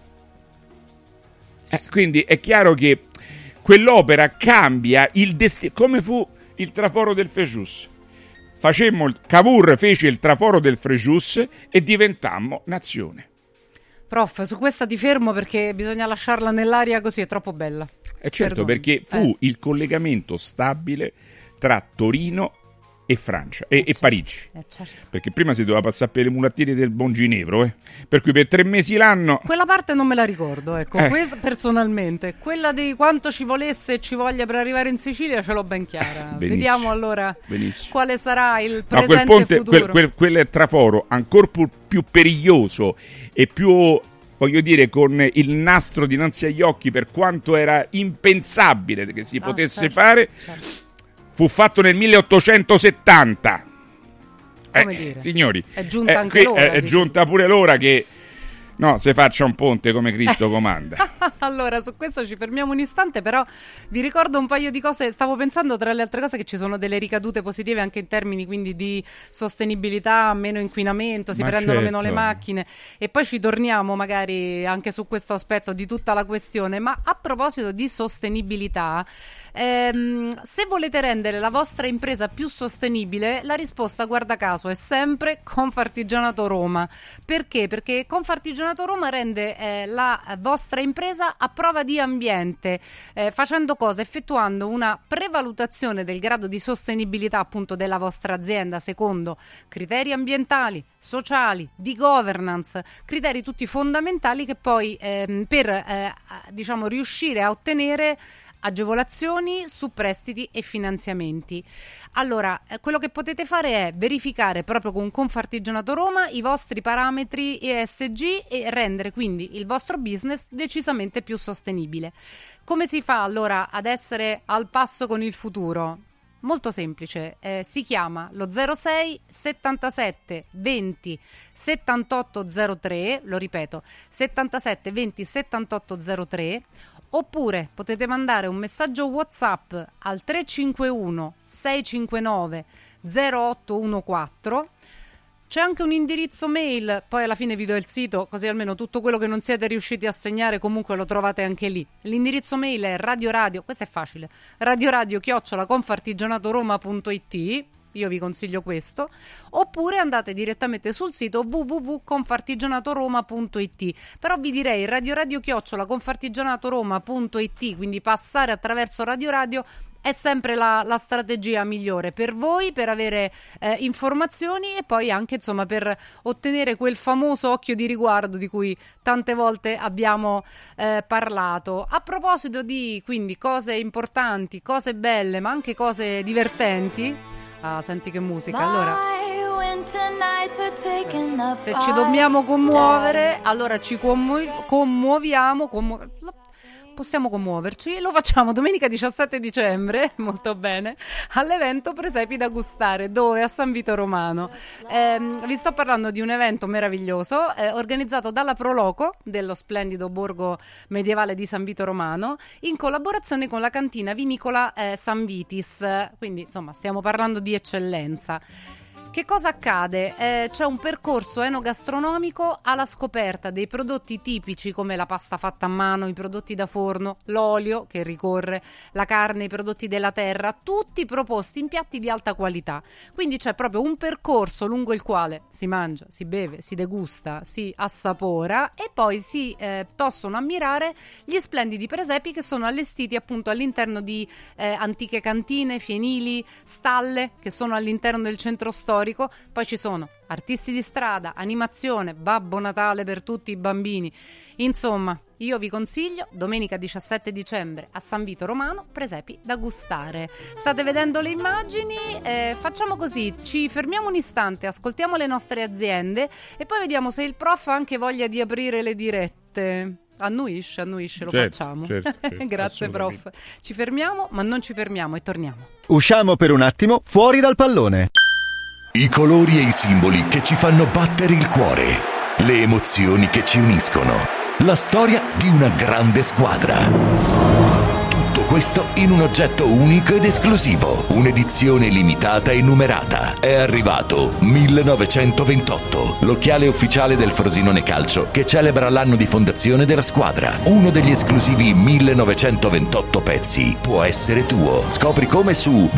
Quindi è chiaro che quell'opera cambia il destino, come fu il traforo del Frejus. Cavour fece il traforo del Frejus e diventammo nazione. Prof, su questa ti fermo perché bisogna lasciarla nell'aria così, è troppo bella. Certo, perché fu il collegamento stabile tra Torino e Francia e Parigi. Certo. Perché prima si doveva passare per le mulattiere del Buon Ginevro, per cui per 3 mesi l'anno... Quella parte non me la ricordo, ecco, questa personalmente. Quella di quanto ci volesse e ci voglia per arrivare in Sicilia ce l'ho ben chiara. Vediamo allora quale sarà il presente e futuro. Quel traforo ancora più periglioso e più, voglio dire, con il nastro dinanzi agli occhi, per quanto era impensabile che si potesse fare... Certo. Fu fatto nel 1870. Come dire? Signori, è giunta anche l'ora. È giunta pure l'ora che si faccia un ponte come Cristo comanda. Allora, su questo ci fermiamo un istante, però vi ricordo un paio di cose. Stavo pensando, tra le altre cose, che ci sono delle ricadute positive anche in termini quindi di sostenibilità, meno inquinamento, si prendono meno le macchine, e poi ci torniamo magari anche su questo aspetto di tutta la questione. Ma a proposito di sostenibilità, se volete rendere la vostra impresa più sostenibile, la risposta, guarda caso, è sempre Confartigianato Roma. Perché? Perché Confartigianato Confartigianato Roma rende la vostra impresa a prova di ambiente, facendo cosa? Effettuando una prevalutazione del grado di sostenibilità appunto della vostra azienda secondo criteri ambientali, sociali, di governance, criteri tutti fondamentali che poi per diciamo riuscire a ottenere agevolazioni su prestiti e finanziamenti. Allora, quello che potete fare è verificare proprio con Confartigianato Roma i vostri parametri ESG e rendere quindi il vostro business decisamente più sostenibile. Come si fa allora ad essere al passo con il futuro? Molto semplice, si chiama lo 06 77 20 78 03, lo ripeto, 77 20 78 03, oppure potete mandare un messaggio WhatsApp al 351 659 0814. C'è anche un indirizzo mail, poi alla fine vi do il sito, così almeno tutto quello che non siete riusciti a segnare comunque lo trovate anche lì. L'indirizzo mail è radioradio, questo è facile, radioradio@confartigianatoroma.it. Io vi consiglio questo, oppure andate direttamente sul sito www.confartigianatoroma.it. Però vi direi radioradio@confartigianatoroma.it, quindi passare attraverso Radio Radio è sempre la strategia migliore per voi, per avere informazioni e poi anche insomma per ottenere quel famoso occhio di riguardo di cui tante volte abbiamo parlato. A proposito di quindi cose importanti, cose belle ma anche cose divertenti. Ah, senti che musica. Allora, se ci dobbiamo commuovere, allora ci commuoviamo. Possiamo commuoverci, lo facciamo domenica 17 dicembre, molto bene, all'evento Presepi da gustare, dove? A San Vito Romano. Vi sto parlando di un evento meraviglioso organizzato dalla Proloco dello splendido borgo medievale di San Vito Romano in collaborazione con la cantina vinicola San Vitis, quindi insomma stiamo parlando di eccellenza. Che cosa accade? C'è un percorso enogastronomico alla scoperta dei prodotti tipici come la pasta fatta a mano, i prodotti da forno, l'olio che ricorre, la carne, i prodotti della terra, tutti proposti in piatti di alta qualità. Quindi c'è proprio un percorso lungo il quale si mangia, si beve, si degusta, si assapora e poi si possono ammirare gli splendidi presepi che sono allestiti appunto all'interno di antiche cantine, fienili, stalle che sono all'interno del centro storico. Poi ci sono artisti di strada, animazione, Babbo Natale per tutti i bambini. Insomma, io vi consiglio domenica 17 dicembre a San Vito Romano, presepi da gustare. State vedendo le immagini? Facciamo così, ci fermiamo un istante, ascoltiamo le nostre aziende e poi vediamo se il prof ha anche voglia di aprire le dirette. Annuisce, lo facciamo. Certo, Grazie prof. Ci fermiamo, ma non ci fermiamo e torniamo. Usciamo per un attimo fuori dal pallone. I colori e i simboli che ci fanno battere il cuore, le emozioni che ci uniscono, la storia di una grande squadra. Tutto questo in un oggetto unico ed esclusivo, un'edizione limitata e numerata. È arrivato 1928, l'occhiale ufficiale del Frosinone Calcio che celebra l'anno di fondazione della squadra. Uno degli esclusivi 1928 pezzi può essere tuo. Scopri come su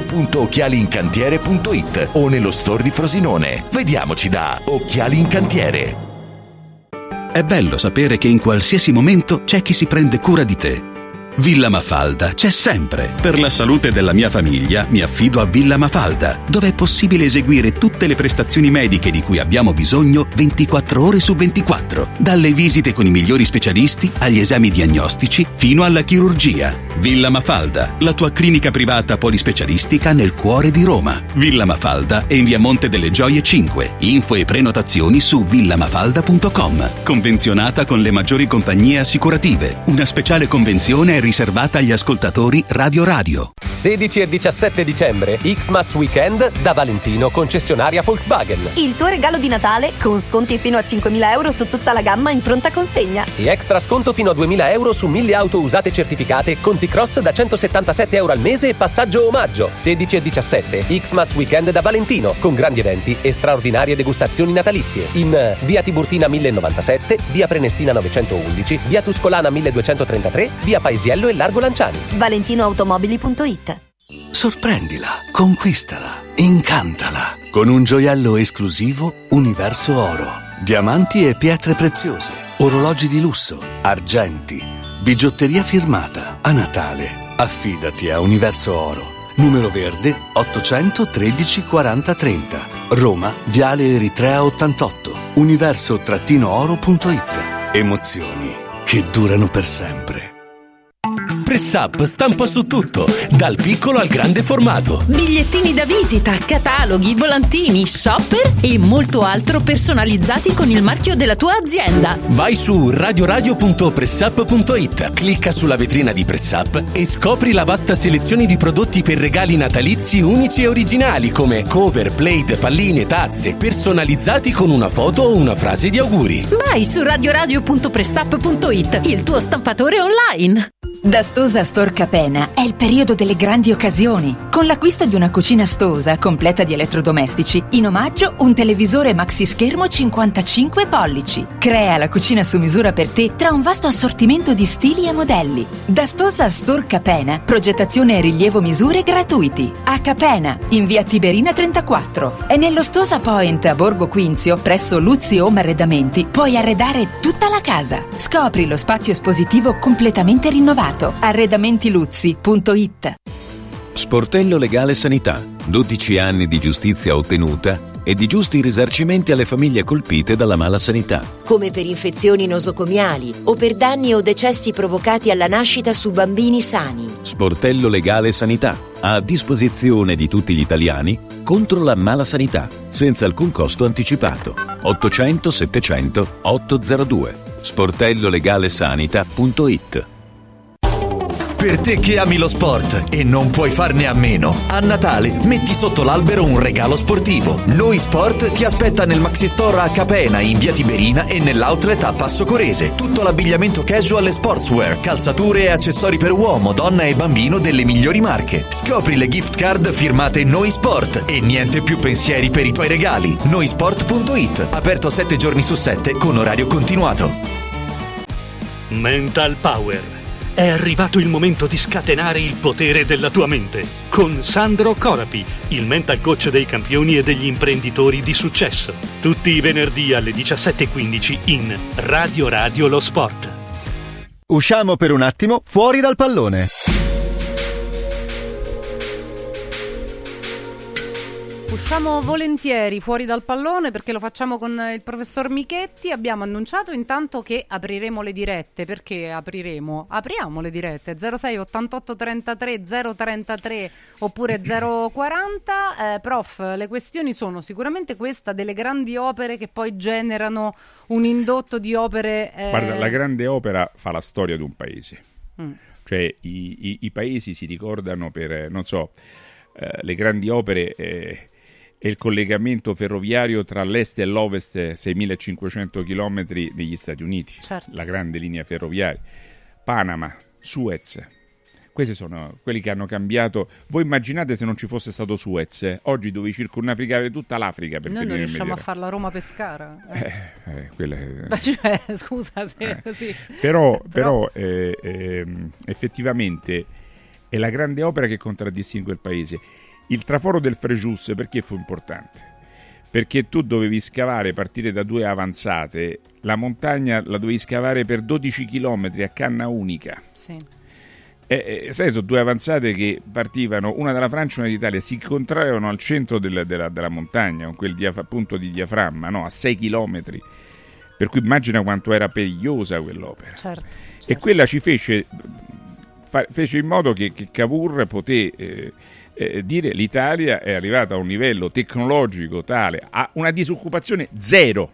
www.occhialiincantiere.it o nello store di Frosinone. Vediamoci da Occhiali in Cantiere. È bello sapere che in qualsiasi momento c'è chi si prende cura di te. Villa Mafalda c'è sempre. Per la salute della mia famiglia mi affido a Villa Mafalda, dove è possibile eseguire tutte le prestazioni mediche di cui abbiamo bisogno 24 ore su 24, dalle visite con i migliori specialisti agli esami diagnostici fino alla chirurgia. Villa Mafalda, la tua clinica privata polispecialistica nel cuore di Roma. Villa Mafalda è in via Monte delle Gioie 5. Info e prenotazioni su villamafalda.com. Convenzionata con le maggiori compagnie assicurative. Una speciale convenzione è riservata agli ascoltatori Radio Radio. 16 e 17 dicembre, Xmas Weekend da Valentino, concessionaria Volkswagen. Il tuo regalo di Natale con sconti fino a 5.000 euro su tutta la gamma in pronta consegna. E extra sconto fino a 2.000 euro su 1.000 auto usate certificate con T-Cross da 177 euro al mese e passaggio omaggio. 16 e 17, Xmas Weekend da Valentino, con grandi eventi e straordinarie degustazioni natalizie. In via Tiburtina 1097, via Prenestina 911, via Tuscolana 1233, via Paesiello e Largo Lanciani. ValentinoAutomobili.it. Sorprendila, conquistala, incantala con un gioiello esclusivo Universo Oro. Diamanti e pietre preziose, orologi di lusso, argenti, bigiotteria firmata. A Natale, affidati a Universo Oro. Numero verde 813 40 30. Roma, Viale Eritrea 88. Universo-oro.it. Emozioni che durano per sempre. Press Up stampa su tutto, dal piccolo al grande formato. Bigliettini da visita, cataloghi, volantini, shopper e molto altro personalizzati con il marchio della tua azienda. Vai su radioradio.pressup.it, clicca sulla vetrina di Press Up e scopri la vasta selezione di prodotti per regali natalizi unici e originali come cover, plate, palline, tazze, personalizzati con una foto o una frase di auguri. Vai su radioradio.pressup.it, il tuo stampatore online. Da Stosa Store Capena è il periodo delle grandi occasioni. Con l'acquisto di una cucina Stosa completa di elettrodomestici, in omaggio un televisore maxi schermo 55 pollici. Crea la cucina su misura per te tra un vasto assortimento di stili e modelli. Da Stosa Store Capena, progettazione e rilievo misure gratuiti. A Capena, in via Tiberina 34. E nello Stosa Point a Borgo Quinzio, presso Luzzi Home Arredamenti, puoi arredare tutta la casa. Scopri lo spazio espositivo completamente rinnovato. Arredamentiluzzi.it. Sportello Legale Sanità. 12 anni di giustizia ottenuta e di giusti risarcimenti alle famiglie colpite dalla mala sanità. Come per infezioni nosocomiali o per danni o decessi provocati alla nascita su bambini sani. Sportello Legale Sanità. A disposizione di tutti gli italiani contro la mala sanità, senza alcun costo anticipato. 800 700 802. sportellolegalesanita.it. Per te che ami lo sport e non puoi farne a meno, a Natale metti sotto l'albero un regalo sportivo. Noi Sport ti aspetta nel Maxi Store a Capena, in via Tiberina e nell'outlet a Passo Corese. Tutto l'abbigliamento casual e sportswear, calzature e accessori per uomo, donna e bambino delle migliori marche. Scopri le gift card firmate Noi Sport e niente più pensieri per i tuoi regali. Noisport.it, aperto 7 giorni su 7 con orario continuato. Mental Power. È arrivato il momento di scatenare il potere della tua mente con Sandro Corapi, il mental coach dei campioni e degli imprenditori di successo. Tutti i venerdì alle 17:15 in Radio Lo Sport. Usciamo per un attimo fuori dal pallone. Usciamo volentieri fuori dal pallone perché lo facciamo con il professor Michetti. Abbiamo annunciato intanto che apriremo le dirette. Perché apriamo le dirette 06 88 33 033 oppure 040. Prof, le questioni sono sicuramente questa delle grandi opere che poi generano un indotto di opere. Guarda, la grande opera fa la storia di un paese. Cioè i paesi si ricordano per, non so, le grandi opere e il collegamento ferroviario tra l'est e l'ovest, 6.500 chilometri degli Stati Uniti, certo. La grande linea ferroviaria, Panama, Suez, questi sono quelli che hanno cambiato. Voi immaginate se non ci fosse stato Suez, oggi dovevi circumnavigare tutta l'Africa per noi non riusciamo a fare la Roma-Pescara. Cioè, scusa se così. Però effettivamente è la grande opera che contraddistingue il paese. Il traforo del Frejus perché fu importante? Perché tu dovevi scavare, partire da due avanzate, la montagna la dovevi scavare per 12 chilometri a canna unica. Sì. Sai, sono due avanzate che partivano, una dalla Francia e una d'Italia, si incontravano al centro della montagna, con quel punto di diaframma, no? A 6 chilometri. Per cui immagina quanto era perigliosa quell'opera. Certo. E quella ci fece in modo che Cavour poté dire l'Italia è arrivata a un livello tecnologico tale, a una disoccupazione zero.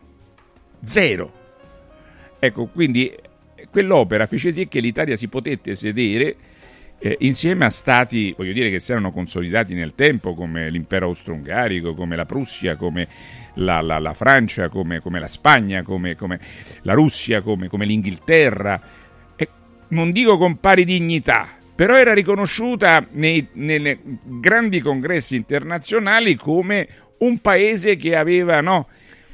Ecco, quindi quell'opera fece sì che l'Italia si potette sedere insieme a stati, voglio dire, che si erano consolidati nel tempo, come l'impero austro-ungarico, come la Prussia, come la Francia, come la Spagna, come la Russia, come l'Inghilterra. Non dico con pari dignità, però era riconosciuta nei grandi congressi internazionali come un paese che aveva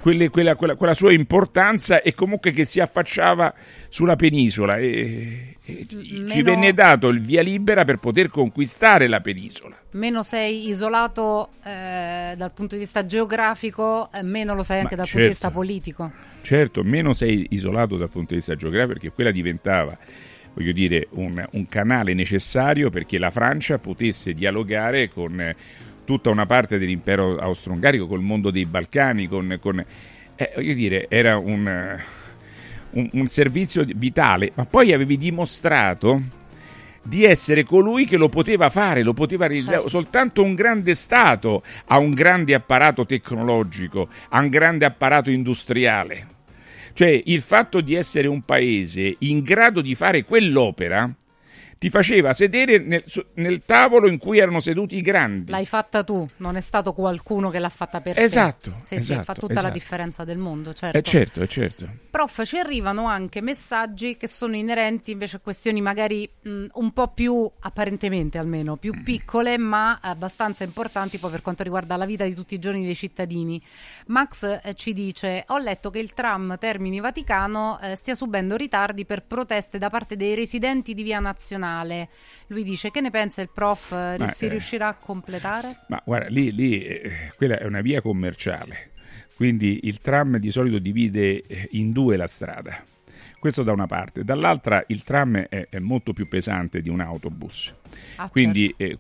quella sua importanza, e comunque che si affacciava sulla penisola, e ci venne dato il via libera per poter conquistare la penisola. Meno sei isolato dal punto di vista geografico, meno lo sei anche dal punto di vista politico. Certo, meno sei isolato dal punto di vista geografico, perché quella diventava, voglio dire, un canale necessario perché la Francia potesse dialogare con tutta una parte dell'impero austro-ungarico, col mondo dei Balcani, voglio dire, era un servizio vitale, ma poi avevi dimostrato di essere colui che lo poteva fare, lo poteva realizzare. Certo. Soltanto un grande Stato ha un grande apparato tecnologico, ha un grande apparato industriale. Cioè, il fatto di essere un paese in grado di fare quell'opera ti faceva sedere nel tavolo in cui erano seduti i grandi. L'hai fatta tu, non è stato qualcuno che l'ha fatta per te. Esatto. Sì, fa tutta la differenza del mondo, certo. Certo. Prof, ci arrivano anche messaggi che sono inerenti invece a questioni magari un po' più, apparentemente almeno, più piccole, ma abbastanza importanti poi per quanto riguarda la vita di tutti i giorni dei cittadini. Max ci dice: ho letto che il tram Termini Vaticano stia subendo ritardi per proteste da parte dei residenti di Via Nazionale. Lui dice: che ne pensa il prof? Si riuscirà a completare? Ma guarda, lì quella è una via commerciale, quindi il tram di solito divide in due la strada. Questo da una parte. Dall'altra il tram è molto più pesante di un autobus. Quindi certo.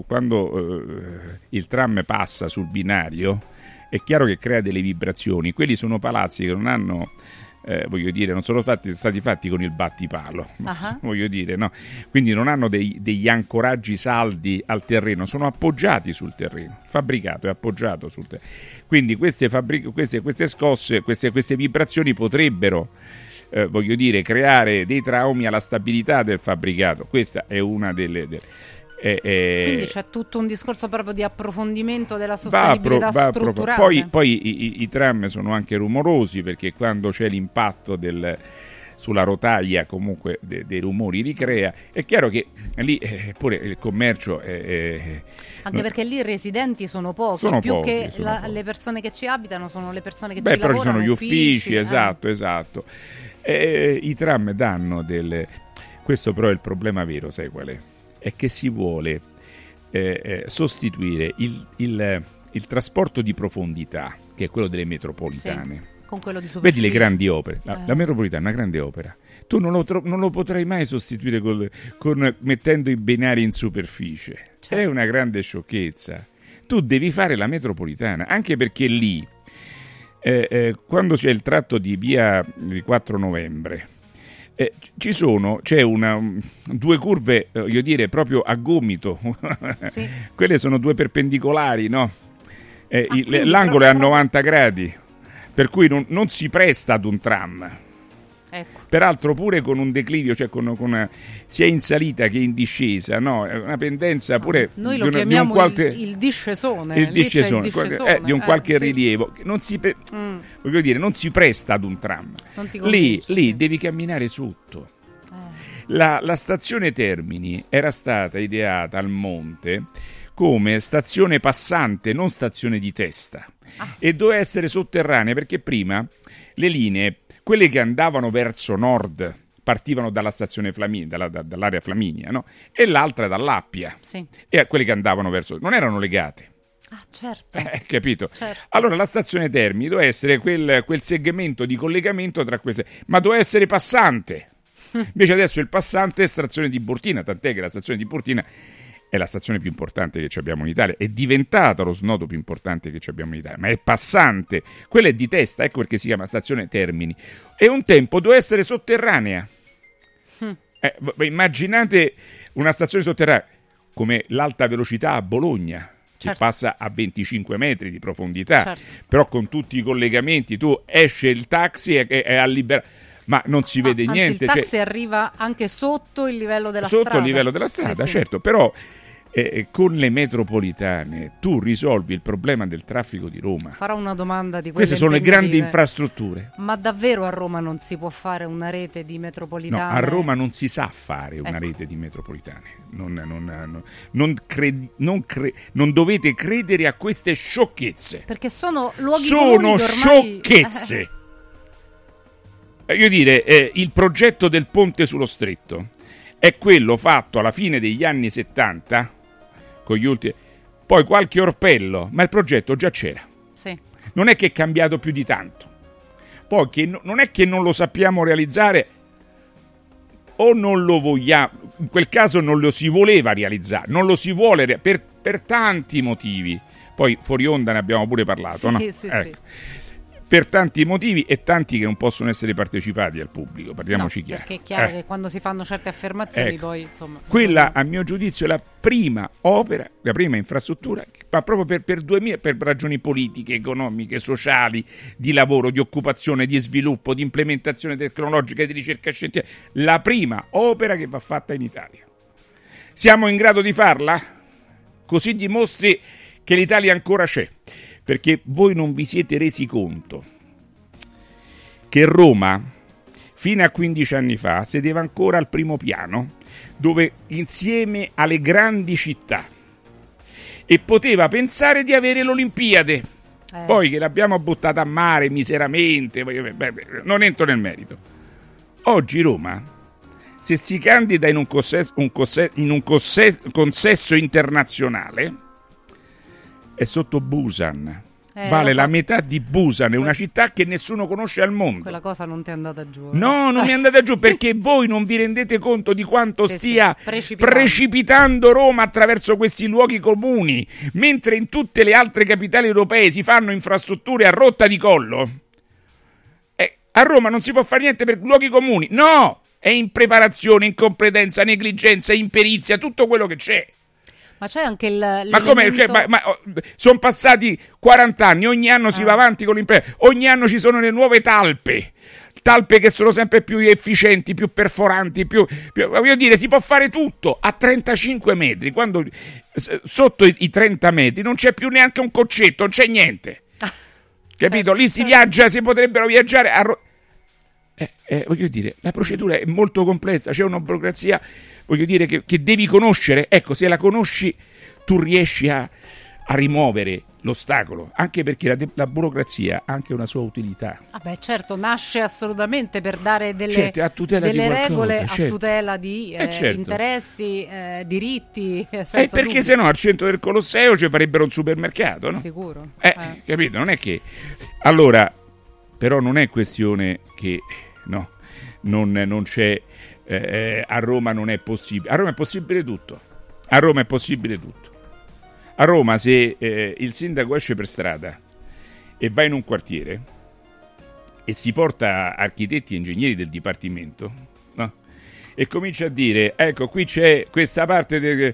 Quando il tram passa sul binario è chiaro che crea delle vibrazioni. Quelli sono palazzi che non hanno... voglio dire, non sono stati fatti con il battipalo, voglio dire, no? Quindi non hanno degli ancoraggi saldi al terreno, sono appoggiati sul terreno, il fabbricato è appoggiato sul terreno. Quindi queste scosse, queste vibrazioni potrebbero, voglio dire, creare dei traumi alla stabilità del fabbricato. Questa è una delle quindi c'è tutto un discorso proprio di approfondimento della sostenibilità strutturale. Poi i tram sono anche rumorosi, perché quando c'è l'impatto sulla rotaia comunque dei rumori li crea. È chiaro che lì pure il commercio anche perché lì i residenti sono pochi, che le persone che ci abitano sono le persone che ci lavorano. Però ci sono gli uffici, esatto. I tram danno questo però è il problema vero, sai qual è che si vuole sostituire il trasporto di profondità, che è quello delle metropolitane, con quello di superficie. Vedi le grandi opere, la metropolitana è una grande opera, tu non lo potrai mai sostituire mettendo i binari in superficie, certo. È una grande sciocchezza. Tu devi fare la metropolitana, anche perché lì quando c'è il tratto di via di 4 novembre c'è due curve, voglio dire, proprio a gomito. Sì. Quelle sono due perpendicolari, no? L'angolo è a 90 gradi, per cui non si presta ad un tram. Ecco. Peraltro pure con un declivio, cioè sia in salita che in discesa, no? È una pendenza pure noi lo chiamiamo il discesone. Di un qualche rilievo. Voglio dire, non si presta ad un tram. Lì devi camminare sotto. La stazione Termini era stata ideata al monte come stazione passante, non stazione di testa, e doveva essere sotterranea, perché prima le linee, quelle che andavano verso nord, partivano dalla stazione Flaminia, dall'area Flaminia, no? E l'altra dall'Appia. Sì. E quelle che andavano verso non erano legate. Ah, certo. Capito? Certo. Allora la stazione Termini doveva essere quel segmento di collegamento tra queste, ma doveva essere passante. Invece adesso il passante è stazione di Tiburtina, tant'è che la stazione di Tiburtina è la stazione più importante che abbiamo in Italia, è diventata lo snodo più importante che abbiamo in Italia, ma è passante, quella è di testa, ecco perché si chiama stazione Termini, e un tempo doveva essere sotterranea. Immaginate una stazione sotterranea come l'alta velocità a Bologna, che passa a 25 metri di profondità, però con tutti i collegamenti, tu esce il taxi e è a libera, ma non si vede niente. Il taxi arriva anche sotto il livello della strada. Sotto il livello della strada, certo, però con le metropolitane tu risolvi il problema del traffico di Roma. Farò una domanda di quelle Queste sono le grandi infrastrutture. Ma davvero a Roma non si può fare una rete di metropolitane? No, a Roma non si sa fare una rete di metropolitane. Non dovete credere a queste sciocchezze. Perché sono luoghi sono comuni che ormai... sciocchezze. Io dire, il progetto del ponte sullo stretto è quello fatto alla fine degli anni 70 con gli ultimi, poi qualche orpello, ma il progetto già c'era. Sì. Non è che è cambiato più di tanto. Poi non è che non lo sappiamo realizzare o non lo vogliamo, in quel caso non lo si voleva realizzare, non lo si vuole per tanti motivi. Poi fuori onda ne abbiamo pure parlato, sì, no? Sì, ecco. sì. Per tanti motivi e tanti che non possono essere partecipati al pubblico, parliamoci chiaro. Perché è chiaro che quando si fanno certe affermazioni poi insomma... Quella a mio giudizio è la prima opera, la prima infrastruttura, ma proprio per ragioni politiche, economiche, sociali, di lavoro, di occupazione, di sviluppo, di implementazione tecnologica e di ricerca scientifica, la prima opera che va fatta in Italia. Siamo in grado di farla? Così dimostri che l'Italia ancora c'è. Perché voi non vi siete resi conto che Roma, fino a 15 anni fa, sedeva ancora al primo piano, dove insieme alle grandi città, e poteva pensare di avere l'Olimpiade. Poi che l'abbiamo buttata a mare miseramente, non entro nel merito. Oggi Roma, se si candida in un consesso internazionale, è sotto Busan. Vale la metà di Busan, è una città che nessuno conosce al mondo. Quella cosa non ti è andata giù. No, non mi è andata giù perché voi non vi rendete conto di quanto stia precipitando Roma attraverso questi luoghi comuni, mentre in tutte le altre capitali europee si fanno infrastrutture a rotta di collo. A Roma non si può fare niente per luoghi comuni. No, è impreparazione, incompetenza, negligenza, imperizia, tutto quello che c'è. Ma c'è anche Ma come? Sono passati 40 anni, ogni anno si va avanti con l'impresa, ogni anno ci sono le nuove talpe che sono sempre più efficienti, più perforanti, voglio dire, si può fare tutto a 35 metri, quando sotto i 30 metri non c'è più neanche un concetto, non c'è niente. Capito? Lì si viaggia, si potrebbero viaggiare voglio dire, la procedura è molto complessa, c'è una burocrazia, voglio dire, che devi conoscere. Ecco, se la conosci tu riesci a rimuovere l'ostacolo, anche perché la burocrazia ha anche una sua utilità. Vabbè, certo, nasce assolutamente per dare delle, certo, a tutela delle di qualcosa, regole, certo. A tutela di certo. Interessi, diritti, perché se no al centro del Colosseo ci farebbero un supermercato, no? Sicuro. Capito? Non è che... Allora, però non è questione che... No, non c'è... a Roma non è possibile. A Roma è possibile tutto. A Roma è possibile tutto. A Roma, se il sindaco esce per strada e va in un quartiere e si porta architetti e ingegneri del dipartimento, no? E comincia a dire: ecco, qui c'è questa parte,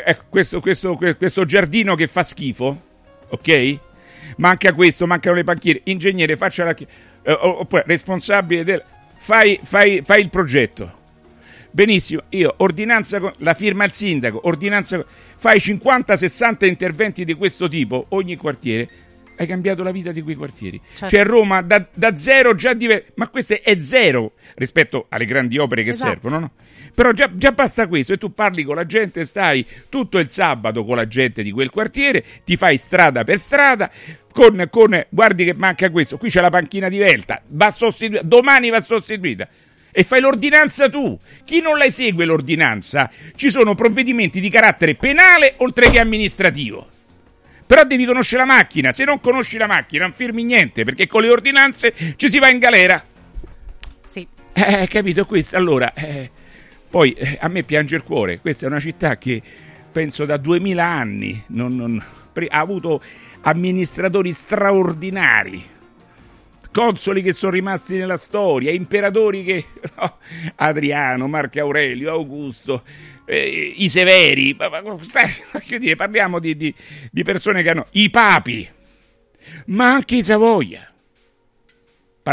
questo giardino che fa schifo, ok? Manca questo, mancano le panchine. Ingegnere, faccia oppure responsabile del... Fai il progetto. Benissimo, io ordinanza con la firma al sindaco, fai 50-60 interventi di questo tipo ogni quartiere, hai cambiato la vita di quei quartieri. Certo. Cioè Roma da zero già ma questo è zero rispetto alle grandi opere che servono, no? Però già basta questo, e tu parli con la gente, stai tutto il sabato con la gente di quel quartiere, ti fai strada per strada con guardi che manca questo, qui c'è la panchina di Velta, va sostituita, domani va sostituita. E fai l'ordinanza tu. Chi non la esegue l'ordinanza, ci sono provvedimenti di carattere penale oltre che amministrativo. Però devi conoscere la macchina. Se non conosci la macchina non firmi niente, perché con le ordinanze ci si va in galera. Sì. Capito questo? Allora, poi a me piange il cuore. Questa è una città che penso da 2000 anni ha avuto amministratori straordinari, consoli che sono rimasti nella storia, imperatori che... No, Adriano, Marco Aurelio, Augusto, i Severi, voglio dire, parliamo di persone che hanno... I papi, ma anche i Savoia,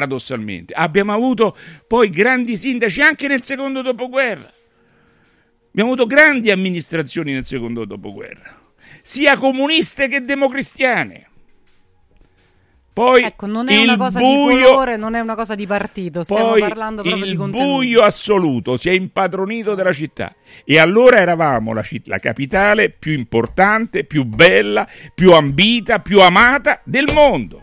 paradossalmente. Abbiamo avuto poi grandi sindaci anche nel secondo dopoguerra. Abbiamo avuto grandi amministrazioni nel secondo dopoguerra, sia comuniste che democristiane. Poi ecco, non è una cosa di colore, non è una cosa di partito, stiamo parlando proprio di contenuti. Il buio assoluto si è impadronito della città e allora eravamo la capitale più importante, più bella, più ambita, più amata del mondo.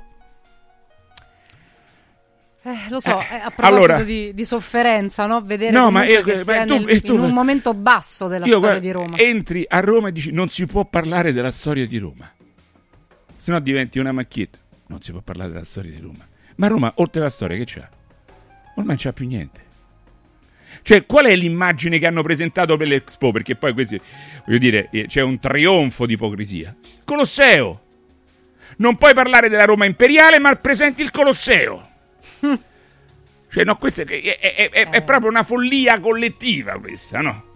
Lo so, a proposito di sofferenza, no? Vedere che sia in un momento basso della storia di Roma. Entri a Roma e dici non si può parlare della storia di Roma, se no diventi una macchietta. Non si può parlare della storia di Roma. Ma Roma, oltre alla storia, che c'ha? Ormai non c'ha più niente. Cioè, qual è l'immagine che hanno presentato per l'Expo? Perché poi questi, voglio dire, c'è un trionfo di ipocrisia. Colosseo! Non puoi parlare della Roma imperiale, ma presenti il Colosseo. Cioè, no, questa è proprio una follia collettiva, questa, no?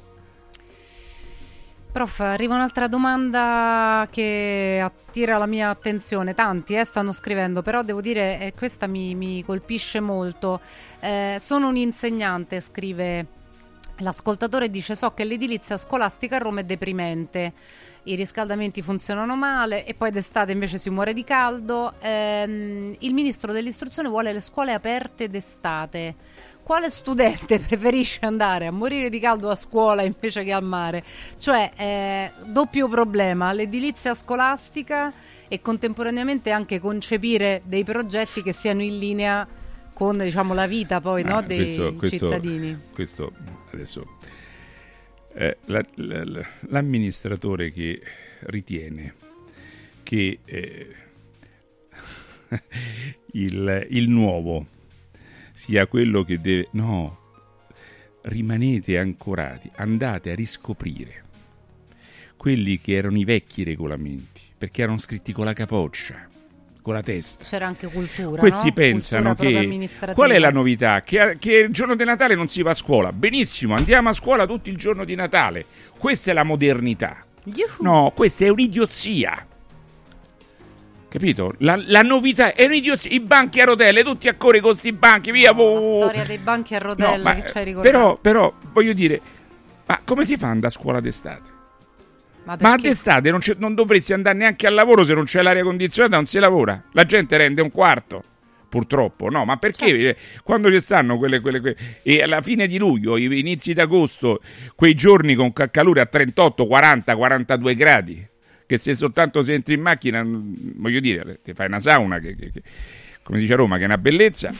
Prof, arriva un'altra domanda che attira la mia attenzione. Tanti stanno scrivendo, però devo dire questa mi colpisce molto. Sono un insegnante, scrive l'ascoltatore, dice: so che l'edilizia scolastica a Roma è deprimente, i riscaldamenti funzionano male e poi d'estate invece si muore di caldo. Il ministro dell'istruzione vuole le scuole aperte d'estate. Quale studente preferisce andare a morire di caldo a scuola invece che al mare? Cioè, doppio problema, l'edilizia scolastica e contemporaneamente anche concepire dei progetti che siano in linea con, diciamo, la vita poi, no, dei cittadini. Questo adesso l'amministratore che ritiene che il nuovo sia quello che deve... No, rimanete ancorati, andate a riscoprire quelli che erano i vecchi regolamenti, perché erano scritti con la capoccia, con la testa. C'era anche cultura, questi, no? Cultura Pensano che... Qual è la novità? Che il giorno di Natale non si va a scuola. Benissimo, andiamo a scuola tutto il giorno di Natale. Questa è la modernità. No, questa è un'idiozia. Capito? La novità è un'idiozia. I banchi a rotelle, tutti a correre con questi banchi, via. La storia dei banchi a rotelle, che ci hai ricordato. Però, voglio dire, ma come si fa ad andare a scuola d'estate? Ma d'estate non dovresti andare neanche al lavoro, se non c'è l'aria condizionata non si lavora. La gente rende un quarto, purtroppo. No, ma perché? Quando ci stanno quelle e alla fine di luglio, inizi d'agosto, quei giorni con calore a 38, 40, 42 gradi, che se soltanto se entri in macchina, voglio dire, ti fai una sauna che come dice Roma, che è una bellezza.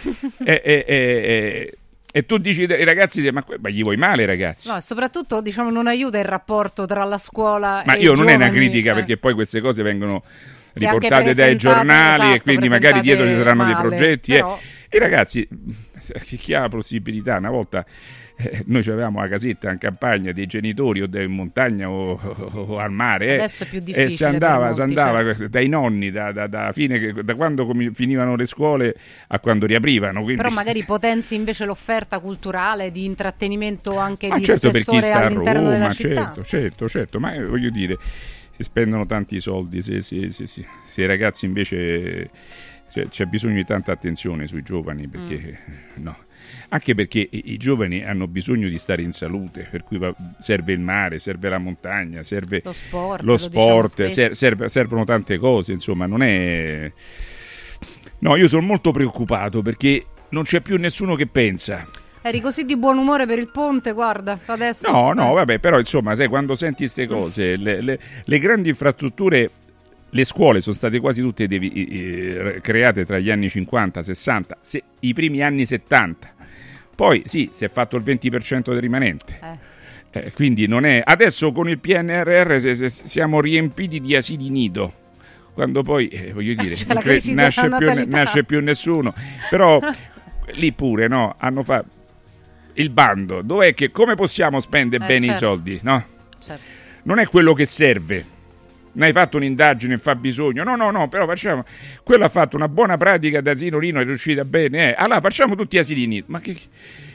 E tu dici ai ragazzi, ma gli vuoi male, ragazzi? No, soprattutto, diciamo, non aiuta il rapporto tra la scuola e i giovani. Ma io non è una critica, perché poi queste cose vengono riportate dai giornali, esatto, e quindi magari dietro ci saranno dei progetti. Però... I ragazzi, chi ha la possibilità, una volta noi avevamo la casetta in campagna dei genitori, o in montagna o al mare. Adesso è più difficile. E si andava dai nonni, da quando finivano le scuole a quando riaprivano. Quindi... Però magari potenzi invece l'offerta culturale, di intrattenimento anche di certo, per chi sta a all'interno Roma, della certo, ma voglio dire, si spendono tanti soldi, se i ragazzi invece... C'è bisogno di tanta attenzione sui giovani, perché no. Anche perché i giovani hanno bisogno di stare in salute, per cui serve il mare, serve la montagna, serve lo sport, servono tante cose, insomma, non è... No, io sono molto preoccupato perché non c'è più nessuno che pensa. Eri così di buon umore per il ponte, guarda, adesso... No, vabbè, però insomma, sai, quando senti queste cose, le grandi infrastrutture... Le scuole sono state quasi tutte create tra gli anni 50, 60, i primi anni 70. Poi sì, si è fatto il 20% del rimanente. Quindi non è... Adesso con il PNRR siamo riempiti di asili nido. Quando poi, voglio dire, nasce più nessuno. Però lì pure, no, hanno fatto il bando. Dov'è che... Come possiamo spendere bene i soldi, no? Certo. Non è quello che serve. Non hai fatto un'indagine e fa bisogno, no, però facciamo, quello ha fatto una buona pratica da asilo, Rino è riuscita bene, allora facciamo tutti asilini, ma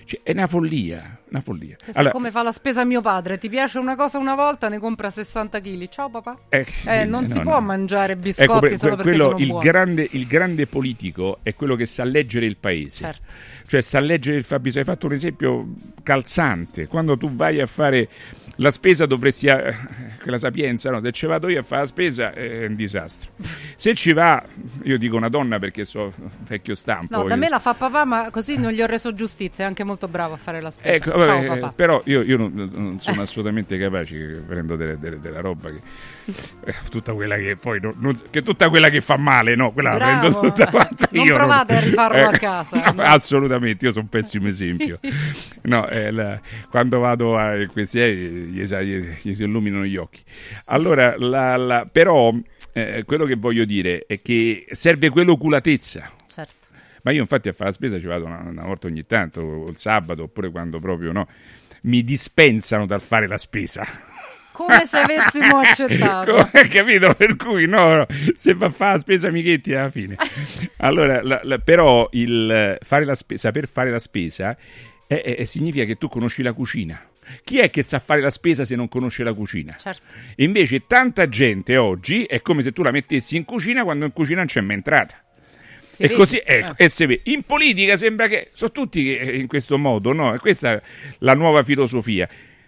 Cioè, è una follia. Allora, come fa la spesa mio padre, ti piace una cosa una volta, ne compra 60 kg. Ciao papà. Non si può mangiare biscotti solo perché sono buoni. Il grande politico è quello che sa leggere il paese. Certo. Cioè sa leggere il fabbisogno. Hai fatto un esempio calzante. Quando tu vai a fare la spesa dovresti la sapienza, no? Se ci vado io a fare la spesa è un disastro. Se ci va, io dico una donna perché so vecchio stampo. No, da me la fa papà, ma così non gli ho reso giustizia, è anche molto bravo a fare la spesa. Ecco, vabbè, ciao, papà. Però io non sono assolutamente capace, prendo della roba che tutta quella che poi che tutta quella che fa male, no, quella bravo. La prendo tutta quanta. Non provate a rifarlo a casa. No, assolutamente, io sono un pessimo esempio. No, quando vado a questi gli si illuminano gli occhi. Allora, però quello che voglio dire è che serve quell'oculatezza. Certo. Ma io infatti a fare la spesa ci vado una volta ogni tanto, o il sabato, oppure quando proprio mi dispensano dal fare la spesa. Come se avessimo accettato. Capito? Per cui se va a fare la spesa amichetti alla fine. Allora, però saper fare la spesa significa che tu conosci la cucina. Chi è che sa fare la spesa se non conosce la cucina? Certo. Invece tanta gente oggi è come se tu la mettessi in cucina quando in cucina non c'è mai entrata. E così e si vede. In politica sembra che sono tutti in questo modo, no? Questa è la nuova filosofia.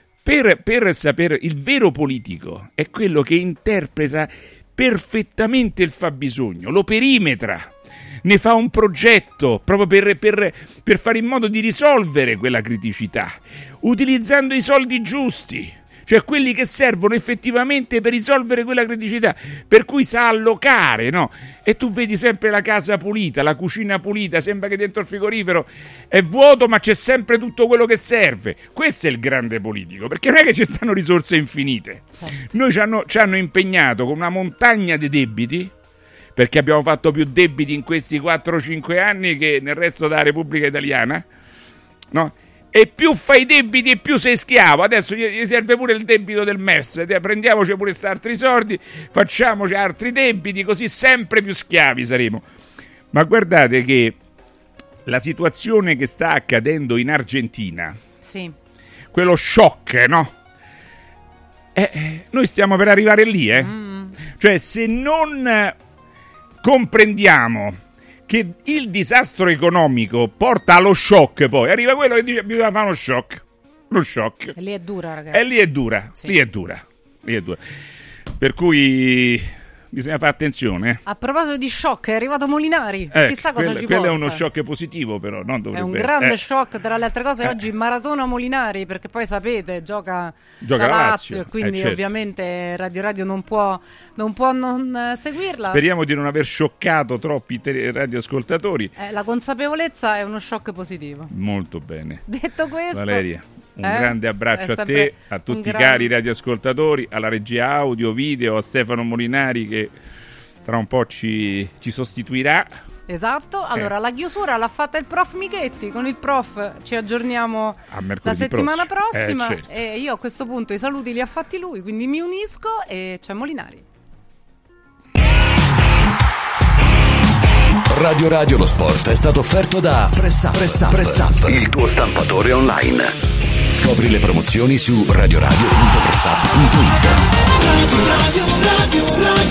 Per sapere, il vero politico è quello che interpreta perfettamente il fabbisogno, lo perimetra, ne fa un progetto proprio per fare in modo di risolvere quella criticità, utilizzando i soldi giusti, cioè quelli che servono effettivamente per risolvere quella criticità, per cui sa allocare, no? E tu vedi sempre la casa pulita, la cucina pulita, sembra che dentro il frigorifero è vuoto ma c'è sempre tutto quello che serve. Questo è il grande politico, perché non è che ci stanno risorse infinite. Certo. Noi ci hanno impegnato con una montagna di debiti, perché abbiamo fatto più debiti in questi 4-5 anni che nel resto della Repubblica Italiana, no? E più fai debiti e più sei schiavo. Adesso gli serve pure il debito del MES, prendiamoci pure questi altri soldi, facciamoci altri debiti, così sempre più schiavi saremo. Ma guardate che la situazione che sta accadendo in Argentina, sì, quello shock, no? Noi stiamo per arrivare lì, Cioè, se non comprendiamo che il disastro economico porta allo shock, poi arriva quello che dice bisogna fare uno shock. E lì è dura, ragazzi. E lì è dura, sì. lì è dura. Per cui bisogna fare attenzione. A proposito di shock, è arrivato Molinari. Chissà cosa ci porta. Quello è uno shock positivo, però non dovrebbe essere. È un grande shock, tra le altre cose. Oggi maratona Molinari, perché poi sapete, gioca la Lazio, e quindi certo. Ovviamente Radio non può non seguirla. Speriamo di non aver scioccato troppi radioascoltatori. La consapevolezza è uno shock positivo. Molto bene. Detto questo, Valeria, un grande abbraccio a te, a tutti i cari radioascoltatori, alla regia audio, video, a Stefano Molinari che tra un po' ci sostituirà. Esatto, allora la chiusura l'ha fatta il prof Michetti, con il prof ci aggiorniamo la settimana prossima, certo. E io a questo punto i saluti li ha fatti lui, quindi mi unisco e c'è Molinari. Radio lo sport è stato offerto da Press Up, il tuo stampatore online. Scopri le promozioni su radioradio.pressup.it.